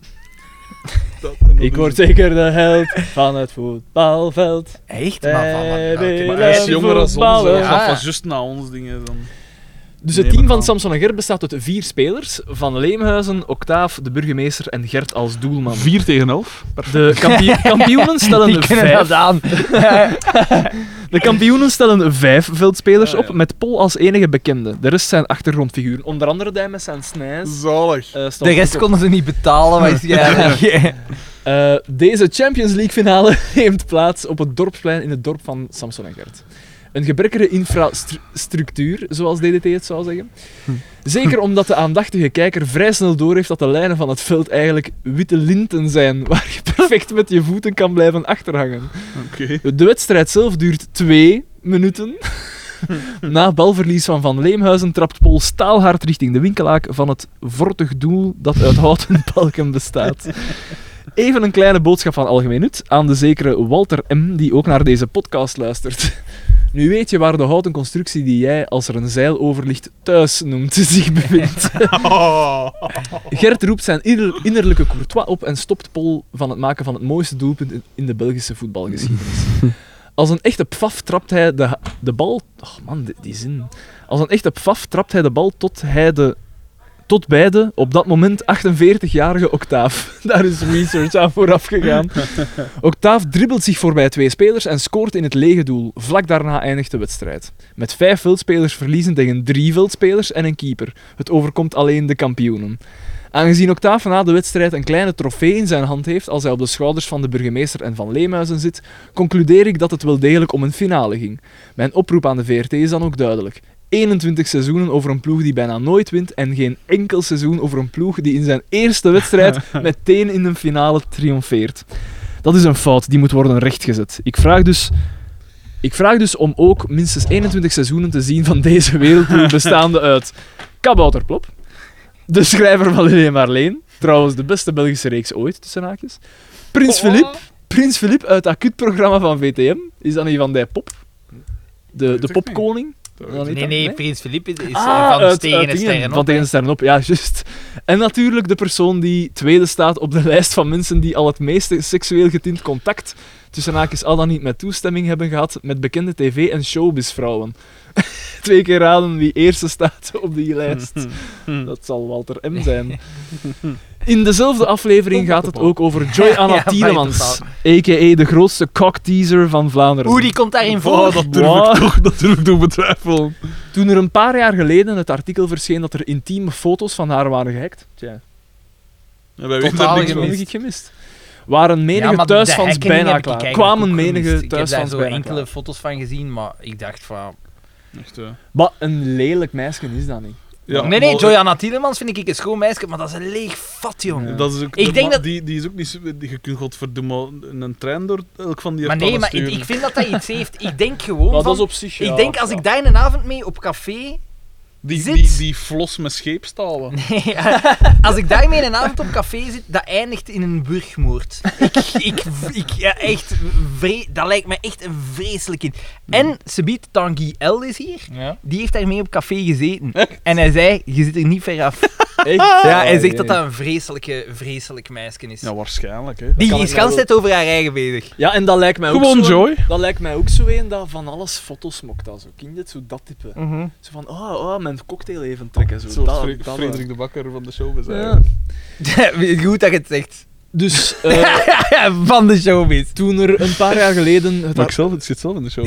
Speaker 3: Ik word
Speaker 2: dus-
Speaker 3: zeker de held van het voetbalveld.
Speaker 1: Echt? Maar van
Speaker 3: Wij
Speaker 1: welke-
Speaker 2: Maar hij is
Speaker 3: willen
Speaker 2: jonger als ons,
Speaker 3: voetballen.
Speaker 2: dat
Speaker 1: Ja.
Speaker 2: was juist na ons dingen dan.
Speaker 3: Dus het
Speaker 2: Nee,
Speaker 3: team
Speaker 2: maar
Speaker 3: van
Speaker 2: dan-
Speaker 3: Samson en Gert bestaat uit 4 spelers. Van Leemhuizen, Octaaf, de burgemeester en Gert als doelman.
Speaker 2: 4-11.
Speaker 3: De kampioenen stellen
Speaker 1: Die kunnen
Speaker 3: 5.
Speaker 1: dat aan.
Speaker 3: De kampioenen stellen 5 veldspelers
Speaker 2: Ah, ja.
Speaker 3: op, met Pol als enige bekende. De rest zijn achtergrondfiguren. Onder andere die met zijn snijs.
Speaker 2: Zalig.
Speaker 3: Staat
Speaker 1: De rest
Speaker 3: ook op.
Speaker 1: konden ze niet betalen, waarschijnlijk.
Speaker 3: Deze Champions League finale neemt plaats op het dorpsplein in het dorp van Samson en Gert. Een gebrekkere infrastructuur, zoals DDT het zou zeggen. Zeker omdat de aandachtige kijker vrij snel doorheeft dat de lijnen van het veld eigenlijk witte linten zijn, waar je perfect met je voeten kan blijven achterhangen.
Speaker 2: Oké.
Speaker 3: De wedstrijd zelf duurt 2 minuten. Na balverlies van Leemhuizen trapt Pol staalhard richting de winkelaak van het vortig doel dat uit houten balken bestaat. Even een kleine boodschap van algemeen nut aan de zekere Walter M., die ook naar deze podcast luistert. Nu weet je waar de houten constructie die jij, als er een zeil over ligt, thuis noemt, zich bevindt. Gert roept zijn innerlijke Courtois op en stopt Pol van het maken van het mooiste doelpunt in de Belgische voetbalgeschiedenis. Als een echte pfaf trapt hij de bal... Oh man, die zin. Als een echte pfaf trapt hij de bal tot bij de, op dat moment 48-jarige Octaaf. Daar is research aan vooraf gegaan. Octaaf dribbelt zich voorbij 2 spelers en scoort in het lege doel. Vlak daarna eindigt de wedstrijd. Met 5 veldspelers verliezen tegen 3 veldspelers en een keeper. Het overkomt alleen de kampioenen. Aangezien Octaaf na de wedstrijd een kleine trofee in zijn hand heeft als hij op de schouders van de burgemeester en van Leemhuizen zit, concludeer ik dat het wel degelijk om een finale ging. Mijn oproep aan de VRT is dan ook duidelijk. 21 seizoenen over een ploeg die bijna nooit wint en geen enkel seizoen over een ploeg die in zijn eerste wedstrijd meteen in een finale triomfeert. Dat is een fout, die moet worden rechtgezet. Ik vraag dus om ook minstens 21 seizoenen te zien van deze wereldploeg bestaande uit Kabouterplop, de schrijver van Lili en Marleen, trouwens de beste Belgische reeks ooit, tussen haakjes, Prins Philippe uit het acuutprogramma van VTM, is dat niet van die pop? De popkoning?
Speaker 1: Nee, Prins Philippe is
Speaker 3: Ah,
Speaker 1: van Tegen de Sterren
Speaker 3: Van
Speaker 1: op.
Speaker 3: Tegen de Sterren op, ja, juist. En natuurlijk de persoon die tweede staat op de lijst van mensen die al het meeste seksueel getint contact, tussen haakjes al dan niet met toestemming hebben gehad, met bekende tv- en showbizvrouwen. 2 keer raden wie eerste staat op die lijst. Dat zal Walter M. zijn. In dezelfde aflevering gaat het ook over Joy Anna
Speaker 1: Ja,
Speaker 3: Tielemans, a.k.a. de grootste cockteaser van Vlaanderen.
Speaker 1: Oeh, die komt daarin voor.
Speaker 2: Oh, dat durf ik toch betwijfelen.
Speaker 3: Toen er een paar jaar geleden het artikel verscheen dat er intieme foto's van haar waren gehackt, tja,
Speaker 2: Ja, wij weten
Speaker 1: Totaal
Speaker 2: er niks
Speaker 3: dat
Speaker 2: van.
Speaker 3: heb ik gemist. Waren menige
Speaker 1: Ja, maar de
Speaker 3: thuisfans
Speaker 1: hacking
Speaker 3: bijna
Speaker 1: heb ik
Speaker 3: klaar.
Speaker 1: eigenlijk
Speaker 3: Kwamen
Speaker 1: ook
Speaker 3: menige
Speaker 1: gemist. Ik heb
Speaker 3: thuisfans
Speaker 1: daar zo
Speaker 3: bijna
Speaker 1: enkele
Speaker 3: klaar.
Speaker 1: foto's van gezien, maar ik dacht van...
Speaker 2: Echt,
Speaker 3: Maar een lelijk meisje is dat niet.
Speaker 2: ja,
Speaker 1: nee,
Speaker 2: maar-
Speaker 1: Joyanna Tielemans vind ik een schoon meisje, maar dat is een leeg vat, jong.
Speaker 3: Ja.
Speaker 2: Dat is ook,
Speaker 1: Ik denk dat-
Speaker 2: die is ook niet zo... Je kunt godverdomme een trein door elk van die
Speaker 1: Maar nee,
Speaker 2: tanden
Speaker 1: maar
Speaker 2: sturen.
Speaker 1: ik vind dat dat iets heeft. Ik denk gewoon
Speaker 3: Maar
Speaker 1: van...
Speaker 3: dat is op zich, ja,
Speaker 1: ik denk als
Speaker 3: ja.
Speaker 1: ik daar een avond mee op café... zit.
Speaker 2: Die flos met scheepstalen.
Speaker 1: Nee, als ik daarmee een avond op café zit, dat eindigt in een burgmoord. Ja, echt, dat lijkt me echt een vreselijk in. En Sebiet Tanguy L is hier.
Speaker 3: Ja.
Speaker 1: Die heeft daarmee op café gezeten. En hij zei, je zit er niet ver af.
Speaker 3: Echt?
Speaker 1: Ja, hij zegt
Speaker 3: jee.
Speaker 1: dat dat een vreselijk meisje is.
Speaker 2: Ja, waarschijnlijk, hè.
Speaker 1: Die
Speaker 3: kan
Speaker 1: is
Speaker 3: ik
Speaker 1: gans
Speaker 3: wel-
Speaker 1: tijd over haar eigen bezig.
Speaker 3: Ja, en dat lijkt mij
Speaker 2: Gewoon
Speaker 3: ook zo
Speaker 2: Joy.
Speaker 3: Dat lijkt mij ook zo een dat van alles foto's mokt. Dat zo. Ken je het? Zo dat type. Zo van, mijn cocktail even trekken. Zo.
Speaker 2: Zoals
Speaker 3: Dat,
Speaker 2: Frederik de Bakker van de showbiz.
Speaker 3: Ja.
Speaker 1: Goed dat je het zegt.
Speaker 3: Dus
Speaker 1: Van de showbiz.
Speaker 3: toen er een paar jaar geleden...
Speaker 2: Het zit zelf in de show.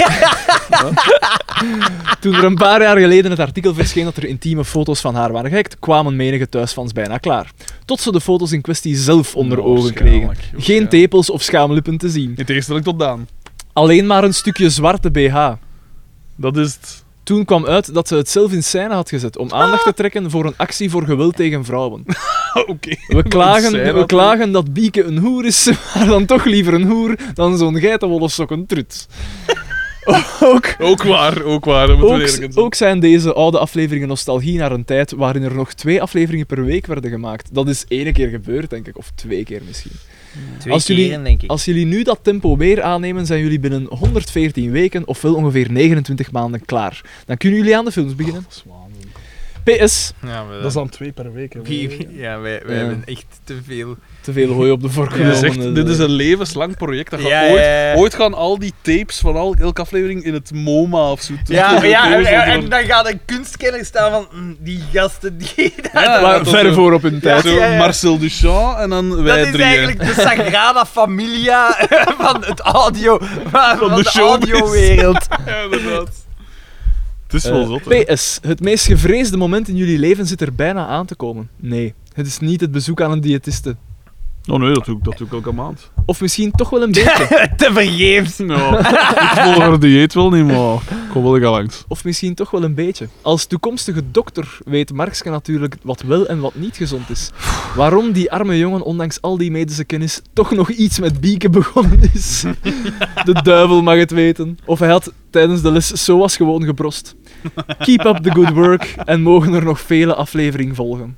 Speaker 3: Toen er een paar jaar geleden het artikel verscheen dat er intieme foto's van haar waren gehackt, kwamen menige thuisfans bijna klaar. Tot ze de foto's in kwestie zelf onder ogen kregen. Geen tepels of schaamlippen te zien.
Speaker 2: In tegenstelling tot Daan.
Speaker 3: Alleen maar een stukje zwarte BH.
Speaker 2: Dat is het.
Speaker 3: Toen kwam uit dat ze het zelf in scène had gezet om aandacht te trekken voor een actie voor geweld tegen vrouwen.
Speaker 2: Oké.
Speaker 3: We klagen dat Bieke een hoer is, maar dan toch liever een hoer dan zo'n geitenwolle sokken trut. Ook,
Speaker 2: Ook waar. Dat moeten we eerlijk zijn.
Speaker 3: ook zijn deze oude afleveringen nostalgie naar een tijd waarin er nog 2 afleveringen per week werden gemaakt. Dat is 1 keer gebeurd, denk ik. Of 2 keer misschien.
Speaker 1: 2
Speaker 3: Als jullie-
Speaker 1: keren, denk ik.
Speaker 3: Als jullie nu dat tempo weer aannemen, zijn jullie binnen 114 weken, ofwel ongeveer 29 maanden, klaar. Dan kunnen jullie aan de films beginnen. PS,
Speaker 1: Ja, we,
Speaker 2: Dat is dan 2 per week. Hè.
Speaker 1: ja, wij
Speaker 3: Ja.
Speaker 1: hebben echt te veel.
Speaker 3: te veel hooi op de vork
Speaker 2: Je
Speaker 3: genomen.
Speaker 2: zegt, dit is een levenslang project. Dat gaat
Speaker 1: Ja.
Speaker 2: ooit gaan al die tapes van elke aflevering in het MoMA of zo.
Speaker 1: En dan gaat een kunstkenner staan van die gasten die.
Speaker 2: Ja,
Speaker 3: Maar
Speaker 2: dat
Speaker 3: ver
Speaker 2: zo-
Speaker 3: voor op hun tijd.
Speaker 2: Zo
Speaker 1: Ja.
Speaker 2: Marcel Duchamp en dan wij
Speaker 1: Dat is
Speaker 2: 3.
Speaker 1: eigenlijk de Sagrada Familia van het audio, van
Speaker 2: de
Speaker 1: de
Speaker 2: showbiz.
Speaker 1: audiowereld.
Speaker 2: Ja, inderdaad. Het is wel zot, hè.
Speaker 3: PS, het meest gevreesde moment in jullie leven zit er bijna aan te komen. Nee, het is niet het bezoek aan een diëtiste.
Speaker 2: Oh nee, dat doe ik elke maand.
Speaker 3: Of misschien toch wel een beetje.
Speaker 1: Te vergeefs.
Speaker 2: Ja, ik volg haar dieet wel niet, maar ik kom wel gaan langs.
Speaker 3: Of misschien toch wel een beetje. Als toekomstige dokter weet Markske natuurlijk wat wel en wat niet gezond is. Waarom die arme jongen, ondanks al die medische kennis, toch nog iets met bieken begonnen is. De duivel mag het weten. Of hij had tijdens de les zoals gewoon gebrost. Keep up the good work en mogen er nog vele afleveringen volgen.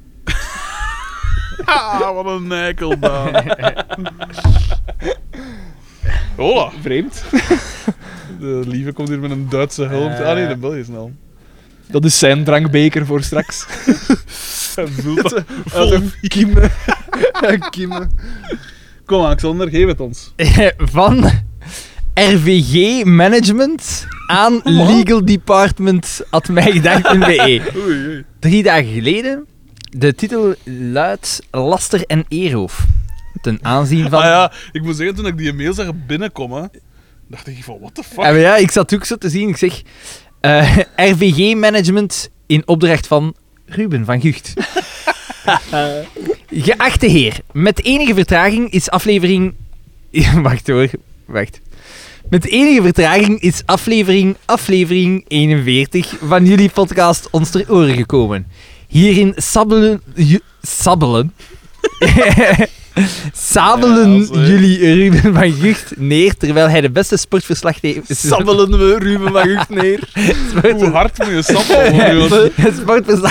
Speaker 2: Ah, wat een eikel, Daan. Hola.
Speaker 3: Vreemd.
Speaker 2: De lieve komt hier met een Duitse helm. Ah nee, de Belgische helm.
Speaker 3: Dat is zijn drankbeker voor straks.
Speaker 2: Hij voelt dat
Speaker 3: Uit een kimme. Een kimme.
Speaker 2: Kom Alexander, geef het ons.
Speaker 1: Van RVG Management aan Legal Department @mijgedacht.be.
Speaker 2: Oei, oei.
Speaker 1: 3 dagen geleden. De titel luidt Laster en Eerhoof. Ten aanzien van...
Speaker 2: Ah ja, ik moet zeggen, toen ik die mail zag binnenkomen, dacht ik van, what the fuck?
Speaker 1: En ja, ik zat ook zo te zien. Ik zeg... RVG Management in opdracht van Ruben van Gucht. Geachte heer, met enige vertraging is aflevering... Wacht hoor, wacht. Met enige vertraging is aflevering 41 van jullie podcast ons ter oren gekomen. Hierin sabelen
Speaker 2: Ja, sorry.
Speaker 1: jullie Ruben van Gucht neer, terwijl hij de beste sportverslaggever...
Speaker 3: Sabbelen we Ruben van Gucht neer.
Speaker 2: Hoe hard moet je sappelen?
Speaker 1: sportverslag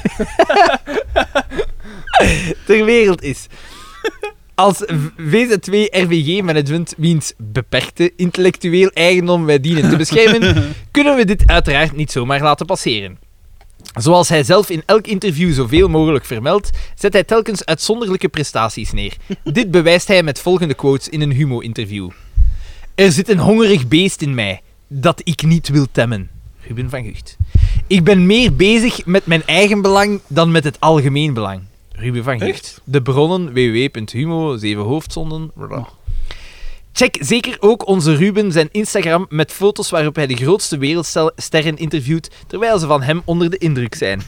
Speaker 1: ter wereld is. Als VZ2 RVG Management, wiens beperkte intellectueel eigendom wij dienen te beschermen, kunnen we dit uiteraard niet zomaar laten passeren. Zoals hij zelf in elk interview zoveel mogelijk vermeldt, zet hij telkens uitzonderlijke prestaties neer. Dit bewijst hij met volgende quotes in een Humo-interview. Er zit een hongerig beest in mij, dat ik niet wil temmen. Ruben van Gucht. Ik ben meer bezig met mijn eigen belang dan met het algemeen belang. Ruben van Gucht.
Speaker 2: Echt?
Speaker 1: De bronnen www.humo, 7 hoofdzonden. Check zeker ook onze Ruben zijn Instagram met foto's waarop hij de grootste wereldsterren interviewt, terwijl ze van hem onder de indruk zijn.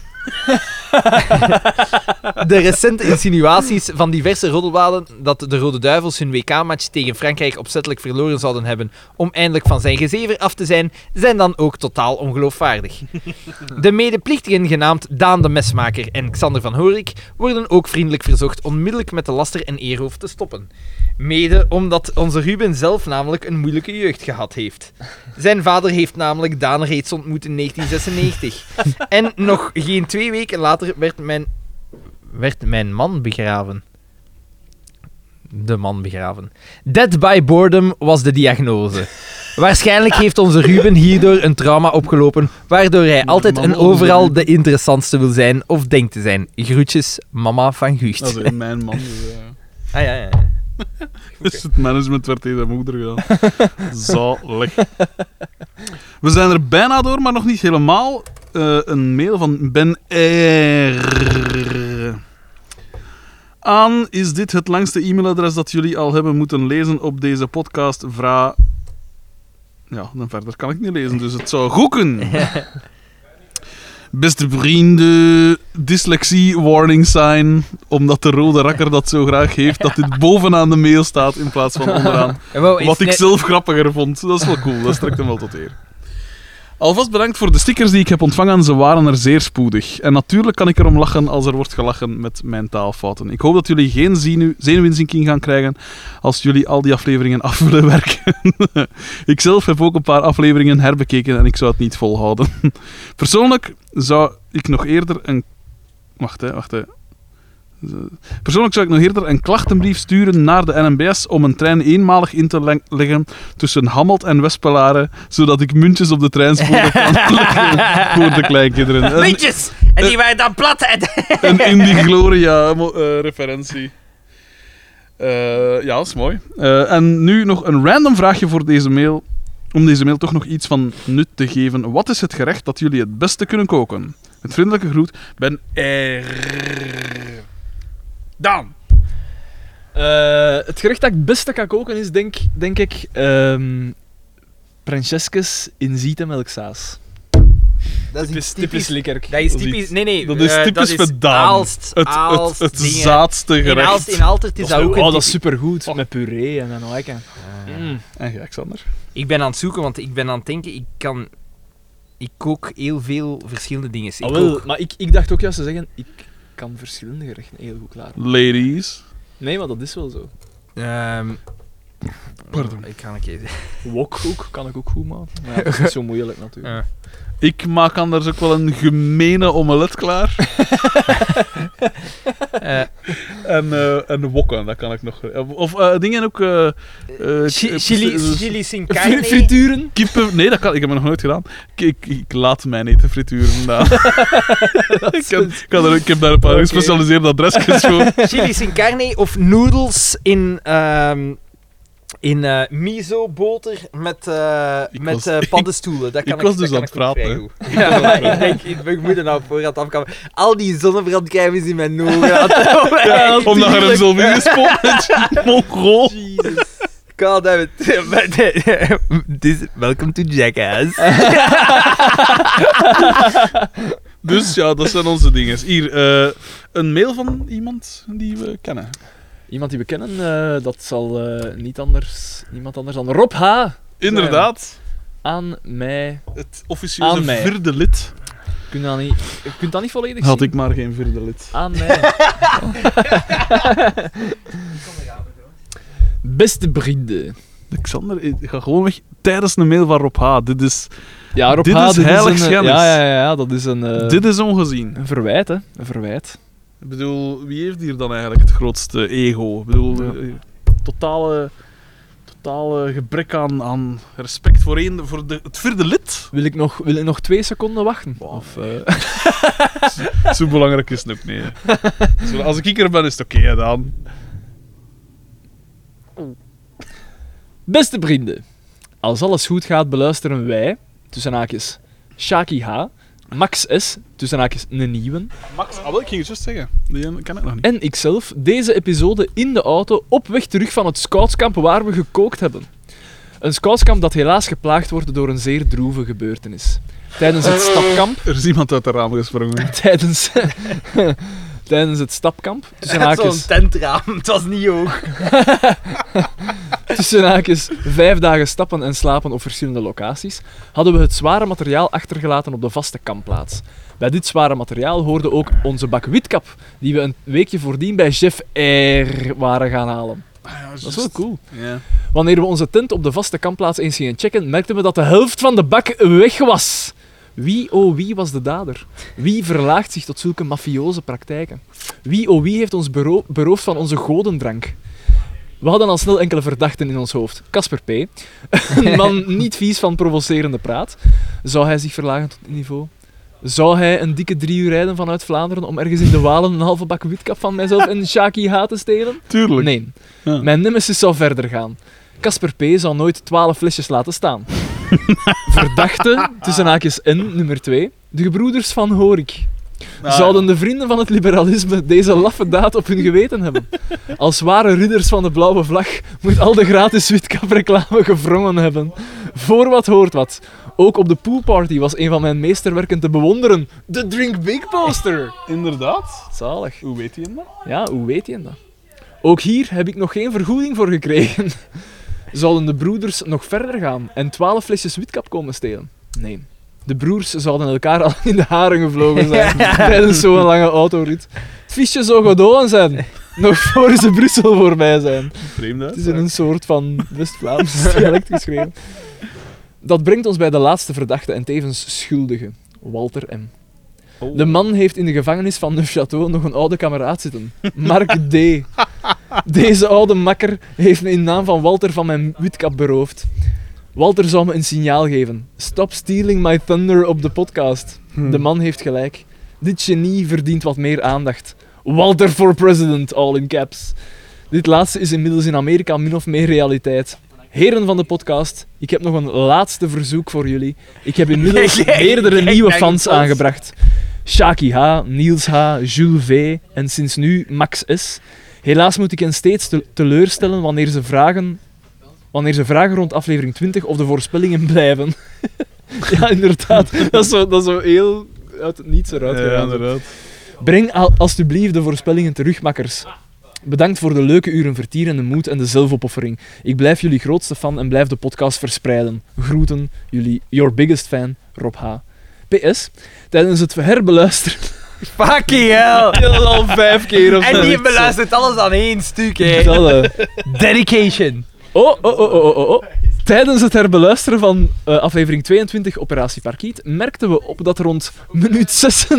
Speaker 1: De recente insinuaties van diverse roddelbladen dat de Rode Duivels hun WK-match tegen Frankrijk opzettelijk verloren zouden hebben om eindelijk van zijn gezever af te zijn dan ook totaal ongeloofwaardig. De medeplichtigen, genaamd Daan de Mesmaker en Xander van Horik, worden ook vriendelijk verzocht onmiddellijk met de laster en eerhoof te stoppen. Mede omdat onze Ruben zelf namelijk een moeilijke jeugd gehad heeft. Zijn vader heeft namelijk Daan reeds ontmoet in 1996. En nog geen 2 weken later werd mijn man begraven. De man begraven. Dead by boredom was de diagnose. Waarschijnlijk heeft onze Ruben hierdoor een trauma opgelopen, waardoor hij altijd en overal de interessantste wil zijn of denkt te zijn. Groetjes, mama van Gucht.
Speaker 2: Dat is mijn man.
Speaker 1: Ah ja, ja.
Speaker 2: Dus het management werd tegen de moeder gedaan. Zalig. We zijn er bijna door, maar nog niet helemaal. Een mail van Ben R. Aan is dit het langste e-mailadres dat jullie al hebben moeten lezen op deze podcast? Ja, dan verder kan ik niet lezen, dus het zou goed kunnen. Beste vrienden, dyslexie warning sign, omdat de rode rakker dat zo graag heeft, dat dit bovenaan de mail staat in plaats van onderaan. Wat ik zelf grappiger vond. Dat is wel cool, dat strekt hem wel tot eer. Alvast bedankt voor de stickers die ik heb ontvangen. Ze waren er zeer spoedig. En natuurlijk kan ik erom lachen als er wordt gelachen met mijn taalfouten. Ik hoop dat jullie geen zenuwinzinking gaan krijgen als jullie al die afleveringen af willen werken. Ik zelf heb ook een paar afleveringen herbekeken en ik zou het niet volhouden. Persoonlijk zou ik nog eerder een... Wacht. Persoonlijk zou ik nog eerder een klachtenbrief sturen naar de NMBS om een trein eenmalig in te leggen tussen Hammelt en Wespelaren, zodat ik muntjes op de treinsporen kan leggen voor de kleinkinderen.
Speaker 1: Muntjes! En die waren dan plat.
Speaker 2: Een Indie Gloria referentie. Ja, dat is mooi. En nu nog een random vraagje voor deze mail. Om deze mail toch nog iets van nut te geven. Wat is het gerecht dat jullie het beste kunnen koken? Met vriendelijke groet, Ben R. Daan.
Speaker 3: Het gerecht dat ik het beste kan koken is, denk ik, Francesca's in zietemelksaus.
Speaker 1: Dat is
Speaker 3: Typisch lekker.
Speaker 1: Dat is
Speaker 2: Dat is
Speaker 1: typisch...
Speaker 2: iets-
Speaker 1: Nee.
Speaker 2: Dat is typisch voor Daan.
Speaker 1: Aalst,
Speaker 2: Het
Speaker 1: dingen.
Speaker 2: zaadste gerecht.
Speaker 1: In Aalst is dat ook een
Speaker 3: dat is
Speaker 1: typisch-
Speaker 3: supergoed. Met puree en dan lekker.
Speaker 2: En jij, Xander?
Speaker 1: Ik ben aan het zoeken, want ik ben aan het denken, ik kook heel veel verschillende dingen. Ik kook...
Speaker 3: Maar ik dacht ook juist te zeggen, ik kan verschillende gerechten heel goed klaar.
Speaker 2: Ladies.
Speaker 3: Nee, maar dat is wel zo.
Speaker 2: Pardon.
Speaker 1: Ik ga een keer...
Speaker 3: Wok ook, kan ik ook goed maken. Maar ja, dat is niet zo moeilijk natuurlijk.
Speaker 2: Ik maak anders ook wel een gemene omelet klaar. En wokken, dat kan ik nog. Of dingen ook...
Speaker 1: Chili sin carne.
Speaker 3: Frituren?
Speaker 2: Kippen... Nee, dat kan ik heb het nog nooit gedaan. Ik laat mij niet te frituren gedaan. Ik heb daar een paar gespecialiseerde adresjes voor.
Speaker 1: Chili sin carne of noedels in miso-boter met paddenstoelen. Dat kan
Speaker 2: ik was dus
Speaker 1: dat
Speaker 2: aan het
Speaker 1: kan ik ook
Speaker 2: praten,
Speaker 1: vrij goed. Ja, maar ik denk, ik moet er nou voorraad afkomen. Al die zonnebrandkrijgen in mijn ogen. Ja,
Speaker 2: Omdat er hem zo ingespoeld met Mongool.
Speaker 1: Jesus. God damn it. Welcome to Jackass.
Speaker 2: Dus ja, dat zijn onze dingen. Hier, een mail van iemand die we kennen.
Speaker 3: Iemand die we kennen, dat zal niemand anders dan Rob H.
Speaker 2: Inderdaad.
Speaker 3: Aan mij.
Speaker 2: Het officieuze
Speaker 3: Aan mij.
Speaker 2: vierde lid.
Speaker 3: Je kunt dat niet volledig
Speaker 2: Had
Speaker 3: zien.
Speaker 2: ik maar geen vierde lid.
Speaker 3: Aan mij. Beste vrienden.
Speaker 2: Alexander, ik ga gewoon weg tijdens een mail van Rob H. Dit is
Speaker 3: Ja, Rob
Speaker 2: Dit
Speaker 3: H,
Speaker 2: is heiligschennis.
Speaker 3: Ja, dat is een
Speaker 2: dit is ongezien.
Speaker 3: verwijt, hè. Een verwijt.
Speaker 2: Ik bedoel, wie heeft hier dan eigenlijk het grootste ego? Ik bedoel, totale gebrek aan respect voor het vierde lid.
Speaker 3: Wil ik nog 2 seconden wachten? Of,
Speaker 2: Zo belangrijk is het ook niet. Hè. Als ik er ben, is het oké, dan.
Speaker 3: Beste vrienden, als alles goed gaat beluisteren wij, tussen haakjes, Shaki H, Max S, tussen haakjes, een nieuwe,
Speaker 2: Max, ik ging het juist zeggen. Die ken ik nog niet.
Speaker 3: en ikzelf deze episode in de auto op weg terug van het scoutskamp waar we gekookt hebben. Een scoutskamp dat helaas geplaagd wordt door een zeer droeve gebeurtenis. Tijdens het stapkamp...
Speaker 2: Er is iemand uit de raam gesprongen.
Speaker 3: Tijdens het stapkamp, tussen
Speaker 1: Zo'n
Speaker 3: haakjes,
Speaker 1: tentraam, het was niet hoog.
Speaker 3: tussen haakjes 5 dagen stappen en slapen op verschillende locaties, hadden we het zware materiaal achtergelaten op de vaste kampplaats. Bij dit zware materiaal hoorde ook onze bak witkap, die we een weekje voordien bij Chef R waren gaan halen. Dat is wel cool.
Speaker 2: Ja.
Speaker 3: Wanneer we onze tent op de vaste kampplaats eens gingen checken, merkten we dat de helft van de bak weg was. Wie was de dader? Wie verlaagt zich tot zulke mafioze praktijken? Wie heeft ons beroofd van onze godendrank? We hadden al snel enkele verdachten in ons hoofd. Casper P. Een man niet vies van provocerende praat. Zou hij zich verlagen tot dit niveau? Zou hij een dikke 3 uur rijden vanuit Vlaanderen om ergens in de Walen een halve bak witkap van mijzelf en Shaki H te stelen?
Speaker 2: Tuurlijk.
Speaker 3: Nee.
Speaker 2: Ja.
Speaker 3: Mijn nemesis zou verder gaan. Casper P. zou nooit 12 flesjes laten staan. Verdachte, tussen haakjes N, nummer 2, de gebroeders van Horik. Zouden de vrienden van het liberalisme deze laffe daad op hun geweten hebben? Als ware ridders van de blauwe vlag moet al de gratis witkapreclame gewrongen hebben. Voor wat hoort wat. Ook op de poolparty was een van mijn meesterwerken te bewonderen. De Drink Big poster.
Speaker 2: Inderdaad.
Speaker 3: Zalig.
Speaker 2: Hoe weet je dat?
Speaker 3: Ja, hoe weet je dat? Ook hier heb ik nog geen vergoeding voor gekregen. Zouden de broeders nog verder gaan en 12 flesjes witkap komen stelen? Nee. De broers zouden elkaar al in de haren gevlogen zijn tijdens zo'n lange autorit. Het fiche zou gedaan zijn, nog voor ze Brussel voorbij zijn.
Speaker 2: Vreemd, hè?
Speaker 3: Het is in een soort van West-Vlaams dialect geschreven. Dat brengt ons bij de laatste verdachte en tevens schuldige, Walter M.
Speaker 2: Oh.
Speaker 3: De man heeft in de gevangenis van Neufchâteau nog een oude kameraad zitten, Mark D. Deze oude makker heeft me in naam van Walter van mijn witkap beroofd. Walter zou me een signaal geven. Stop stealing my thunder op de podcast. De man heeft gelijk. Dit genie verdient wat meer aandacht. Walter for president, all in caps. Dit laatste is inmiddels in Amerika min of meer realiteit. Heren van de podcast, ik heb nog een laatste verzoek voor jullie. Ik heb inmiddels meerdere nieuwe fans aangebracht. Shaki H, Niels H, Jules V en sinds nu Max S. Helaas moet ik hen steeds teleurstellen wanneer ze vragen rond aflevering 20 of de voorspellingen blijven. Ja, inderdaad. Dat is zo heel uit het niets eruit
Speaker 2: Ja,
Speaker 3: gegaan.
Speaker 2: inderdaad.
Speaker 3: Breng alstublieft de voorspellingen terug, makkers. Bedankt voor de leuke uren vertier en de moed en de zelfopoffering. Ik blijf jullie grootste fan en blijf de podcast verspreiden. Groeten, jullie your biggest fan, Rob H. PS, tijdens het herbeluisteren...
Speaker 1: Fucking hell!
Speaker 3: Dat is al 5 keer of zo.
Speaker 1: En die beluistert alles aan één stuk, hè.
Speaker 3: Dat,
Speaker 1: Dedication.
Speaker 3: Oh. Tijdens het herbeluisteren van aflevering 22 Operatie Parkiet merkten we op dat rond minuut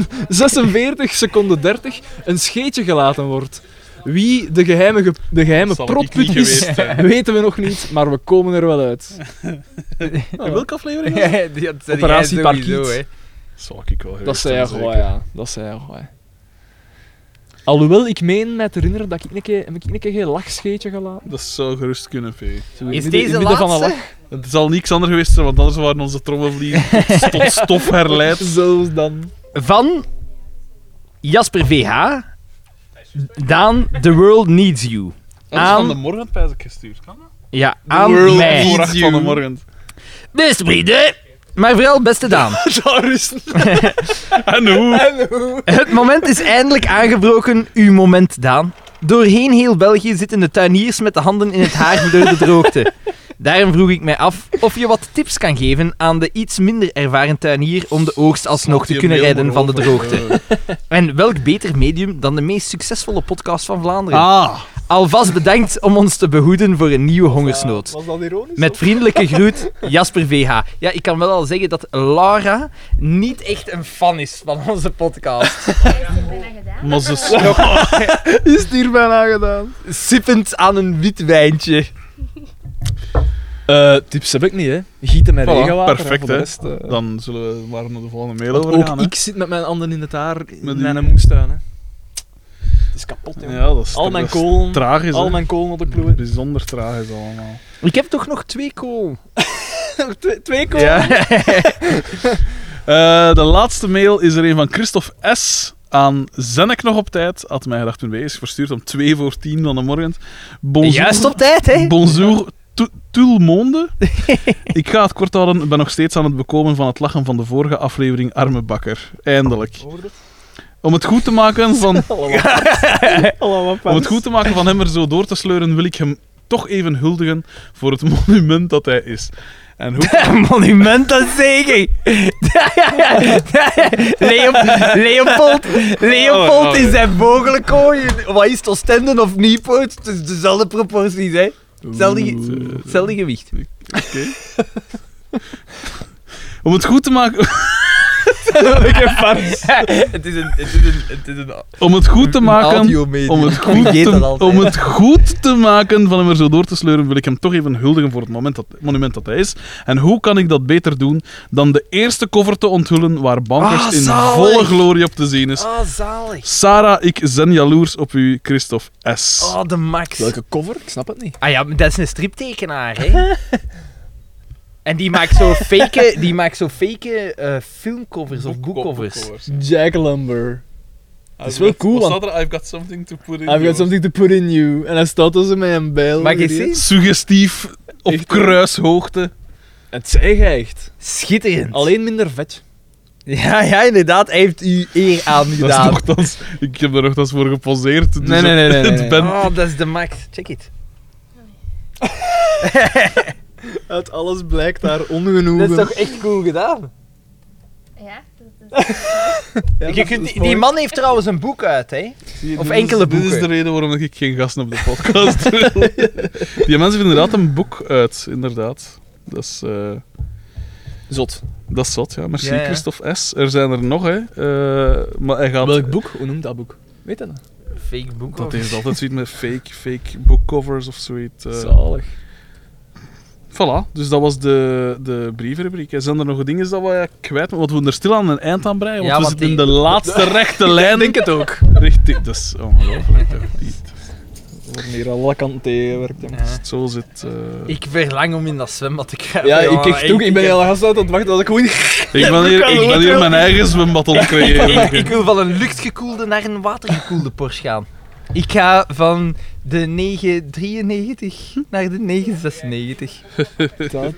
Speaker 3: 46 seconde 30 een scheetje gelaten wordt. Wie de geheime
Speaker 2: Zal ik
Speaker 3: protput
Speaker 2: niet
Speaker 3: is,
Speaker 2: geweest zijn.
Speaker 3: weten we nog niet, maar we komen er wel uit.
Speaker 2: En welke aflevering was het?
Speaker 1: Ja, dat zei
Speaker 3: Operatie
Speaker 1: jij sowieso,
Speaker 3: Parkiet.
Speaker 1: hè.
Speaker 2: Zal ik wel
Speaker 3: Dat
Speaker 2: geweest
Speaker 3: zei
Speaker 2: zijn,
Speaker 3: hij gewoon,
Speaker 2: zeker.
Speaker 3: ja. Dat zei hij gewoon. Alhoewel, ik meen mij te herinneren dat ik een keer geen lachscheetje gelaten.
Speaker 2: Dat zou gerust kunnen, P.
Speaker 3: Zo in
Speaker 1: Is
Speaker 3: midden-
Speaker 1: deze
Speaker 3: in midden van een
Speaker 1: laatste?
Speaker 2: Het zal niks anders geweest zijn, want anders waren onze trommelvliegen tot stof herleid.
Speaker 3: Zelfs dan.
Speaker 1: Van Jasper VH. Daan, The World Needs You.
Speaker 2: Dat is van de
Speaker 1: Aan,
Speaker 2: morgen pijs ik gestuurd. Kan dat?
Speaker 1: ja,
Speaker 2: De
Speaker 1: aan
Speaker 2: world
Speaker 1: mij.
Speaker 2: voor 8 van de morgen.
Speaker 1: Beste vrienden, maar vooral beste Daan.
Speaker 3: Daar rusten.
Speaker 2: En hoe?
Speaker 1: Het moment is eindelijk aangebroken, uw moment, Daan. Doorheen heel België zitten de tuiniers met de handen in het haar door de droogte. Daarom vroeg ik mij af of je wat tips kan geven aan de iets minder ervaren tuinier om de oogst alsnog te kunnen redden van de droogte. En welk beter medium dan de meest succesvolle podcast van Vlaanderen?
Speaker 2: Ah,
Speaker 1: Alvast bedankt om ons te behoeden voor een nieuwe hongersnood.
Speaker 3: Was dat ironisch?
Speaker 1: Met vriendelijke groet, Jasper VH. Ja, ik kan wel al zeggen dat Laura niet echt een fan is van onze podcast.
Speaker 2: maar ze
Speaker 3: Is het hier bijna gedaan?
Speaker 1: Sippend aan een wit wijntje.
Speaker 3: Tips heb ik niet, hè. Gieten met
Speaker 2: Voilà,
Speaker 3: regenwater.
Speaker 2: perfect,
Speaker 3: en voor de
Speaker 2: hè.
Speaker 3: rest,
Speaker 2: Dan zullen we maar naar de volgende mail
Speaker 3: want
Speaker 2: overgaan.
Speaker 3: ook
Speaker 2: hè.
Speaker 3: ik zit met mijn handen in het haar in
Speaker 2: Met die-
Speaker 3: mijn moestuin, hè. Het is kapot, jongen.
Speaker 2: Ja, dat is
Speaker 3: Al mijn
Speaker 2: dat is
Speaker 3: kolen,
Speaker 2: tragisch,
Speaker 3: al
Speaker 2: hè.
Speaker 3: mijn kolen op de ploegen.
Speaker 2: Bijzonder tragisch allemaal.
Speaker 1: Ik heb toch nog 2 kool.
Speaker 3: Twee kolen?
Speaker 1: Ja.
Speaker 2: De laatste mail is er een van Christophe S. aan Zennek nog op tijd. Had mij gedacht.be is verstuurd om 2 voor 10 van de morgen. Bonjour,
Speaker 1: Juist op tijd, hè?
Speaker 2: Bonjour, tout le monde. Ik ga het kort houden. Ik ben nog steeds aan het bekomen van het lachen van de vorige aflevering Arme Bakker. Eindelijk. Om het goed te maken van... Om het goed te maken van hem er zo door te sleuren, wil ik hem toch even huldigen voor het monument dat hij is. En hoe...
Speaker 1: Monument, dat zeker. Leopold in zijn vogelkooi. Wat is het, Oostende of Nieuwpoort? Het is dezelfde proporties, hè? Hetzelfde gewicht.
Speaker 2: Oké. Om het goed te maken...
Speaker 1: Het is een
Speaker 2: Om het goed te maken...
Speaker 1: audiomedium.
Speaker 2: Om het,
Speaker 1: Ik
Speaker 2: goed
Speaker 1: vergeet dat
Speaker 2: te,
Speaker 1: altijd.
Speaker 2: om het goed te maken van hem er zo door te sleuren, wil ik hem toch even huldigen voor het monument dat hij is. En hoe kan ik dat beter doen dan de eerste cover te onthullen waar Bankers in
Speaker 1: zalig.
Speaker 2: volle glorie op te zien is.
Speaker 1: Oh, zalig.
Speaker 2: Sarah, ik zen jaloers op u, Christophe S.
Speaker 1: Oh, de max.
Speaker 3: Welke cover? Ik snap het niet.
Speaker 1: Ah ja, maar dat is een striptekenaar, hè? En die maakt zo fake filmcovers of boekcovers.
Speaker 3: Jack Lumber. Dat is wel cool,
Speaker 2: Wat
Speaker 3: want
Speaker 2: staat er? I've got something to put in
Speaker 3: I've got
Speaker 2: you.
Speaker 3: something to put in you. En hij staat dus met een bijl.
Speaker 1: Mag je zien?
Speaker 2: Suggestief, op
Speaker 3: Echt,
Speaker 2: kruishoogte.
Speaker 3: Het zeg je echt.
Speaker 1: Schitterend.
Speaker 3: Alleen minder vet.
Speaker 1: Ja, inderdaad. Hij heeft u eer
Speaker 2: Dat is
Speaker 1: aangedaan.
Speaker 2: nogthans... Ik heb er nogthans voor geposeerd. Dus
Speaker 3: Nee.
Speaker 2: het ben...
Speaker 1: Oh, dat is de max. Check it.
Speaker 3: Uit alles blijkt daar ongenoegen.
Speaker 1: Dat is toch echt cool gedaan?
Speaker 5: Ja, dat is...
Speaker 1: Je kunt, die man heeft trouwens een boek uit, hè?
Speaker 2: Zie,
Speaker 1: Of
Speaker 2: dit
Speaker 1: enkele
Speaker 2: Dit is
Speaker 1: boeken.
Speaker 2: de reden waarom ik geen gasten op de podcast wil. Die mensen hebben inderdaad een boek uit, inderdaad. Dat is...
Speaker 3: Zot.
Speaker 2: Dat is zot, ja. Merci,
Speaker 1: Ja, ja.
Speaker 2: Christophe S. Er zijn er nog, hè. Maar hij gaat...
Speaker 3: Welk boek? Hoe noemt dat boek? Weet je dat?
Speaker 1: Fake boek.
Speaker 2: Dat
Speaker 1: of-
Speaker 2: heeft altijd zoiets met fake bookcovers of zoiets.
Speaker 3: Zalig.
Speaker 2: Voilà, dus dat was de brievenrubriek. En zijn er nog dingen dat we kwijt moeten? Want we moeten er stil aan een eind aan breien, want
Speaker 1: Ja,
Speaker 2: we
Speaker 1: want
Speaker 2: zitten in de laatste rechte lijn.
Speaker 3: Ik denk het ook.
Speaker 2: Richting... Dat is ongelooflijk, toch?
Speaker 3: We worden hier alle kanten tegengewerkt. hè.
Speaker 1: Ja.
Speaker 2: Als het zo zit...
Speaker 1: Ik verlang om in dat zwembad te kruipen.
Speaker 3: Ja,
Speaker 1: jongen.
Speaker 3: ik echt ook. Ik ben heel gast aan het wachten als ik gewoon...
Speaker 2: Ik ben hier mijn eigen zwembad aan het creëren.
Speaker 1: Ik wil van een luchtgekoelde naar een watergekoelde Porsche gaan. Ik ga van de 993 naar de 996.
Speaker 3: Dat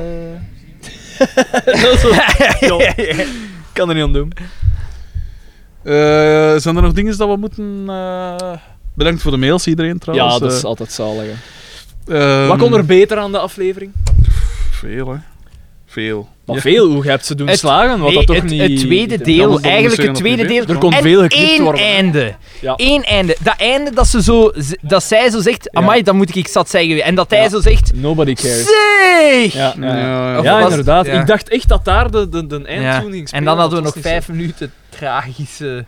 Speaker 3: is wel... Ik kan er niet aan doen.
Speaker 2: Zijn er nog dingen dat we moeten... Bedankt voor de mails, iedereen trouwens.
Speaker 3: Ja, dat is altijd zalig. Hè. Wat kon er beter aan de aflevering?
Speaker 2: Veel, hè. Veel.
Speaker 3: Maar
Speaker 2: Ja.
Speaker 3: veel. Hoe heb ze doen
Speaker 1: Het-
Speaker 3: slagen? Wat
Speaker 1: Nee,
Speaker 3: dat toch
Speaker 1: het,
Speaker 3: niet...
Speaker 1: het tweede
Speaker 2: Ja,
Speaker 1: deel,
Speaker 2: want dat
Speaker 1: eigenlijk
Speaker 2: moest
Speaker 1: het
Speaker 2: je
Speaker 1: tweede
Speaker 2: nog
Speaker 1: deel.
Speaker 2: niet
Speaker 3: Er kon
Speaker 1: en
Speaker 3: veel geknipt
Speaker 1: één
Speaker 3: worden, hè.
Speaker 1: einde.
Speaker 3: Ja.
Speaker 1: Eén einde. Dat einde dat, dat zij zo zegt, amai, dat moet ik zat zeggen. En dat hij
Speaker 3: Ja.
Speaker 1: zo zegt,
Speaker 3: Nobody cares.
Speaker 1: zeg!
Speaker 3: Ja, ja.
Speaker 2: Ja,
Speaker 1: Of
Speaker 3: Ja,
Speaker 1: was-
Speaker 3: inderdaad.
Speaker 1: ja.
Speaker 3: Ik dacht echt dat daar de
Speaker 1: Ja.
Speaker 3: eindtune ging spelen.
Speaker 1: En dan hadden we
Speaker 3: dat
Speaker 1: nog
Speaker 3: was niet
Speaker 1: 5 minuten tragische...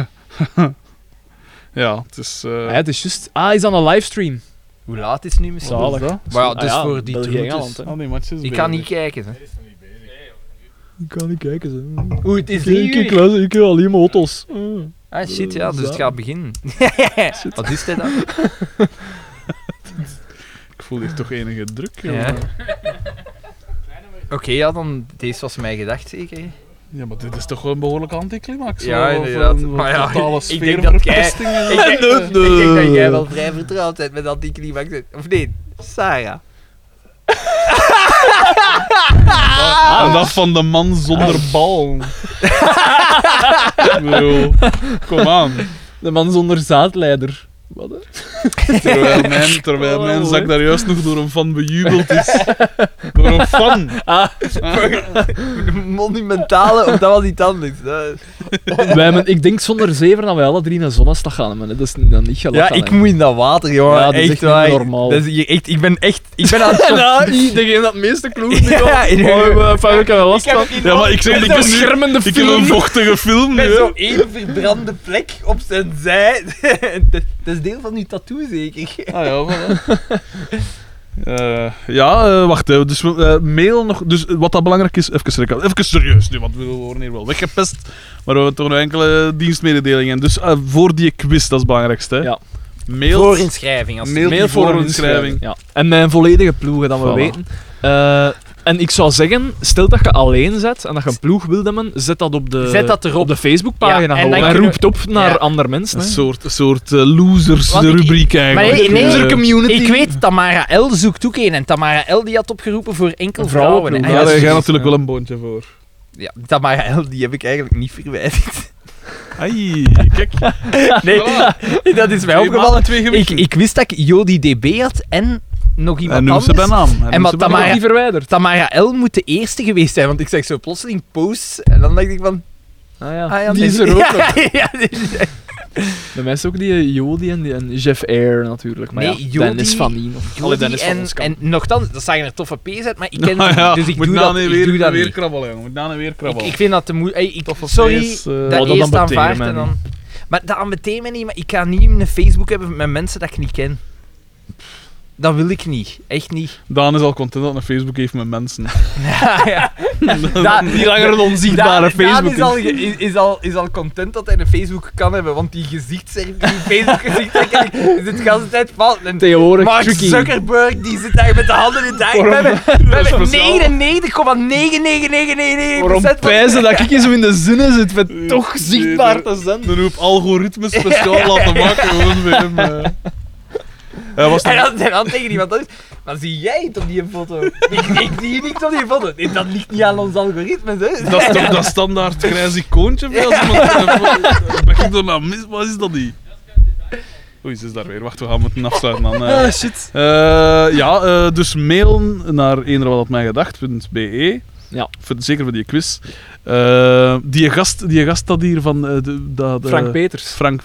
Speaker 2: Ja, het is...
Speaker 3: zo. Ja, het is juist... Ah, is aan een livestream.
Speaker 1: Hoe laat is het nu misschien?
Speaker 3: Zalig.
Speaker 2: dat?
Speaker 1: Maar ja, dus
Speaker 3: Ah ja,
Speaker 1: voor die
Speaker 3: België-Engeland,
Speaker 1: troetes.
Speaker 3: hè.
Speaker 2: Ah, die match is
Speaker 1: Ik kan
Speaker 2: bezig.
Speaker 1: niet kijken. Hè.
Speaker 3: Ik kan niet kijken, zo.
Speaker 1: Oeh, het is 3 uur.
Speaker 3: Ik heb alleen maar auto's.
Speaker 1: Ah, shit, ja, dus het
Speaker 3: Zalig.
Speaker 1: gaat beginnen. Wat is dit dan?
Speaker 2: Ik voel hier toch enige druk.
Speaker 1: Ja.
Speaker 2: jongen.
Speaker 1: Oké, ja, dan deze was mijn gedacht zeker. hè?
Speaker 2: Ja, maar dit is toch wel een behoorlijke anticlimax.
Speaker 1: Ja,
Speaker 2: Of
Speaker 1: inderdaad.
Speaker 2: een
Speaker 1: Maar ja,
Speaker 2: totale
Speaker 1: ik denk dat jij-
Speaker 2: sfeerverpesting en zo.
Speaker 1: Ik denk dat jij wel vrij vertrouwd bent met anticlimax. Of nee, Sarah.
Speaker 2: En dat van de man zonder bal. Ik bedoel, kom aan.
Speaker 3: De man zonder zaadleider. Wat, hè?
Speaker 2: Terwijl mijn
Speaker 3: Oh,
Speaker 2: zak
Speaker 3: hè.
Speaker 2: daar juist nog door een fan bejubeld is. Door een fan.
Speaker 1: Monumentale, of dat was iets anders.
Speaker 3: Wij hebben, ik denk zonder zeven dat wij alle drie naar Zonnestad gaan. Maar dat is dan niet
Speaker 1: Ja,
Speaker 3: gelachen.
Speaker 1: ik moet in dat water, jongen.
Speaker 3: Ja, dat is
Speaker 1: echt
Speaker 3: echt niet
Speaker 1: waar.
Speaker 3: normaal.
Speaker 1: Dat is hier echt, ik ben aan het...
Speaker 3: Ja, degene dat het meeste klopt.
Speaker 1: Ja,
Speaker 3: ik heb wel last van.
Speaker 2: Ja, maar ik zeg, ik heb nu-
Speaker 3: schermende
Speaker 2: ik heb een vochtige film.
Speaker 1: Met
Speaker 2: ja.
Speaker 1: zo'n één verbrande plek op zijn zij. Dat is deel van uw tattoo, zeker?
Speaker 2: Ah ja, voilà. Wacht, hè. Dus mail nog. Dus wat dat belangrijk is, even serieus nu, want we worden hier wel weggepest. Maar we hebben toch nog enkele dienstmededelingen. Dus voor die quiz, dat is het belangrijkste. Hè.
Speaker 3: Ja.
Speaker 2: Mail.
Speaker 1: Voorinschrijving. Als
Speaker 2: Mail die voor een inschrijving.
Speaker 3: Ja. En mijn volledige ploegen, dat we
Speaker 2: Voilà.
Speaker 3: weten. En ik zou zeggen, stel dat je alleen zet en dat je een ploeg wil hebben, zet dat op de,
Speaker 1: Zet dat erop.
Speaker 3: op de Facebookpagina
Speaker 1: Ja, en
Speaker 3: gewoon.
Speaker 1: dan
Speaker 3: En
Speaker 1: kunnen
Speaker 3: roept op naar
Speaker 1: Ja.
Speaker 3: andere mensen.
Speaker 2: Een
Speaker 3: hè.
Speaker 2: soort losers
Speaker 1: Want ik-
Speaker 2: rubriek eigenlijk.
Speaker 1: Maar nee,
Speaker 3: Loser community.
Speaker 1: Ik weet, Tamara L. zoekt ook een. En Tamara L. die had opgeroepen voor enkel
Speaker 3: Een
Speaker 1: vrouwen.
Speaker 3: vrouwenploeg.
Speaker 1: hè.
Speaker 2: Ja,
Speaker 1: Ja,
Speaker 2: daar
Speaker 1: dus-
Speaker 2: ga je natuurlijk wel een boontje voor.
Speaker 1: ja, Tamara L. die heb ik eigenlijk niet verwijderd.
Speaker 2: Ai, kijk.
Speaker 1: Nee,
Speaker 2: Voilà.
Speaker 1: dat is mij
Speaker 2: Twee
Speaker 1: opgevallen.
Speaker 2: mannen, twee gewichten.
Speaker 1: Ik wist dat ik Jody DB had en nog
Speaker 2: En
Speaker 1: iemand
Speaker 2: noem ze bij
Speaker 1: anders.
Speaker 2: naam.
Speaker 1: En maar
Speaker 3: Ik heb
Speaker 1: Tamara-
Speaker 3: die verwijderd.
Speaker 1: Tamara L. moet de eerste geweest zijn, want ik zag zo plotseling posts en dan dacht ik van...
Speaker 3: Ah, ja.
Speaker 1: Ah, ja,
Speaker 3: die
Speaker 1: nee.
Speaker 3: is er ook nog.
Speaker 1: Ja, die is er.
Speaker 3: Bij mij is ook die Jody en Jeff Air natuurlijk. Maar
Speaker 1: Nee,
Speaker 3: ja,
Speaker 1: Jody-
Speaker 3: Dennis van Nien.
Speaker 1: Jody
Speaker 3: Dennis van
Speaker 1: en,
Speaker 3: ons kan.
Speaker 1: en nogthans, dat zagen er toffe P's uit, maar ik ken
Speaker 2: Nou
Speaker 1: ze
Speaker 2: ja,
Speaker 1: niet, dus ik
Speaker 2: moet
Speaker 1: doe
Speaker 2: nou
Speaker 1: dat,
Speaker 2: niet
Speaker 1: ik doe dat
Speaker 2: weer
Speaker 1: niet.
Speaker 2: krabbelen, jongen. Moet nou niet weer krabbelen.
Speaker 1: Ik vind dat te moeilijk.
Speaker 2: Toffe
Speaker 1: Sorry,
Speaker 2: P's,
Speaker 1: dat
Speaker 3: dat
Speaker 1: eerst
Speaker 3: ambeteert
Speaker 1: aanvaard
Speaker 3: mij
Speaker 1: en
Speaker 3: niet.
Speaker 1: dan... Maar dat ambeteert mij niet, maar ik ga niet een Facebook hebben met mensen dat ik niet ken. Dat wil ik niet. Echt niet.
Speaker 2: Daan is al content dat een Facebook heeft met mensen.
Speaker 1: Ja.
Speaker 3: Niet langer een onzichtbare Facebook
Speaker 1: Daan is al content dat hij een Facebook kan hebben, want die Facebook-gezichtherkenning is het de hele tijd fout. En
Speaker 3: Tegenwoordig
Speaker 1: Mark
Speaker 3: tricky.
Speaker 1: Zuckerberg die zit daar met de handen in de dag. We hebben
Speaker 2: speciaal.
Speaker 1: 99,9999%
Speaker 3: Waarom pijzen dat ik hier zo in de zinnen zit met toch zichtbaar te zijn?
Speaker 2: Dan hoef algoritmes speciaal laten maken gewoon voor hem. Was
Speaker 1: En dan tegen iemand anders, maar zie jij het op die foto? Ik zie niks op die foto. Nee, dat ligt niet aan ons algoritmes, hè?
Speaker 2: dat is toch dat standaard grijs icoontje bij als iemand ben ik er nou mis? Wat is dat niet? Oei, ze is daar weer. Wacht, we gaan moeten afsluiten dan.
Speaker 3: Shit.
Speaker 2: Dus mail naar eenderwat.mijgedacht.be.
Speaker 3: Ja.
Speaker 2: Zeker voor die quiz. Die gast dat hier van...
Speaker 3: Frank Peters.
Speaker 2: Frank...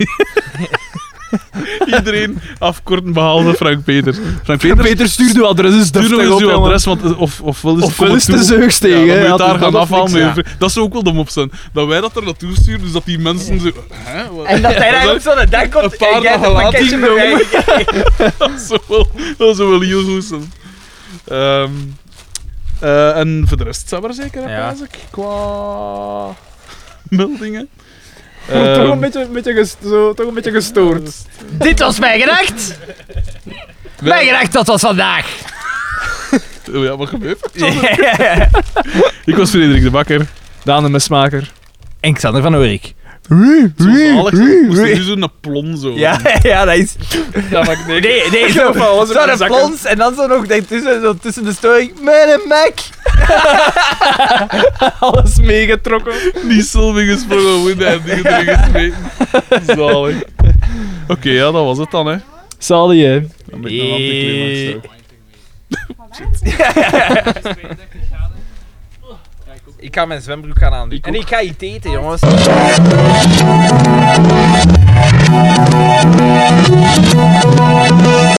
Speaker 2: Iedereen afkorten behalve Frank Peters. Frank
Speaker 3: Peters, stuur uw adres eens
Speaker 2: stuur nog
Speaker 3: deftig
Speaker 2: eens
Speaker 3: op,
Speaker 2: uw
Speaker 3: jongen.
Speaker 2: adres, want ofwel is het
Speaker 3: Ofwel is de zeugstegen,
Speaker 2: Ja, dan
Speaker 3: hè.
Speaker 2: moet je
Speaker 3: Ja,
Speaker 2: het daar
Speaker 3: dat
Speaker 2: gaan
Speaker 3: is
Speaker 2: afhalen.
Speaker 3: niks,
Speaker 2: met je Dat zou ook wel dom op zijn. Dat wij dat er naartoe sturen, dus dat die mensen zo... Hè? Wat?
Speaker 1: En dat hij daar op zo'n dak komt
Speaker 2: Een paar
Speaker 1: en jij
Speaker 2: dagen
Speaker 1: een
Speaker 2: later
Speaker 1: pakketje
Speaker 2: nog.
Speaker 1: bij
Speaker 2: Dat zou wel heel goed zijn. En voor de rest zijn we er zeker, hè,
Speaker 1: Ja.
Speaker 2: pijs ik, qua meldingen.
Speaker 3: Toch een beetje gestoord.
Speaker 1: Dit was mijn gedacht. Mijn gedacht, dat was vandaag.
Speaker 2: Oh ja, wat gebeurt er? Ik was Frederik de Bakker.
Speaker 3: Daan de Mesmaker.
Speaker 1: En Xander van Oorik.
Speaker 2: Zo zalig. Moest er nu zo'n plon zo.
Speaker 1: Ja, dat is...
Speaker 3: Ja, maar nee.
Speaker 1: Nee, zo een plons en dan zo nog daartussen, zo tussen de storing. Met een Mac.
Speaker 3: Alles meegetrokken.
Speaker 2: Niet Sylvie gesproken, hoe de dingen erin gesmeten. Zalig. Oké, ja, dat was het dan, hè.
Speaker 3: Salie, hè.
Speaker 2: Een beetje een anticlimax ook.
Speaker 1: Ik ga mijn zwembroek gaan aandoen. En ik ga iets eten, jongens.